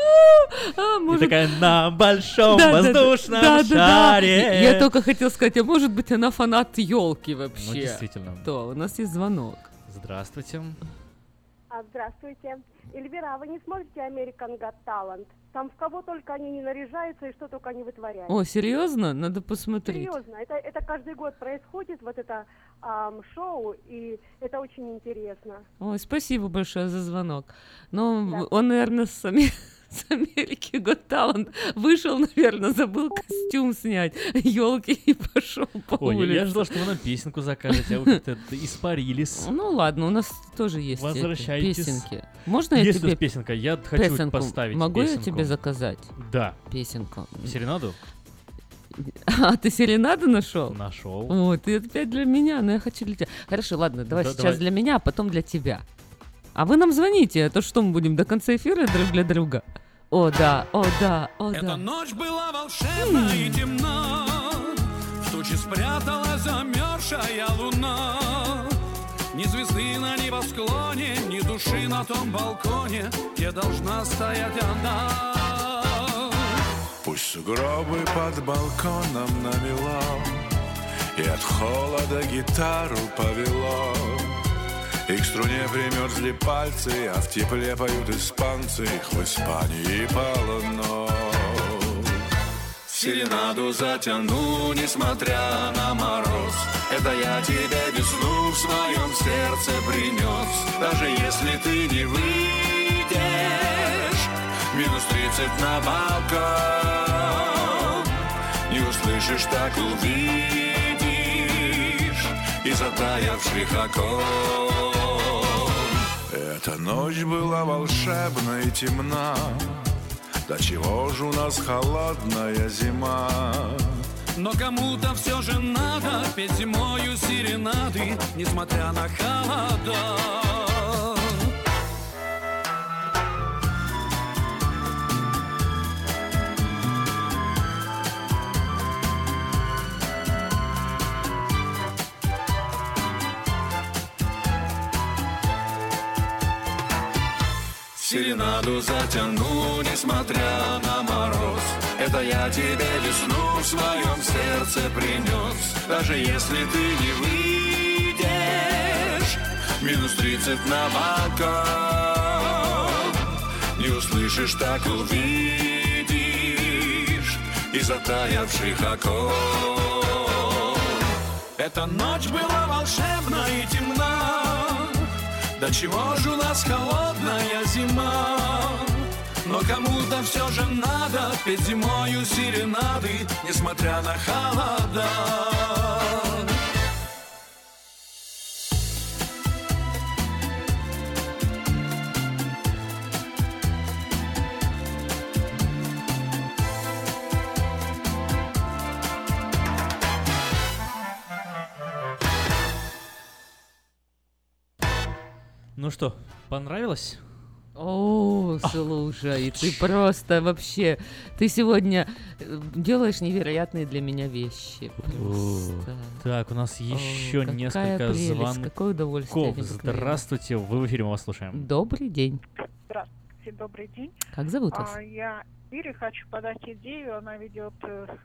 И такая на большом воздушном шаре. Я только хотел сказать, а может быть она фанат елки вообще? Ну, действительно. То, у нас есть звонок. Здравствуйте. Здравствуйте. Эльвира, а вы не смотрите American Got Talent? Там в кого только они не наряжаются и что только они вытворяют. О, серьезно? Надо посмотреть. Серьезно. Это каждый год происходит, вот это шоу, и это очень интересно. Ой, спасибо большое за звонок. Но да. Он, наверное, с Америки Got Talent вышел, наверное, забыл костюм снять, елки и пошел по улице. Я ждал, что вы нам песенку закажете, а вы как-то испарились. Ну ладно, у нас тоже есть песенки. Можно я тебе песенка? Я хочу поставить Могу песенку. Я тебе заказать? Да. Песенку. Серенаду? А, ты серенаду нашел? Нашел. О, ты опять для меня, но я хочу для тебя. Хорошо, ладно, давай сейчас для меня, а потом для тебя. А вы нам звоните, а то что мы будем до конца эфира друг для друга? О, да, о, да, о, да. Эта ночь была волшебна и темна, в тучи спряталась замерзшая луна. Ни звезды на небосклоне, ни души на том балконе, где должна стоять она. Пусть сугробы под балконом намело, и от холода гитару повело, и к струне примерзли пальцы, а в тепле поют испанцы, их в Испании полно. Серенаду затяну, несмотря на мороз. Это я тебе весну в своем сердце принес. Даже если ты не выйдешь минус 30 на балкон, не услышишь, так увидишь и затаявших окон. Эта ночь была волшебна и темна. Да чего ж у нас холодная зима? Но кому-то все же надо петь зимою серенады, несмотря на холода. Серенаду затяну, несмотря на мороз. Это я тебе весну в своем сердце принес. Даже если ты не выйдешь минус 30 на балкон, не услышишь, так увидишь и затаявших окон. Эта ночь была волшебна и темна. Да чего ж у нас холодная зима? Но кому-то все же надо петь зимою серенады, несмотря на холода. Ну что, понравилось? О, слушай, ты просто вообще... Ты сегодня делаешь невероятные для меня вещи. Просто. Так, у нас еще несколько прелесть, звонков. Какое удовольствие. Здравствуйте, вы в эфире, мы вас слушаем. Добрый день. Здравствуйте, добрый день. Как зовут вас? Я Ире хочу подать идею. Она ведет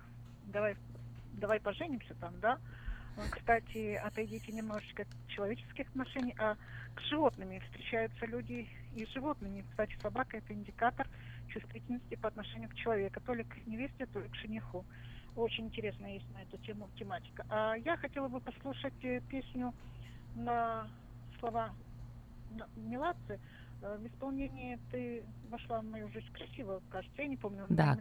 «Давай поженимся» там, да? Кстати, отойдите немножечко от человеческих отношений, а к животным встречаются люди и с животными. Кстати, собака — это индикатор чувствительности по отношению к человеку, то ли к невесте, то ли к жениху. Очень интересная есть на эту тему тематика. А я хотела бы послушать песню на слова Меладзе. В исполнении «Ты вошла в мою жизнь красиво», кажется, я не помню. Да,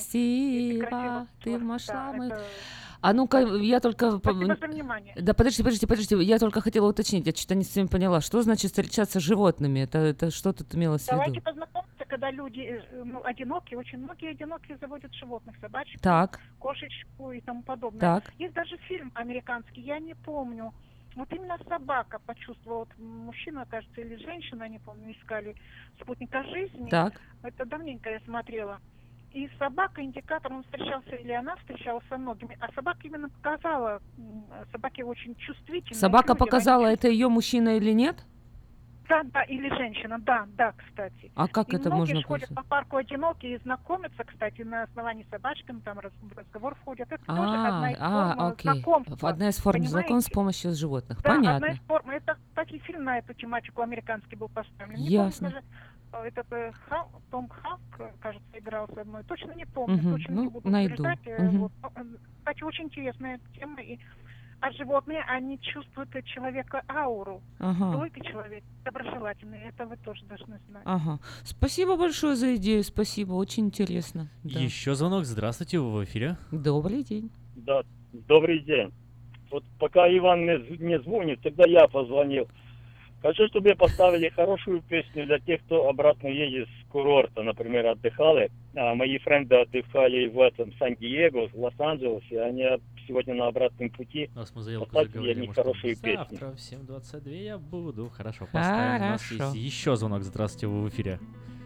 красиво, ты вошла в мою... А ну-ка, я только... Спасибо за внимание. Да, подожди, я только хотела уточнить, я что-то не совсем поняла. Что значит встречаться с животными? Это что тут имелось в виду? Давайте познакомимся, когда люди одинокие, очень многие одинокие заводят животных, собачек, кошечку и тому подобное. Так. Есть даже фильм американский, я не помню. Вот именно собака почувствовала, вот мужчина, кажется, или женщина, не помню, искали спутника жизни. Так. Это давненько я смотрела. И собака, индикатор, он встречался, или она встречалась со многими, а собака именно показала, собаки очень чувствительные. Собака показала, это ее мужчина или нет? Да, или женщина, да, кстати. А как и это можно многие ходят по парку одинокие и знакомятся, кстати, на основании собачками, там в разговор входят. Это тоже одна из форм знакомства. Одна из форм знакомств с помощью животных, да, понятно. Одна из форм. Это, кстати, фильм на эту тематику американский был поставлен. Ясно. Не помню, даже, Том Ханк, кажется, играл со мной. Точно не помню, точно не буду найду. Вот. Кстати, очень интересная тема. А животные, они чувствуют от человека ауру. Стойкий человек, доброжелательный. Это вы тоже должны знать. Спасибо большое за идею, спасибо, очень интересно. Да. Еще звонок, здравствуйте, вы в эфире. Добрый день. Да, добрый день. Вот пока Иван не звонит, тогда я позвонил. Хочу, чтобы поставили хорошую песню для тех, кто обратно едет с курорта, например, отдыхали. А мои френды отдыхали в Сан-Диего, в Лос-Анджелесе. Они сегодня на обратном пути. Нас мы заявку поставьте заговорили, для них хорошие песни. Завтра в 7:22 я буду. Хорошо, поставим. У нас есть еще звонок. Здравствуйте, вы в эфире.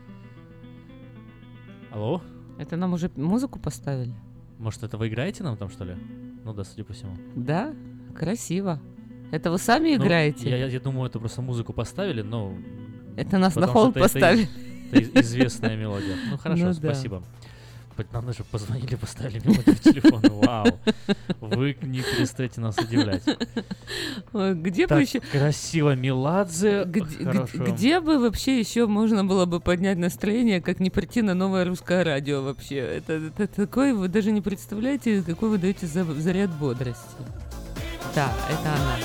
Алло? Это нам уже музыку поставили? Может, это вы играете нам там, что ли? Ну да, судя по всему. Да? Красиво. Это вы сами играете? Я думаю, это просто музыку поставили, но... Это нас на холд поставили. Это известная мелодия. Ну хорошо, спасибо. Нам даже позвонили, поставили мелодию в телефон. Вау. Вы не перестаете нас удивлять. Где так бы еще... красиво, Меладзе. Где бы вообще еще можно было бы поднять настроение, как не прийти на Новое Русское Радио вообще? Это такой, вы даже не представляете, какой вы даете заряд бодрости. Да, это она.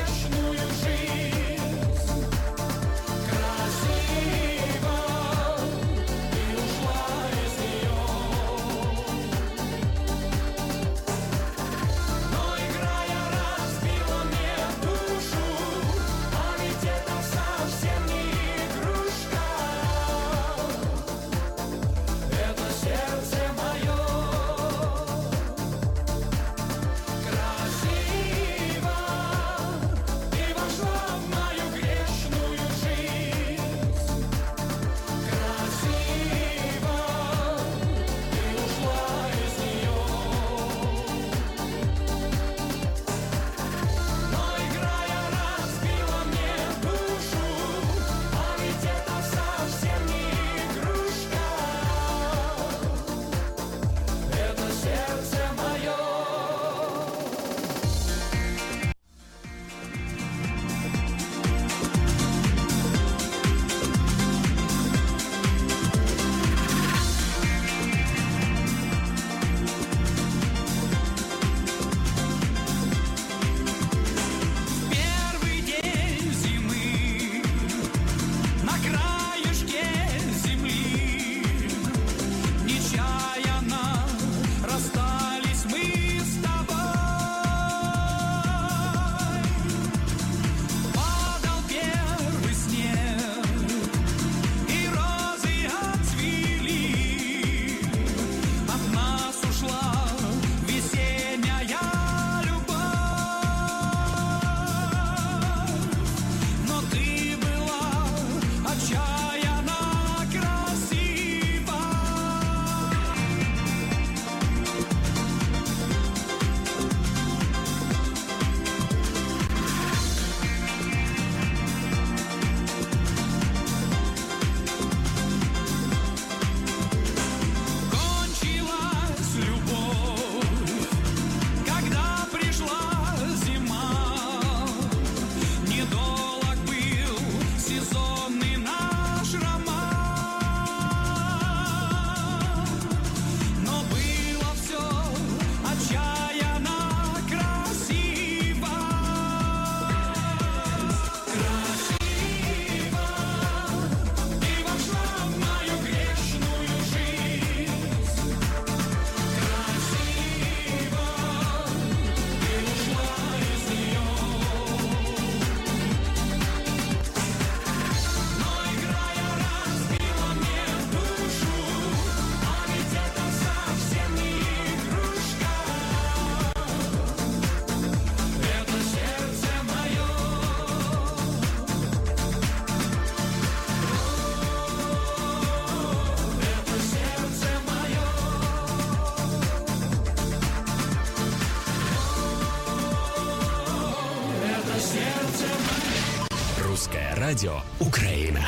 Русское радио Украина.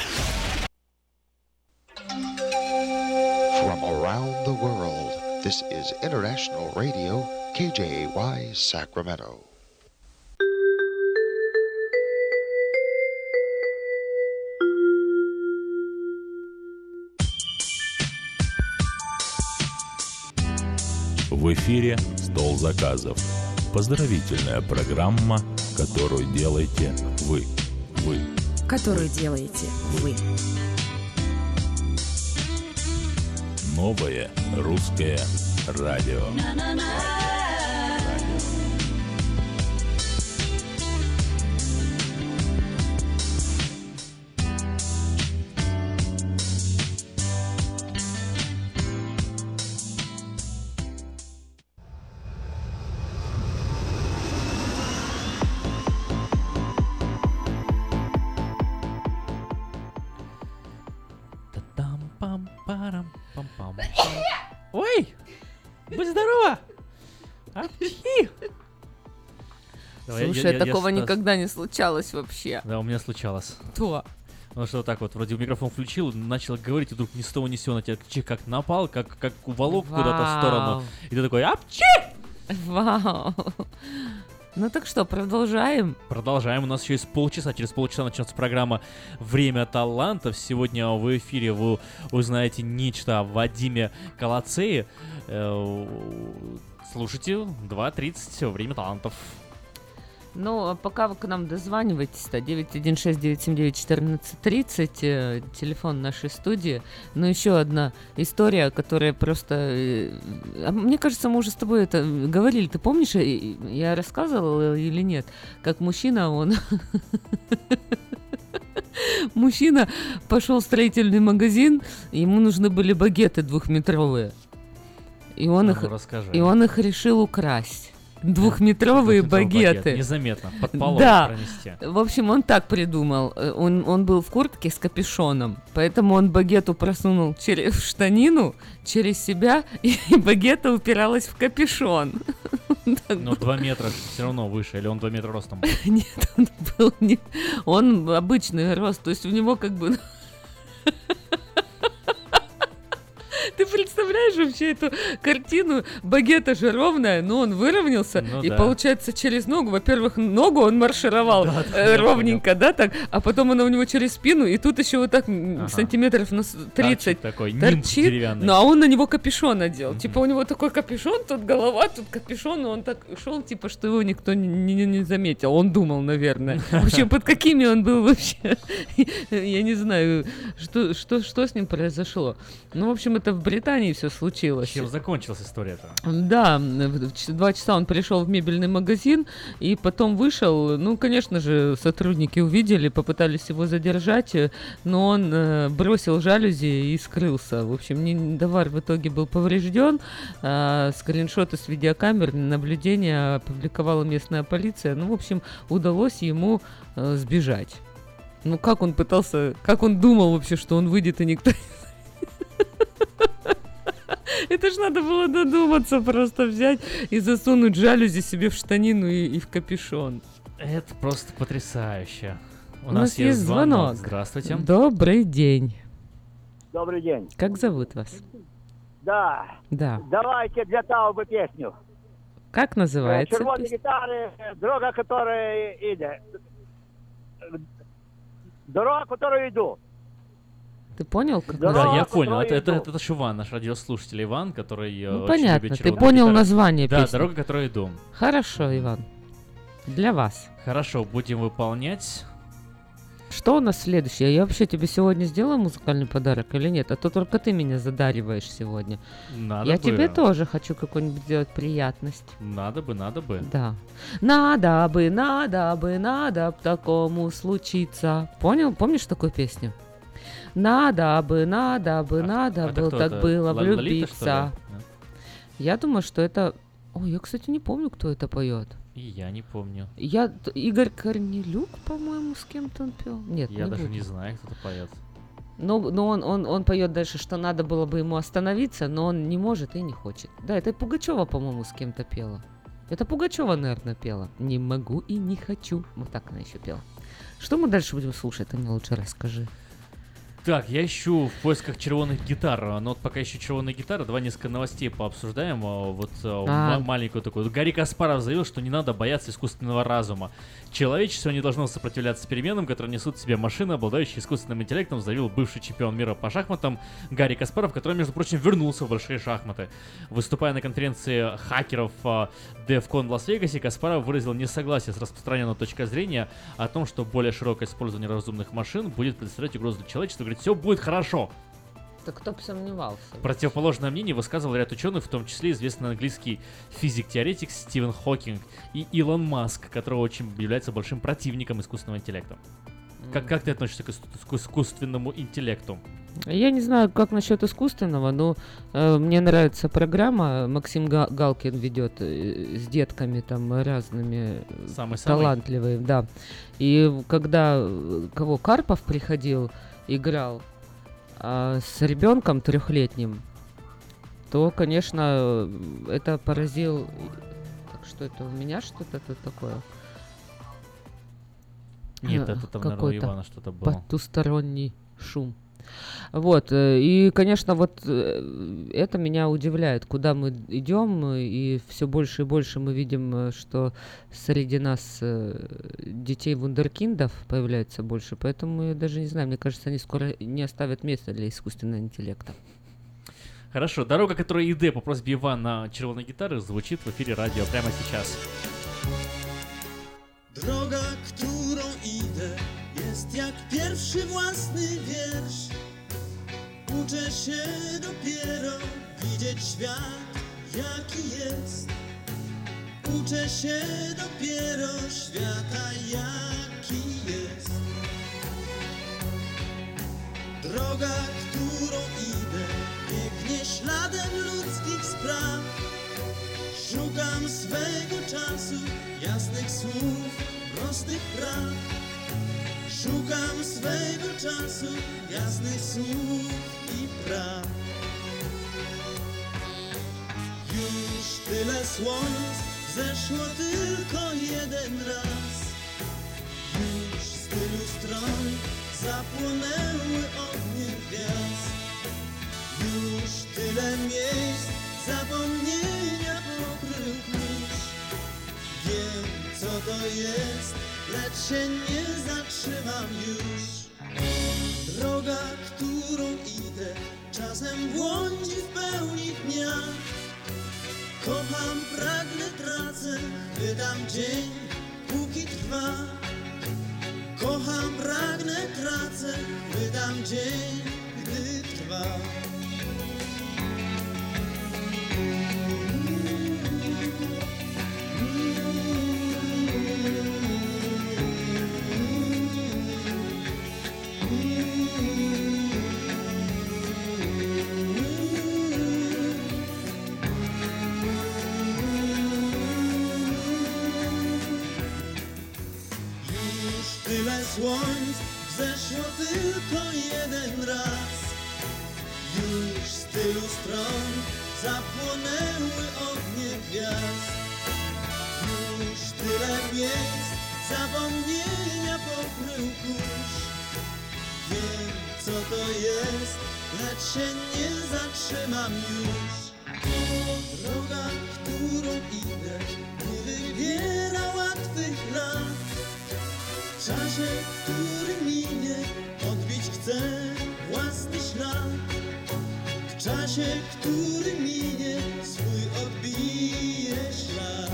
From around the world, this is International Radio, KJY, Sacramento. В эфире «Стол заказов». Поздравительная программа, которую делаете вы. Которую делаете вы. Новое русское радио. Ой! Будь здорова! Слушай, такого никогда не случалось вообще. Да, у меня случалось. То. Потому что вот так вот, вроде микрофон включил, начал говорить, и вдруг ни с того ни с сего на тебя как напал, как уволок куда-то в сторону. И ты такой, апчи! Вау! Ну так что, продолжаем? Продолжаем. У нас еще есть полчаса. Через полчаса начнется программа «Время талантов». Сегодня в эфире вы узнаете нечто о Вадиме Колоцее. Слушайте 2:30 «Время талантов». Ну, а пока вы к нам дозваниваетесь-то, 916-979-1430, телефон нашей студии. Но еще одна история, которая просто... мне кажется, мы уже с тобой это говорили. Ты помнишь, я рассказывала или нет? Как он... Мужчина пошел в строительный магазин, ему нужны были багеты 2-метровые. И он их решил украсть. 2-метровые багеты. Незаметно, под полом пронести. В общем, он так придумал. Он был в куртке с капюшоном, поэтому он багету просунул в штанину, через себя, и багета упиралась в капюшон. Но 2 метра все равно выше, или он 2 метра ростом был? Нет, он был не... Он обычный рост, то есть у него как бы... Ты представляешь вообще эту картину? Багета же ровная, но он выровнялся, и получается через ногу, во-первых, ногу он маршировал ровненько, да, так, а потом она у него через спину, и тут еще вот так сантиметров на 30 торчит, ну а он на него капюшон надел, типа у него такой капюшон, тут голова, тут капюшон, и он так шел, типа, что его никто не заметил, он думал, наверное. В общем, под какими он был вообще, я не знаю, что с ним произошло. Ну, в общем, это в Британии все случилось. Чем закончилась история-то? Да, в 2 часа он пришел в мебельный магазин и потом вышел. Ну, конечно же, сотрудники увидели, попытались его задержать, но он бросил жалюзи и скрылся. В общем, товар в итоге был поврежден. Скриншоты с видеокамер наблюдения опубликовала местная полиция. Ну, в общем, удалось ему сбежать. Ну, как он думал вообще, что он выйдет и никто... Это ж надо было додуматься, просто взять и засунуть жалюзи себе в штанину и в капюшон. Это просто потрясающе. У нас есть звонок. Здравствуйте. Добрый день. Добрый день. Как зовут вас? Да. Давайте для Таубы песню. Как называется? Червоные гитары, дорога, которая идет. Дорога, которую иду. Ты понял? Да, я понял. Это же Иван, наш радиослушатель Иван, который очень понятно, любит ты понял гитары. название песни. Да, «Дорога, которую иду». Хорошо, Иван. Для вас. Хорошо, будем выполнять. Что у нас следующее? Я вообще тебе сегодня сделаю музыкальный подарок или нет? А то только ты меня задариваешь сегодня. Надо я бы. тебе тоже хочу какую-нибудь сделать приятность. Надо бы. Да. Надо бы такому случиться. Понял? Помнишь такую песню? Надо бы, было так было влюбиться. Я думаю, что это... Ой, я, кстати, не помню, кто это поет. И я не помню. Игорь Корнелюк, по-моему, с кем-то он пел. Нет, я даже не знаю, кто это поет. Но он поет дальше, что надо было бы ему остановиться, но он не может и не хочет. Да, это Пугачева, по-моему, с кем-то пела. Это Пугачева, наверное, пела. Не могу и не хочу. Вот так она еще пела. Что мы дальше будем слушать? Ты мне лучше расскажи. Так, я ищу в поисках червоных гитар. Но вот пока ищу червоные гитары, давай несколько новостей пообсуждаем. Маленькую такую. Гарри Каспаров заявил, что не надо бояться искусственного разума. Человечество не должно сопротивляться переменам, которые несут в себе машины, обладающие искусственным интеллектом, заявил бывший чемпион мира по шахматам Гарри Каспаров, который, между прочим, вернулся в большие шахматы. Выступая на конференции хакеров DEF-CON в Лас-Вегасе, Каспаров выразил несогласие с распространенной точкой зрения о том, что более широкое использование разумных машин будет представлять угрозу для человечества. Говорит, все будет хорошо. Так кто бы сомневался? Противоположное мнение высказывал ряд ученых, в том числе известный английский физик-теоретик Стивен Хокинг и Илон Маск, который очень является большим противником искусственного интеллекта. Как ты относишься к искусственному интеллекту? Я не знаю, как насчет искусственного, но мне нравится программа, Максим Галкин ведет с детками там разными, талантливые, да. И когда Карпов приходил, играл с ребенком 3-летним, то, конечно, это поразил... Так, что это у меня что-то тут такое? Нет, это там, наверное, у Ивана что-то было. Потусторонний шум. Вот, и, конечно, вот это меня удивляет, куда мы идем, и все больше и больше мы видим, что среди нас детей вундеркиндов появляется больше, поэтому я даже не знаю, мне кажется, они скоро не оставят места для искусственного интеллекта. Хорошо, дорога, которую йде по просьбе Івана на червоной гитары, звучит в эфире радио прямо сейчас. Droga, którą idę, jest jak pierwszy własny wiersz. Uczę się dopiero widzieć świat, jaki jest. Uczę się dopiero świata, jaki jest. Droga, którą idę, biegnie śladem ludzkich spraw. Szukam swego czasu, jasnych słów, prostych praw. Szukam swego czasu, jasnych słów i praw. Już tyle słońc wzeszło tylko jeden raz. Już z tylu stron zapłonęły ognie gwiazd. Już tyle miejsc zapomnienia pokrył kurz. Wiem, co to jest, lecz się nie zatrzymam już. Droga, którą idę, czasem błądzi w pełni dnia. Kocham, pragnę, tracę, wydam dzień, póki trwa. Kocham, pragnę, tracę, wydam dzień, gdy trwa. Tyle słońc wzeszło tylko jeden raz. Już z tylu stron zapłonęły ognie gwiazd. Już tyle miejsc zapomnienia pokrył kurz. Wiem, co to jest, lecz się nie zatrzymam już. Droga, którą idę, nie wybiera łatwych lat. W czasie, który minie, odbić chcę własny ślad. W czasie, który minie, swój odbije ślad.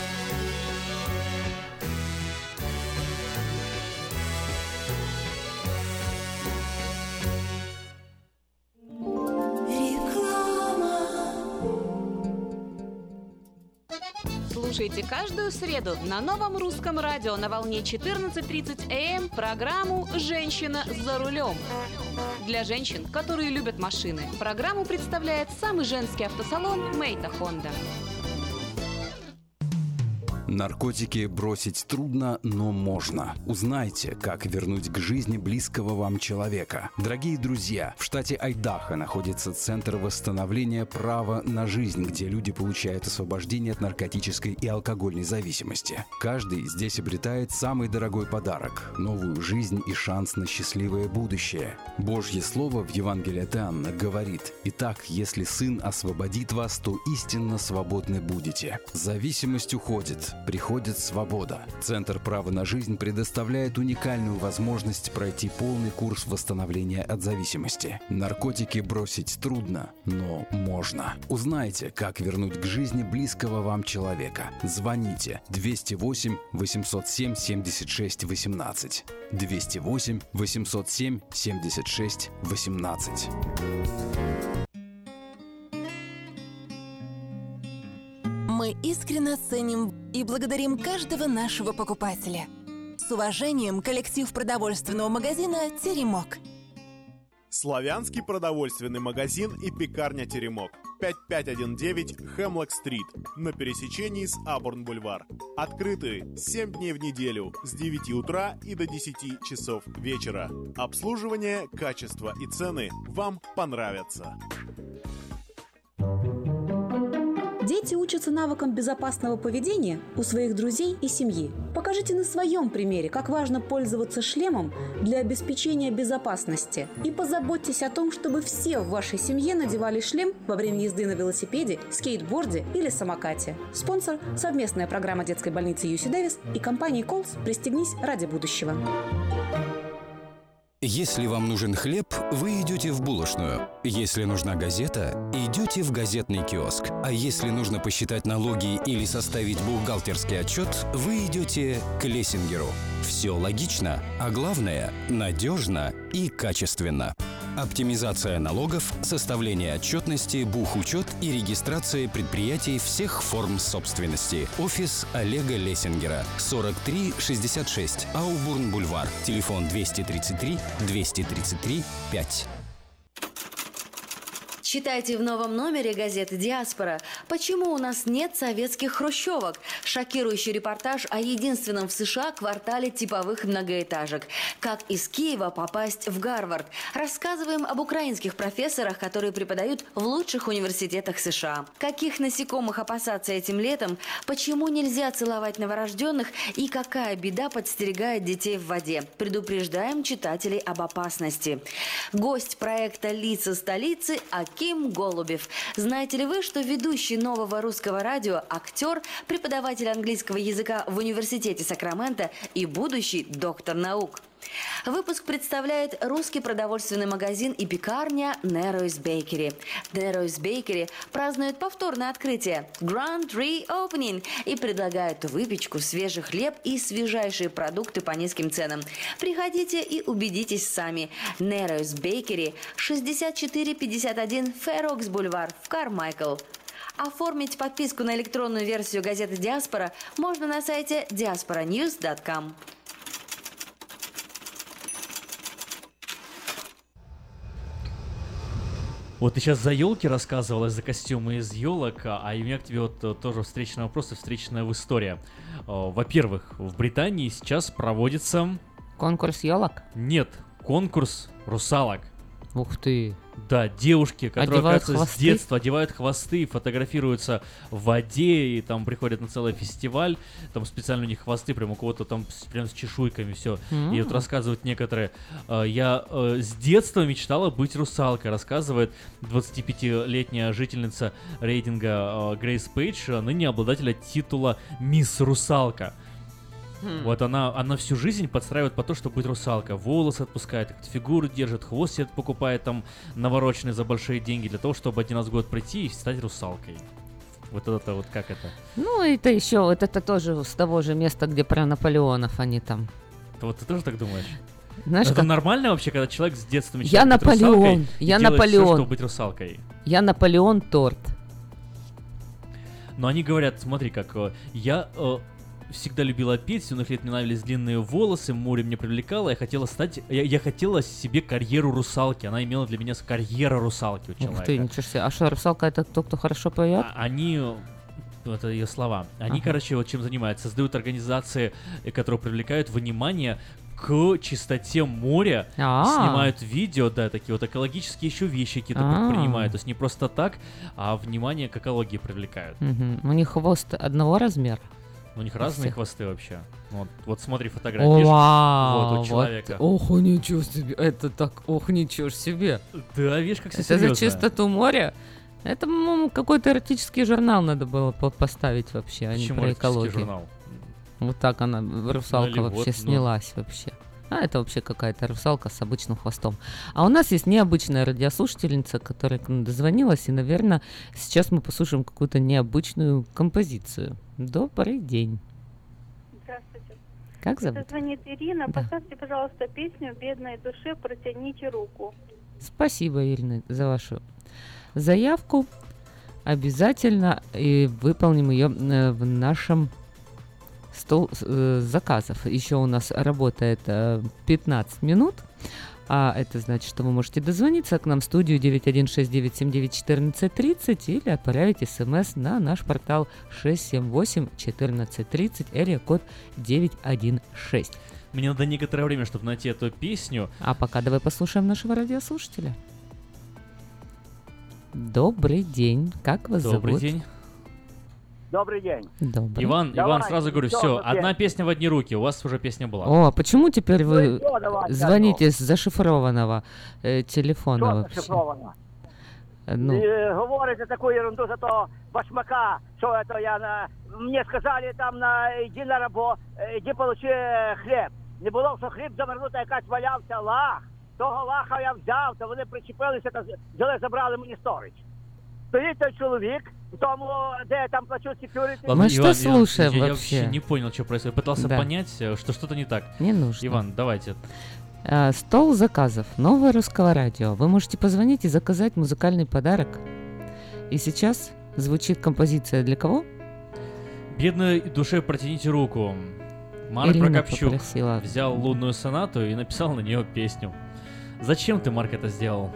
Слушайте каждую среду на Новом русском радио на волне 14:30 АМ программу «Женщина за рулем». Для женщин, которые любят машины, программу представляет самый женский автосалон «Мейта Хонда». Наркотики бросить трудно, но можно. Узнайте, как вернуть к жизни близкого вам человека. Дорогие друзья, в штате Айдахо находится Центр восстановления права на жизнь, где люди получают освобождение от наркотической и алкогольной зависимости. Каждый здесь обретает самый дорогой подарок – новую жизнь и шанс на счастливое будущее. Божье Слово в Евангелии от Иоанна говорит: «Итак, если Сын освободит вас, то истинно свободны будете». Зависимость уходит. Приходит свобода. Центр права на жизнь предоставляет уникальную возможность пройти полный курс восстановления от зависимости. Наркотики бросить трудно, но можно. Узнайте, как вернуть к жизни близкого вам человека. Звоните 208 807 76 18. 208 807 76 18. Мы искренне ценим и благодарим каждого нашего покупателя. С уважением, коллектив продовольственного магазина «Теремок». Славянский продовольственный магазин и пекарня «Теремок». 5519 Хемлок-стрит на пересечении с Абурн-бульвар. Открыты 7 дней в неделю с 9 утра и до 10 часов вечера. Обслуживание, качество и цены вам понравятся. Дети Дети учатся навыкам безопасного поведения у своих друзей и семьи. Покажите на своем примере, как важно пользоваться шлемом для обеспечения безопасности. И позаботьтесь о том, чтобы все в вашей семье надевали шлем во время езды на велосипеде, скейтборде или самокате. Спонсор – совместная программа детской больницы UC Дэвис и компании Колс «Пристегнись ради будущего». Если вам нужен хлеб, вы идете в булочную. Если нужна газета, идете в газетный киоск. А если нужно посчитать налоги или составить бухгалтерский отчет, вы идете к Лессингеру. Все логично, а главное – надежно и качественно. Оптимизация налогов, составление отчетности, бухучет и регистрация предприятий всех форм собственности. Офис Олега Лессингера. 4366 Аубурн-Бульвар. Телефон 233 233 5. Читайте в новом номере газеты «Диаспора». Почему у нас нет советских хрущевок? Шокирующий репортаж о единственном в США квартале типовых многоэтажек. Как из Киева попасть в Гарвард? Рассказываем об украинских профессорах, которые преподают в лучших университетах США. Каких насекомых опасаться этим летом? Почему нельзя целовать новорожденных? И какая беда подстерегает детей в воде? Предупреждаем читателей об опасности. Гость проекта «Лица столицы» Аким Голубев. Знаете ли вы, что ведущий Нового русского радио, актер, преподаватель английского языка в университете Сакраменто и будущий доктор наук? Выпуск представляет русский продовольственный магазин и пекарня Narrows Bakery. Narrows Bakery празднует повторное открытие Grand Reopening и предлагают выпечку, свежий хлеб и свежайшие продукты по низким ценам. Приходите и убедитесь сами. Narrows Bakery, 6451 Fair Бульвар в Кармайкл. Оформить подписку на электронную версию газеты «Диаспора» можно на сайте diasporanews.com. Вот ты сейчас за елки рассказывала, за костюмы из елок, а у меня к тебе вот тоже встречный вопрос и встречная в история. Во-первых, в Британии сейчас проводится... Конкурс елок? Нет, конкурс русалок. Ух ты. Да, девушки, которые, оказывается, хвосты? с детства одевают хвосты, фотографируются в воде, и там приходят на целый фестиваль, там специально у них хвосты, прям у кого-то там прям с чешуйками, все. И вот рассказывают некоторые, я с детства мечтала быть русалкой, рассказывает 25-летняя жительница рейдинга Грейс Пейдж, ныне обладателя титула «Мисс Русалка». Вот она всю жизнь подстраивает по то, чтобы быть русалка. Волосы отпускает, фигуру держит, хвост себе покупает там навороченный за большие деньги для того, чтобы один раз в год прийти и стать русалкой. Вот это вот как это? Ну, это еще, вот это тоже с того же места, где про Наполеонов они там. Вот ты тоже так думаешь? Знаешь, это как... нормально вообще, когда человек с детства мечтает быть русалкой и делает все, чтобы быть русалкой? Я Наполеон торт. Но они говорят, смотри, как я... всегда любила петь, с юных лет мне нравились длинные волосы, море меня привлекало, я хотела стать, я хотела себе карьеру русалки, она имела для меня карьеру русалки у человека. Ух ты, ничего себе, а что, русалка это тот, кто хорошо поет? Они, это ее слова, они, короче, вот чем занимаются, создают организации, которые привлекают внимание к чистоте моря, снимают видео, да, такие вот экологические еще вещи какие-то предпринимают, то есть не просто так, а внимание к экологии привлекают. У них хвост одного размера? У них разные хвосты вообще. Вот смотри фотографии. Вот у человека. Ох, ничего себе. Это так, ох, ничего себе. Да, видишь, как все это серьезно. За чистоту моря? Это, по-моему, какой-то эротический журнал надо было поставить вообще, а не про экологию. Журнал? Вот так она, русалка вообще снялась вообще. А это вообще какая-то русалка с обычным хвостом. А у нас есть необычная радиослушательница, которая к нам дозвонилась, и, наверное, сейчас мы послушаем какую-то необычную композицию. Добрый день. Здравствуйте. Как зовут? Это звонит Ирина. Да. Поставьте, пожалуйста, песню «Бедной душе протяните руку». Спасибо, Ирина, за вашу заявку. Обязательно и выполним ее в нашем стол заказов. Еще у нас работает 15 минут, а это значит, что вы можете дозвониться к нам в студию 916-979-1430 или отправить смс на наш портал 678-1430, эрия-код 916. Мне надо некоторое время, чтобы найти эту песню. А пока давай послушаем нашего радиослушателя. Добрый день, как вас зовут? Добрый день. Добрый день. Добрый. Иван, сразу говорю, все, одна песня в одни руки, у вас уже песня была. О, почему теперь вы звоните с зашифрованного телефона? Что зашифровано? Ну. Говорите такую ерунду, зато башмака, что это мне сказали там, иди на работу, иди получи хліб. Не було, що хліб завернути, якась валявся лах. Того лаха я взяв, то вони причепилися та взяли, забрали мені сторіч. Стоит той человек, тому, где я там плачу security. Мы что слушаем я вообще? вообще не понял, что происходит. Пытался понять, что что-то не так. Не нужно. Иван, давайте. Стол заказов. Новое русского радио. Вы можете позвонить и заказать музыкальный подарок. И сейчас звучит композиция для кого? Бедной душе протяните руку. Марк Ирина Прокопчук попросила. взял лунную сонату и написал на нее песню. Зачем ты, Марк, это сделал?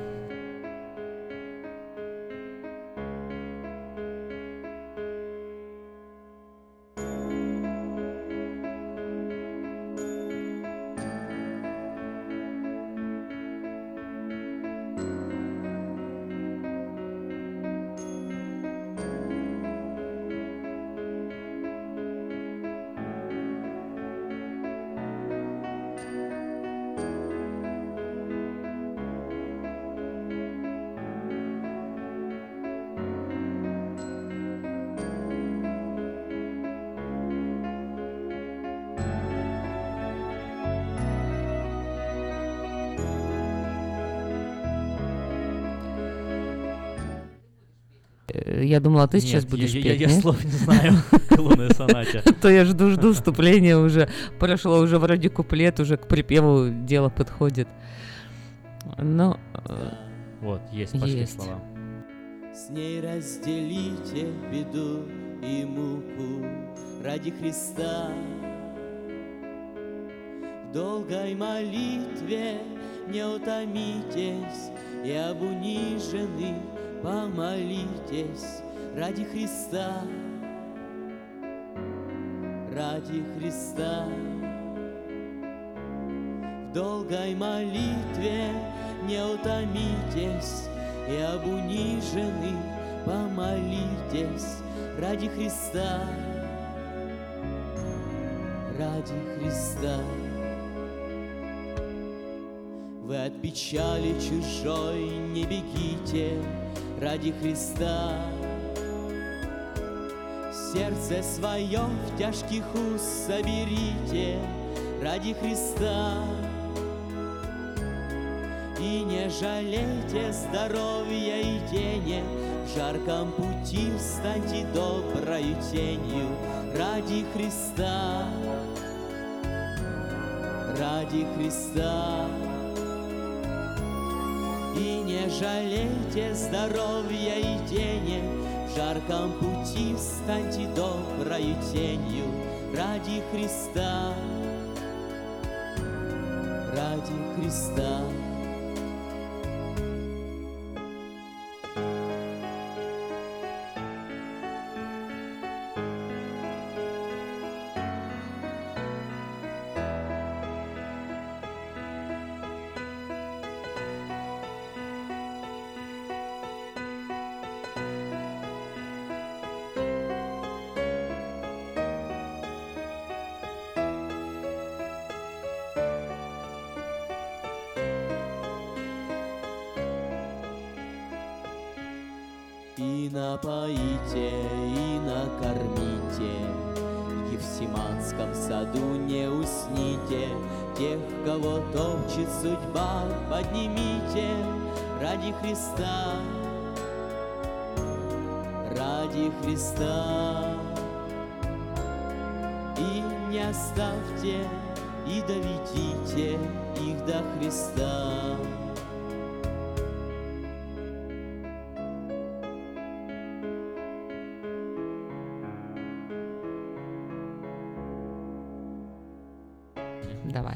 Я думала, ты сейчас будешь петь, я слов не знаю к лунной сонате. То я жду вступления уже. Прошло уже вроде куплет, уже к припеву дело подходит. Но... Вот, пошли слова. С ней разделите беду и муку ради Христа. В долгой молитве не утомитесь, и об униженных помолитесь ради Христа, ради Христа. В долгой молитве не утомитесь, и об униженных помолитесь ради Христа, ради Христа. Вы от печали чужой не бегите ради Христа. Сердце свое в тяжких уст соберите ради Христа. И не жалейте здоровья и тени, в жарком пути встаньте доброю тенью ради Христа, ради Христа. И не жалейте здоровья и тени, в жарком пути встаньте доброю тенью ради Христа, ради Христа. И напоите, и накормите, в Гефсиманском саду не усните. Тех, кого топчет судьба, поднимите ради Христа, ради Христа. И не оставьте, и доведите их до Христа. Давай.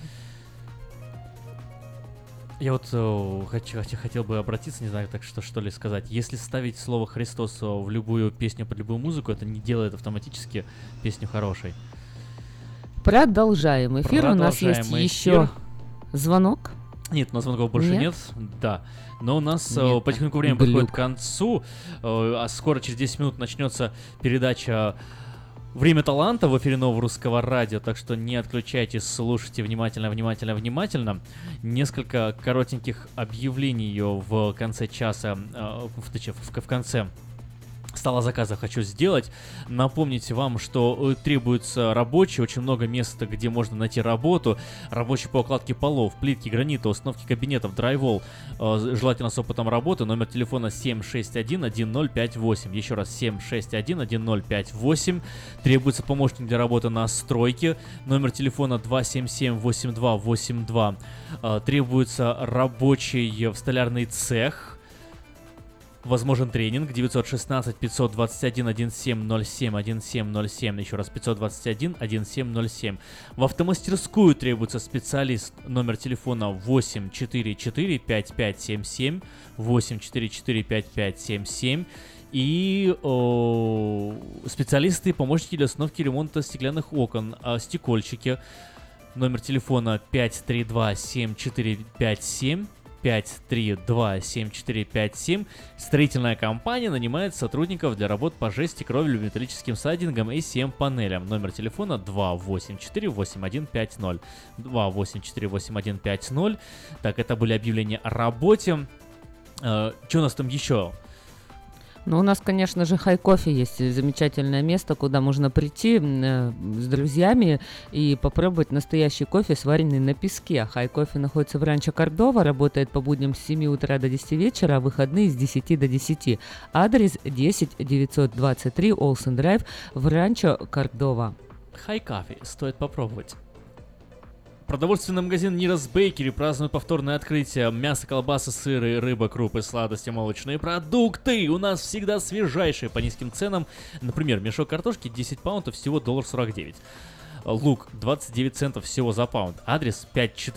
Я вот хотел бы обратиться, не знаю, так что ли сказать. Если ставить слово «Христос» в любую песню, под любую музыку, это не делает автоматически песню хорошей. Продолжаем эфир. У нас есть еще звонок. Нет, у нас звонков больше нет. Да. Но у нас потихоньку время подходит к концу. А скоро, через 10 минут, начнется передача «Время таланта» в эфире Нового Русского Радио. Так что не отключайтесь, слушайте внимательно. Несколько коротеньких объявлений в конце часа, в конце стола заказа хочу сделать. Напомнить вам, что требуется рабочий, очень много мест, где можно найти работу. Рабочий по укладке полов, плитки, гранита, установки кабинетов, драйвол. Желательно с опытом работы. Номер телефона 761-1058. Еще раз, 761-1058. Требуется помощник для работы на стройке. Номер телефона 277-8282. Требуется рабочий в столярный цех. Возможен тренинг 916-521-1707, еще раз 521-1707. В автомастерскую требуется специалист, номер телефона 844-5577, 844-5577. И специалисты и помощники для установки и ремонта стеклянных окон, стекольщики, номер телефона 532-7457. 532-7457. Строительная компания нанимает сотрудников для работ по жести, кровлю, металлическим сайдингам и CM-панелям. Номер телефона 284-8150. 284-8150. Так, это были объявления о работе. Что у нас там еще? Ну, у нас, конечно же, Хай Кофе есть, замечательное место, куда можно прийти с друзьями и попробовать настоящий кофе, сваренный на песке. Хай Кофе находится в Ранчо Кордова, работает по будням с 7 утра до 10 вечера, а выходные с 10 до 10. Адрес 10923 Олсен Драйв в Ранчо Кордова. Хай Кофе стоит попробовать. Продовольственный магазин Нирас Бейкери празднует повторное открытие. Мясо, колбасы, сыры, рыба, крупы, сладости, молочные продукты. У нас всегда свежайшие по низким ценам. Например, мешок картошки 10 паунтов всего $1.49. Лук 29 центов всего за паунд. Адрес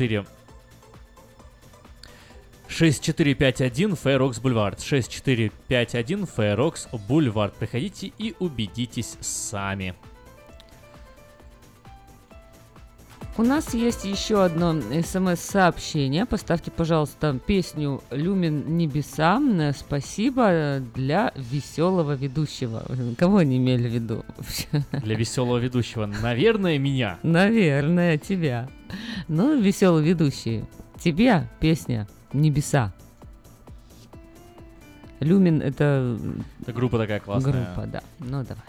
6451 Фейрокс Бульвард. 6451 Фейрокс Бульвард. Приходите и убедитесь сами. У нас есть еще одно смс-сообщение. Поставьте, пожалуйста, песню «Люмен небеса». Спасибо для веселого ведущего. Кого они имели в виду? Для веселого ведущего. Наверное, меня. Наверное, тебя. Ну, веселый ведущий. Тебе песня «Небеса». Люмен — это группа такая классная. Группа, да. Ну, давай.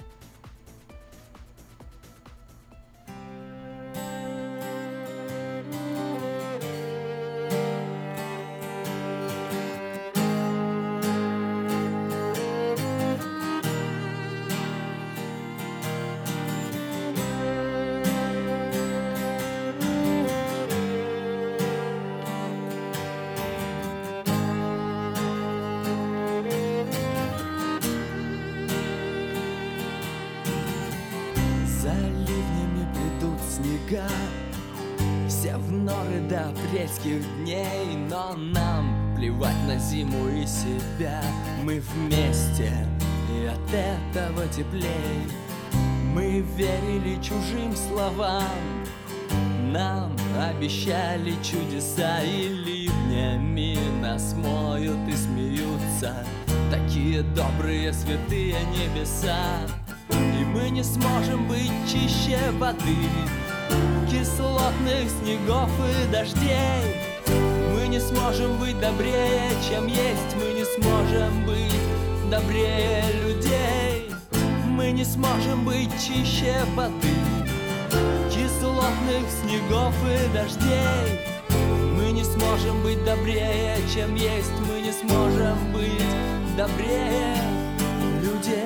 Все в норы до апрельских дней, но нам плевать на зиму и себя. Мы вместе, и от этого теплей. Мы верили чужим словам, нам обещали чудеса, и ливнями нас моют и смеются такие добрые святые небеса. И мы не сможем быть чище воды, кислотных снегов и дождей. Мы не сможем быть добрее, чем есть. Мы не сможем быть добрее людей. Мы не сможем быть чище воды, кислотных снегов и дождей. Мы не сможем быть добрее, чем есть. Мы не сможем быть добрее людей.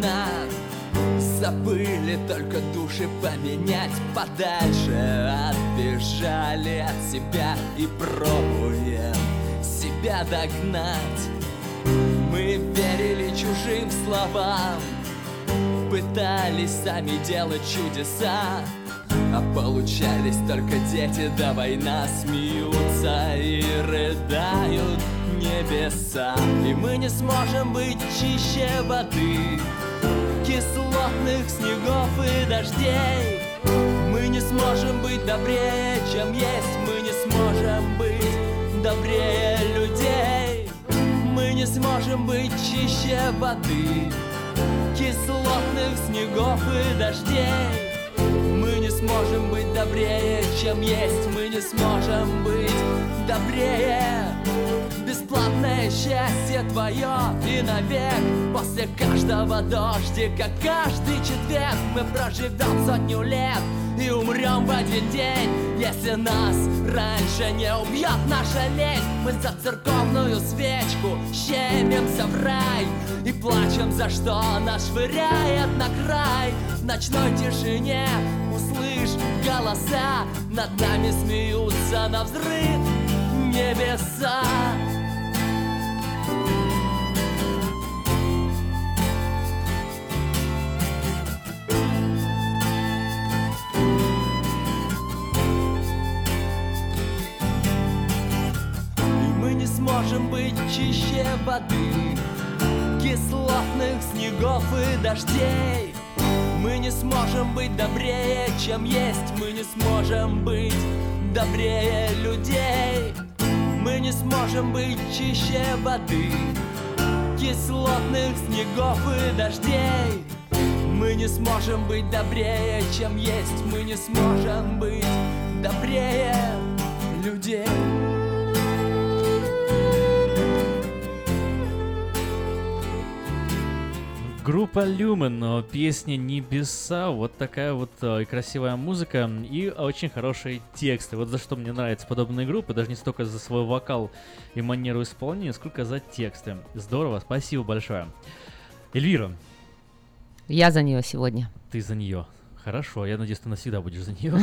Забыли только души поменять подальше от бежали от себя и пробуем себя догнать. Мы верили чужим словам, пытались сами делать чудеса, а получались только дети, да война, смеются и рыдают небеса. И мы не сможем быть чище воды, кислотных снегов и дождей. Мы не сможем быть добрее, чем есть. Мы не сможем быть добрее людей. Мы не сможем быть чище воды, кислотных снегов и дождей. Мы не сможем быть добрее, чем есть. Мы не сможем быть добрее. Бесплатное счастье твое и навек. После каждого дождика, каждый четверг мы проживем 100 лет и умрем в один день. Если нас раньше не убьет наша лень, мы за церковную свечку щемимся в рай и плачем, за что нас швыряет на край. В ночной тишине услышь голоса, над нами смеются навзрыд небеса. Сможем быть чище воды, кислотных снегов и дождей. Мы не сможем быть добрее, чем есть. Мы не сможем быть добрее людей. Мы не сможем быть чище воды, кислотных снегов и дождей. Мы не сможем быть добрее, чем есть. Мы не сможем быть добрее людей. Группа Люмен, песня «Небеса», вот такая вот и красивая музыка, и очень хорошие тексты. Вот за что мне нравятся подобные группы, даже не столько за свой вокал и манеру исполнения, сколько за тексты. Здорово, спасибо большое. Эльвира. Я за нее сегодня. Ты за нее. Хорошо, я надеюсь, ты навсегда будешь за нее.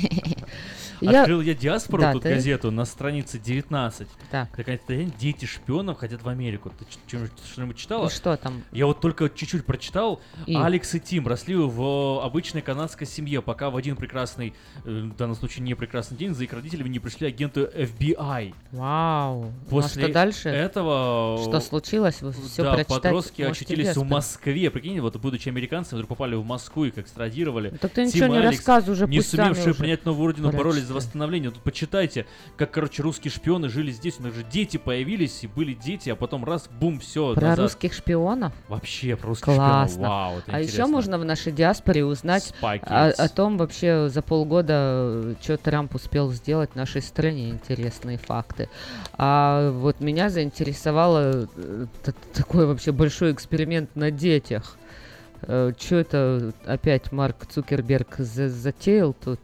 Открыл я «Диаспору», тут газету, на странице 19. Такая «Дети шпионов хотят в Америку». Ты что-нибудь читала? Что там? Я вот только чуть-чуть прочитал. Алекс и Тим росли в обычной канадской семье, пока в один прекрасный, в данном случае не прекрасный день, за их родителями не пришли агенты FBI. Вау. После что дальше? этого... Что случилось? Вы все да, прочитать подростки очутились в Москве. Прикинь, вот будучи американцами, вдруг попали в Москву, их экстрадировали. Так ты ничего не рассказывай уже, не пусть сумевшие уже принять новую родину, боролись за восстановление. Тут почитайте, как, короче, русские шпионы жили здесь. У них же дети появились, и были дети, а потом раз, бум, все. Про назад. Русских шпионов? Вообще, про русских шпионов. Вау, это а интересно. еще можно в нашей диаспоре узнать о том вообще за полгода, что Трамп успел сделать в нашей стране. Интересные факты. А вот меня заинтересовало такой вообще большой эксперимент на детях. Что это опять Марк Цукерберг затеял тут?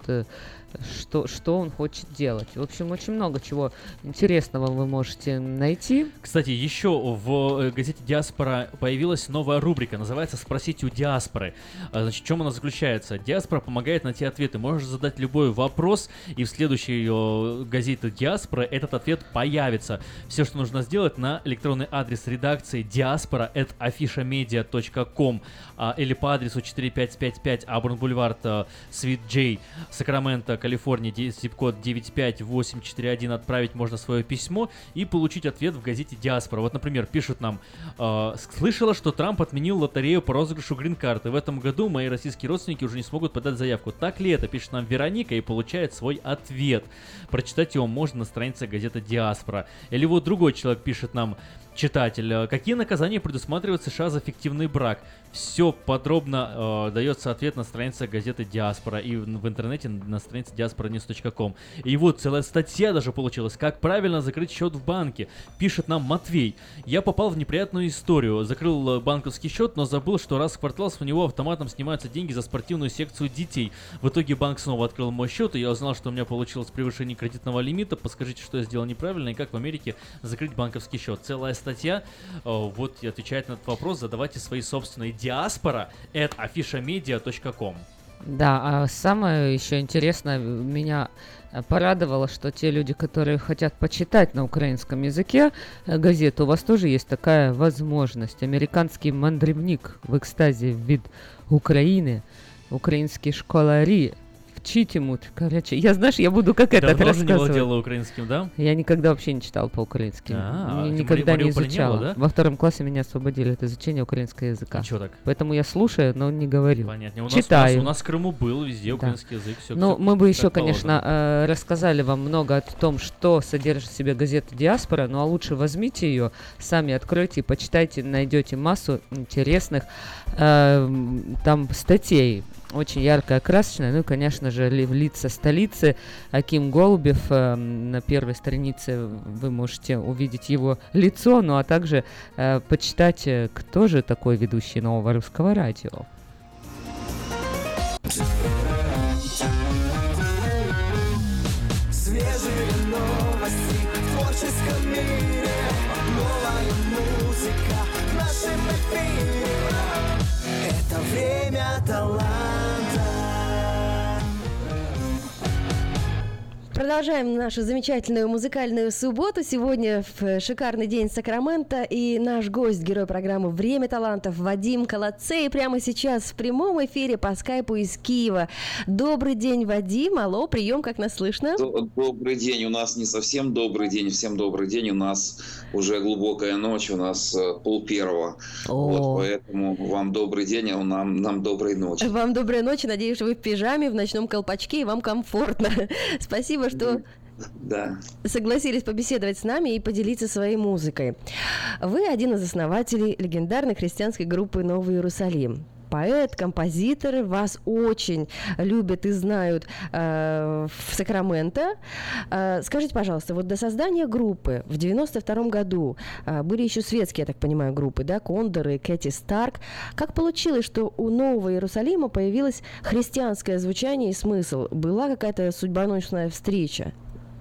Что он хочет делать. В общем, очень много чего интересного вы можете найти. Кстати, еще в газете «Диаспора» появилась новая рубрика, называется «Спросите у диаспоры». Значит, в чем она заключается? Диаспора помогает найти ответы. Можешь задать любой вопрос, и в следующей газете «Диаспора» этот ответ появится. Все, что нужно сделать, на электронный адрес редакции diaspora@afishamedia.com или по адресу 4555 Auburn Boulevard, Suite J, Сакраменто, Калифорния, зип-код 95841, отправить можно свое письмо и получить ответ в газете «Диаспора». Вот, например, пишут нам: «Слышала, что Трамп отменил лотерею по розыгрышу грин-карты. В этом году мои российские родственники уже не смогут подать заявку. Так ли это?» Пишет нам Вероника и получает свой ответ. Прочитать его можно на странице газеты «Диаспора». Или вот другой человек пишет нам, читатель: «Какие наказания предусматривают США за фиктивный брак?» Все подробно дается ответ на странице газеты «Диаспора» и в интернете на странице diasporanews.com. И вот целая статья даже получилась: «Как правильно закрыть счет в банке?» Пишет нам Матвей: «Я попал в неприятную историю. Закрыл банковский счет, но забыл, что раз в квартал с него автоматом снимаются деньги за спортивную секцию детей. В итоге банк снова открыл мой счет, и я узнал, что у меня получилось превышение кредитного лимита. Подскажите, что я сделал неправильно и как в Америке закрыть банковский счет?» Целая статья вот и отвечает на этот вопрос. Задавайте свои собственные. diaspora@afishamedia.com. Да, а самое еще интересное, меня порадовало, что те люди, которые хотят почитать на украинском языке газету, у вас тоже есть такая возможность. Американский мандрівник в экстазе від України, украинские школари вчитимут. Короче, я, знаешь, я буду как этот рассказывать. Давно же не владела украинским, да? Я никогда вообще не читал по-украински. Никогда не изучал. Да? Во 2 классе меня освободили от изучения украинского языка. А чё так? Поэтому я слушаю, но не говорю. Понятно. Читаю. У нас в Крыму был везде украинский язык. Всё, ну, мы бы еще, конечно, положено. рассказали вам много о том, что содержит в себе газета «Диаспора», ну а лучше возьмите ее, сами откройте и почитайте, найдете массу интересных там статей. Очень яркая, красочная. Ну и, конечно же, лица столицы. Аким Голубев. На первой странице вы можете увидеть его лицо, ну а также почитать, кто же такой ведущий Нового Русского Радио. Свежие новости в творческом мире. Новая музыка в нашем эфире. Это время таланта. Продолжаем нашу замечательную музыкальную субботу. Сегодня в шикарный день Сакраменто. И наш гость, герой программы «Время талантов» Вадим Колоцей прямо сейчас в прямом эфире по скайпу из Киева. Добрый день, Вадим. Алло, прием, как нас слышно? Добрый день. У нас не совсем добрый день. Всем добрый день. У нас уже глубокая ночь. У нас 12:30. Вот, поэтому вам добрый день, а нам доброй ночи. Вам доброй ночи. Надеюсь, что вы в пижаме, в ночном колпачке, и вам комфортно. Спасибо, что согласились побеседовать с нами и поделиться своей музыкой. Вы один из основателей легендарной христианской группы «Новый Иерусалим». Поэт, композитор, вас очень любят и знают в Сакраменто. Скажите, пожалуйста, вот до создания группы в 92-м году были еще светские, я так понимаю, группы, да, Кондоры, Кэти Старк. Как получилось, что у Нового Иерусалима появилось христианское звучание и смысл? Была какая-то судьбоносная встреча?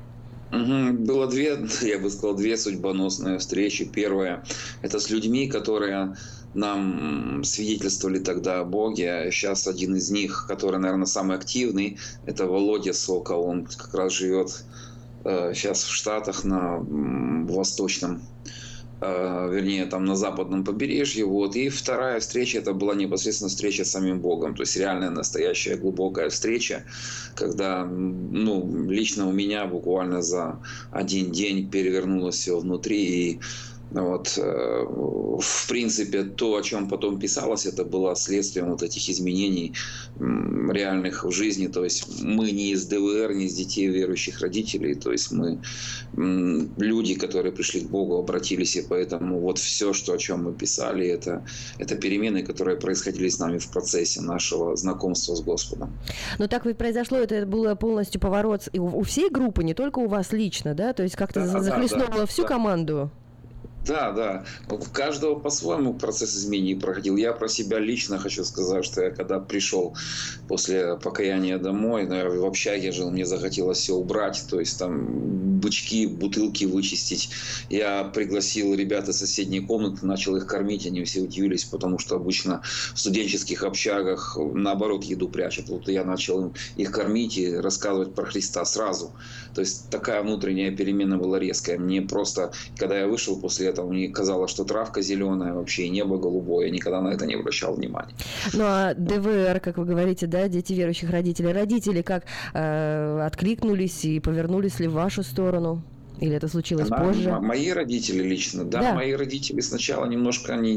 Было я бы сказал, две судьбоносные встречи. Первая – это с людьми, которые нам свидетельствовали тогда о Боге. Сейчас один из них, который, наверное, самый активный, это Володя Сокол. Он как раз живет сейчас в Штатах на восточном, вернее, там на западном побережье. Вот. И вторая встреча, это была непосредственно встреча с самим Богом. То есть реальная, настоящая, глубокая встреча, когда, лично у меня буквально за один день перевернулось все внутри. И вот, в принципе, то, о чем потом писалось, это было следствием вот этих изменений реальных в жизни. То есть мы не из ДВР, не из детей верующих родителей. То есть мы люди, которые пришли к Богу, обратились. И поэтому вот все, о чем мы писали, это перемены, которые происходили с нами в процессе нашего знакомства с Господом. Но так ведь произошло, это было полностью поворот у всей группы, не только у вас лично, да? То есть как-то захлестнуло всю команду? Да. У каждого по-своему процесс изменений проходил. Я про себя лично хочу сказать, что я когда пришел после покаяния домой, в общаге жил, мне захотелось все убрать, то есть там бычки, бутылки вычистить. Я пригласил ребят из соседней комнаты, начал их кормить, они все удивились, потому что обычно в студенческих общагах наоборот еду прячут. Вот я начал их кормить и рассказывать про Христа сразу. То есть такая внутренняя перемена была резкая. Мне просто, когда я вышел после этого, мне казалось, что травка зеленая вообще, и небо голубое. Я никогда на это не обращал внимания. Ну а ДВР, как вы говорите, да, дети верующих родителей. Родители как откликнулись и повернулись ли в вашу сторону? Или это случилось позже? Мои родители лично, да, мои родители сначала немножко, они,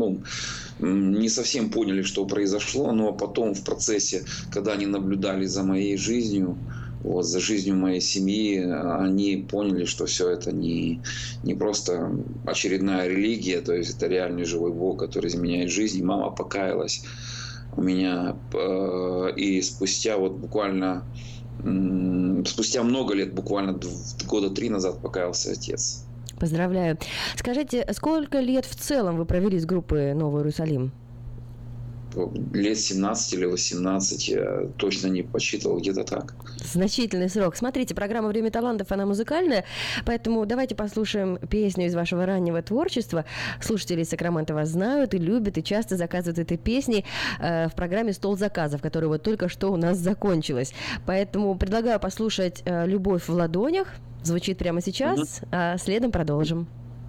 не совсем поняли, что произошло, но потом в процессе, когда они наблюдали за моей жизнью, за жизнью моей семьи, они поняли, что все это не просто очередная религия, то есть это реальный живой Бог, который изменяет жизнь. И мама покаялась у меня, и спустя много лет, буквально 3 года назад, покаялся отец. Поздравляю. Скажите, сколько лет в целом вы провели с группой «Новый Иерусалим»? лет 17 или 18, я точно не подсчитывал, где-то так. Значительный срок. Смотрите, программа «Время талантов», она музыкальная, поэтому давайте послушаем песню из вашего раннего творчества. Слушатели из Сакрамента вас знают и любят, и часто заказывают эти песни в программе «Стол заказов», которая вот только что у нас закончилась. Поэтому предлагаю послушать «Любовь в ладонях». Звучит прямо сейчас, а следом продолжим.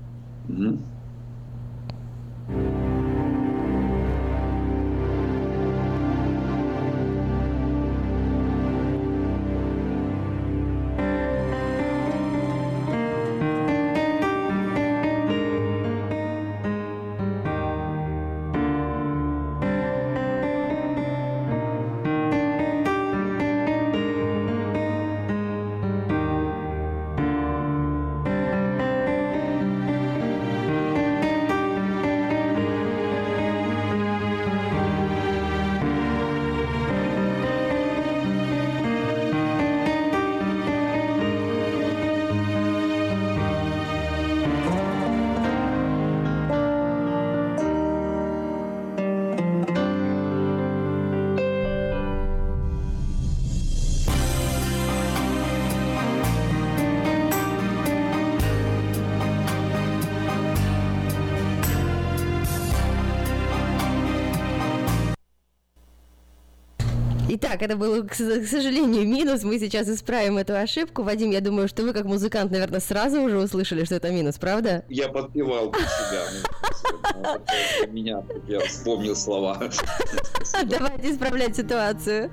Итак, это был, к сожалению, минус. Мы сейчас исправим эту ошибку. Вадим, я думаю, что вы, как музыкант, наверное, сразу уже услышали, что это минус, правда? Я подпевал под себя. Меня, я вспомнил слова. Давайте исправлять ситуацию.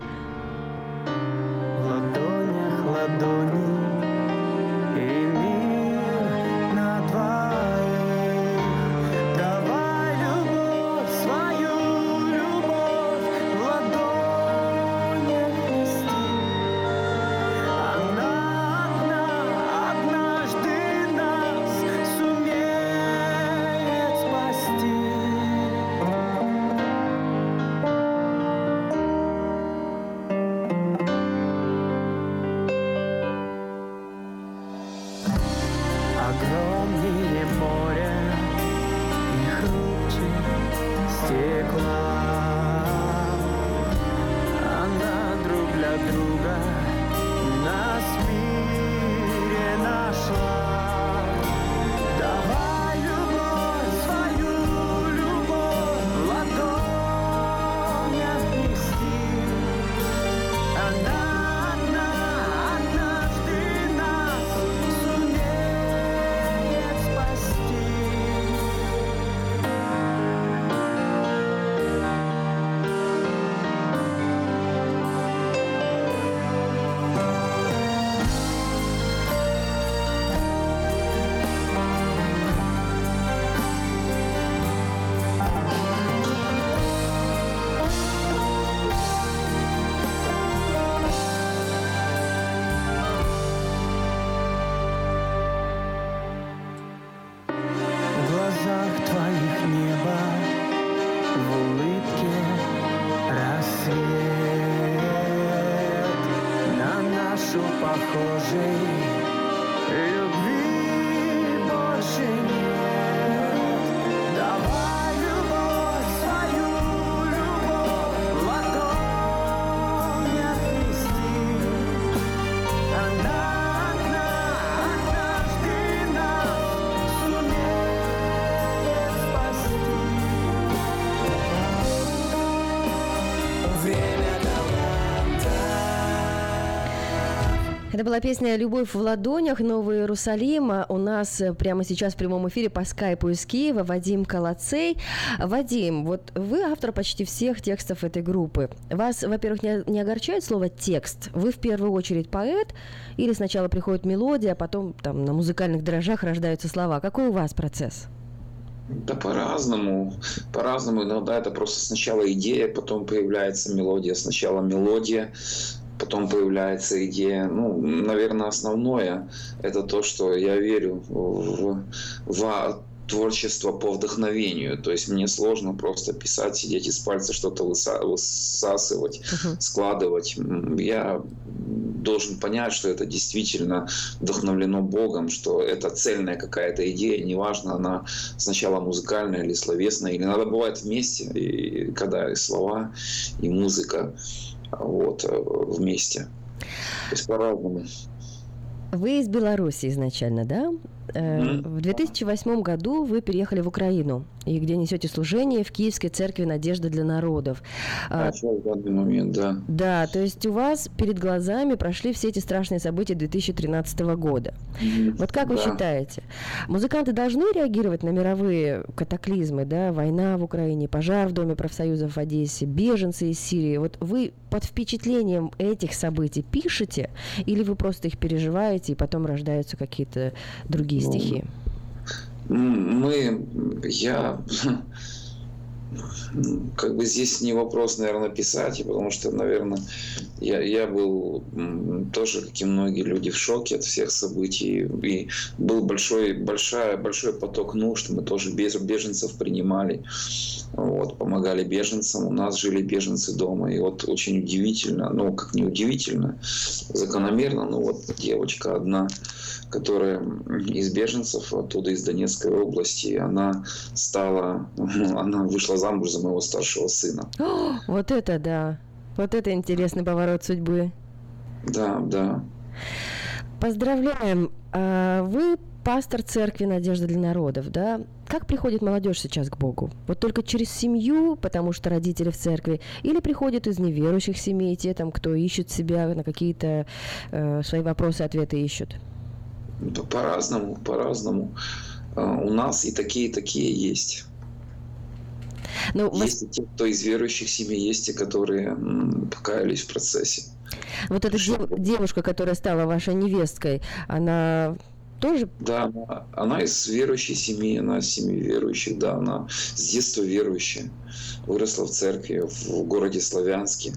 В ладонях ладони и мир на двоих. Давай любовь свою, любовь в ладонях нести. Она одна, однажды нас сумеет спасти. Огромнее море и хрупче стекла. Она друг для друга нас в мире нашла. Давай любовь свою, любовь в ладонях нести. Она одна, однажды нас сумеет спасти. В глазах твоих небо, в улыбке рассвет. На нашу похожей любви больше нет. Давай любовь свою, любовь в ладонях нести. Она одна, однажды нас сумеет спасти. Время таланта. Это была песня «Любовь в ладонях», «Новый Иерусалим». У нас прямо сейчас в прямом эфире по скайпу из Киева Вадим Колоцей. Вадим, вот вы автор почти всех текстов этой группы. Вас, во-первых, не огорчает слово «текст»? Вы в первую очередь поэт? Или сначала приходит мелодия, а потом там на музыкальных дрожжах рождаются слова? Какой у вас процесс? Да по-разному. По-разному. Иногда это просто сначала идея, потом появляется мелодия. Сначала мелодия, потом появляется идея. Ну, наверное, основное – это то, что я верю в творчество по вдохновению. То есть мне сложно просто писать, сидеть из пальца что-то высасывать, складывать. Я должен понять, что это действительно вдохновлено Богом, что это цельная какая-то идея, неважно, она сначала музыкальная или словесная, или иногда бывает вместе, и когда и слова, и музыка вот, вместе. То есть по-разному. Вы из Беларуси изначально, да? В 2008 году вы переехали в Украину, и где несете служение в Киевской церкви «Надежда для народов». В данный момент, да. Да, то есть у вас перед глазами прошли все эти страшные события 2013 года. Вот как вы считаете, музыканты должны реагировать на мировые катаклизмы, да, война в Украине, пожар в Доме профсоюзов в Одессе, беженцы из Сирии? Вот вы под впечатлением этих событий пишете, или вы просто их переживаете, и потом рождаются какие-то другие стихи? Как бы здесь не вопрос, наверное, писать, потому что, наверное, я был тоже, как и многие люди, в шоке от всех событий. И был большой поток нужд. Мы тоже беженцев принимали, вот, помогали беженцам. У нас жили беженцы дома. И вот очень удивительно, ну, как не удивительно, закономерно, ну, вот девочка одна, которая из беженцев, оттуда из Донецкой области, она вышла замуж за моего старшего сына. Вот это да! Вот это интересный поворот судьбы. Да, да. Поздравляем! Вы пастор церкви «Надежда для народов», да? Как приходит молодежь сейчас к Богу? Вот только через семью, потому что родители в церкви, или приходят из неверующих семей, те, там, кто ищет себя, на какие-то свои вопросы, ответы ищут? По-разному. У нас и такие есть. Есть и те, кто из верующих семей, есть те, которые покаялись в процессе. Вот эта девушка, которая стала вашей невесткой, она тоже? Да, она из верующей семьи, она из семьи верующих, да, она с детства верующая, выросла в церкви в городе Славянске.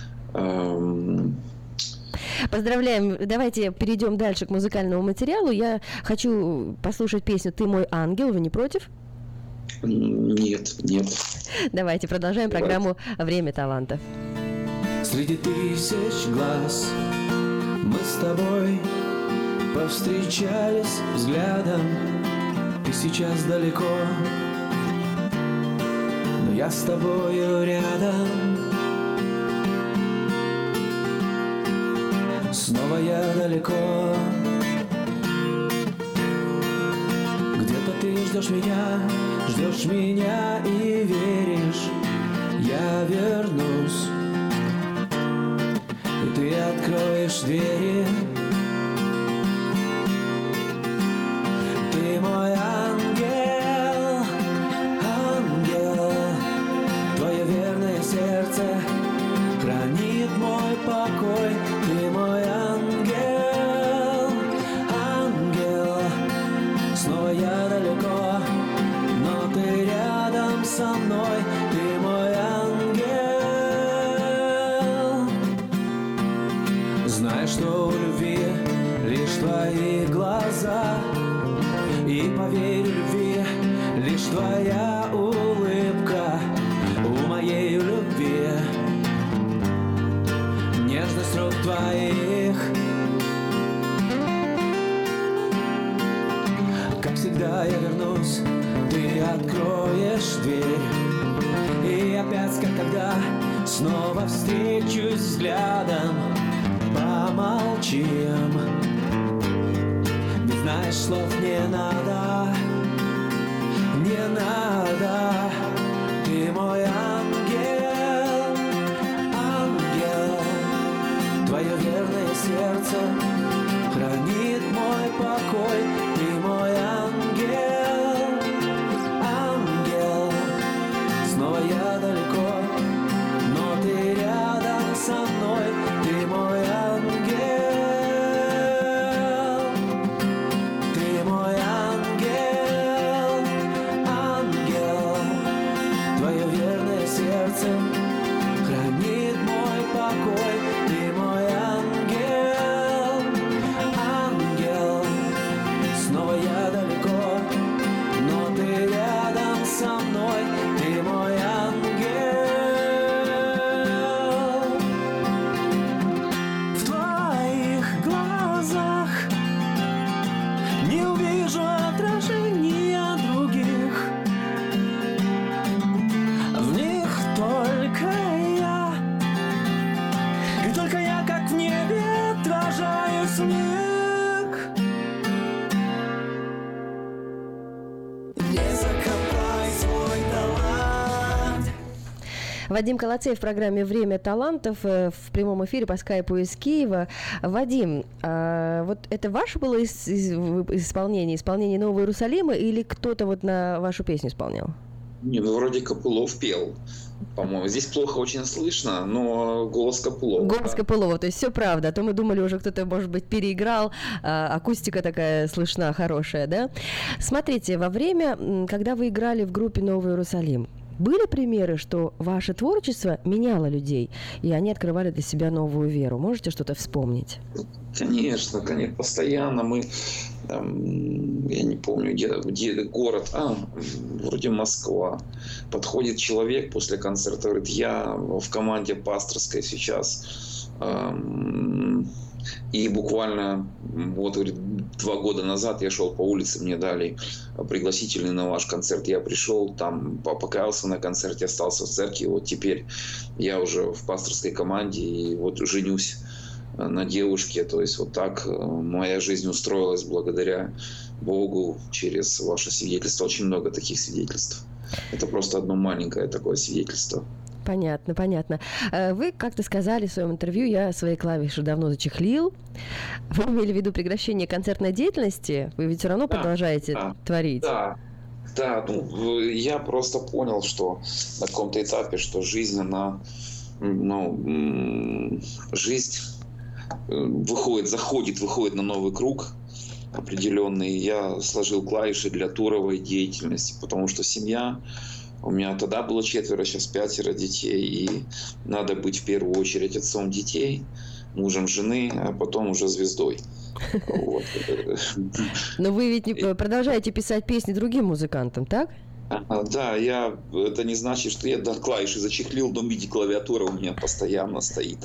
Поздравляем. Давайте перейдем дальше к музыкальному материалу. Я хочу послушать песню «Ты мой ангел». Вы не против? Нет. Давайте продолжаем программу «Время таланта». Среди тысяч глаз мы с тобой повстречались взглядом. Ты сейчас далеко, но я с тобою рядом. Снова я далеко. Где-то ты ждешь меня и веришь, я вернусь, и ты откроешь двери. Ты мой ангел, твое верное сердце хранит мой покой. Ты мой ангел, снова я далеко, но ты рядом со мной. Ты мой ангел. Знай, что у любви лишь твои глаза, и поверь, любви лишь твоя улыбка. У моей любви нежность рук твоих. Как всегда я вернусь, ты откроешь дверь, и опять, как тогда, снова встречусь взглядом. Помолчим, ведь знаешь, слов не надо. Ты мой ангел, твое верное сердце хранит мой покой. Ты мой ангел, снова я далеко, но ты рядом со мной. Ты мой ангел, ты мой ангел, твое верное сердце хранит мой покой. Ты мой ангел, не увижу отражения других. В них только я, и только я, как в небе, отражаюсь в них. Не закопай свой талант. Вадим Колоцеев в программе «Время талантов» в прямом эфире по скайпу из Киева. Вадим, вот это ваше было исполнение «Нового Иерусалима» или кто-то вот на вашу песню исполнял? Не, ну вроде Копылов пел, по-моему. Здесь плохо очень слышно, но голос Копылова. Голос Копылова, то есть все правда. А то мы думали, уже кто-то, может быть, переиграл. Акустика такая слышна, хорошая, да? Смотрите, во время, когда вы играли в группе «Новый Иерусалим», были примеры, что ваше творчество меняло людей, и они открывали для себя новую веру? Можете что-то вспомнить? Конечно, постоянно мы, я не помню, где город, вроде Москва. Подходит человек после концерта, говорит, я в команде пасторской сейчас. И буквально, вот, говорит, 2 года назад я шел по улице, мне дали пригласительный на ваш концерт. Я пришел, там покаялся на концерте, остался в церкви. Вот теперь я уже в пасторской команде и вот женюсь на девушке. То есть вот так моя жизнь устроилась благодаря Богу через ваше свидетельство. Очень много таких свидетельств. Это просто одно маленькое такое свидетельство. Понятно, понятно. Вы как-то сказали в своем интервью, я свои клавиши давно зачехлил. Вы имели в виду прекращение концертной деятельности? Вы ведь все равно продолжаете творить? Да, ну, я просто понял, что на каком-то этапе, что жизнь, она, жизнь выходит на новый круг определенный. Я сложил клавиши для туровой деятельности, потому что семья... У меня тогда было 4, сейчас 5 детей, и надо быть в первую очередь отцом детей, мужем жены, а потом уже звездой. Вот. Но вы ведь продолжаете писать песни другим музыкантам, так? Да, это не значит, что я клавиши зачехлил, но MIDI-клавиатура у меня постоянно стоит.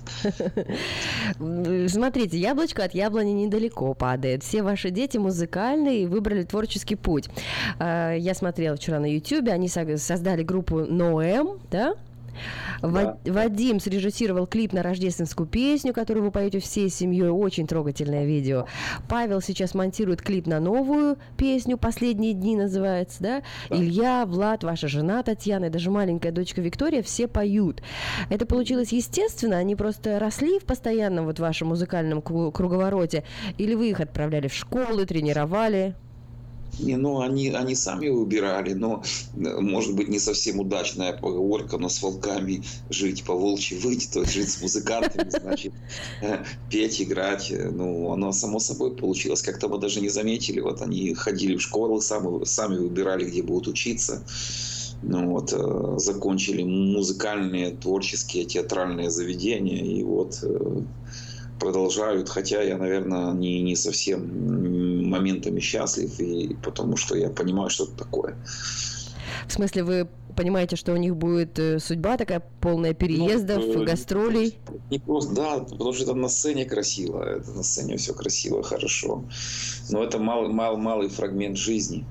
Смотрите, яблочко от яблони недалеко падает. Все ваши дети музыкальные и выбрали творческий путь. Я смотрела вчера на YouTube, они создали группу NOEM, да? Да. Вадим срежиссировал клип на рождественскую песню, которую вы поете всей семьей. Очень трогательное видео. Павел сейчас монтирует клип на новую песню «Последние дни» называется, да? Илья, Влад, ваша жена Татьяна и даже маленькая дочка Виктория все поют. Это получилось естественно? Они просто росли в постоянном вот вашем музыкальном круговороте? Или вы их отправляли в школы, тренировали? Они сами выбирали, но, может быть, не совсем удачная поговорка, но с волками жить, по волчьи выть, то есть жить с музыкантами, значит, петь, играть. Оно само собой получилось. Как-то мы даже не заметили. Вот они ходили в школу, сами выбирали, где будут учиться. Закончили музыкальные, творческие, театральные заведения, и вот... продолжают, хотя я, наверное, не совсем моментами счастлив, и потому что я понимаю, что это такое. В смысле, вы понимаете, что у них будет судьба такая полная переездов, гастролей? Не просто, да, потому что это на сцене красиво, это на сцене все красиво, хорошо, но это малый фрагмент жизни.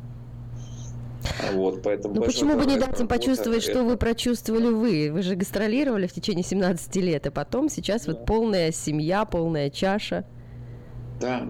Вот, поэтому почему бы не дать им почувствовать, что вы прочувствовали вы? Вы же гастролировали в течение 17 лет, а потом сейчас вот полная семья, полная чаша. Да.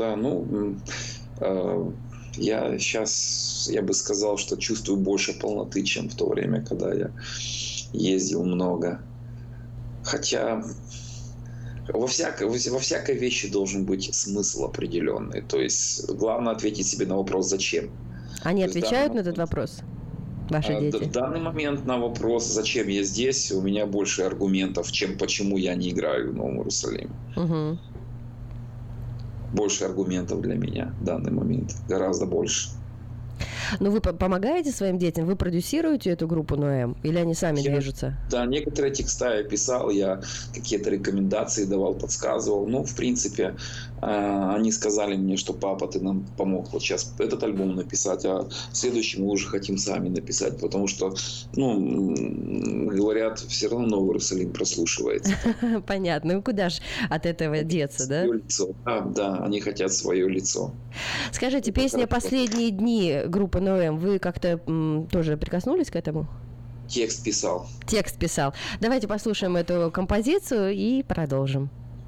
Я бы сказал, что чувствую больше полноты, чем в то время, когда я ездил много. Хотя во всякой вещи должен быть смысл определенный. То есть главное ответить себе на вопрос «зачем?». Они отвечают на этот вопрос, ваши дети? В данный момент на вопрос, зачем я здесь, у меня больше аргументов, чем почему я не играю в Новом Иерусалиме. Угу. Больше аргументов для меня в данный момент, гораздо больше. Но вы помогаете своим детям? Вы продюсируете эту группу NOEM? Или они сами движутся? Да, некоторые текста я писал, я какие-то рекомендации давал, подсказывал. В принципе, они сказали мне, что папа, ты нам помог вот сейчас этот альбом написать, а следующий мы уже хотим сами написать, потому что, говорят, все равно Новый Иерусалим прослушивается. Понятно. Ну куда же от этого деться, да? Свое лицо. Да, они хотят свое лицо. Скажите, песня «Последние дни» группы НОЭМ, вы как-то тоже прикоснулись к этому? Текст писал. Давайте послушаем эту композицию и продолжим.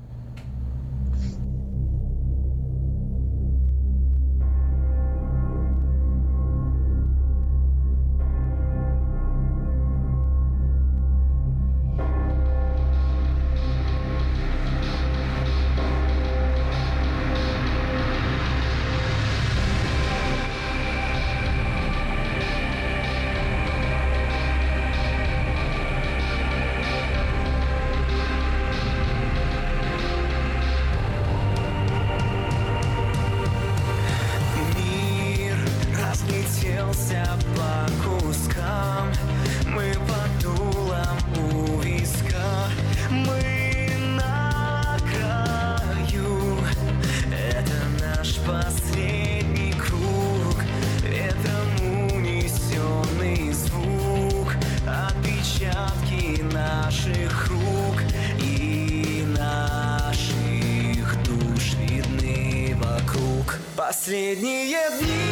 Последние дни,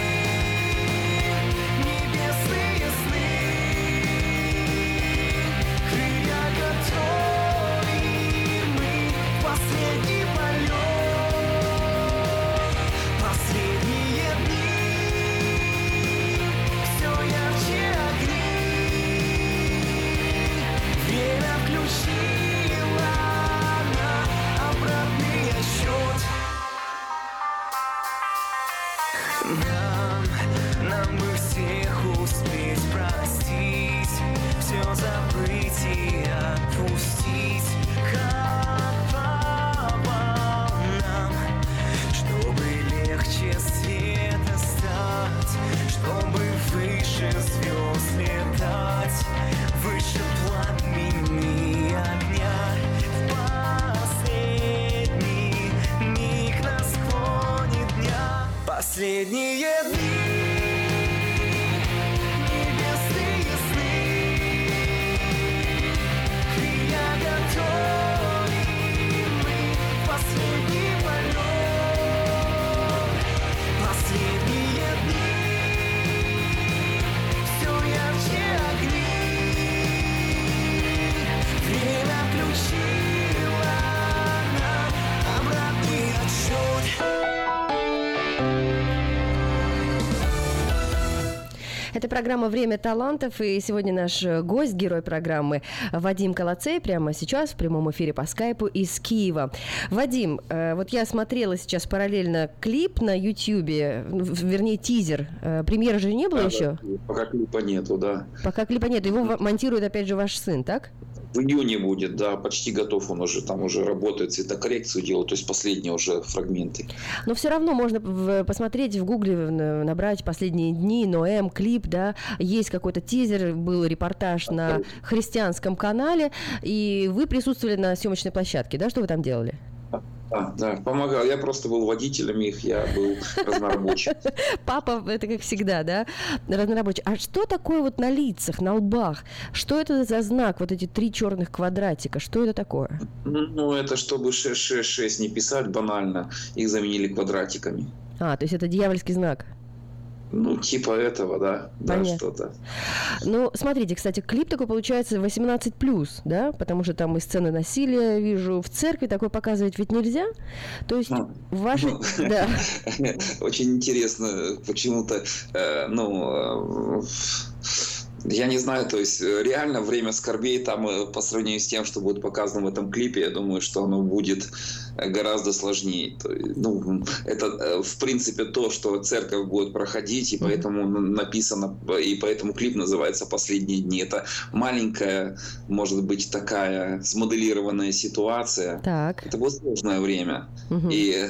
небесные сны, крылья готовимы, последний полет. Последние дни, все ярче огни, время включило на обратный отсчет. Нам бы всех успеть простить, все забыть и отпустить, как по волнам, чтобы легче света стать, чтобы выше звезд летать, выше пламени огня. В последний миг на склоне дня. Последние дни, небесные сны, крылья готовимы, последний полет. Последние дни, все ярче огни, время включило на обратный отсчет. Это программа «Время талантов», и сегодня наш гость, герой программы Вадим Колоцей, прямо сейчас в прямом эфире по скайпу из Киева. Вадим, вот я смотрела сейчас параллельно клип на Ютьюбе, вернее тизер. Премьеры же не было еще? Пока клипа нету, да. Пока клипа нету, его монтирует опять же ваш сын, так? В июне будет, да, почти готов он уже, там уже работает, цветокоррекцию делает, то есть последние уже фрагменты. Но все равно можно посмотреть в Гугле, набрать «Последние дни», НОЭМ, клип, да, есть какой-то тизер, был репортаж на христианском канале, и вы присутствовали на съемочной площадке, да, что вы там делали? Да, помогал. Я просто был водителем их, я был разнорабочим. Папа, это как всегда, да, разнорабочий. А что такое вот на лицах, на лбах? Что это за знак, вот эти 3 черных квадратика? Что это такое? Ну, это чтобы 666 не писать банально, их заменили квадратиками. То есть это дьявольский знак? Ну, типа этого, да. Понятно. Да, что-то. Ну, смотрите, кстати, клип такой получается 18+, да, потому что там и сцены насилия, вижу, в церкви такой показывать ведь нельзя. То есть ваши... Да. Очень интересно, почему-то, я не знаю, то есть реально время скорбей там по сравнению с тем, что будет показано в этом клипе, я думаю, что оно будет гораздо сложнее. Это в принципе то, что церковь будет проходить, и поэтому написано, и поэтому клип называется «Последние дни». Это маленькая, может быть, такая смоделированная ситуация. Так. Это будет сложное время. И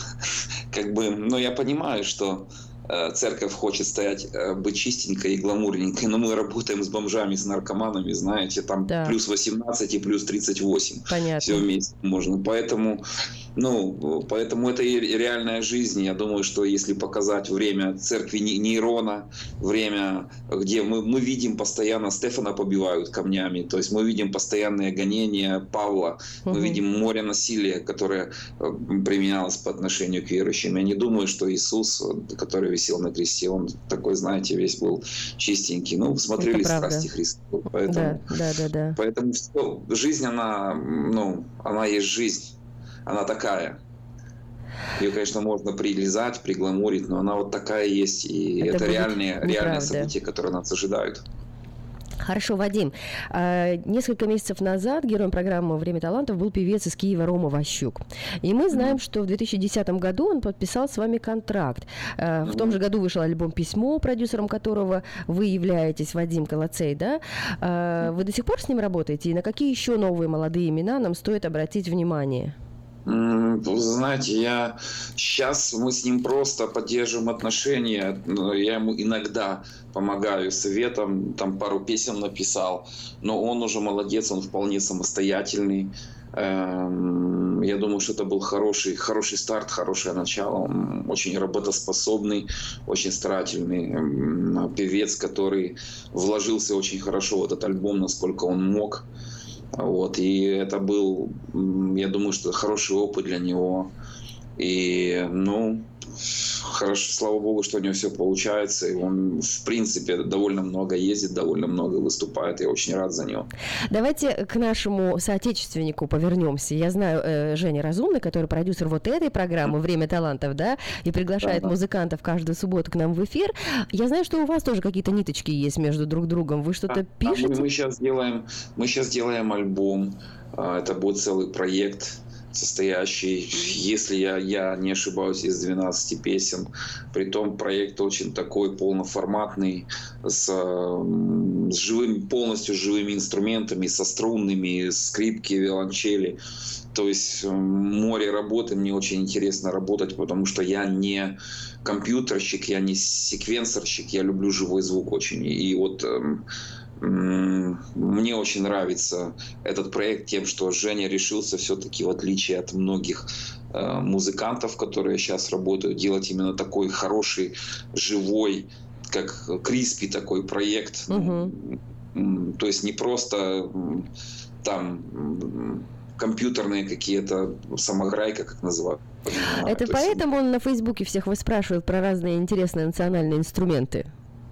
я понимаю, что церковь хочет быть чистенькой и гламурненькой, но мы работаем с бомжами, с наркоманами, знаете, там плюс 18 и плюс 38. Понятно. Все вместе можно. Поэтому Ну, поэтому это и реальная жизнь. Я думаю, что если показать время церкви Нейрона, время, где мы видим постоянно Стефана побивают камнями, то есть мы видим постоянные гонения Павла, мы видим море насилия, которое применялось по отношению к верующим. Я не думаю, что Иисус, который висел на кресте, он такой, знаете, весь был чистенький. Ну, смотрели страсти Христа. Поэтому, да. Поэтому жизнь, она есть жизнь. Она такая. Ее, конечно, можно прилизать, пригламурить, но она вот такая есть. И это реальные события, которые нас ожидают. Хорошо, Вадим. Несколько месяцев назад героем программы «Время талантов» был певец из Киева Рома Ващук. И мы знаем, что в 2010 году он подписал с вами контракт. В том же году вышел альбом «Письмо», продюсером которого вы являетесь, Вадим Колоцей, да? Вы до сих пор с ним работаете? И на какие еще новые молодые имена нам стоит обратить внимание? Вы знаете, сейчас мы с ним просто поддерживаем отношения. Я ему иногда помогаю советом, там пару песен написал, но он уже молодец, он вполне самостоятельный. Я думаю, что это был хороший старт, хорошее начало. Он очень работоспособный, очень старательный певец, который вложился очень хорошо в этот альбом, насколько он мог. Вот, и это был, я думаю, что хороший опыт для него. И, хорошо, слава богу, что у него все получается. И он, в принципе, довольно много ездит, довольно много выступает. Я очень рад за него. Давайте к нашему соотечественнику повернемся. Я знаю Женя Разумный, который продюсер вот этой программы «Время талантов», да, и приглашает музыкантов каждую субботу к нам в эфир. Я знаю, что у вас тоже какие-то ниточки есть между друг другом. Вы что-то пишете? Мы сейчас делаем альбом. Это будет целый проект, состоящий, если я не ошибаюсь, из 12 песен. Притом проект очень такой полноформатный, с полностью живыми инструментами, со струнными, скрипки, виолончели. То есть море работы, мне очень интересно работать, потому что я не компьютерщик, я не секвенсорщик, я люблю живой звук очень. И вот мне очень нравится этот проект тем, что Женя решился все-таки, в отличие от многих музыкантов, которые сейчас работают, делать именно такой хороший, живой, как Криспи такой проект. То есть не просто там компьютерные какие-то самограйка, как называют. Это поэтому он на Фейсбуке всех выспрашивает про разные интересные национальные инструменты?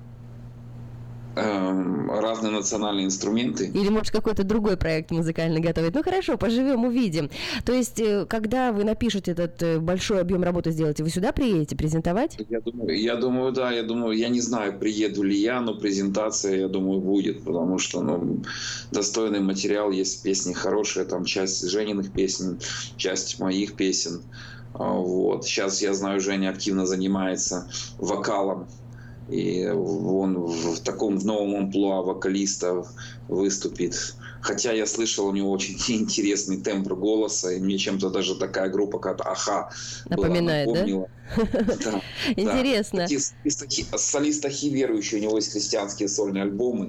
Разные национальные инструменты. Или, может, какой-то другой проект музыкальный готовит. Ну, хорошо, поживем, увидим. То есть, когда вы напишете этот большой объем работы сделаете, вы сюда приедете презентовать? Я думаю, да. Я не знаю, приеду ли я, но презентация, я думаю, будет, потому что, достойный материал, есть песни хорошие, там часть Жениных песен, часть моих песен. Вот. Сейчас, я знаю, Женя активно занимается вокалом. И он в таком новом амплуа вокалиста выступит. Хотя я слышал, у него очень интересный тембр голоса, и мне чем-то даже такая группа, как «Аха», напоминает, напомнила. Да? Интересно. Солист Ахи верующий, у него есть христианские сольные альбомы.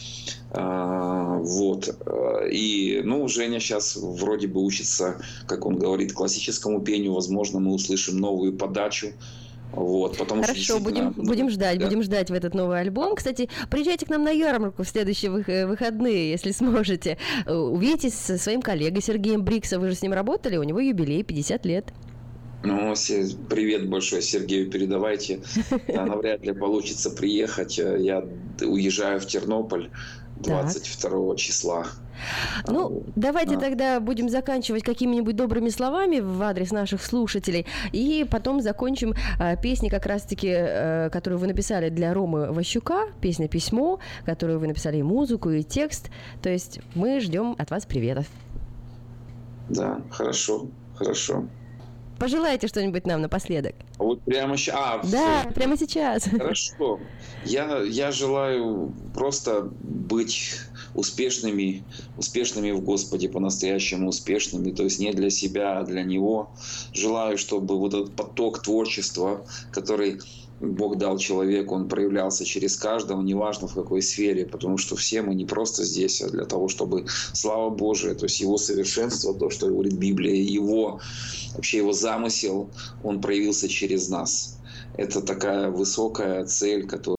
Вот. И, Женя сейчас вроде бы учится, как он говорит, классическому пению. Возможно, мы услышим новую подачу. Вот, хорошо, будем ждать в этот новый альбом. Кстати, приезжайте к нам на ярмарку в следующие выходные, если сможете. Увидитесь со своим коллегой Сергеем Бриксом. Вы же с ним работали, у него юбилей 50 лет. Привет большой Сергею передавайте. Навряд ли получится приехать. Я уезжаю в Тернополь 22 числа. Давайте тогда будем заканчивать какими-нибудь добрыми словами в адрес наших слушателей, и потом закончим песней как раз-таки, которую вы написали для Ромы Ващука, песня «Письмо», которую вы написали и музыку, и текст. То есть мы ждем от вас приветов. Да, хорошо. Пожелайте что-нибудь нам напоследок. Вот прямо сейчас. Да, прямо сейчас. Хорошо. Я желаю просто быть успешными в Господе, по-настоящему успешными, то есть не для себя, а для Него. Желаю, чтобы вот этот поток творчества, который Бог дал человеку, он проявлялся через каждого, неважно в какой сфере, потому что все мы не просто здесь, а для того, чтобы слава Божия, то есть Его совершенство, то, что говорит Библия, Его замысел, он проявился через нас. Это такая высокая цель,